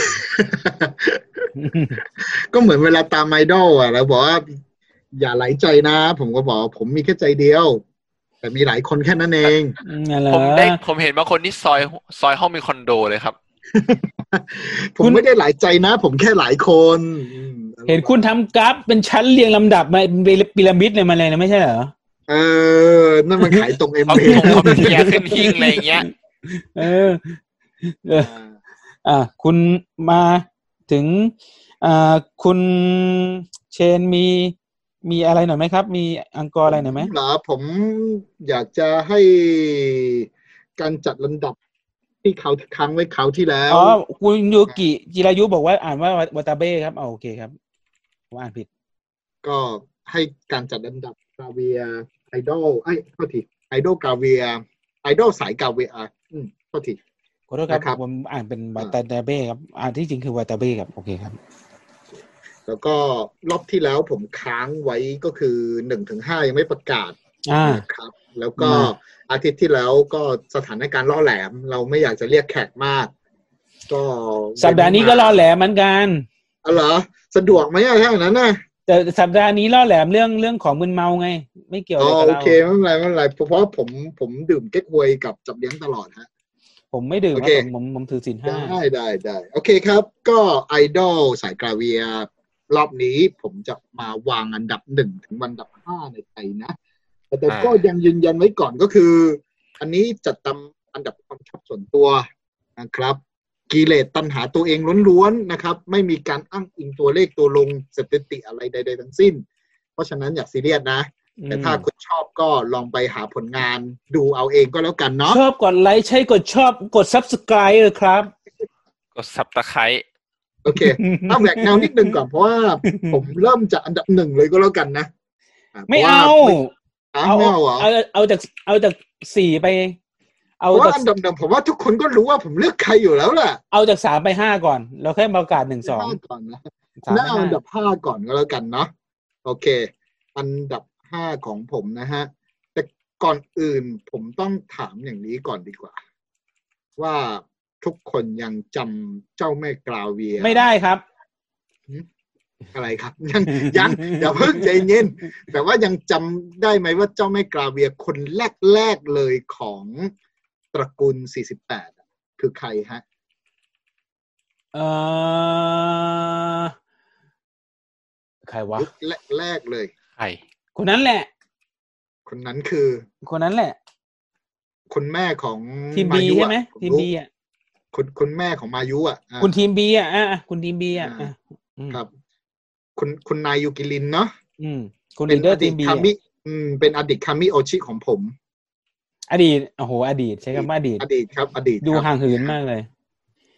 ก็เหมือนเวลาตามไอดอลอ่ะเราบอกว่าอย่าไหลใจนะผมก็บอกผมมีแค่ใจเดียวแต่มีหลายคนแค่นั้นเองผมได้ผมเห็นบางคนที่ซอยซอยห้องมีคอนโดเลยครับผมไม่ได้หลายใจนะผมแค่หลายคนเห็นคุณทำกราฟเป็นชั้นเรียงลำดับมาพีระมิดเลยมาเลยนะไม่ใช่เหรอเออนั่นมันขายตรงเอ็มเอเอาเทียขึ้นหิ้งอะไรอย่างเงี้ยเออเอออ่าคุณมาถึงอ่าคุณเชนมีมีอะไรหน่อยไหมครับมีอังกอร์อะไรหน่อยไหมเหรอผมอยากจะให้การจัดลำดับที่เขาค้างไว้คราวที่แล้วอ๋อคุณยูกิจิรายุบอกว่าอ่านว่าวาตาเบ้ครับเอาโอเคครับผมอ่านผิดก็ให้การจัดลำดับกาเวียไอดอลไอ้โทษทีไอดอลกาเวียไอดอลสายกาเวียอืมโทษทีขอโทษครับผมอ่านเป็นวาตาเบ้ครับอ่านที่จริงคือวาตาเบ้ครับโอเคครับแล้วก็รอบที่แล้วผมค้างไว้ก็คือหนึ่งถึงห้ายังไม่ประกาศนะครับแล้วก็อาทิตย์ที่แล้วก็สถานการณ์ล่อแหลมเราไม่อยากจะเรียกแขกมากก็สัปดาห์นี้ก็ล่อแหลมเหมือนกันอ๋อเหรอสะดวกไหมอะถ้าอย่างนั้นน่ะแต่สัปดาห์นี้ล่อแหลมเรื่องเรื่องของมึนเมาไงไม่เกี่ยวอะไรกับเราโอเคไม่เป็นไรไม่เป็นไรเพราะผมผมดื่มเก๊กฮวยกับจับเลี้ยงตลอดฮะผมไม่ดื่มครับผมผมถือศีลห้าได้ได้ได้โอเคครับก็ไอดอลสายกาเวียรอบนี้ผมจะมาวางอันดับหนึ่งถึงอันดับห้าในไทยนะแต่ก็ยังยืนยันไว้ก่อนก็คืออันนี้จัดตามอันดับความชอบส่วนตัวนะครับกิเลสตัณหาตัวเองล้วนๆนะครับไม่มีการอ้างอิงตัวเลขตัวลงสถิติอะไรใดๆทั้งสิ้นเพราะฉะนั้นอย่าซีเรียสนะแต่ถ้าคุณชอบก็ลองไปหาผลงานดูเอาเองก็แล้วกันเนาะชอบกดไลค์ใช่กดชอบกด Subscribe เลยครับกด Subscribe โอเคเอาแหวกแนวนิดนึงก่อนเพราะว่าผมเริ่มจากอันดับหนึ่งเลยก็แล้วกันนะไม่เอาเอาเอาเอาจากเอาจากสี่ไปเอาจากอันดับหนึ่งผมว่าทุกคนก็รู้ว่าผมเลือกใครอยู่แล้วแหละเอาจากสามไปห้าก่อนแล้วค่อยประกาศหนึ่งสองก่อนนะน่าเอาอันดับห้าก่อนก็แล้วกันเนาะโอเคอันดับห้าของผมนะฮะแต่ก่อนอื่นผมต้องถามอย่างนี้ก่อนดีกว่าว่าทุกคนยังจำเจ้าแม่กราเวียไม่ได้ครับอะไรครับยังยังอย่าเพิ่งใจเย็นแต่ว่ายังจำได้ไหมว่าเจ้าแม่กราเวียคนแรกๆเลยของตระกูลสี่สิบแปดคือใครฮะเอ่อใครวะแรกๆเลยใครคนนั้นแหละคนนั้นคือคนนั้นแหละคุณแม่ของทีมบีใช่ไหมทีมบีอ่ะคุณคุณแม่ของมายุอ่ะคุณทีมบีอ่ะอ่ะคุณทีมบีอ่ะครับคุณคุณนายยูกิรินเนาะอืมคุณลีดเดอร์ทีมบีคามิอืมเป็นอดีตคามิโอชิของผมอดีตโอ้โหอดีตใช้คำว่าอดีตอดีตครับอดีตดูห่างเหินมากเลย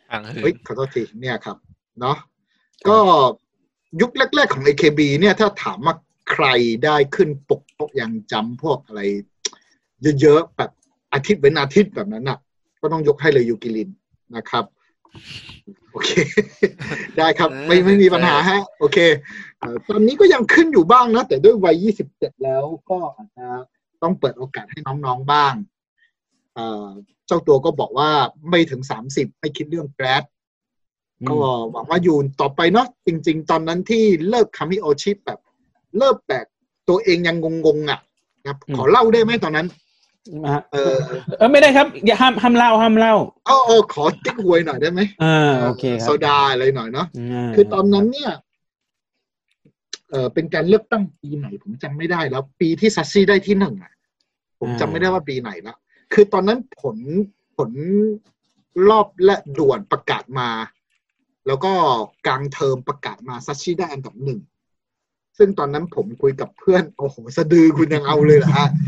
เฮ้ยขอโทษทีเนี่ยครับเนาะก็ยุคแรกๆของ เอ เค บี เนี่ยถ้าถามว่าใครได้ขึ้นปกพวกยังจำพวกอะไรเยอะๆแบบอาทิตย์เว้นอาทิตย์แบบนั้นน่ะก็ต้องยกให้เลยยูกิลินนะครับโอเคได้ครับไม่ไม่มีปัญหาฮะโอเคตอนนี้ก็ยังขึ้นอยู่บ้างนะแต่ด้วยวัยยี่สิบเจ็ดแล้วก็อาจจะต้องเปิดโอกาสให้น้องๆบ้างเจ้าตัวก็บอกว่าไม่ถึงสามสิบไม่คิดเรื่องแกรดก็หวังว่าอยู่ต่อไปเนาะจริงๆตอนนั้นที่เลิกคามิโอชิแบบเลิกแบบตัวเองยังงงๆอ่ะครับขอเล่าได้ไหมตอนนั้นเออเออไม่ได้ครับอย่าห้ามห้ามเล่าห้ามเล่าอ๋อขอติ๊กหวยหน่อยได้ไหมอ่าโอเคครับโซดาอะไรหน่อยเนาะคือตอนนั้นเนี่ยเออเป็นการเลือกตั้งปีไหนผมจำไม่ได้แล้วปีที่ซัสซี่ได้ที่หนึ่งอ่ะผมจำไม่ได้ว่าปีไหนแล้วคือตอนนั้นผลผลรอบและด่วนประกาศมาแล้วก็กลางเทอมประกาศมาซัสซี่ได้อันดับหนึ่งซึ่งตอนนั้นผมคุยกับเพื่อนโอ้โหสะดือคุณยังเอาเลยเหรอฮะ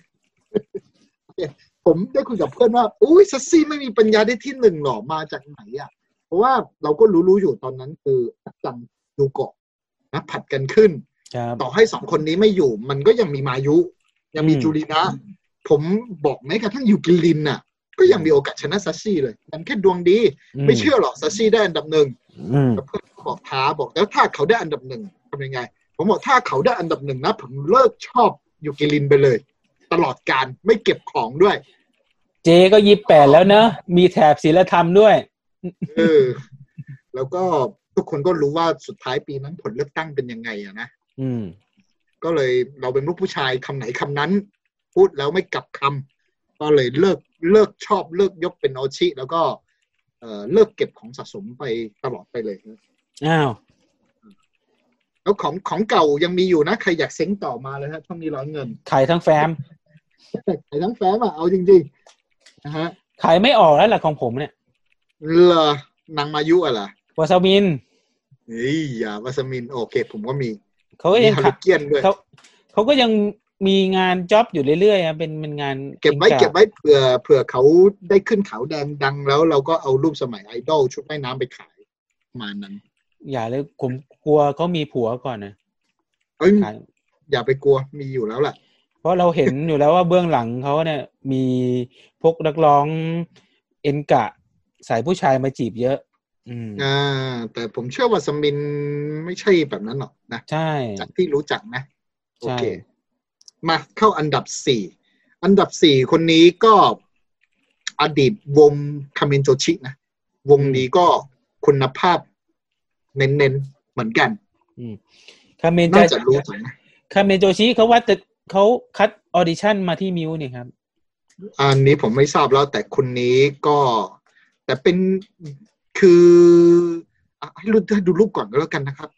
ผมได้คุยกับเพื่อนว่าอุ้ยซัสซี่ไม่มีปัญญาได้ที่หนึ่งหรอมาจากไหนอ่ะเพราะว่าเราก็รู้ๆอยู่ตอนนั้นคือจังยูโกะนะผัดกันขึ้นต่อให้สองคนนี้ไม่อยู่มันก็ยังมีมายุยังมีจูรินะผมบอกแม้กระทั่งยูกิลินน่ะก็ยังมีโอกาสชนะซัสซี่เลยมันแค่ดวงดีไม่เชื่อหรอกซัสซี่ได้อันดับหนึ่งแล้วเพื่อนบอกท้าบอกแล้วถ้าเขาได้อันดับหนึ่งทำยังไงผมบอกถ้าเขาได้อันดับหนึ่งนะผมเลิกชอบยูกิลินไปเลยตลอดการไม่เก็บของด้วยเจก็ยี่สิบแปดแล้วเนอะมีแถบศีลธรรมด้วยเออแล้วก็ทุกคนก็รู้ว่าสุดท้ายปีนั้นผลเลือกตั้งเป็นยังไงอะนะอืมก็เลยเราเป็นลูกผู้ชายคำไหนคำนั้นพูดแล้วไม่กลับคำก็เลยเลิกเลิกชอบเลิกยกเป็นโอชิแล้วก็เอ่อเลิกเก็บของสะสมไปตลอดไปเลยอ้าวแล้วของของเก่ายังมีอยู่นะใครอยากเซ้งต่อมาเลยฮะช่วงนี้ร้อนเงินขายทั้งแฟ้มขายทั้งแฟ้มอ่ะเอาจริงๆนะฮะขายไม่ออกแล้วแหละของผมเนี่ยเหรอนางมายุอ่ะล่ะวาซามินเฮ้ยอย่าวาซามินโอเคผมก็มีเขาก็ยังขายเกียนด้วยเขาเขาก็ยังมีงานจ็อบอยู่เรื่อยๆอ่ะเป็นเป็นงานเก็บไว้เก็บไว้เผื่อเผื่อเขาได้ขึ้นขาวแดงดังแล้วเราก็เอารูปสมัยไอดอลชุดว่ายน้ำไปขายมานั้นอย่าเลยผมกลัวเขามีผัวก่อนนะเอ้ยอย่าไปกลัวมีอยู่แล้วแหละเพราะเราเห็นอยู่แล้วว่าเบื้องหลังเขาเนี่ยมีพวกนักร้องเอ็นกะสายผู้ชายมาจีบเยอะอืมอ่าแต่ผมเชื่อว่าสมินไม่ใช่แบบนั้นหรอกนะใช่จากที่รู้จักนะโอเคมาเข้าอันดับสี่อันดับสี่คนนี้ก็อดีตวงคาเมนโจชินะวงนี้ก็คุณภาพเน้นๆเหมือนกันคาเมนน่าจะรู้จักนะคาเมนโจชิเขาวัดเขาคัดออดิชั่นมาที่มิวนี่ครับอันนี้ผมไม่ทราบแล้วแต่คนนี้ก็แต่เป็นคือให้ดูดูรูปก่อนก็แล้วกันนะครับ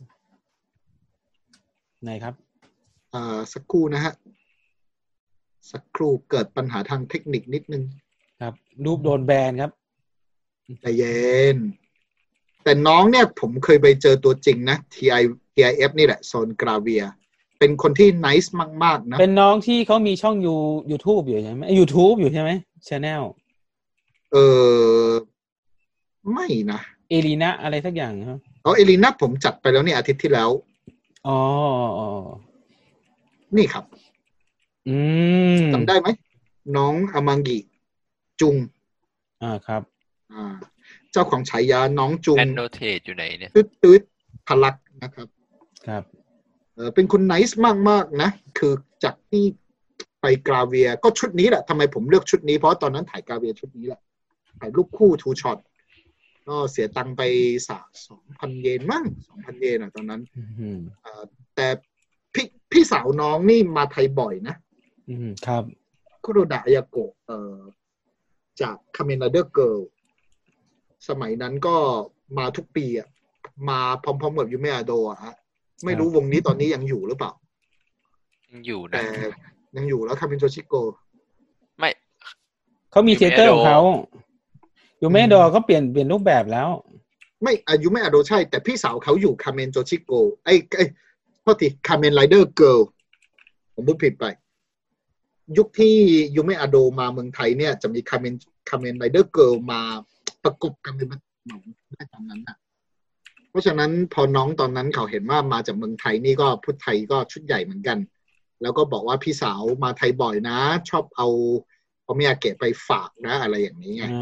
ไหนครับอ่าสักครู่นะฮะสักครู่เกิดปัญหาทางเทคนิคนิดนึงครับรูปโดนแบนครับใจเย็นแต่น้องเนี่ยผมเคยไปเจอตัวจริงนะ ที ไอ ที ไอ เอฟ นี่แหละโซนกราเวียเป็นคนที่ nice มากๆนะเป็นน้องที่เขามีช่องยู YouTube อยู่ใช่ไหม YouTube อยู่ใช่ไหม Channel เออไม่นะเอลีนาอะไรสักอย่างครับอ๋อเอลีนาผมจัดไปแล้วนี่อาทิตย์ที่แล้วอ๋ออ๋อนี่ครับอืมจำได้ไหมน้องอามังกิจุงอ่าครับอ่าเจ้าของฉายาน้องจุงแอนโนเทตอยู่ไหนเนี่ยตืดๆพลักนะครับครับเออเป็นคนไนซ์มากๆนะคือจากที่ไปกราเวียก็ชุดนี้แหละทำไมผมเลือกชุดนี้เพราะตอนนั้นถ่ายกราเวียชุดนี้แหละถ่ายรูปคู่ทูช็อตก็เสียตังค์ไปสามสองพันเยนมั้งสองพันเยนอ่ะตอนนั้นอ่าแต่พี่พี่สาวน้องนี่มาไทยบ่อยนะอืมครับคุโรดะยาโกะเอ่อจากคาเมนไรเดอร์เกิร์ลสมัยนั้นก็มาทุกปีอ่ะมาพร้อมๆกับยูเมะอาโดะฮะไม่รู้วงนี้ตอนนี้ยังอยู่หรือเปล่ายังอยู่นะแต่ยังอยู่แล้วคาเมนโจชิโกไม่เขามีเทเตอร์ของเขายูเมะอาโดะก็เปลี่ยนเปลี่ยนรูปแบบแล้วไม่อายุไม่อาโดใช่แต่พี่สาวเขาอยู่คาเมนโจชิโกไอ้ไอ้พอทีคาเมนไรเดอร์เกิร์ลผมพูดผิดไปยุคที่ยูเมะอาโดมาเมืองไทยเนี่ยจะมีคาเมนคาเมนไรเดอร์เกิร์ลมาประกบกันเป็นหนองได้ตอนนั้นอ่ะเพราะฉะนั้นพอน้องตอนนั้นเขาเห็นว่ามาจากเมืองไทยนี่ก็พูดไทยก็ชุดใหญ่เหมือนกันแล้วก็บอกว่าพี่สาวมาไทยบ่อยนะชอบเอาโอมิยาเกะไปฝากนะอะไรอย่างนี้ไง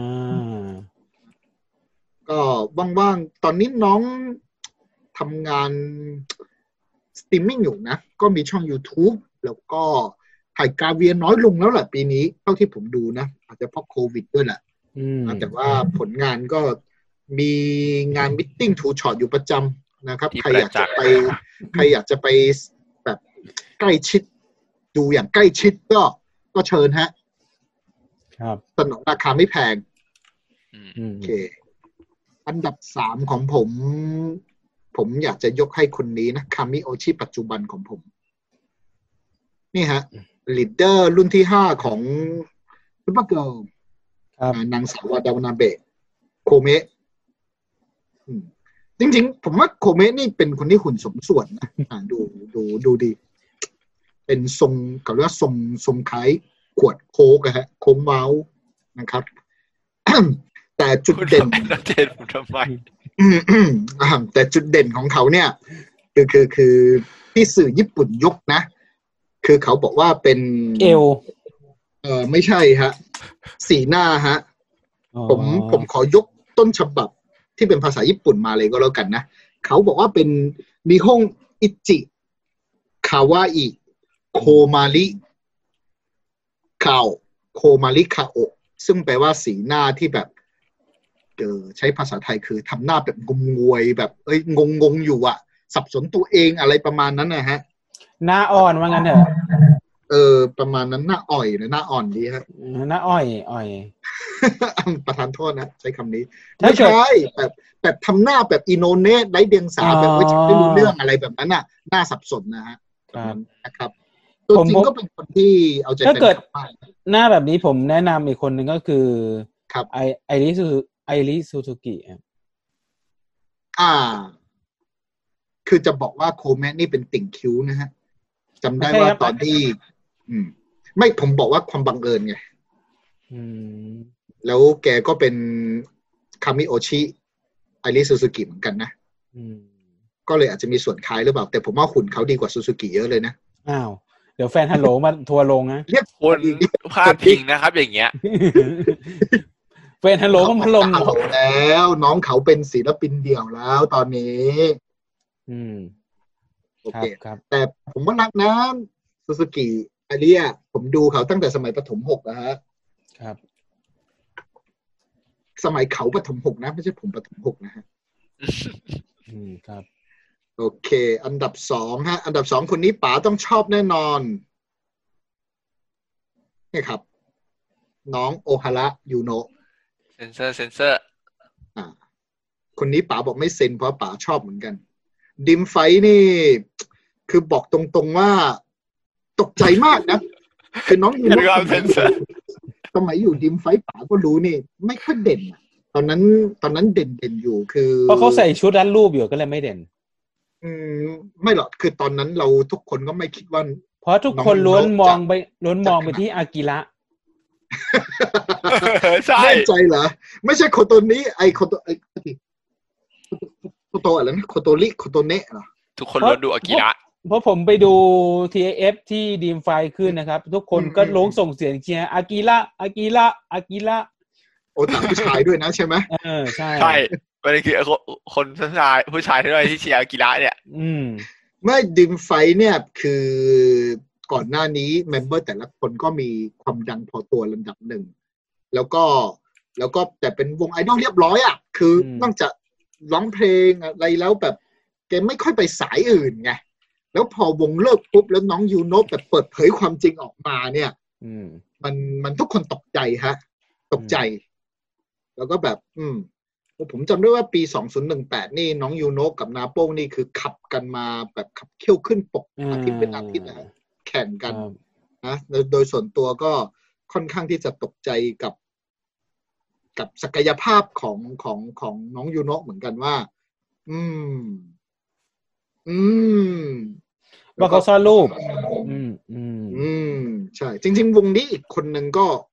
ก็ว่างๆตอนนี้น้องทำงานสตรีมมิ่งอยู่นะก็มีช่อง YouTube แล้วก็ถ่ายกาเวียน้อยลงแล้วแหละปีนี้เท่าที่ผมดูนะอาจจะเพราะโควิดด้วยแหละแต่ว่าผลงานก็มีงานมิทติ้งทูช็อตอยู่ประจำนะครับใครอยากจะไปใครอยากจะไปแบบใกล้ชิดดูอย่างใกล้ชิดก็ก็เชิญฮะครับสนองราคาไม่แพงโอเคอันดับสามของผมผมอยากจะยกให้คนนี้นะคามิโอชิปัจจุบันของผมนี่ฮะลีดเดอร์รุ่นที่ห้าของซุปเปอร์เกิร์ลนางสาววาดาวนาเบะโคเมะจริงๆผมว่าโคเมะนี่เป็นคนที่หุ่นสมส่วนนะดูดูดูดีเป็นทรงเขาเรียกว่าทรงทรงคล้ายขวดโค้กอะฮะโค้งเว้านะครับ แต่จุดเด่นเจนผมทำไมแต่จุดเด่นของเขาเนี่ยคือคือคือที่สื่อญี่ปุ่นยกนะคือเขาบอกว่าเป็นเอวเออไม่ใช่ฮะสีหน้าฮะผมผมขอยกต้นฉบับที่เป็นภาษาญี่ปุ่นมาเลยก็แล้วกันนะเขาบอกว่าเป็นนิฮงอิจิคาวาอิโคมาริคาโอโคมาริคาโอซึ่งแปลว่าสีหน้าที่แบบเออใช้ภาษาไทยคือทำหน้าแบบงงงวยแบบเอ้ยงงงงอยู่อะสับสนตัวเองอะไรประมาณนั้นนะฮะหน้าอ่อนว่างั้นเถอะเออประมาณนั้นหน้าอ่อยหรือหน้าอ่อนดีฮะหน้าอ่อยอ่อยประธานโทษนะใช้คำนี้ไม่ใช่แบบแบบทำหน้าแบบอินโนเนตไร้เดียงสาแบบไม่ไม่รู้เรื่องอะไรแบบนั้นน่ะหน้าสับสนนะฮะนะครับตัวจริงก็เป็นคนที่เอาใจถ้าเกิดหน้าแบบนี้ผมแนะนำอีกคนหนึ่งก็คือไอไอริซูไอริซูซูกิอ่าคือจะบอกว่าโคเมะนี่เป็นติ่งคิ้วนะฮะจำได้ว่าตอนที่อืมไม่ผมบอกว่าความบังเอิญไงแล้วแกก็เป็นคามิโอชิไอริซูซูกิเหมือนกันนะก็เลยอาจจะมีส่วนคล้ายหรือเปล่าแต่ผมว่าหุ่นเขาดีกว่าซูซูกิเยอะเลยนะอ้าวเดี๋ยวแฟนฮัลโหลมาทัวร์ลงนะเรียกคนพาดพิงนะครับอย่างเงี้ยแฟนฮัลโหลก็พัดลมแล้วน้องเขาเป็นศิลปินเดี่ยวแล้วตอนนี้อืมโอเคครับแต่ผมว่ารักนะซูซูกิอาริยะผมดูเขาตั้งแต่สมัยประถมหกนะฮะครับสมัยเขาประถมหกนะไม่ใช่ผมประถมหกนะฮะอืมครับโอเคอันดับสองฮะอันดับสองคนนี้ป๋าต้องชอบแน่นอนนี่ครับน้องโอฮาระยูโนะเซนเซอร์เซนเซอร์อ่าคนนี้ป๋าบอกไม่เซ็นเพราะป๋าชอบเหมือนกันดิมไฟนี่คือบอกตรงๆว่าตกใจมากนะคือน้องยูโนะสมัยอยู่ดิมไฟป๋าก็รู้นี่ไม่ค่อยเด่นตอนนั้นตอนนั้นเด่นเด่นอยู่คือเพราะเขาใส่ชุดรัดรูปอยู่ก็เลยไม่เด่นอืมไม่หรอกคือตอนนั้นเราทุกคนก็ไม่คิดว่าเพราะทุกคนล้วนมองไปล้วนมองไปที่อากิระใช่แน่ใจเหรอไม่ใช่โคโตนี้ไอโคโตไอโคโตอะไรนะโคโตริโคโตเนะเหรอทุกคนล้วนดูอากิระเพราะผมไปดู ที เอฟ ที่ดีมไฟขึ้นนะครับทุกคนก็ร้องส่งเสียงเชียร์อากิระอากิระอากิระโอ้แต่ผู้ชายด้วยนะใช่ไหมเออใช่ใช่ประเด็นคือคนผู้ชายผู้ชายด้วยที่เชียร์อากิระเนี่ยอืมไม่ดิมไฟเนี่ยคือก่อนหน้านี้เมมเบอร์แต่ละคนก็มีความดังพอตัวระดับหนึ่งแล้วก็แล้วก็แต่เป็นวงไอดอลเรียบร้อยอ่ะคือนอกจากร้องเพลงอะไรแล้วแบบแกไม่ค่อยไปสายอื่นไงแล้วพอวงเลิกปุ๊บแล้วน้องยูโนะแบบเปิดเผยความจริงออกมาเนี่ยมันมันทุกคนตกใจฮะตกใจแล้วก็แบบอืมผมจำได้ว่าปีสองพันสิบแปดนี่น้องยูโนะกับนาโป้งนี่คือขับกันมาแบบขับเคี่ยวขึ้นปกอาทิตย์เป็นอาทิตย์นะแข่งกันนะโดยส่วนตัวก็ค่อนข้างที่จะตกใจกับกับศักยภาพของของของน้องยูโนะเหมือนกันว่าอืมอืมว่าเขาซ่อนรูปอืมอืมอืมใช่จริงๆวงนี้อีกคนหนึ่งก็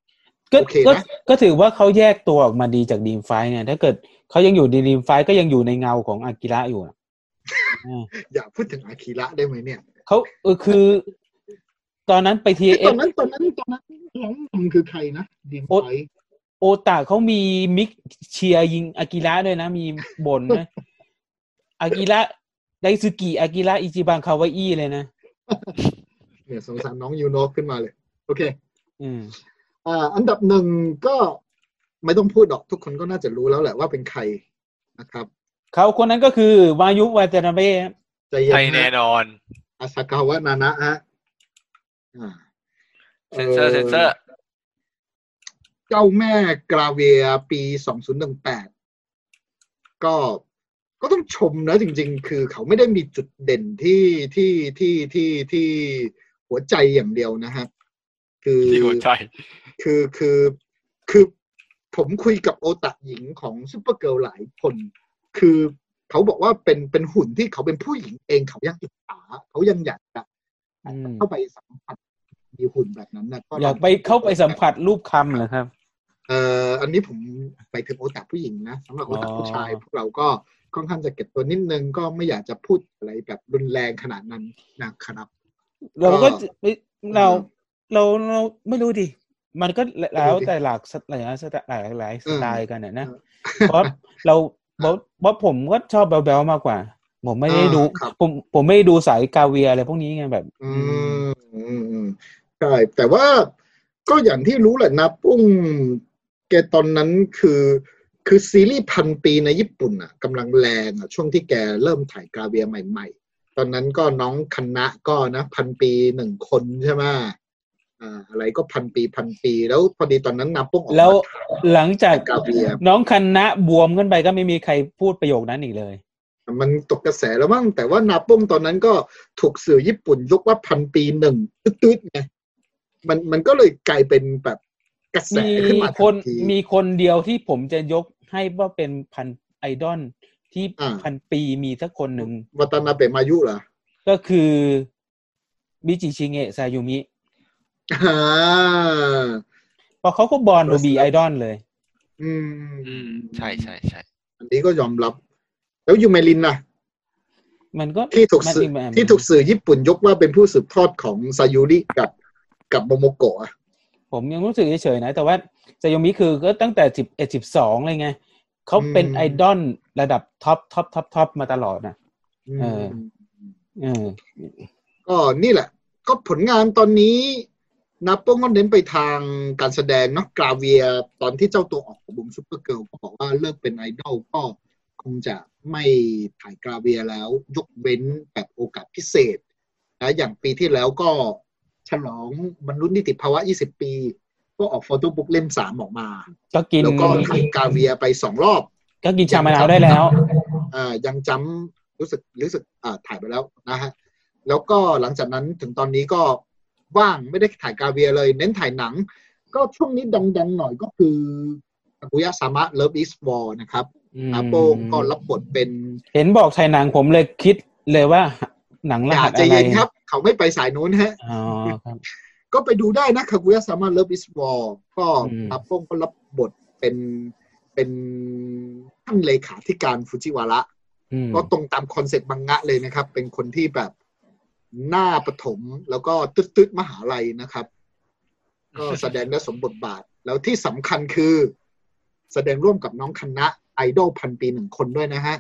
ก็ก็ก็ถือว่าเขาแยกตัวออกมาดีจากดีมไฟเนี่ยถ้าเกิดเขายังอยู่ในดีมไฟก็ยังอยู่ในเงาของอากิระอยู่อ่ะอย่าพูดถึงอากิระได้ไหมเนี่ยเขาเออคือตอนนั้นไปทีเอฟตอนนั้นตอนนั้นตอนนั้นร้องนำคือใครนะดีมไฟโอตาเขามีมิกเชียร์ยิงอากิระด้วยนะมีบ่นนะอากิระไดซึกิอากิระอิจิบังคาวาอิเลยนะเนี่ยสงสารน้องยูโนะขึ้นมาเลยโอเคอืมอ่าอันดับหนึ่งก็ไม่ต้องพูดหรอกทุกคนก็น่าจะรู้แล้วแหละว่าเป็นใครนะครับเขาคนนั้นก็คือวายุวาตานาเบะใช่แน่นอนอาซากาวะนานะฮะอ่าเซนเซอร์เซนเซอร์เจ้าแม่กราเวียปีสองพันสิบแปดก็ก็ต้องชมนะจริงๆคือเขาไม่ได้มีจุดเด่นที่ที่ที่ที่ที่หัวใจอย่างเดียวนะฮะคือที่หัวใจคือคือคือผมคุยกับโอตาหญิงของซุปเปอร์เกิร์ลหลายคนคือเขาบอกว่าเป็นเป็นหุ่นที่เขาเป็นผู้หญิงเองเขายังอิจฉาเขายังอยากจะเข้าไปสัมผัสมีหุ่นแบบนั้นนะก็อยากไปเข้าไปสัมผัสรูปคำเหรอครับเอ่ออันนี้ผมไปถึงโอตาผู้หญิงนะสำหรับโอตาผู้ชายพวกเราก็ค่อนข้างจะเก็บตัวนิดนึงก็ไม่อยากจะพูดอะไรแบบรุนแรงขนาดนั้นนะครับเราก็เราเราเราไม่รู้ดิมันก็แล้วแต่หลากหลายหลายหลายสไตล์กันนะเพราะเราเพราะผมก็ชอบแบลๆมากกว่าผมไม่ได้ดูผมผมไม่ได้ดูสายกาเวียอะไรพวกนี้ไงแบบอืมใช่แต่ว่าก็อย่างที่รู้แหละนะปุ้งแกตอนนั้นคือคือซีรีส์พันปีในญี่ปุ่นอ่ะกำลังแรงอ่ะช่วงที่แกเริ่มถ่ายกาเวียใหม่ๆตอนนั้นก็น้องคณะก็นะพันปีหนึ่งคนใช่ไหมอ่าอะไรก็พันปีพันปีแล้วพอดีตอนนั้นนาปุ้งออกแล้วหลังจากน้องคณะบวมขึ้นไปก็ไม่มีใครพูดประโยคนั้นอีกเลยมันตกกระแสแล้วมั้งแต่ว่านาปุ้งตอนนั้นก็ถูกสื่อญี่ปุ่นยกว่าพันปีหนึ่งตืดๆไงมันมันก็เลยกลายเป็นแบบกระแสขึ้นมาทันทีมีคนเดียวที่ผมจะยกให้ว่าเป็นพันไอดอลที่พันปีมีสักคนหนึ่งวัตนาเบะมายุเหรอก็คือมิจิชิเงะซายุมิอ่าพอเขาก็บอลดูบีไอดอลเลยอืมอืมใช่ใช่ใช่อันนี้ก็ยอมรับแล้วยูเมรินนะมันก็ที่ถูกสื่อที่ถูกสื่อญี่ปุ่นยกว่าเป็นผู้สืบทอดของซายุริกับกับโมโมโกะผมยังรู้สึกเฉยๆนะแต่ว่าซายุมิคือก็ตั้งแต่สิบเอ็ด สิบสองเลยไงเขาเป็นไอดอลระดับท็อปท็อปท็อปท็อปมาตลอดนะเออเออก็นี่แหละก็ผลงานตอนนี้นับป้องก็เน้นไปทางการแสดงเนาะกราเวียตอนที่เจ้าตัวออกจากวงซุปเปอร์เกิร์ลก็บอกว่าเลิกเป็นไอดอลก็คงจะไม่ถ่ายกราเวียแล้วยกเว้นแบบโอกาสพิเศษนะอย่างปีที่แล้วก็ฉลองบรรลุนิติภาวะยี่สิบปีก็ออกโฟโต้บุ๊กเล่มสามออกมาก็กินแล้วก็ถ่ายกราเวียไปสองรอบก็กินชามะนาวได้แล้วอ่ายังจำรู้สึกรู้สึกอ่าถ่ายไปแล้วนะฮะแล้วก็หลังจากนั้นถึงตอนนี้ก็ว่างไม่ได้ถ่ายกราเวียเลยเน้นถ่ายหนังก็ช่วงนี้ดังๆหน่อยก็คืออากุยะซามะ Love is War นะครับอาโป้งก็รับบทเป็นเห็นบอกถ่ายหนังผมเลยคิดเลยว่าหนังรหัสอะไรใจเย็นครับเขาไม่ไปสายโน้นฮะอ๋อครับก็ไปดูได้นะคากุยะซามะ Love is War ก็อาโป้งก็รับบทเป็นเป็นท่านเลขาธิการฟูจิวาระก็ตรงตามคอนเซ็ปต์มังงะเลยนะครับเป็นคนที่แบบหน้าปฐมแล้วก็ตึ๊ดๆมหาลัยนะครับก็แสดงได้สมบทบาทแล้วที่สำคัญคือแสดงร่วมกับน้องคณะไอดอลพันปีหนึ่งคนด้วยนะฮะ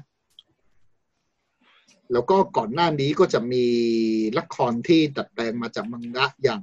แล้วก็ก่อนหน้านี้ก็จะมีละครที่ดัดแปลงมาจากมังงะอย่าง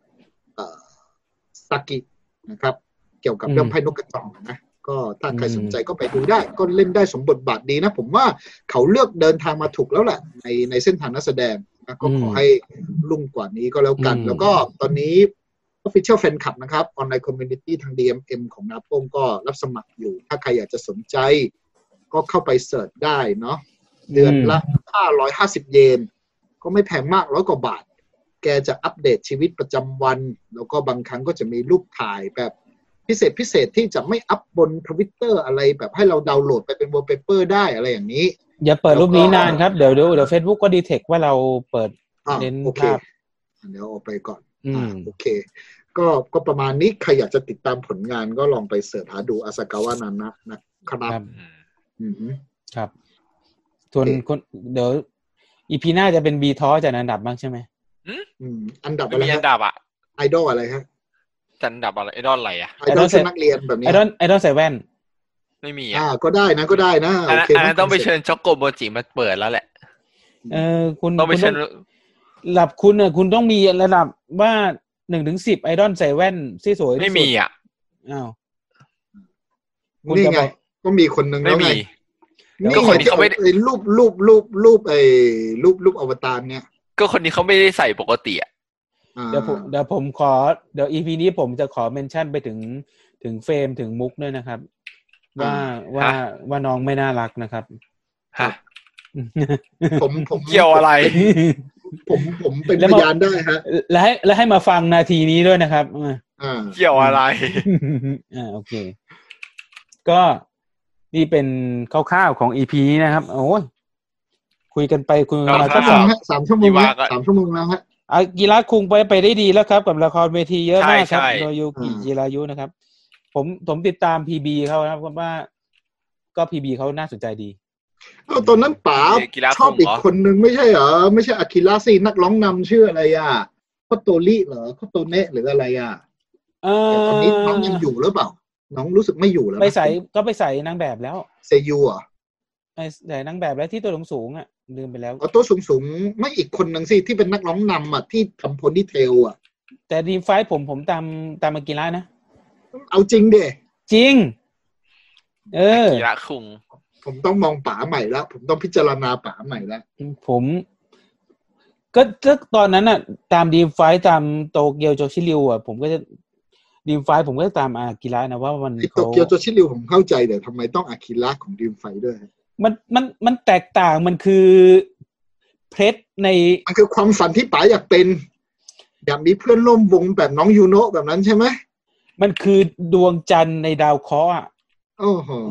ซากินะครับเกี่ยวกับเรื่องไพ่นกกระจอกนะก็ถ้าใครสนใจก็ไปดูได้ก็เล่นได้สมบทบาทดีนะผมว่าเขาเลือกเดินทางมาถูกแล้วแหละในในเส้นทางนักแสดงนะก็ขอให้รุ่งกว่านี้ก็แล้วกันแล้วก็ตอนนี้ Official Fan Club นะครับ Online Community ทาง ดี เอ็ม เอ็ม ของนาโป้งก็รับสมัครอยู่ถ้าใครอยากจะสนใจก็เข้าไปเสิร์ชได้เนาะเดือนละห้าร้อยห้าสิบเยนก็ไม่แพงมากร้อยกว่าบาทแกจะอัปเดตชีวิตประจำวันแล้วก็บางครั้งก็จะมีรูปถ่ายแบบพิเศษพิเศษที่จะไม่อัพบน Twitter อะไรแบบให้เราดาวน์โหลดไปเป็น wallpaper ได้อะไรอย่างนี้อย่าเปิดรูปนี้นานครับเดี๋ยวเดี๋ยวเดี๋ยว Facebook ก็ดีเทคว่าเราเปิดเน้นภาพเดี๋ยวเอาไปก่อนอ่าโอเคก็ก็ประมาณนี้ใครอยากจะติดตามผลงานก็ลองไปเสิร์ชหาดูอาซากาวะนันนะนะครับอืมครับส่วนคนเดี๋ยวอีพีหน้าจะเป็นบีทอจัดอันดับบ้างใช่ไหมอืมอันดับอะไรอันดับอ่ะไอดอลอะไรฮะจัดอันดับอะไรไอดอลอะไรอ่ะไอดอลเช่นนักเรียนแบบนี้ไอดอลไอดอลใส่แว่นไม่มีอ่าก็ได้นะก็ได้นะโอเคอันนั้นต้องไปเชิญช็อกโกโมจิมาเปิดแล้วแหละเออคุณต้องไปเชิญระดับคุณเน่ะคุณต้องมีระดับว่าหนึ่งถึงสิบไอดอลใส่แว่นที่สวยที่สุดไม่มีอ่ะอ้าวนี่ไงก็มีคนนึงแล้วไงก็คนนี้เขาไม่รูปรูปรูปรูปไอ้รูปรูปอวตารเนี่ยก็คนนี้เขาไม่ได้ใส่ปกติอ่ะเดี๋ยวผมเดี๋ยวผมขอเดี๋ยว อี พี นี้ผมจะขอเมนชั่นไปถึงถึงเฟรมถึงมุกด้วยนะครับว่าว่าว่าน้องไม่น่ารักนะครับฮะผมผมเกี่ยวอะไรผมผมเป็นพยานได้ฮะแล้วให้แล้วให้มาฟังนาทีนี้ด้วยนะครับอ่าเกี่ยวอะไรอ่าโอเคก็นี่เป็นคร่าวๆของ อี พี นี้นะครับโอ้ยคุยกันไปคุยมาก็สามสามชั่วโมงแล้วสามชั่วโมงแล้วฮะอากิระคุงไปไปได้ดีแล้วครับกับละครเวทีเยอะมากครับโดยยูกิจิรายุนะครับผมผมติดตาม พี บี เขาครับว่าก็ พี บี เขาน่าสนใจดีเออตอนนั้นป๋าชอบอีกคนนึงไม่ใช่เหรอไม่ใช่อากิระสินักร้องนำชื่ออะไรอ่ะโคโตริเหรอโคโตเนะหรืออะไรอ่ะเออตอนนี้น้องยังอยู่หรือเปล่าน้องรู้สึกไม่อยู่แล้วไปใส่ก็ไปใส่นางแบบแล้วเซยูอ่ะไปใส่นางแบบแล้วที่ตัวสูงๆอ่ะลืมไปแล้วอ๋อตัวสูงๆไม่อีกคนนึงสิที่เป็นนักร้องนำอ่ะที่ทำโพนี่เทลอ่ะแต่ดีไฟผมผมตามตามอากิระนะเอาจริงเด้จริงเอออากิระคุงผมต้องมองป๋าใหม่แล้วผมต้องพิจารณาป๋าใหม่แล้วผมก็ตอนนั้นอ่ะตามดีไฟตามโตเกียวโจชิริวอ่ะผมก็จะดีมไฟผมก็ตามอากิระนะว่ามันโตเกียวโจชิริวผมเข้าใจแต่ทำไมต้องอากิระของดีมไฟด้วยมันมันมันแตกต่างมันคือเพชรในมันคือความฝันที่ป๋าอยากเป็นอยากมีเพื่อนร่วมวงแบบน้องยูโนะแบบนั้นใช่ไหมมันคือดวงจันทร์ในดาวเคราะห์อ่ะโอ้โห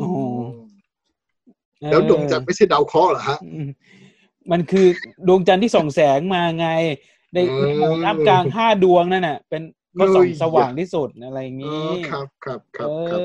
แล้วดวงจันทร์ไม่ใช่ดาวเคราะห์เหรอฮะมันคือดวงจันทร์ที่ส่องแสงมาไงในหมู่น้ำกลางห้าดวงนั่นน่ะเป็นก็ส่องสว่างที่สุดอะไรอย่างนี้ครับครับครับ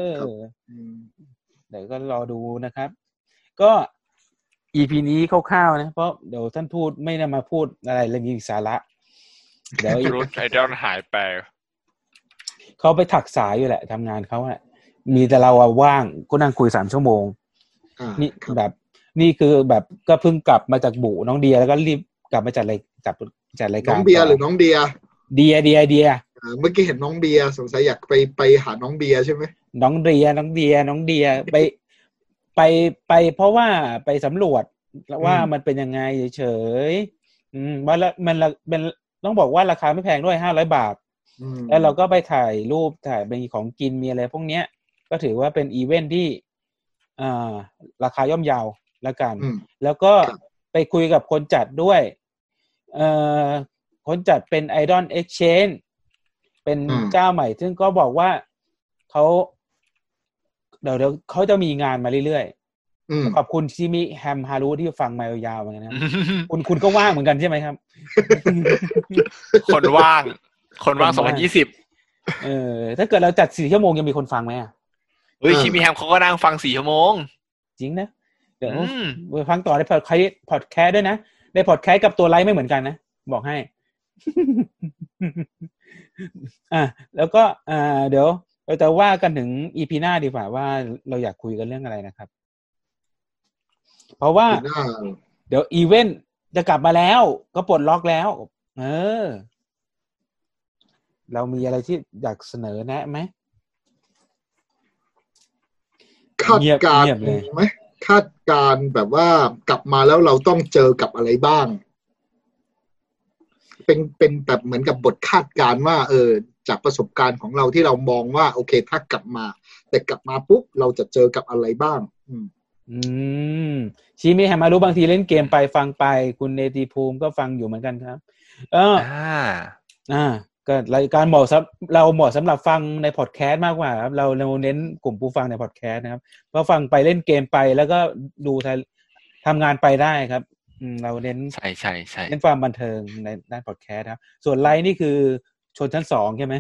เดี๋ยวก็รอดูนะครับก็ อี พี นี้คร่าวๆนะเพราะเดี๋ยวท่านพูดไม่ได้มาพูดอะไรเรื่องมีสาระเดี๋ยวรุดไอดอลหายไปเขาไปถักสายอยู่แหละทำงานเขาอะมีแต่เราอะว่างก็นั่งคุยสามชั่วโมงนี่แบบนี่คือแบบก็เพิ่งกลับมาจากบุน้องเดียแล้วก็รีบกลับมาจัดรายกลับจัดรายการน้องเบียร์หรือน้องเดียเดียเดียเดียเมื่อกี้เห็นน้องเบียร์สงสัยอยากไปไปหาน้องเบียร์ใช่ไหมน้องเดียน้องเดียน้องเดียไปไปไปเพราะว่าไปสำรวจว่ามันเป็นยังไงเฉยๆอืมว่าแล้วมันเป็นต้องบอกว่าราคาไม่แพงด้วยห้าร้อยบาทแล้วเราก็ไปถ่ายรูปถ่ายเป็นของกินมีอะไรพวกเนี้ยก็ถือว่าเป็นอีเวนท์ที่อ่าราคาย่อมเยาแล้วกันแล้วก็ไปคุยกับคนจัดด้วยเอ่อคนจัดเป็น Idol Exchange เป็นเจ้าใหม่ซึ่งก็บอกว่าเขาเดี๋ยวเดี๋ยวเขาจะมีงานมาเรื่อยๆขอบคุณชิมิแฮมฮารุที่ฟังมายาวๆเหมือนกันนะคุณคุณก็ว่างเหมือนกันใช่ไหมครับคนว่างคนว่างสองพันยี่สิบเออถ้าเกิดเราจัดสี่ชั่วโมงยังมีคนฟังไหมอ่ะเฮ้ยชิมิแฮมเขาก็นั่งฟังสี่ชั่วโมงจริงนะเดี๋ยวไปฟังต่อในพอดแคสต์พอดแคสต์ด้วยนะในพอดแคสต์กับตัวไลฟ์ไม่เหมือนกันนะบอกให้อ่ะแล้วก็อ่าเดี๋ยวเราจะว่ากันถึง อี พี หน้าดีกว่าว่าเราอยากคุยกันเรื่องอะไรนะครับเพราะว่าเดี๋ยวอีเวนต์จะกลับมาแล้วก็ปลดล็อกแล้วเออเรามีอะไรที่อยากเสนอแนะไหมคาดการณ์ไหมคาดการณ์แบบว่ากลับมาแล้วเราต้องเจอกับอะไรบ้างเป็นเป็นแบบเหมือนกับบทคาดการณ์ว่าเออจากประสบการณ์ของเราที่เรามองว่าโอเคถ้ากลับมาแต่กลับมาปุ๊บเราจะเจอกับอะไรบ้างอืมอืมชีมิแฮมมารู้บางทีเล่นเกมไปฟังไปคุณเนติภูมิก็ฟังอยู่เหมือนกันครับเอออ่าอ่าก็รายการเหมาะสำเราเหมาะสำหรับฟังในพอดแคสต์มากกว่าครับเราเราเน้นกลุ่มผู้ฟังในพอดแคสต์นะครับเพราะฟังไปเล่นเกมไปแล้วก็ดูทำงานไปได้ครับเราเน้นใช่ใช่ใช่เน้นความบันเทิงในด้านพอดแคสต์ครับส่วนไลฟ์นี่คือชนชั้นสองใช่ไหม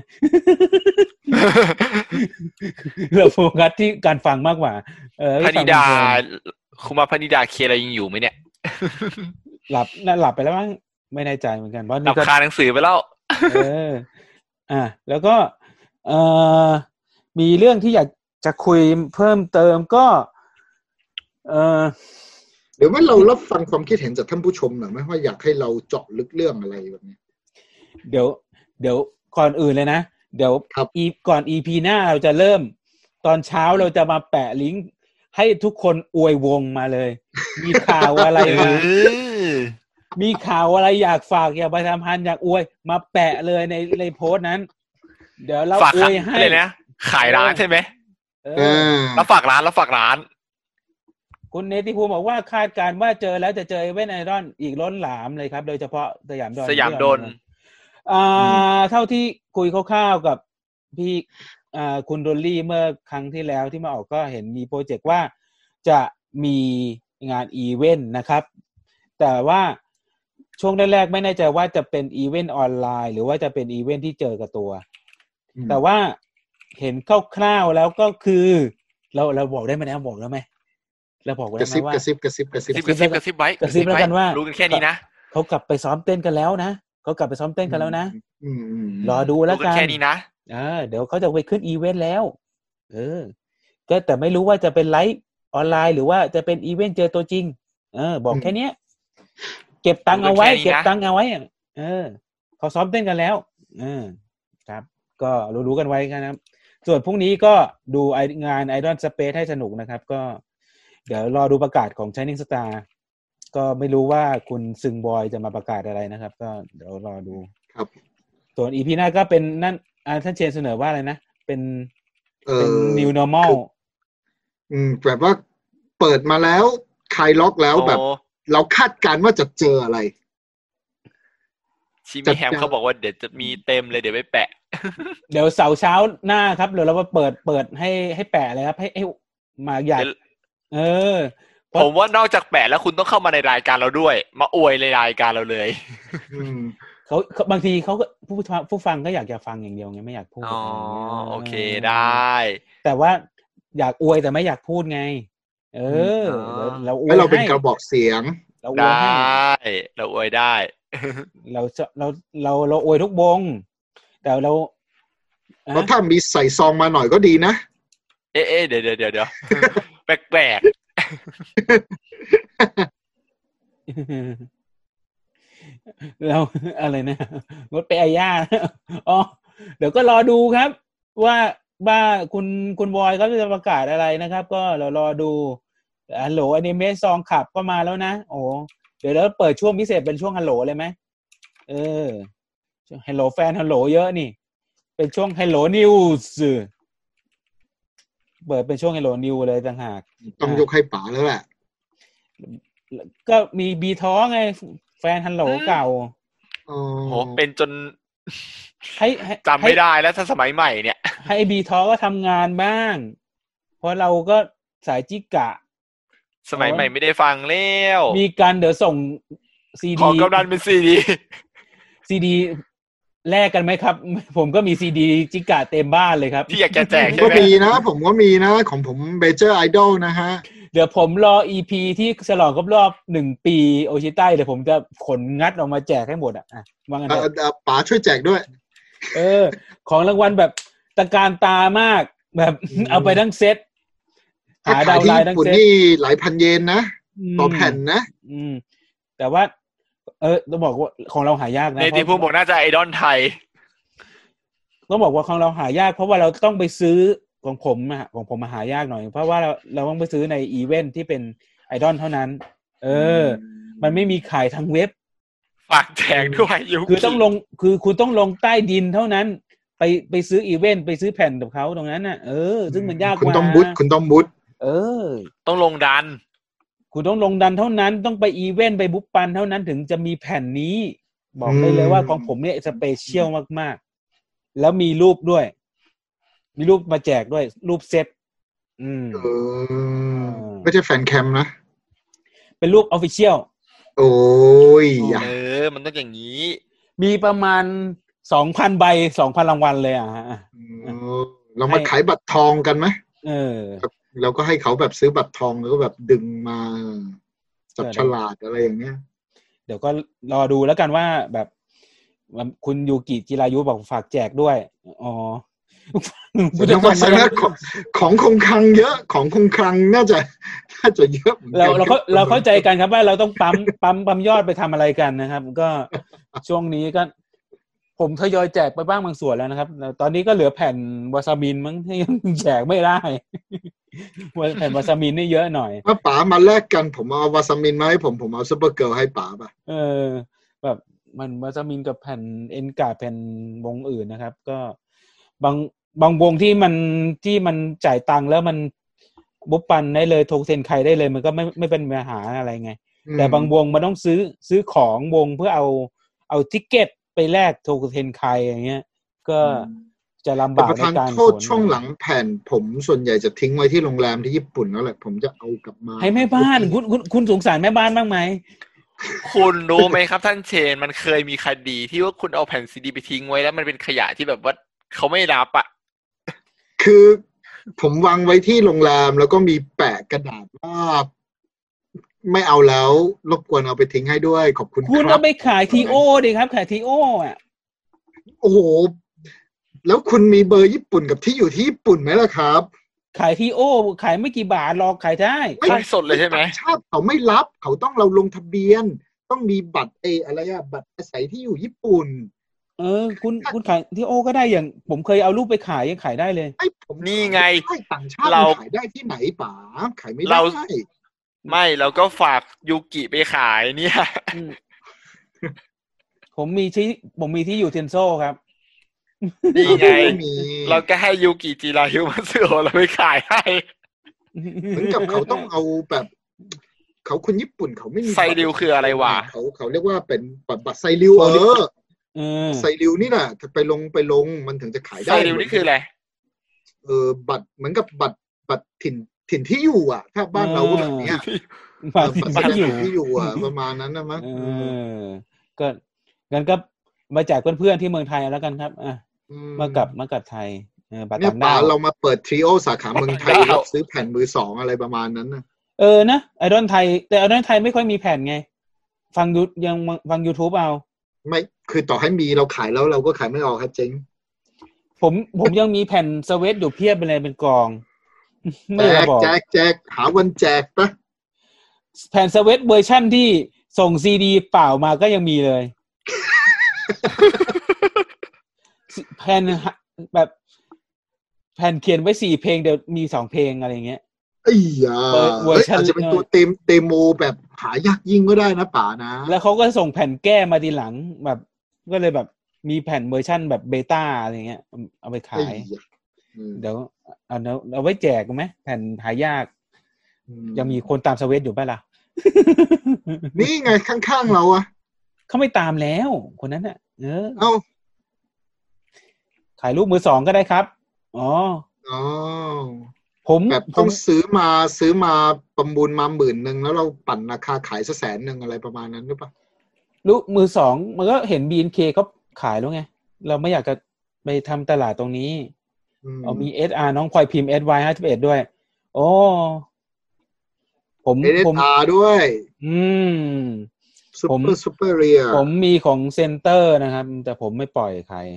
เราโฟกัสที่การฟังมากกว่าเออพนิดาคุณมาพนิดาเคอะไรยังอยู่ไหมเนี่ยหลับน่าหลับไปแล้วมั้งไม่แน่ใจเหมือนกันเพราะหลับคาหนังสือไปแล้วเอออ่ะแล้วก็เอ่อมีเรื่องที่อยากจะคุยเพิ่มเติมก็เออเดี๋ยวว่าเรารับฟังความคิดเห็นจากท่านผู้ชมหน่อยไหมว่าอยากให้เราเจาะลึกเรื่องอะไรแบบนี้เดี๋ยวเดี๋ยวก่อนอื่นเลยนะเดี๋ยวอีก่อน อี พี หน้าเราจะเริ่มตอนเช้าเราจะมาแปะลิงก์ให้ทุกคนอวยวงมาเลยมีข่าวอะไรมามีข่าวอะไรอยากฝากอยากไปทำพันอยากอวยมาแปะเลยในในโพสต์นั้นเดี๋ยวเราอวยให้เลยนะขายร้านใช่ไหมเออแล้วฝากร้านแล้วฝากร้านคุณเนติภูมิบอกว่าคาดการณ์ว่าเจอแล้วจะเจอเว่นไอรอนอีกล้นหลามเลยครับโดยเฉพาะสยามดนสยามดนอ่าเท่าที่คุยคร่าวๆกับพี่อ่าคุณดอลลี่เมื่อครั้งที่แล้วที่มาออกก็เห็นมีโปรเจกต์ว่าจะมีงานอีเวนต์นะครับแต่ว่าช่วงแรกๆไม่แน่ใจว่าจะเป็นอีเวนต์ออนไลน์หรือว่าจะเป็นอีเวนต์ที่เจอกับตัวแต่ว่าเห็นคร่าวๆแล้วก็คือเราเราบอกได้ไหมนะบอกแล้วไหมเราบอกได้ไหมว่ากระซิบกระซิบกระซิบกระซิบกระซิบไว้กระซิบแล้วกันว่ารู้กันแค่นี้นะเขากลับไปซ้อมเต้นกันแล้วนะเขากลับไปซ้อมเต้นกันแล้วนะรอดูแล้วกันแค่นี้นะอ่าเดี๋ยวเขาจะไปขึ้นอีเวนต์แล้วเออก็แต่ไม่รู้ว่าจะเป็นไลฟ์ออนไลน์หรือว่าจะเป็นอีเวนต์เจอตัวจริงเออบอกแค่นี้เก็บตังค์เอาไว้เก็บตังค์เอาไว้เออเขาซ้อมเต้นกันแล้วเออครับก็รู้ๆกันไว้ครับส่วนพรุ่งนี้ก็ดูงาน Idol Space ให้สนุกนะครับก็เดี๋ยวรอดูประกาศของ Shining Star ก็ไม่รู้ว่าคุณซึงบอยจะมาประกาศอะไรนะครับก็เดี๋ยวรอดูครับส่วน อี พี หน้าก็เป็นนั่นอ่าท่านเชนเสนอว่าอะไรนะเป็นเป็น New Normal อืมแบบว่าเปิดมาแล้วคลายล็อกแล้วแบบเราคาดการณ์ว่าจะเจออะไรชิมิแฮมเขาบอกว่าเดี๋ยวจะมีเต็มเลยเดี๋ยวไปแปะเดี๋ยวเสาร์เช้าหน้าครับเดี๋ยวเรามาเปิดเปิดให้ให้แปะเลยครับให้ให้มาอยากเออผมว่านอกจากแปะแล้วคุณต้องเข้ามาในรายการเราด้วยมาอวยในรายการเราเลยเขาบางทีเขาก็ผู้ผู้ฟังก็อยากจะฟังอย่างเดียวไงไม่อยากพูดอ๋อโอเคได้แต่ว่าอยากอวยแต่ไม่อยากพูดไงเออเราอวยให้เราเป็นกระบอกเสียงเราอวยได้เราอวยได้เราเราเราเราอวยทุกวงแต่เราเพราะถ้ามีใส่ซองมาหน่อยก็ดีนะเอ๊ะเดี๋ยวเดี๋ยวเดี๋ยวเดี๋ยวแปลกๆเราอะไรนะงดไปอาย่าอ๋อเดี๋ยวก็รอดูครับว่าว่าคุณคุณบอยเขาจะประกาศอะไรนะครับก็เรารอดูฮัลโหลอนิเมะซองขับก็มาแล้วนะโอ้เดี๋ยวเราเปิดช่วงพิเศษเป็นช่วงฮัลโหลเลยไหมเออฮัลโหลแฟนฮัลโหลเยอะนี่เป็นช่วงฮัลโหลนิวส์เปิดเป็นช่วงฮัลโหลนิวเลยต่างหากต้องยกให้ป๋าแล้วแหละก็มีบีท้อไงแฟนฮัลโหลเก่าโอ้โหเป็นจนให้จำไม่ได้แล้วถ้าสมัยใหม่เนี่ยให้บีท้อก็ทำงานบ้างเพราะเราก็สายจิกะสมัยใหม่ไม่ได้ฟังแล้วมีการเดี๋ยวส่งซีดีขอกำนันเป็นซีดีซีดีแลกกันไหมครับผมก็มีซีดีจิกะเต็มบ้านเลยครับที่อยากจะแจกใช่ไหมก็มีนะผมก็มีนะของผมเบเจอร์ไอดอลนะฮะเดี๋ยวผมรอ อี พี ที่ฉลองครบรอบหนึ่งปีโอชิไต้เดี๋ยวผมจะขนงัดออกมาแจกให้หมดอ่ะว่างั้นเถอะป๋าช่วยแจกด้วยเออของรางวัลแบบตะการตามากแบบเอาไปทั้งเซตหาดาวไลน์ทั้งเซตนี่หลายพันเยนนะต่อแผ่นนะอืมแต่ว่าเออต้องบอกว่าของเราหายากนะในที่พูดบอกน่าจะไอดอลไทยต้องบอกว่าของเราหายากเพราะว่าเราต้องไปซื้อของผมอะของผมมาหายากหน่อยเพราะว่าเราเราต้องไปซื้อในอีเวนท์ที่เป็นไอดอลเท่านั้นเออมันไม่มีขายทางเว็บฝากแจกด้วยคือต้องลงคือคุณต้องลงใต้ดินเท่านั้นไปไปซื้ออีเวนท์ไปซื้อแผ่นกับเขาตรงนั้นน่ะเออซึ่งมันยากกว่าคุณต้องบุ๊ทคุณต้องบุ๊ทเออต้องลงดันคุณต้องลงดันเท่านั้นต้องไปอีเวนต์ไปบุ๊ปปันเท่านั้นถึงจะมีแผ่นนี้บอกได้เลยว่าของผมเนี่ยสเปเชียลมากๆแล้วมีรูปด้วยมีรูปมาแจกด้วยรูปเซตอืมเออไม่ใช่แฟนแคมนะเป็นรูปออฟฟิเชียลโอ้ยเออมันต้องอย่างนี้มีประมาณสองพันใบสองพันรางวัลเลยอ่ะฮะเรามาขายบัตรทองกันไหมเออเราก็ให้เขาแบบซื้อบัตรทองแล้วก็แบบดึงมาจับฉลากอะไรอย่างเงี้ยเดี๋ยวก็รอดูแล้วกันว่าแบบคุณยูกิจิรายุบอกฝากแจกด้วยอ๋อจังหวัดสระของของคงคลังเยอะของคงคลังน่าจะน่าจะเยอะเราเราก็เราเข้าใจกันครับว่าเราต้องปั๊มปั๊มปั๊มยอดไปทำอะไรกันนะครับก็ช่วงนี้ก็ผมทยอยแจกไปบ้างบางส่วนแล้วนะครับตอนนี้ก็เหลือแผ่นวาซาบินมั้งที่ยังแจกไม่ได้แผ่นวาซาบินนี่เยอะหน่อยถ้าป๋ามาแลกกันผมเอาวาซาบินมาให้ผมผมเอาซุปเปอร์เกิร์ลให้ป๋าป่ะเออแบบมันวาซาบินกับแผ่นเอ็นการ์ดแผ่นวงอื่นนะครับก็บางบางวงที่มันที่มันจ่ายตังค์แล้วมันบุ๊ปปันได้เลยโทเซ็นใครได้เลยมันก็ไม่ไม่เป็นปัญหาอะไรไงแต่บางวงมันต้องซื้อซื้อของวงเพื่อเอาเอาทิกเก็ตไปแลกโทเซ็นใครอย่างเงี้ยก็จะลำบากในการโทษช่วงหลังแผ่นผมส่วนใหญ่จะทิ้งไว้ที่โรงแรมที่ญี่ปุ่นแล้วแหละผมจะเอากลับมาให้แม่บ้านคุณคุณคุณสงสารแม่บ้านบ้างไหมคุณรู้ไหมครับท่านเชนมันเคยมีคดีที่ว่าคุณเอาแผ่นซีดีไปทิ้งไว้แล้วมันเป็นขยะที่แบบว่าเขาไม่รับอ่ะคือผมวางไว้ที่โรงแรมแล้วก็มีแปะกระดาษว่าไม่เอาแล้วรบกวนเอาไปทิ้งให้ด้วยขอบคุณครับคุณเอาไปขายทีโอดิครับขายทีโออ่ะโอ้โหแล้วคุณมีเบอร์ญี่ปุ่นกับที่อยู่ที่ญี่ปุ่นไหมล่ะครับขายทีโอขายไม่กี่บาทหรอกขายได้ขายสดเลยใช่ไหมชาติเขาไม่รับเขาต้องเราลงทะเบียนต้องมีบัตรเออะไรอะบัตรอาศัยที่อยู่ญี่ปุ่นเออคุณคุณขายทีโอก็ได้อย่างผมเคยเอารูปไปขายยังขายได้เลยไอ้ผมนี่ไงต่างชาติเราขายได้ที่ไหนป๋าขายไม่ได้ไม่เราก็ฝากยูกิไปขายเนี่ยผมมีที่ผมมีที่อยู่เทนโซครับนี่ไงเราก็ให้ยูกิจิรายุมาซื้อเราไปขายให้เหมือนกับเขาต้องเอาแบบเขาคนญี่ปุ่นเขาไม่มีไซริวคืออะไรวะเขาเขาเรียกว่าเป็นบัตรไซริวเออไซริวนี่แหละไปลงไปลงมันถึงจะขายได้ไซริวนี่คืออะไรเออบัตรเหมือนกับบัตรบัตรถิ่นถิ่นที่อยู่อ่ะถ้าบ้านเราก็แบบนี้บัตรถิ่นที่อยู่ที่อยู่อ่ะประมาณนั้นนะมั้งเออก็งั้นก็มาจากเพื่อนๆที่เมืองไทยแล้วกันครับอ่ะมากับมากับไทยเออบัตรต่างดาวเรามาเปิดทริโอสาขาเมืองไทยรับซื้อแผ่นมือสองอะไรประมาณนั้นนะเออนะไอดอลไทยแต่ไอดอลไทยไม่ค่อยมีแผ่นไงฟังดูยังฟัง YouTube เอาไม่คือต่อให้มีเราขายแล้วเราก็ขายไม่ออกครับเจ๊งผมผมยังมีแผ่นสเวตอยู่เพียบเลยเป็นกองไม่ได้บอกแจกแจกหาวันแจกปะแผ่นสเวตเวอร์ชั่นที่ส่งซีดีเปล่ามาก็ยังมีเลยแผ่นแบบแผ่นเขียนไว้สี่เพลงเดี๋ยวมีสองเพลงอะไรเงี้ยไอ้ยาอาจจะเป็นตัวเต็มเตโมแบบหายากยิ่งก็ได้นะป๋านะแล้วเขาก็ส่งแผ่นแก้มาทีหลังแบบก็เลยแบบมีแผ่นเวอร์ชั่นแบบเบต้าอะไรเงี้ยเอาไปขายเดี๋ยวเอาเอาไว้แจกไหมแผ่นหายากยังมีคนตามสเวตอยู่ป่ะล่ะนี่ไงข้างๆเราอะเขาไม่ตามแล้วคนนั้นอะเออเอาขายรูปมือสองก็ได้ครับอ๋ออ๋อผมแบบต้องซื้อมาซื้อมาประมูลมาหมื่นหนึ่งแล้วเราปั่นราคาขายสักแสนหนึ่งอะไรประมาณนั้นหรือเปล่ารูปมือสองมันก็เห็น บี เอ็น เค เขาขายแล้วไงเราไม่อยากจะไปทำตลาดตรงนี้เอามี เอส อาร์ น้องพลอยพิมพ์ เอส วาย ห้าสิบเอ็ดด้วยโอ้ผมผม เอส อาร์ ด้วยอืมซุปเปอร์ซุปเปอร์เรียผมมีของเซ็นเตอร์นะครับแต่ผมไม่ปล่อยใคร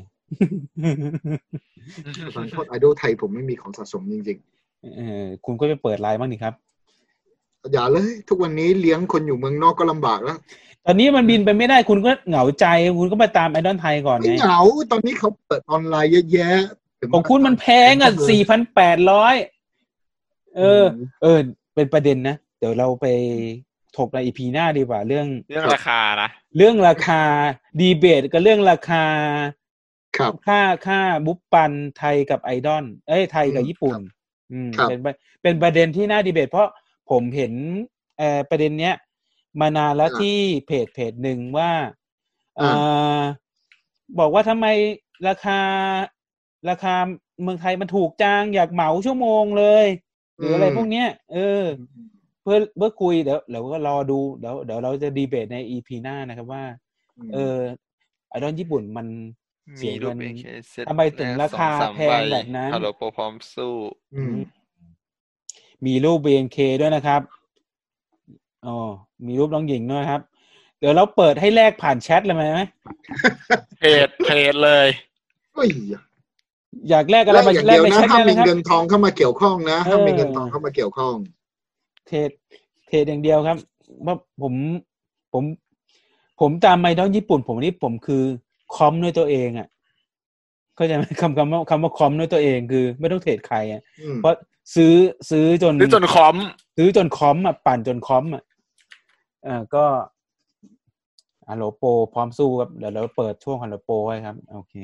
ขอโทษไอดอลไทยผมไม่มีของสะสมจริงๆเออคุณก็ไปเปิดไลน์บ้างนี่ครับอย่าเลยทุกวันนี้เลี้ยงคนอยู่เมืองนอกก็ลำบากแล้วตอนนี้มันบินไปไม่ได้คุณก็เหงาใจคุณก็มาตามไอดอลไทยก่อนไงไม่เหงาตอนนี้เขาเปิดออนไลน์เยอะแยะของคุณมันแพงอ่ะ สี่พันแปดร้อย เออเออเป็นประเด็นนะเดี๋ยวเราไปถกใน อี พี หน้าดีกว่าเรื่องเรื่องราคานะเรื่องราคาดีเบตกับเรื่องราคาครับค่าค่าบุ๊ปปันไทยกับไอดอลเอ้ยไทยกับญี่ปุ่นอืมเป็นเป็นประเด็นที่น่าดีเบตเพราะผมเห็นเอ่อประเด็นเนี้ยมานานแล้วที่เพจเพจหนึ่งว่าอ่าบอกว่าทำไมราคาราคาเมืองไทยมันถูกจังอยากเหมาชั่วโมงเลยหรืออะไรพวกเนี้ยเออเพื่อเพื่อคุยเดี๋ยวเดี๋ยวก็รอดูเดี๋ยวเดี๋ยวเราจะดีเบตใน อี พี หน้านะครับว่าเออไอดอลญี่ปุ่นมันเสียเงินมีรูป เอ เค เซ็ตทำไมถึงราคาแพงแบบนั้นฮัลโหลโปรพร้อมสู้มีรูป บี เอ็น เค ด้วยนะครับอ๋อมีรูปน้องหญิงด้วยครับเดี๋ยวเราเปิดให้แลกผ่านแชทเลยไหมเพจเพจเลยอยากแลกอะไรมาแลกในแชทได้เลยครับห้ามมีเงินทองเข้ามาเกี่ยวข้องนะห้ามมีเงินทองเข้ามาเกี่ยวข้องเทรดเทรดอย่างเดียวครับว่าผมผมผมตามไอดอลญี่ปุ่นผมนี่ผมคือคอมด้วยตัวเองอ่ะเข้าใจไหมคำคำว่าคำว่าคอมด้วยตัวเองคือไม่ต้องเทรดใครอ่ะเพราะซื้อซื้อจนซื้อจนคอมซื้อจนคอมอ่ะปั่นจนคอมอ่ะอ่าก็ฮัลโหลโปรพร้อมสู้ครับเดี๋ยวเราเปิดช่วงฮัลโหลโปรไว้ครับโอเค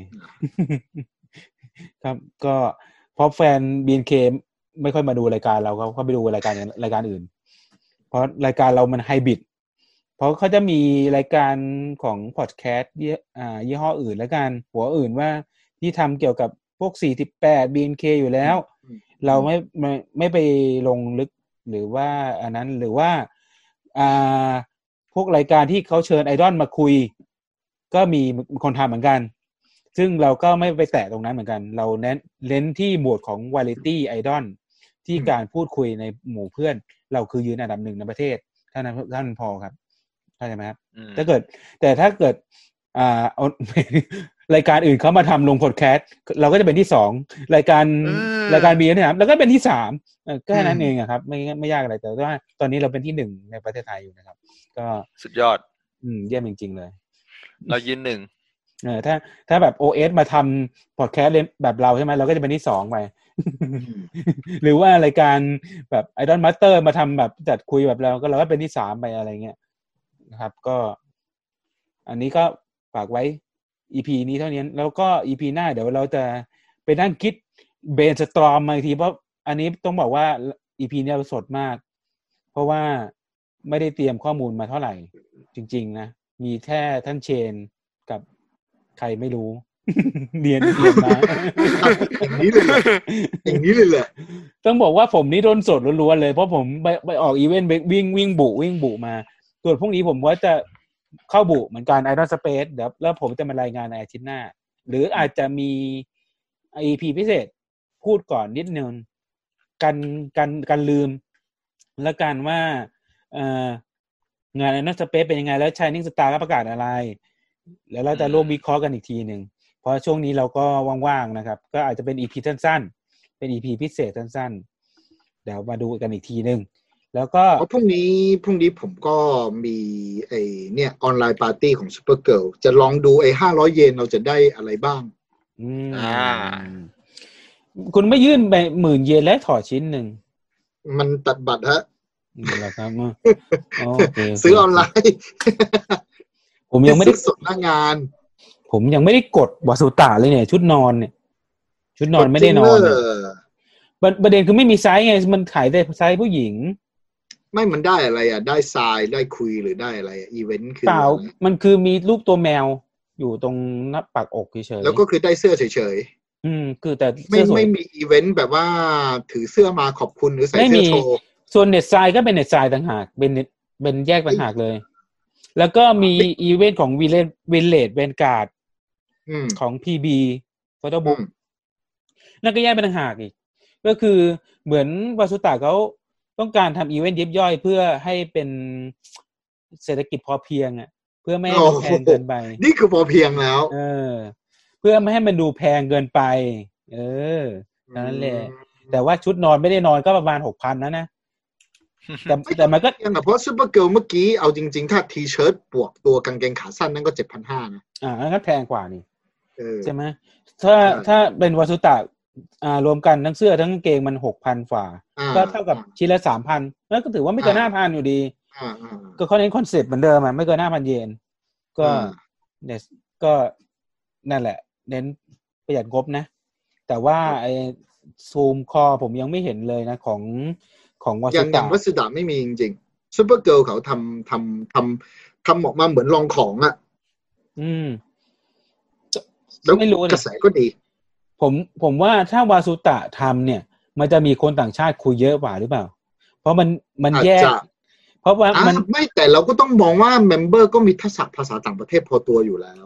ครับก็เพราะแฟน บี เอ็น เค ไม่ค่อยมาดูรายการเราเขาเขาไปดูรายการรายการอื่นเพราะรายการเรามันไฮบริดเพราะเขาจะมีรายการของพอดแคสต์อ่ายี่ห้ออื่นแล้วกันหัวอื่นว่าที่ทำเกี่ยวกับพวกสี่สิบแปด บี เอ็น เค อยู่แล้วเราไม่ไม่ไม่ไปลงลึกหรือว่าอันนั้นหรือว่าอ่าพวกรายการที่เขาเชิญไอดอลมาคุยก็มีคนทำเหมือนกันซึ่งเราก็ไม่ไปแตะตรงนั้นเหมือนกันเราเน้นเน้นที่หมวดของ Variety Idol ที่การพูดคุยในหมู่เพื่อนเราคือยืนอันดับหนึ่งในประเทศท่านท่านพอครับเข้าใจไหมครับถ้าเกิดแต่ถ้าเกิดอ่ารายการอื่นเขามาทำลงพอดแคสต์เราก็จะเป็นที่สองรายการรายการมีนะครับแล้วก็เป็นที่สามก็แค่นั้นเองครับไม่ไม่ยากอะไรแต่ว่าตอนนี้เราเป็นที่หนึ่งในประเทศไทยอยู่นะครับก็สุดยอดอืมเยี่ยมจริงๆเลยเรายืนหนึ่งเออถ้าถ้าแบบ โอ เอส มาทำพอดแคสต์แบบเราใช่ไหมเราก็จะเป็นที่สองไป หรือว่ารายการแบบ Idol Master มาทำแบบจัดคุยแบบเราก็เราก็เป็นที่สามไปอะไรเงี้ยนะครับก็อันนี้ก็ฝากไว้ อี พี นี้เท่านี้แล้วก็ อี พี หน้าเดี๋ยวเราจะไปนั่งคิดเบนสตรอมมาอีกทีเพราะอันนี้ต้องบอกว่า อี พี นี้เราสดมากเพราะว่าไม่ได้เตรียมข้อมูลมาเท่าไหร่จริงๆนะมีแค่ท่านเชนกับใครไม่รู้ เรียนเรียนมาอย่างนี้เลยอย่างนี้เลยแหละต้องบอกว่าผมนี่โดนสดล้วนๆเลยเพราะผมไปไปออกอีเวนต์วิ่งวิ่งบุวิ่งบุมาส่วนพวกนี้ผมว่าจะเข้าบุเหมือนกัน Idol Space เดี๋ยวแล้วผมจะมารายงานในอาทิตย์หน้าหรืออาจจะมี อี พี พิเศษพูดก่อนนิดนึงกันกันกันลืมแล้วกันว่าเอ่องาน Idol Space เป็นยังไงแล้ว Shining Star ก็ประกาศอะไรแล้วเราจะร่วมวิเคราะห์กันอีกทีนึงเพราะช่วงนี้เราก็ว่างๆนะครับก็อาจจะเป็น อี พี สั้นๆเป็น อี พี พิเศษสั้นๆเดี๋ยวมาดูกันอีกทีนึงแล้วก็พรุ่งนี้พรุ่งนี้ผมก็มีไอ้เนี่ยออนไลน์ปาร์ตี้ของ Supergirl จะลองดูไอ้ห้าร้อยเยนเราจะได้อะไรบ้างอืมอ่าคุณไม่ยื่นไปหมื่นเยนและถอดชิ้นหนึ่งมันตัดบัตรฮะนี่แหละครับซื้อออนไลน์ผมยังไม่ได้สดหน้างานผมยังไม่ได้กดวาสุตะเลยเนี่ยชุดนอนเนี่ยชุดนอนไม่ได้นอนประเด็นคือไม่มีไซส์ไงมันขายได้ไซส์ผู้หญิงไม่มันได้อะไรอ่ะได้ทรายได้คุยหรือได้อะไรอีเวนต์คือเปล่ามันคือมีรูปตัวแมวอยู่ตรงหน้าปากอกเฉยๆแล้วก็คือได้เสื้อเฉยๆอืมคือแต่ไม่ไม่มีอีเวนต์แบบว่าถือเสื้อมาขอบคุณหรือใส่เสื้อโชว์ส่วนเน็ตทรายก็เป็นเน็ตทรายต่างหากเป็นเป็นแยกต่างหากเลยแล้วก็มีอีเวนต์ของวิลเลจวิลเลจเวนการ์ดของ พี บี Photobook นั่นก็แยกเป็นต่างหากอีกก็คือเหมือนวาสุตะเขาต้องการทำอีเวนต์ยิบย่อยเพื่อให้เป็นเศรษฐกิจพอเพียงอ่ะเพื่อไม่ให้มันแพงเกินไปนี่คือพอเพียงแล้วเออเพื่อไม่ให้มันดูแพงเกินไปเออนั่นแหละแต่ว่าชุดนอนไม่ได้นอนก็ประมาณ หกพัน นะนะแต่แต่มันก็ยังเพราะ Supergirl เมื่อกี้เอาจริงๆถ้าทีเชิ้ตบวกตัวกางเกงขาสั้นนั่นก็ เจ็ดพันห้าร้อย นะอ่านั่นก็แพงกว่านี่ใช่ไหมถ้าถ้าเป็นวาสุตะอ่ารวมกันทั้งเสื้อทั้งกางเกงมัน หกพัน ฝ่าก็เท่ากับชิ้นละ สามพัน แล้วก็ถือว่าไม่เกิน ห้าพัน อยู่ดีก็เขาเน้นคอนเซ็ปต์เหมือนเดิมอ่ะไม่เกิน ห้าพัน เยนก็เนี่ยก็นั่นแหละเน้นประหยัดงบนะแต่ว่าไอ้ซูมคอผมยังไม่เห็นเลยนะของของวาสุตะอย่างวาสุตะไม่มีจริงๆ Supergirl เขาทำทำทำทำออกมาเหมือนลองของอ่ะอืมแล้วไม่รู้กระแสก็ดีผมผมว่าถ้าวาสุตะทำเนี่ยมันจะมีคนต่างชาติคุยเยอะกว่าหรือเปล่าเพราะมันมันแยกเพราะว่ามันไม่แต่เราก็ต้องมองว่าเมมเบอร์ก็มีทักษะภาษาต่างประเทศพอตัวอยู่แล้ว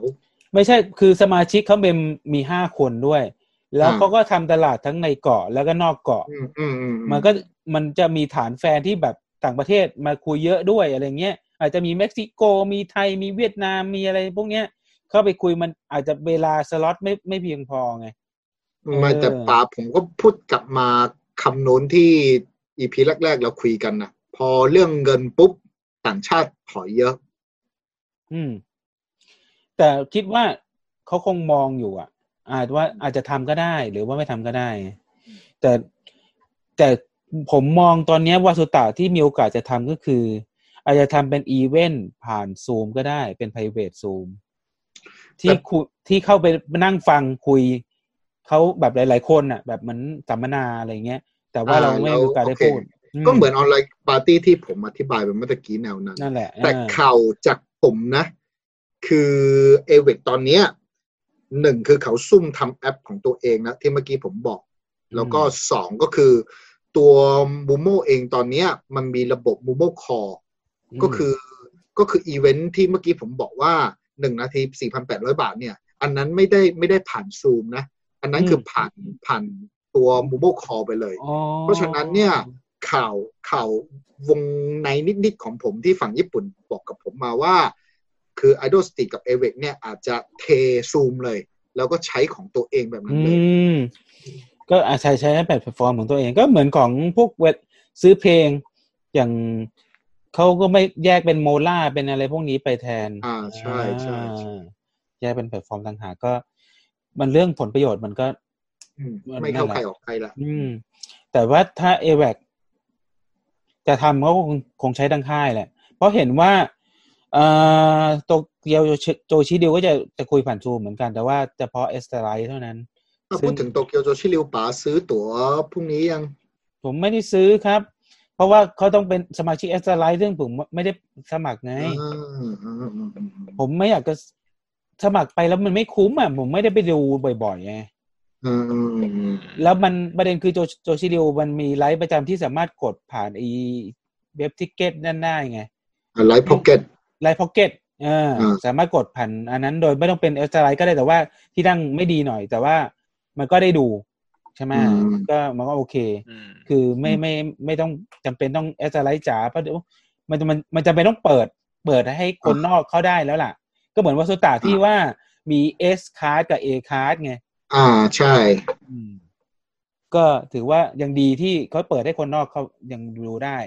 ไม่ใช่คือสมาชิกเขาเป็นมีห้าคนด้วยแล้วเขาก็ทำตลาดทั้งในเกาะแล้วก็นอกเกาะมันก็มันจะมีฐานแฟนที่แบบต่างประเทศมาคุยเยอะด้วยอะไรเงี้ยอาจจะมีเม็กซิโกมีไทยมีเวียดนามมีอะไรพวกเนี้ยเข้าไปคุยมันอาจจะเวลาสล็อตไม่ไม่เพียงพอไงไม่แต่ป๋าผมก็พูดกลับมาคำโน้นที่อีพีแรกๆเราคุยกันนะพอเรื่องเงินปุ๊บต่างชาติถอยเยอะอืมแต่คิดว่าเขาคงมองอยู่อ่ะอาจว่าอาจจะทำก็ได้หรือว่าไม่ทำก็ได้แต่แต่ผมมองตอนนี้วาสุตะที่มีโอกาสจะทำก็คืออาจจะทำเป็นอีเวนต์ผ่านซูมก็ได้เป็น private zoom ที่ที่เข้าไปนั่งฟังคุยเขาแบบหลายๆคนอ่ะแบบเหมือนสัมมนาอะไรเงี้ยแต่ว่าเราไม่มีโอกาสได้พูดก็เหมือนออนไลน์ปาร์ตี้ที่ผมอธิบายไปเมื่อกี้แนวนั้นนั่นแหละแต่ข่าวจากผมนะคือเอเวกตอนเนี้ยหนึ่งคือเขาซุ่มทำแอปของตัวเองนะที่เมื่อกี้ผมบอกแล้วก็สองก็คือตัวมูโมเองตอนนี้มันมีระบบมูโมคอลก็คือก็คืออีเวนท์ที่เมื่อกี้ผมบอกว่าหนึ่งนาที สี่พันแปดร้อย บาทเนี่ยอันนั้นไม่ได้ไม่ได้ผ่านซูมนะอันนั้นคือผ่านผ่านตัวมูโมคอลไปเลยเพราะฉะนั้นเนี่ยข่าวข่าววงในนิดๆของผมที่ฝั่งญี่ปุ่นบอกกับผมมาว่าคือ Idol Stick กับ เอ วี อี ซี เนี่ยอาจจะเทซูมเลยแล้วก็ใช้ของตัวเองแบบนั้นเลยก็อาจจะใช้แพลตฟอร์มของตัวเองก็เหมือนของพวกเว็บซื้อเพลงอย่างเขาก็ไม่แยกเป็นโมล่าเป็นอะไรพวกนี้ไปแทนอ่าใช่ใช่แยกเป็นแพลตฟอร์มต่างหากก็มันเรื่องผลประโยชน์มันก็ไม่เข้าใครออกใครละอืมแต่ว่าถ้า เอ วี อี ซี จะทำเขาคงคงใช้ดังค่ายแหละเพราะเห็นว่าเอ่อโตเกียวโจชิดิวก็จะจะคุยผ่านซูมเหมือนกันแต่ว่าเฉพาะเอสเตอร์ไลท์เท่านั้นพูดถึงโตเกียวโจชิดิวป๋าซื้อตั๋วพรุ่งนี้ยังผมไม่ได้ซื้อครับเพราะว่าเขาต้องเป็นสมาชิกเอสเตอร์ไลท์ซึ่งผมไม่ได้สมัครไงผมไม่อยากจะสมัครไปแล้วมันไม่คุ้มอ่ะผมไม่ได้ไปดูบ่อยๆไงแล้วมันประเด็นคือโจโจชิดิวมันมีไลฟ์ประจำที่สามารถกดผ่านอีเว็บทิกเก็ตนั่นได้ไงไลฟ์พ็อกเก็ตไลฟ์พ็อกเก็ตเออสามารถกดผ่านอันนั้นโดยไม่ต้องเป็นเอสเตอร์ไลท์ก็ได้แต่ว่าที่นั่งไม่ดีหน่อยแต่ว่ามันก็ได้ดูใช่ไหมมันก็มันก็โอเคคือไม่ไม่ไม่ต้องจำเป็นต้องเอสเตอร์ไลท์จ๋าเพราะเดี๋ยวมันมันมันจำเป็นต้องเปิดเปิดให้คนนอกเข้าได้แล้วล่ะก็เหมือนวาสุตะที่ว่ามี S card กับ A card ไงอ่าใช่ก็ถือว่ายังดีที่เขาเปิดให้คนนอกเขายังดูได้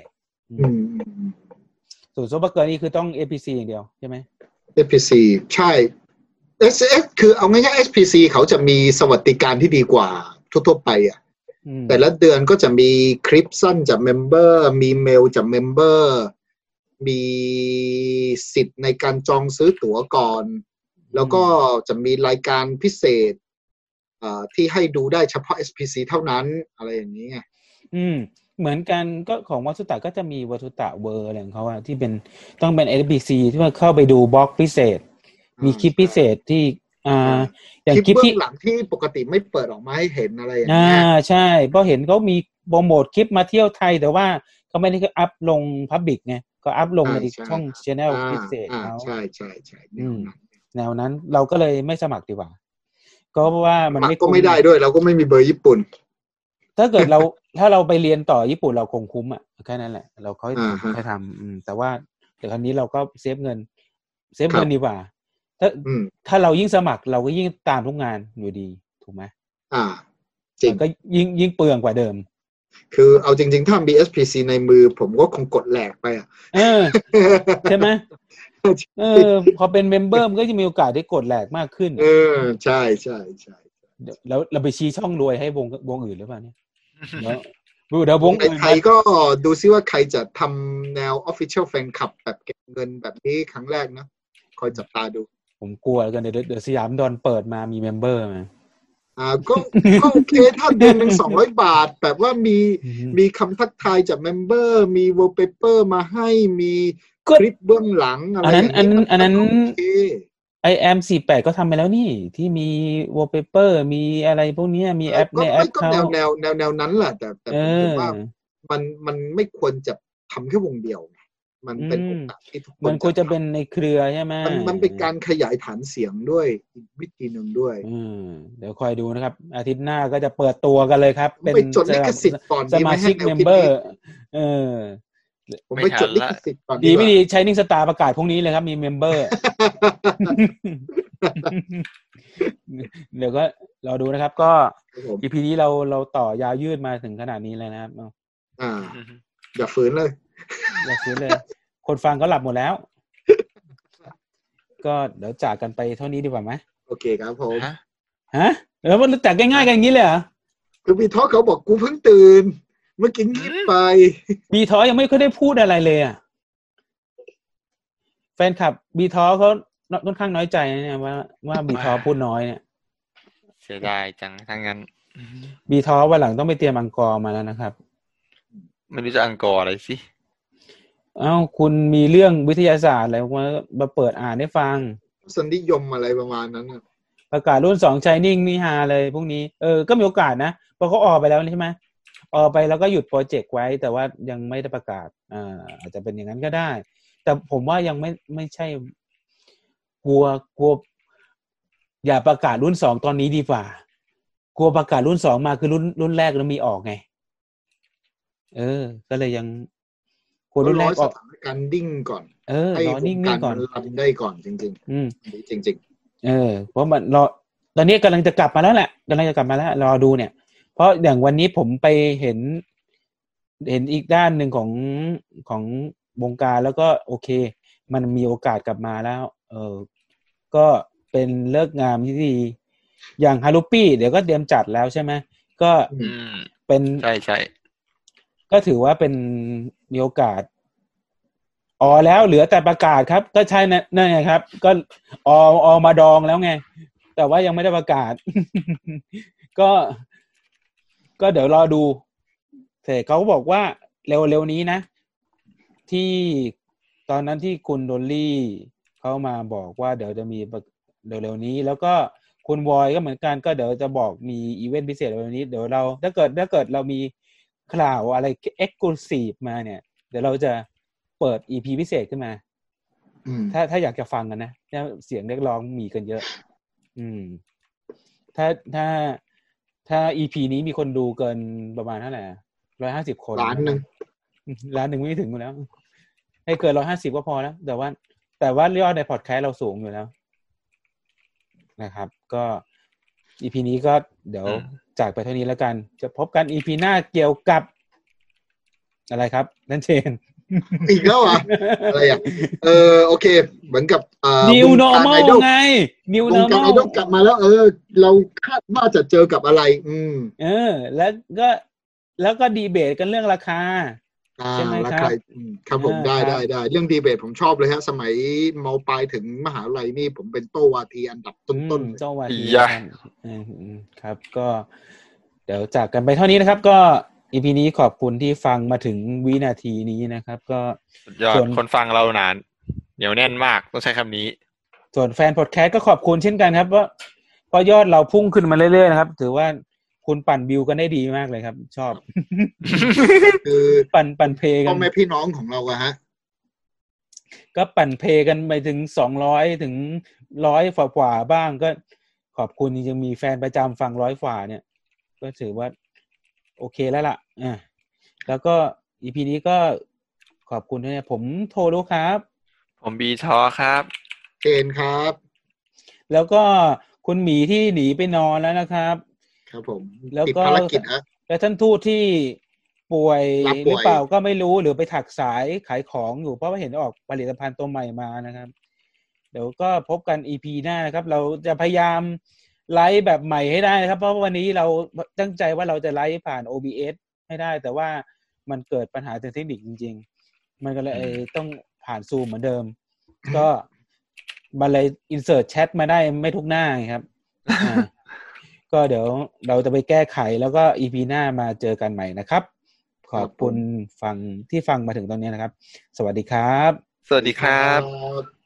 ส่วนซุปเปอร์เกิร์ลนี่คือต้อง เอ พี ซี อย่างเดียวใช่ไหมเอ พี ซี ใช่ เอส เอส คือเอาง่ายๆ เอส พี ซี เขาจะมีสวัสดิการที่ดีกว่าทั่วๆไปอ่ะแต่ละเดือนก็จะมีคลิปสั้นจากเมมเบอร์มีเมลจากเมมเบอร์มีสิทธิ์ในการจองซื้อตั๋วก่อนแล้วก็จะมีรายการพิเศษที่ให้ดูได้เฉพาะ เอส พี ซี เท่านั้นอะไรอย่างนี้ไงอืมเหมือนกันก็ของวาสุตะก็จะมีวาสุตะเวอร์อะไรของเขาอะที่เป็นต้องเป็น เอส พี ซี ที่ว่าเข้าไปดูบล็อกพิเศษมีคลิปพิเศษที่อ่าอย่างคลิปที่หลังที่ปกติไม่เปิดออกมาให้เห็นอะไรอย่างเงี้ยอ่าใช่เพราะเห็นเขามีโปรโมทคลิปมาเที่ยวไทยแต่ว่าเขาไม่ได้อัพลง public ไงก็อัพลงในช่อง channel พิเศษเขาใช่ใช่ใช่แนวนั้นเราก็เลยไม่สมัครดีกว่าก็เพราะว่ามันไม่ก็ไม่ได้ด้วยเราก็ไม่มีเบอร์ญี่ปุ่นถ้าเกิดเราถ้าเราไปเรียนต่อญี่ปุ่นเราคงคุ้มอ่ะแค่นั้นแหละเราค่อยค่อยทำแต่ว่าแต่ครั้นี้เราก็เซฟเงินเซฟเงินดีกว่าถ้าถ้าเรายิ่งสมัครเราก็ยิ่งตามทุกงานอยู่ดีถูกไหมอ่าจริงก็ยิ่งยิ่งเปลืองกว่าเดิมคือเอาจริงๆถ้ามี เอส พี ซี ในมือผมก็คงกดแหลกไปอ่ะเออใช่ไหมเออพอเป็นเมมเบอร์มันก็จะมีโอกาสได้กดแหลกมากขึ้นเออใช่ใช่ใช่แล้วเราไปชี้ช่องรวยให้วงวงอื่นหรือเปล่าเนี่ยแล้วเดี๋ยววงอื่นในไทยก็ดูซิว่าใครจะทำแนว Official Fan Club แบบเก็บเงินแบบนี้ครั้งแรกนะคอยจับตาดูผมกลัวกันเดี๋ยวเดี๋ยวสยามดอนเปิดมามีเมมเบอร์มาอ่าก็ก็โอเคถ้าเดือนหนึ่งสองร้อยบาทแบบว่ามีมีคำทักทายจากเมมเบอร์มีวอลเปเปอร์มาให้มีคลิปเบื้องหลังอะไรอย่างนี้อันนั้นอันนั้นไอแอมสี่สิบแปดก็ทำไปแล้วนี่ที่มีวอลเปเปอร์มีอะไรพวกนี้มีแอปในแอปเขาแนวแนวแนวแนวนั้นแหละแต่แต่ผมว่ามันมันไม่ควรจะทำแค่วงเดียวมันเป็นโอกาสที่ทุกคนมันควรจะเป็นในเครือใช่ไหมมันมันเป็นการขยายฐานเสียงด้วยอีกวิธีหนึ่งด้วยอืมเดี๋ยวคอยดูนะครับอาทิตย์หน้าก็จะเปิดตัวกันเลยครับเป็นจดลิขสิทธิ์ก่อนสมาชิกเมมเบอร์เออผมไปจดลิขสิทธิ์ก่อนดีไม่ดีใช้นิ่งสตาร์ประกาศพรุ่งนี้เลยครับมีเมมเบอร์เดี๋ยวก็รอดูนะครับก็ อี พี นี้เราเราต่อยาวยืดมาถึงขนาดนี้เลยนะครับอ่าอย่าฝืนเลยอย่าฝืนเลยคนฟังก็หลับหมดแล้วก็เดี๋ยวจากกันไปเท่านี้ดีกว่าไหมโอเคครับผมฮะเออมันจากง่ายๆกันอย่างนี้เลยเหรอคือบีทอเขาบอกกูเพิ่งตื่นเมื่อกี้งีบไปบีทอยังไม่เคยได้พูดอะไรเลยอ่ะแฟนคลับบีทอเขาค่อนข้างน้อยใจเนี่ยว่าว่าบีทอพูดน้อยเนี่ยเสียดายจังทั้งนั้นบีทอวันหลังต้องไปเตรียมอังกอร์มาแล้วนะครับไม่รู้จะอังกอร์อะไรสิเอ้าคุณมีเรื่องวิทยาศาสตร์อะไรมามาเปิดอ่านให้ฟังสันนิยมอะไรประมาณนั้นนะประกาศรุ่นสอง Shining นี่ฮาเลยพวกนี้เออก็มีโอกาสนะเพราะเขาออกไปแล้วใช่ไหมออกไปแล้วก็หยุดโปรเจกต์ไว้แต่ว่ายังไม่ได้ประกาศอ่าอาจจะเป็นอย่างนั้นก็ได้แต่ผมว่ายังไม่ไม่ใช่กลัวกลัวอย่าประกาศรุ่นสองตอนนี้ดีกว่ากลัวประกาศรุ่นสองมาคือรุ่นรุ่นแรกแล้วมีออกไงเออก็เลยยังกลัวรุ่นแรกออกการดิ้งก่อนเออรอนิ่งๆก่อนรันได้ก่อนจริงๆอืมจริงๆเออเพราะมันรอตอนนี้กำลังจะกลับมาแล้วแหละกำลังจะกลับมาแล้วรอดูเนี่ยเพราะอย่างวันนี้ผมไปเห็นเห็นอีกด้านหนึ่งของของวงการแล้วก็โอเคมันมีโอกาสกลับมาแล้วเออก็เป็นเลิกงามที่ดีอย่างฮารุปี้เดี๋ยวก็เตรียมจัดแล้วใช่ไหมก็เป็นใช่ใช่ก็ถือว่าเป็นมีโอกาสอ๋อแล้วเหลือแต่ประกาศครับก็ใช่นั่นไงครับก็ออออมาดองแล้วไงแต่ว่ายังไม่ได้ประกาศ ก็ก็เดี๋ยวรอดูแต่เขาบอกว่าเร็วๆนี้นะที่ตอนนั้นที่คุณโดลลี่เขามาบอกว่าเดี๋ยวจะมีเร็วๆนี้แล้วก็คุณวอยก็เหมือนกันก็เดี๋ยวจะบอกมีอีเวนต์พิเศษเร็วๆนี้เดี๋ยวเราถ้าเกิดถ้าเกิดเรามีข่าวอะไร Exclusive มาเนี่ยเดี๋ยวเราจะเปิด อี พี พิเศษขึ้นมาถ้าถ้าอยากจะฟังกันนะเสียงเรียกร้องมีกันเยอะอืมถ้าถ้าถ้า อี พี นี้มีคนดูเกินประมาณเท่าไหร่หนึ่งร้อยห้าสิบคนล้านนึงล้านนึงไม่ถึงอยู่แล้วให้เกินหนึ่งร้อยห้าสิบก็พอแล้วแต่ว่าแต่ว่ายอดในพอดแคสต์เราสูงอยู่แล้วนะครับก็ อี พี นี้ก็เดี๋ยวจากไปเท่านี้แล้วกันจะพบกัน อี พี หน้าเกี่ยวกับอะไรครับนั่นเชนอีกแล้วอ่ะอะไรอ่ะเออโอเคเหมือนกับอ่า New Normal ไง New Normal วงการไอดอลกลับมาแล้วเออเราคาดว่าจะเจอกับอะไรอืมเออแล้วก็แล้วก็ดีเบตกันเรื่องราคาใช่ไหมครับครับผมได้ได้ได้เรื่องดีเบตผมชอบเลยฮะสมัยม.ปลายถึงมหาลัยนี่ผมเป็นโตวาทีอันดับต้นๆโตวาทีครับก็เดี๋ยวจากกันไปเท่านี้นะครับก็ อี พี นี้ขอบคุณที่ฟังมาถึงวินาทีนี้นะครับก็ยอดคนฟังเรานานเหนียวแน่นมากต้องใช้คำนี้ส่วนแฟนพอดแคสต์ก็ขอบคุณเช่นกันครับว่าพอยอดเราพุ่งขึ้นมาเรื่อยๆนะครับถือว่าคุณปั่นวิวกันได้ดีมากเลยครับชอบคือปั่นปั่นเพกันพ่อแม่พี่น้องของเราอะฮะก็ปั่นเพกันไปถึงสองร้อยถึงร้อยฝ่าๆบ้างก็ขอบคุณจริงๆมีแฟนประจำฟังร้อยฝ่าเนี่ยก็ถือว่าโอเคแล้วล่ะอ่ะแล้วก็ อี พี นี้ก็ขอบคุณด้วยผมโทรรู้ครับผมบีทอครับเจนครับแล้วก็คุณหมีที่หนีไปนอนแล้วนะครับครับผมแล้วก็แล้วท่านทูตที่ป่วยหรือเปล่าก็ไม่รู้หรือไปถักสายขายของอยู่เพราะว่าเห็นออกผลิตภัณฑ์ตัวใหม่มานะครับเดี๋ยวก็พบกัน อี พี หน้านะครับเราจะพยายามไลฟ์แบบใหม่ให้ได้นะครับเพราะวันนี้เราตั้งใจว่าเราจะไลฟ์ผ่าน โอ บี เอส ให้ได้แต่ว่ามันเกิดปัญหาทางเทคนิคจริงๆมันก็เลยต้องผ่าน Zoom เหมือนเดิมก็มันเลยอินเสิร์ตแชทมาได้ไม่ทุกหน้าครับก็เดี๋ยวเราจะไปแก้ไขแล้วก็ อี พี หน้ามาเจอกันใหม่นะครับขอบคุณฟังที่ฟังมาถึงตรงนี้นะครับสวัสดีครับสวัสดีครับ